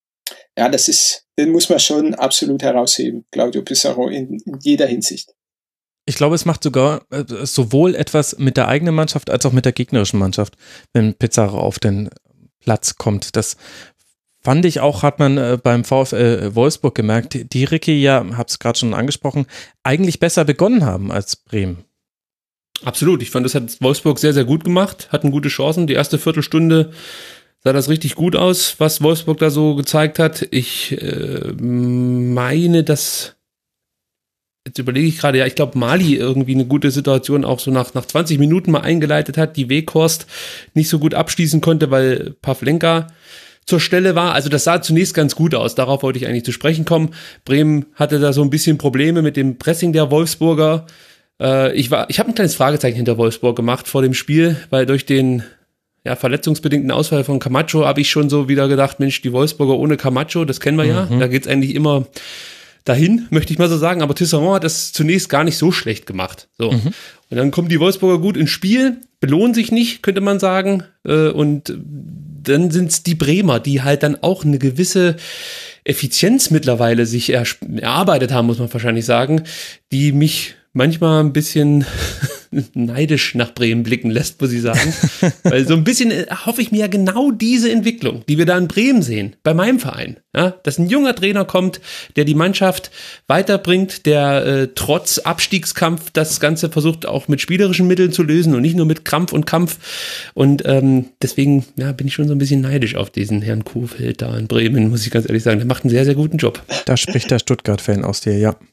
[SPEAKER 6] Ja, das ist, den muss man schon absolut herausheben, Claudio Pizarro, in, in jeder Hinsicht.
[SPEAKER 4] Ich glaube, es macht sogar äh, sowohl etwas mit der eigenen Mannschaft als auch mit der gegnerischen Mannschaft, wenn Pizarro auf den Platz kommt. Das fand ich auch, hat man äh, beim VfL Wolfsburg gemerkt, die Ricky, ja, hab's gerade schon angesprochen, eigentlich besser begonnen haben als Bremen.
[SPEAKER 5] Absolut, ich fand, das hat Wolfsburg sehr, sehr gut gemacht, hatten gute Chancen. Die erste Viertelstunde sah das richtig gut aus, was Wolfsburg da so gezeigt hat. Ich äh, meine, dass, jetzt überlege ich gerade, ja, ich glaube, Mali irgendwie eine gute Situation auch so nach, nach zwanzig Minuten mal eingeleitet hat, die Weghorst nicht so gut abschließen konnte, weil Pavlenka zur Stelle war. Also das sah zunächst ganz gut aus. Darauf wollte ich eigentlich zu sprechen kommen. Bremen hatte da so ein bisschen Probleme mit dem Pressing der Wolfsburger. Äh, ich war, ich habe ein kleines Fragezeichen hinter Wolfsburg gemacht vor dem Spiel, weil durch den ja, verletzungsbedingten Ausfall von Camacho habe ich schon so wieder gedacht, Mensch, die Wolfsburger ohne Camacho, das kennen wir ja. Mhm. Da geht's eigentlich immer dahin, möchte ich mal so sagen. Aber Tisserand hat das zunächst gar nicht so schlecht gemacht. So. Mhm. Und dann kommen die Wolfsburger gut ins Spiel, belohnen sich nicht, könnte man sagen. Und dann sind es die Bremer, die halt dann auch eine gewisse Effizienz mittlerweile sich er- erarbeitet haben, muss man wahrscheinlich sagen, die mich manchmal ein bisschen neidisch nach Bremen blicken lässt, muss ich sagen. Weil so ein bisschen hoffe ich mir ja genau diese Entwicklung, die wir da in Bremen sehen, bei meinem Verein. Ja, dass ein junger Trainer kommt, der die Mannschaft weiterbringt, der äh, trotz Abstiegskampf das Ganze versucht auch mit spielerischen Mitteln zu lösen und nicht nur mit Krampf und Kampf. Und ähm, deswegen ja, bin ich schon so ein bisschen neidisch auf diesen Herrn Kohfeldt da in Bremen, muss ich ganz ehrlich sagen. Der macht einen sehr, sehr guten Job.
[SPEAKER 4] Da spricht der Stuttgart-Fan aus dir, ja.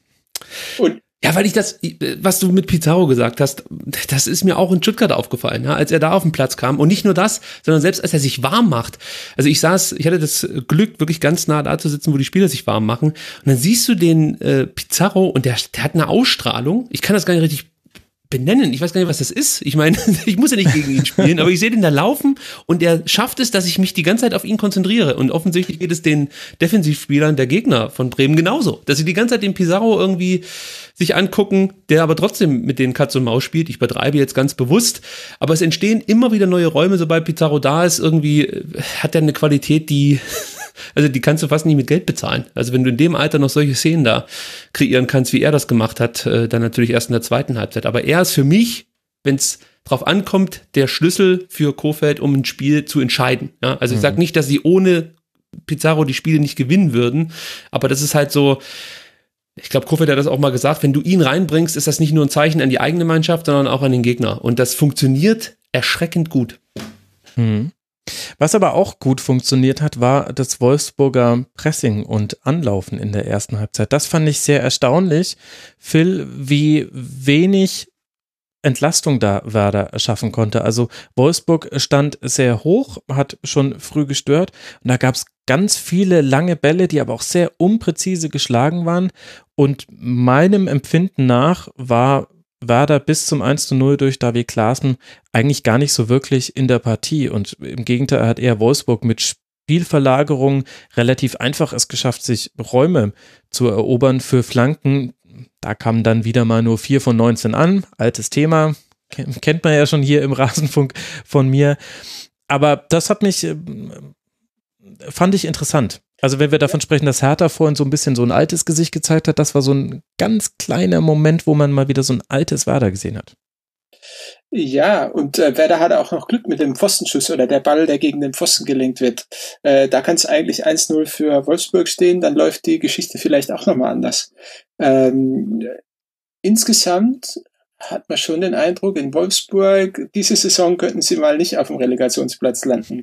[SPEAKER 5] Und ja, weil ich das, was du mit Pizarro gesagt hast, das ist mir auch in Stuttgart aufgefallen, ja, als er da auf den Platz kam. Und nicht nur das, sondern selbst als er sich warm macht. Also ich saß, ich hatte das Glück, wirklich ganz nah da zu sitzen, wo die Spieler sich warm machen. Und dann siehst du den äh, Pizarro und der, der hat eine Ausstrahlung. Ich kann das gar nicht richtig benennen. Ich weiß gar nicht, was das ist. Ich meine, ich muss ja nicht gegen ihn spielen, aber ich sehe den da laufen und er schafft es, dass ich mich die ganze Zeit auf ihn konzentriere. Und offensichtlich geht es den Defensivspielern der Gegner von Bremen genauso, dass sie die ganze Zeit den Pizarro irgendwie sich angucken, der aber trotzdem mit den Katz und Maus spielt. Ich betreibe jetzt ganz bewusst, aber es entstehen immer wieder neue Räume, sobald Pizarro da ist. Irgendwie hat er eine Qualität, die also die kannst du fast nicht mit Geld bezahlen. Also wenn du in dem Alter noch solche Szenen da kreieren kannst, wie er das gemacht hat, äh, dann natürlich erst in der zweiten Halbzeit. Aber er ist für mich, wenn es drauf ankommt, der Schlüssel für Kohfeldt, um ein Spiel zu entscheiden. Ja? Also ich sage nicht, dass sie ohne Pizarro die Spiele nicht gewinnen würden, aber das ist halt so, ich glaube, Kohfeldt hat das auch mal gesagt, wenn du ihn reinbringst, ist das nicht nur ein Zeichen an die eigene Mannschaft, sondern auch an den Gegner. Und das funktioniert erschreckend gut.
[SPEAKER 4] Mhm. Was aber auch gut funktioniert hat, war das Wolfsburger Pressing und Anlaufen in der ersten Halbzeit. Das fand ich sehr erstaunlich, Phil, wie wenig Entlastung da Werder schaffen konnte. Also Wolfsburg stand sehr hoch, hat schon früh gestört und da gab es ganz viele lange Bälle, die aber auch sehr unpräzise geschlagen waren und meinem Empfinden nach war Werder bis zum eins zu null durch Davy Klaassen eigentlich gar nicht so wirklich in der Partie und im Gegenteil hat eher Wolfsburg mit Spielverlagerung relativ einfach es geschafft, sich Räume zu erobern für Flanken. Da kamen dann wieder mal nur vier von neunzehn an, altes Thema, kennt man ja schon hier im Rasenfunk von mir, aber das hat mich, fand ich interessant. Also wenn wir davon sprechen, dass Hertha vorhin so ein bisschen so ein altes Gesicht gezeigt hat, das war so ein ganz kleiner Moment, wo man mal wieder so ein altes Werder gesehen hat.
[SPEAKER 6] Ja, und äh, Werder hatte auch noch Glück mit dem Pfostenschuss oder der Ball, der gegen den Pfosten gelenkt wird. Äh, da kann es eigentlich eins null für Wolfsburg stehen, dann läuft die Geschichte vielleicht auch nochmal anders. Ähm, insgesamt hat man schon den Eindruck, in Wolfsburg, diese Saison könnten sie mal nicht auf dem Relegationsplatz landen.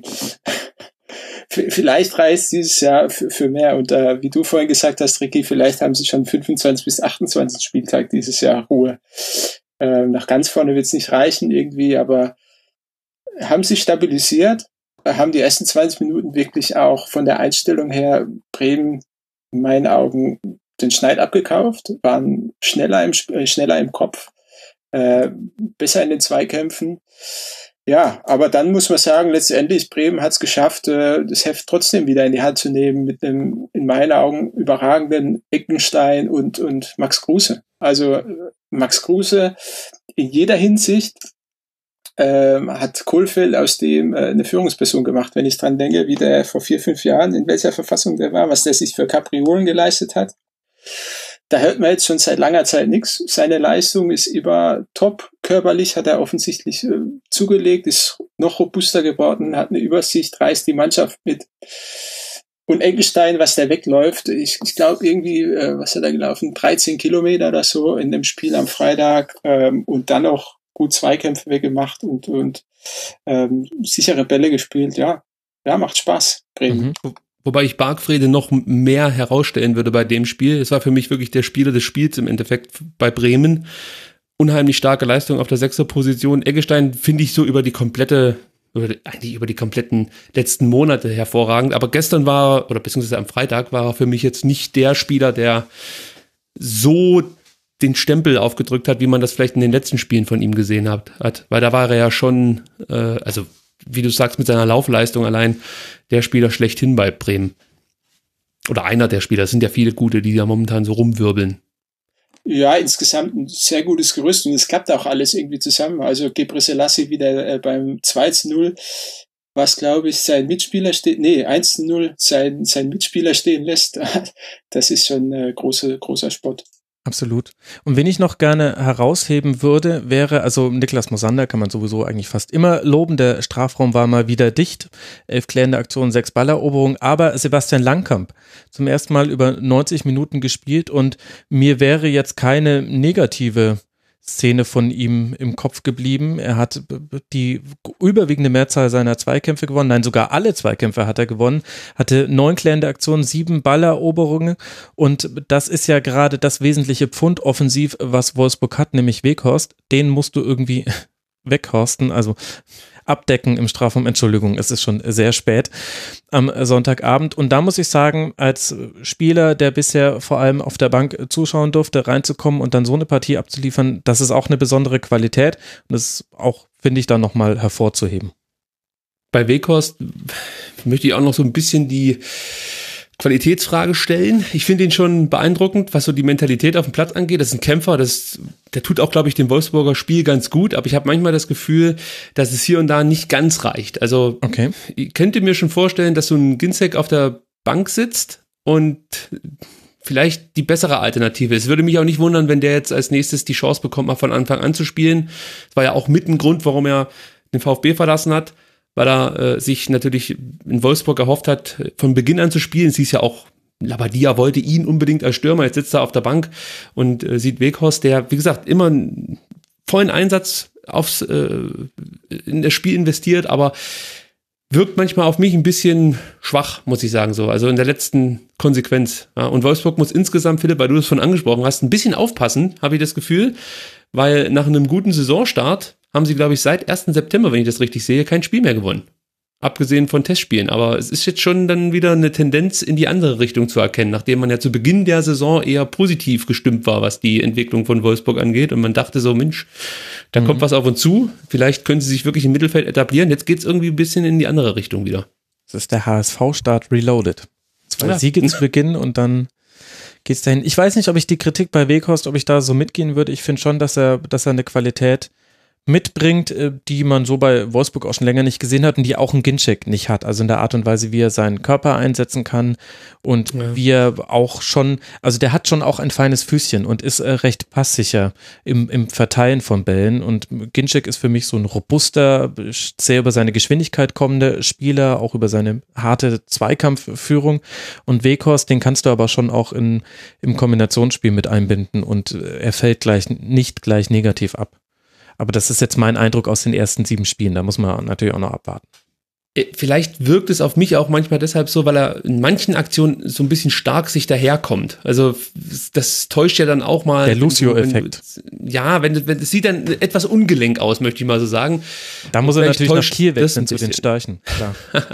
[SPEAKER 6] Vielleicht reißt dieses Jahr für, für mehr und äh, wie du vorhin gesagt hast, Ricky, vielleicht haben sie schon fünfundzwanzig bis achtundzwanzig Spieltag dieses Jahr Ruhe. Äh, nach ganz vorne wird es nicht reichen irgendwie, aber haben sich stabilisiert, haben die ersten zwanzig Minuten wirklich auch von der Einstellung her Bremen in meinen Augen den Schneid abgekauft, waren schneller im, äh, schneller im Kopf, äh, besser in den Zweikämpfen. Ja, aber dann muss man sagen, letztendlich Bremen hat es geschafft, äh, das Heft trotzdem wieder in die Hand zu nehmen mit einem, in meinen Augen, überragenden Eckenstein und, und Max Kruse. Also Max Kruse in jeder Hinsicht ähm, hat Kohlfeld aus dem äh, eine Führungsperson gemacht, wenn ich dran denke, wie der vor vier, fünf Jahren, in welcher Verfassung der war, was der sich für Kapriolen geleistet hat. Da hört man jetzt schon seit langer Zeit nichts. Seine Leistung ist immer top. Körperlich hat er offensichtlich äh, zugelegt, ist noch robuster geworden, hat eine Übersicht, reißt die Mannschaft mit. Und Engelstein, was der wegläuft, ich, ich glaube irgendwie, äh, was hat er gelaufen, dreizehn Kilometer oder so in dem Spiel am Freitag ähm, und dann auch gut Zweikämpfe weggemacht und, und ähm, sichere Bälle gespielt. Ja, ja, macht Spaß, Bremen.
[SPEAKER 5] Mhm. Wobei ich Bargfrede noch mehr herausstellen würde bei dem Spiel. Es war für mich wirklich der Spieler des Spiels im Endeffekt bei Bremen. Unheimlich starke Leistung auf der Sechserposition. Eggestein finde ich so über die komplette, über die, eigentlich über die kompletten letzten Monate hervorragend. Aber gestern war, oder beziehungsweise am Freitag, war er für mich jetzt nicht der Spieler, der so den Stempel aufgedrückt hat, wie man das vielleicht in den letzten Spielen von ihm gesehen hat. hat. Weil da war er ja schon, äh, also wie du sagst, mit seiner Laufleistung allein der Spieler schlechthin bei Bremen. Oder einer der Spieler. Es sind ja viele gute, die da momentan so rumwirbeln.
[SPEAKER 6] Ja, insgesamt ein sehr gutes Gerüst und es klappt auch alles irgendwie zusammen. Also Gebre Selassie wieder äh, beim zwei zu null, was glaube ich sein Mitspieler steht, nee, eins zu null sein, sein Mitspieler stehen lässt. Das ist schon ein äh, große, großer Sport.
[SPEAKER 4] Absolut. Und wen ich noch gerne herausheben würde, wäre, also Niklas Mosander kann man sowieso eigentlich fast immer loben, der Strafraum war mal wieder dicht, elf klärende Aktionen, sechs Balleroberungen, aber Sebastian Langkamp zum ersten Mal über neunzig Minuten gespielt und mir wäre jetzt keine negative Szene von ihm im Kopf geblieben. Er hat die überwiegende Mehrzahl seiner Zweikämpfe gewonnen, nein, sogar alle Zweikämpfe hat er gewonnen, hatte neun klärende Aktionen, sieben Balleroberungen und das ist ja gerade das wesentliche Pfund offensiv, was Wolfsburg hat, nämlich Weghorst. Den musst du irgendwie weghorsten, also abdecken im Strafraum. Entschuldigung, es ist schon sehr spät am Sonntagabend. Und da muss ich sagen, als Spieler, der bisher vor allem auf der Bank zuschauen durfte, reinzukommen und dann so eine Partie abzuliefern, das ist auch eine besondere Qualität. Und das ist auch, finde ich, da nochmal hervorzuheben.
[SPEAKER 5] Bei Weghorst möchte ich auch noch so ein bisschen die Qualitätsfrage stellen. Ich finde ihn schon beeindruckend, was so die Mentalität auf dem Platz angeht. Das ist ein Kämpfer, das, der tut auch, glaube ich, dem Wolfsburger Spiel ganz gut, aber ich habe manchmal das Gefühl, dass es hier und da nicht ganz reicht. Also
[SPEAKER 4] okay.
[SPEAKER 5] Ich könnte mir schon vorstellen, dass so ein Ginczek auf der Bank sitzt und vielleicht die bessere Alternative ist. Es würde mich auch nicht wundern, wenn der jetzt als nächstes die Chance bekommt, mal von Anfang an zu spielen. Das war ja auch mit ein Grund, warum er den VfB verlassen hat, weil er äh, sich natürlich in Wolfsburg erhofft hat, von Beginn an zu spielen. Es hieß ja auch, Labadia wollte ihn unbedingt als Stürmer, jetzt sitzt er auf der Bank und äh, sieht Weghorst, der, wie gesagt, immer einen vollen Einsatz aufs, äh, in das Spiel investiert, aber wirkt manchmal auf mich ein bisschen schwach, muss ich sagen, so. Also in der letzten Konsequenz. Ja. Und Wolfsburg muss insgesamt, Philipp, weil du das von angesprochen hast, ein bisschen aufpassen, habe ich das Gefühl, weil nach einem guten Saisonstart haben sie, glaube ich, seit ersten September, wenn ich das richtig sehe, kein Spiel mehr gewonnen. Abgesehen von Testspielen. Aber es ist jetzt schon dann wieder eine Tendenz in die andere Richtung zu erkennen, nachdem man ja zu Beginn der Saison eher positiv gestimmt war, was die Entwicklung von Wolfsburg angeht. Und man dachte so, Mensch, da mhm. kommt was auf uns zu. Vielleicht können sie sich wirklich im Mittelfeld etablieren. Jetzt geht es irgendwie ein bisschen in die andere Richtung wieder.
[SPEAKER 4] Das ist der H S V-Start Reloaded. Zwei
[SPEAKER 5] ja.
[SPEAKER 4] Siege zu Beginn und dann geht's dahin. Ich weiß nicht, ob ich die Kritik bei Weghorst, ob ich da so mitgehen würde. Ich finde schon, dass er, dass er eine Qualität mitbringt, die man so bei Wolfsburg auch schon länger nicht gesehen hat und die auch ein Ginczek nicht hat. Also in der Art und Weise, wie er seinen Körper einsetzen kann und ja. wie er auch schon, also der hat schon auch ein feines Füßchen und ist äh, recht passsicher im, im Verteilen von Bällen und Ginczek ist für mich so ein robuster, sehr über seine Geschwindigkeit kommende Spieler, auch über seine harte Zweikampfführung und Weghorst, den kannst du aber schon auch in, im Kombinationsspiel mit einbinden und er fällt gleich nicht gleich negativ ab. Aber das ist jetzt mein Eindruck aus den ersten sieben Spielen. Da muss man natürlich auch noch abwarten.
[SPEAKER 5] Vielleicht wirkt es auf mich auch manchmal deshalb so, weil er in manchen Aktionen so ein bisschen stark sich daherkommt. Also das täuscht ja dann auch mal.
[SPEAKER 4] Der Lucio-Effekt.
[SPEAKER 5] Ja, wenn, wenn es sieht dann etwas ungelenk aus, möchte ich mal so sagen.
[SPEAKER 4] Da muss er natürlich nach Kiel wechseln zu den Störchen. Klar.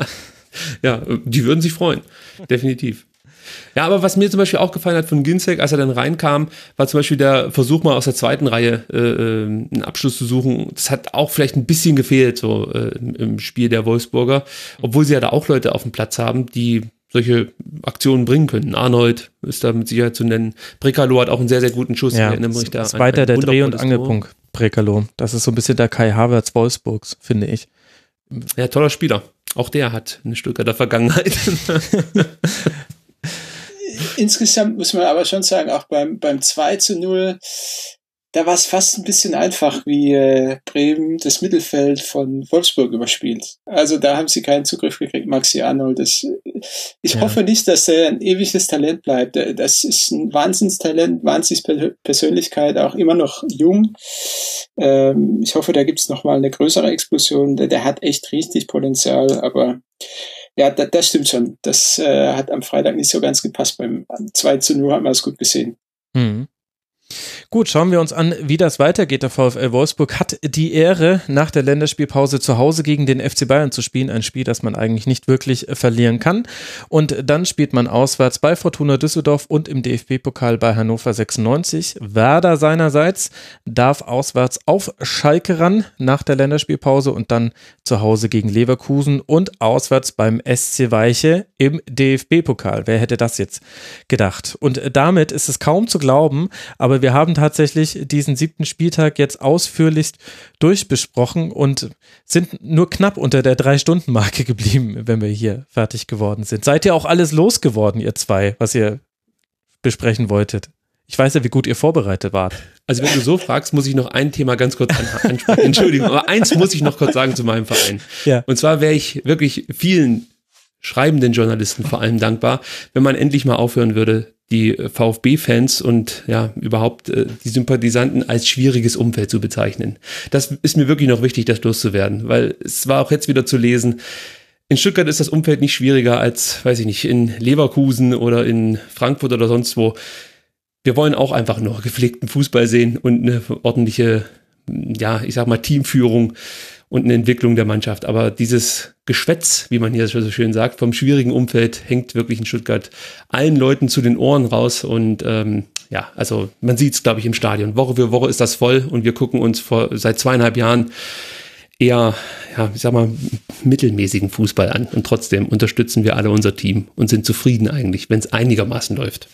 [SPEAKER 5] Ja, die würden sich freuen. Definitiv. Ja, aber was mir zum Beispiel auch gefallen hat von Ginczek, als er dann reinkam, war zum Beispiel der Versuch mal aus der zweiten Reihe äh, einen Abschluss zu suchen. Das hat auch vielleicht ein bisschen gefehlt so äh, im Spiel der Wolfsburger, obwohl sie ja da auch Leute auf dem Platz haben, die solche Aktionen bringen können. Arnold ist da mit Sicherheit zu nennen. Brekalo hat auch einen sehr, sehr guten Schuss.
[SPEAKER 4] Ja,
[SPEAKER 5] das
[SPEAKER 4] ist da weiter der Dreh- und Angelpunkt, Brekalo. Das ist so ein bisschen der Kai Havertz Wolfsburgs, finde ich.
[SPEAKER 5] Ja, toller Spieler. Auch der hat eine Stuttgarter Vergangenheit.
[SPEAKER 6] Insgesamt muss man aber schon sagen, auch beim, beim zwei zu null, da war es fast ein bisschen einfach, wie äh, Bremen das Mittelfeld von Wolfsburg überspielt. Also da haben sie keinen Zugriff gekriegt, Maxi Arnold. Das, ich ja. hoffe nicht, dass er ein ewiges Talent bleibt. Das ist ein Wahnsinnstalent, Wahnsinnspersönlichkeit, auch immer noch jung. Ähm, ich hoffe, da gibt's noch mal eine größere Explosion. Der, der hat echt richtig Potenzial, aber ja, das, das stimmt schon. Das äh, hat am Freitag nicht so ganz gepasst. Beim zwei zu null haben wir es gut gesehen.
[SPEAKER 4] Mhm. Gut, schauen wir uns an, wie das weitergeht. Der VfL Wolfsburg hat die Ehre, nach der Länderspielpause zu Hause gegen den F C Bayern zu spielen. Ein Spiel, das man eigentlich nicht wirklich verlieren kann. Und dann spielt man auswärts bei Fortuna Düsseldorf und im D F B-Pokal bei Hannover sechsundneunzig. Werder seinerseits darf auswärts auf Schalke ran nach der Länderspielpause und dann zu Hause gegen Leverkusen und auswärts beim S C Weiche im D F B-Pokal. Wer hätte das jetzt gedacht? Und damit ist es kaum zu glauben, aber wir haben tatsächlich diesen siebten Spieltag jetzt ausführlichst durchbesprochen und sind nur knapp unter der Drei-Stunden-Marke geblieben, wenn wir hier fertig geworden sind. Seid ihr auch alles losgeworden, ihr zwei, was ihr besprechen wolltet? Ich weiß ja, wie gut ihr vorbereitet wart.
[SPEAKER 5] Also wenn du so fragst, muss ich noch ein Thema ganz kurz ansprechen. Entschuldigung, aber eins muss ich noch kurz sagen zu meinem Verein. Ja. Und zwar wäre ich wirklich vielen schreibenden Journalisten vor allem dankbar, wenn man endlich mal aufhören würde, die VfB-Fans und ja überhaupt äh, die Sympathisanten als schwieriges Umfeld zu bezeichnen. Das ist mir wirklich noch wichtig, das loszuwerden, weil es war auch jetzt wieder zu lesen, in Stuttgart ist das Umfeld nicht schwieriger als, weiß ich nicht, in Leverkusen oder in Frankfurt oder sonst wo. Wir wollen auch einfach nur gepflegten Fußball sehen und eine ordentliche, ja, ich sag mal, Teamführung und eine Entwicklung der Mannschaft. Aber dieses Geschwätz, wie man hier so schön sagt, vom schwierigen Umfeld hängt wirklich in Stuttgart allen Leuten zu den Ohren raus. Und ähm, ja, also man sieht es, glaube ich, im Stadion. Woche für Woche ist das voll und wir gucken uns vor seit zweieinhalb Jahren eher, ja, ich sag mal, mittelmäßigen Fußball an. Und trotzdem unterstützen wir alle unser Team und sind zufrieden eigentlich, wenn es einigermaßen läuft.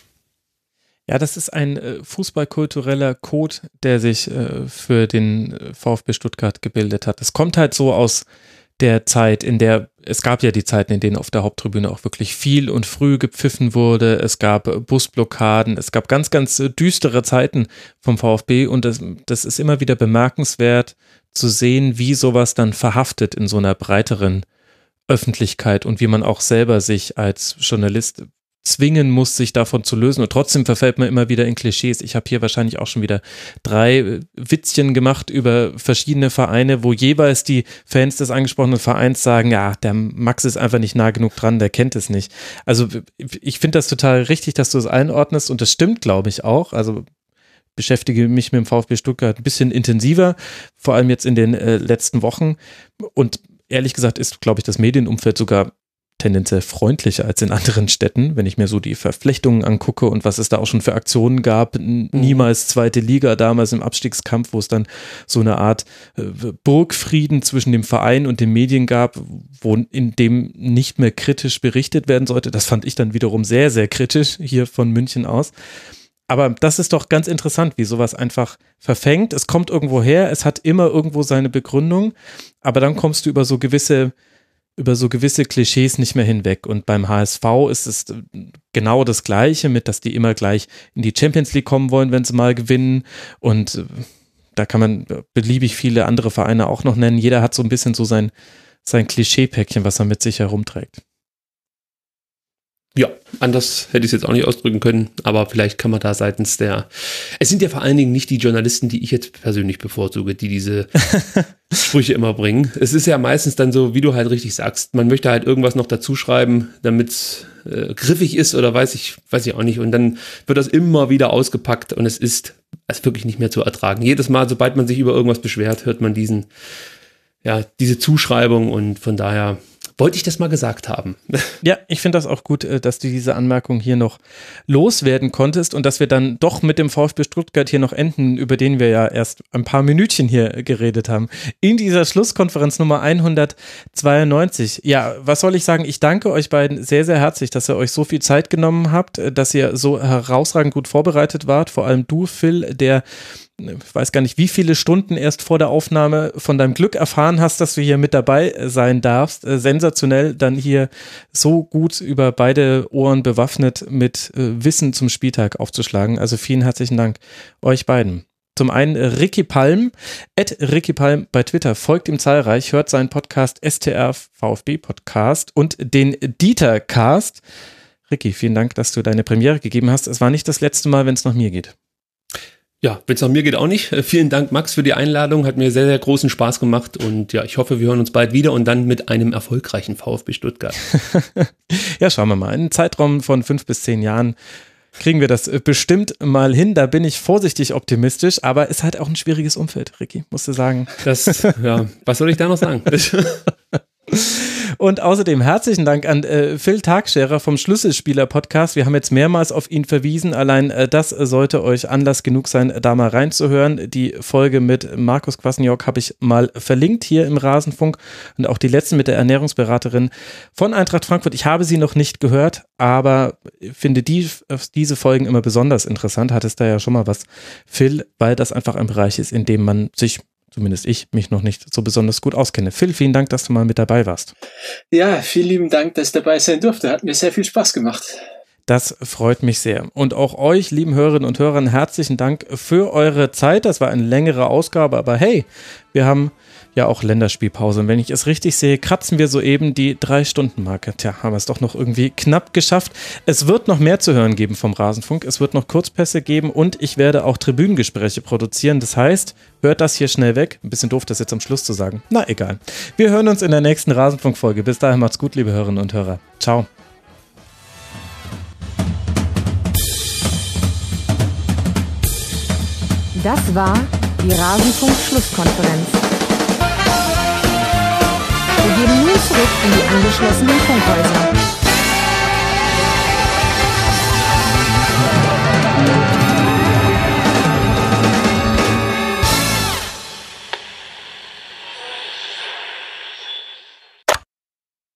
[SPEAKER 4] Ja, das ist ein äh, fußballkultureller Code, der sich äh, für den VfB Stuttgart gebildet hat. Es kommt halt so aus der Zeit, in der, es gab ja die Zeiten, in denen auf der Haupttribüne auch wirklich viel und früh gepfiffen wurde. Es gab Busblockaden, es gab ganz, ganz äh, düstere Zeiten vom VfB und das, das ist immer wieder bemerkenswert zu sehen, wie sowas dann verhaftet in so einer breiteren Öffentlichkeit und wie man auch selber sich als Journalist zwingen muss, sich davon zu lösen. Und trotzdem verfällt man immer wieder in Klischees. Ich habe hier wahrscheinlich auch schon wieder drei Witzchen gemacht über verschiedene Vereine, wo jeweils die Fans des angesprochenen Vereins sagen, ja, der Max ist einfach nicht nah genug dran, der kennt es nicht. Also ich finde das total richtig, dass du es einordnest und das stimmt, glaube ich, auch. Also beschäftige mich mit dem VfB Stuttgart ein bisschen intensiver, vor allem jetzt in den äh, letzten Wochen. Und ehrlich gesagt ist, glaube ich, das Medienumfeld sogar tendenziell freundlicher als in anderen Städten, wenn ich mir so die Verflechtungen angucke und was es da auch schon für Aktionen gab. Niemals zweite Liga, damals im Abstiegskampf, wo es dann so eine Art äh, Burgfrieden zwischen dem Verein und den Medien gab, wo in dem nicht mehr kritisch berichtet werden sollte. Das fand ich dann wiederum sehr, sehr kritisch hier von München aus. Aber das ist doch ganz interessant, wie sowas einfach verfängt. Es kommt irgendwo her, es hat immer irgendwo seine Begründung, aber dann kommst du über so gewisse über so gewisse Klischees nicht mehr hinweg. Und beim H S V ist es genau das Gleiche mit, dass die immer gleich in die Champions League kommen wollen, wenn sie mal gewinnen. Und da kann man beliebig viele andere Vereine auch noch nennen. Jeder hat so ein bisschen so sein, sein Klischee-Päckchen, was er mit sich herumträgt.
[SPEAKER 5] Ja, anders hätte ich es jetzt auch nicht ausdrücken können, aber vielleicht kann man da seitens der, es sind ja vor allen Dingen nicht die Journalisten, die ich jetzt persönlich bevorzuge, die diese Sprüche immer bringen. Es ist ja meistens dann so, wie du halt richtig sagst, man möchte halt irgendwas noch dazu schreiben, damit es äh, griffig ist oder weiß ich, weiß ich auch nicht und dann wird das immer wieder ausgepackt und es ist, es ist wirklich nicht mehr zu ertragen. Jedes Mal, sobald man sich über irgendwas beschwert, hört man diesen, ja, diese Zuschreibung und von daher wollte ich das mal gesagt haben.
[SPEAKER 4] Ja, ich finde das auch gut, dass du diese Anmerkung hier noch loswerden konntest und dass wir dann doch mit dem VfB Stuttgart hier noch enden, über den wir ja erst ein paar Minütchen hier geredet haben. In dieser Schlusskonferenz Nummer hundertzweiundneunzig. Ja, was soll ich sagen? Ich danke euch beiden sehr, sehr herzlich, dass ihr euch so viel Zeit genommen habt, dass ihr so herausragend gut vorbereitet wart. Vor allem du, Phil, der ich weiß gar nicht, wie viele Stunden erst vor der Aufnahme von deinem Glück erfahren hast, dass du hier mit dabei sein darfst. Äh, sensationell, dann hier so gut über beide Ohren bewaffnet mit äh, Wissen zum Spieltag aufzuschlagen. Also vielen herzlichen Dank euch beiden. Zum einen äh, Ricky Palm, at Ricky Palm bei Twitter, folgt ihm zahlreich, hört seinen Podcast S T R VfB Podcast und den Dieter Cast. Ricky, vielen Dank, dass du deine Premiere gegeben hast. Es war nicht das letzte Mal, wenn es nach mir geht.
[SPEAKER 5] Ja, wenn es nach mir geht, auch nicht. Vielen Dank, Max, für die Einladung. Hat mir sehr, sehr großen Spaß gemacht. Und ja, ich hoffe, wir hören uns bald wieder und dann mit einem erfolgreichen VfB Stuttgart.
[SPEAKER 4] Ja, schauen wir mal. In einem Zeitraum von fünf bis zehn Jahren kriegen wir das bestimmt mal hin. Da bin ich vorsichtig optimistisch, aber es ist halt auch ein schwieriges Umfeld, Ricky, musst du sagen.
[SPEAKER 5] Das, ja, was soll ich da noch sagen?
[SPEAKER 4] Und außerdem herzlichen Dank an äh, Phil Tagscherer vom Schlüsselspieler-Podcast. Wir haben jetzt mehrmals auf ihn verwiesen. Allein äh, das sollte euch Anlass genug sein, da mal reinzuhören. Die Folge mit Markus Kwasniok habe ich mal verlinkt hier im Rasenfunk und auch die letzten mit der Ernährungsberaterin von Eintracht Frankfurt. Ich habe sie noch nicht gehört, aber finde die, diese Folgen immer besonders interessant. Hattest da ja schon mal was, Phil, weil das einfach ein Bereich ist, in dem man sich zumindest ich, mich noch nicht so besonders gut auskenne. Phil, vielen Dank, dass du mal mit dabei warst.
[SPEAKER 6] Ja, vielen lieben Dank, dass ich dabei sein durfte. Hat mir sehr viel Spaß gemacht.
[SPEAKER 4] Das freut mich sehr. Und auch euch, lieben Hörerinnen und Hörern, herzlichen Dank für eure Zeit. Das war eine längere Ausgabe, aber hey, wir haben ja auch Länderspielpause. Und wenn ich es richtig sehe, kratzen wir soeben die Drei-Stunden-Marke. Tja, haben wir es doch noch irgendwie knapp geschafft. Es wird noch mehr zu hören geben vom Rasenfunk. Es wird noch Kurzpässe geben und ich werde auch Tribünengespräche produzieren. Das heißt, hört das hier schnell weg. Ein bisschen doof, das jetzt am Schluss zu sagen. Na, egal. Wir hören uns in der nächsten Rasenfunk-Folge. Bis dahin macht's gut, liebe Hörerinnen und Hörer. Ciao.
[SPEAKER 1] Das war die Rasenfunk-Schlusskonferenz. Wir gehen nun zurück in die angeschlossenen Funkhäuser.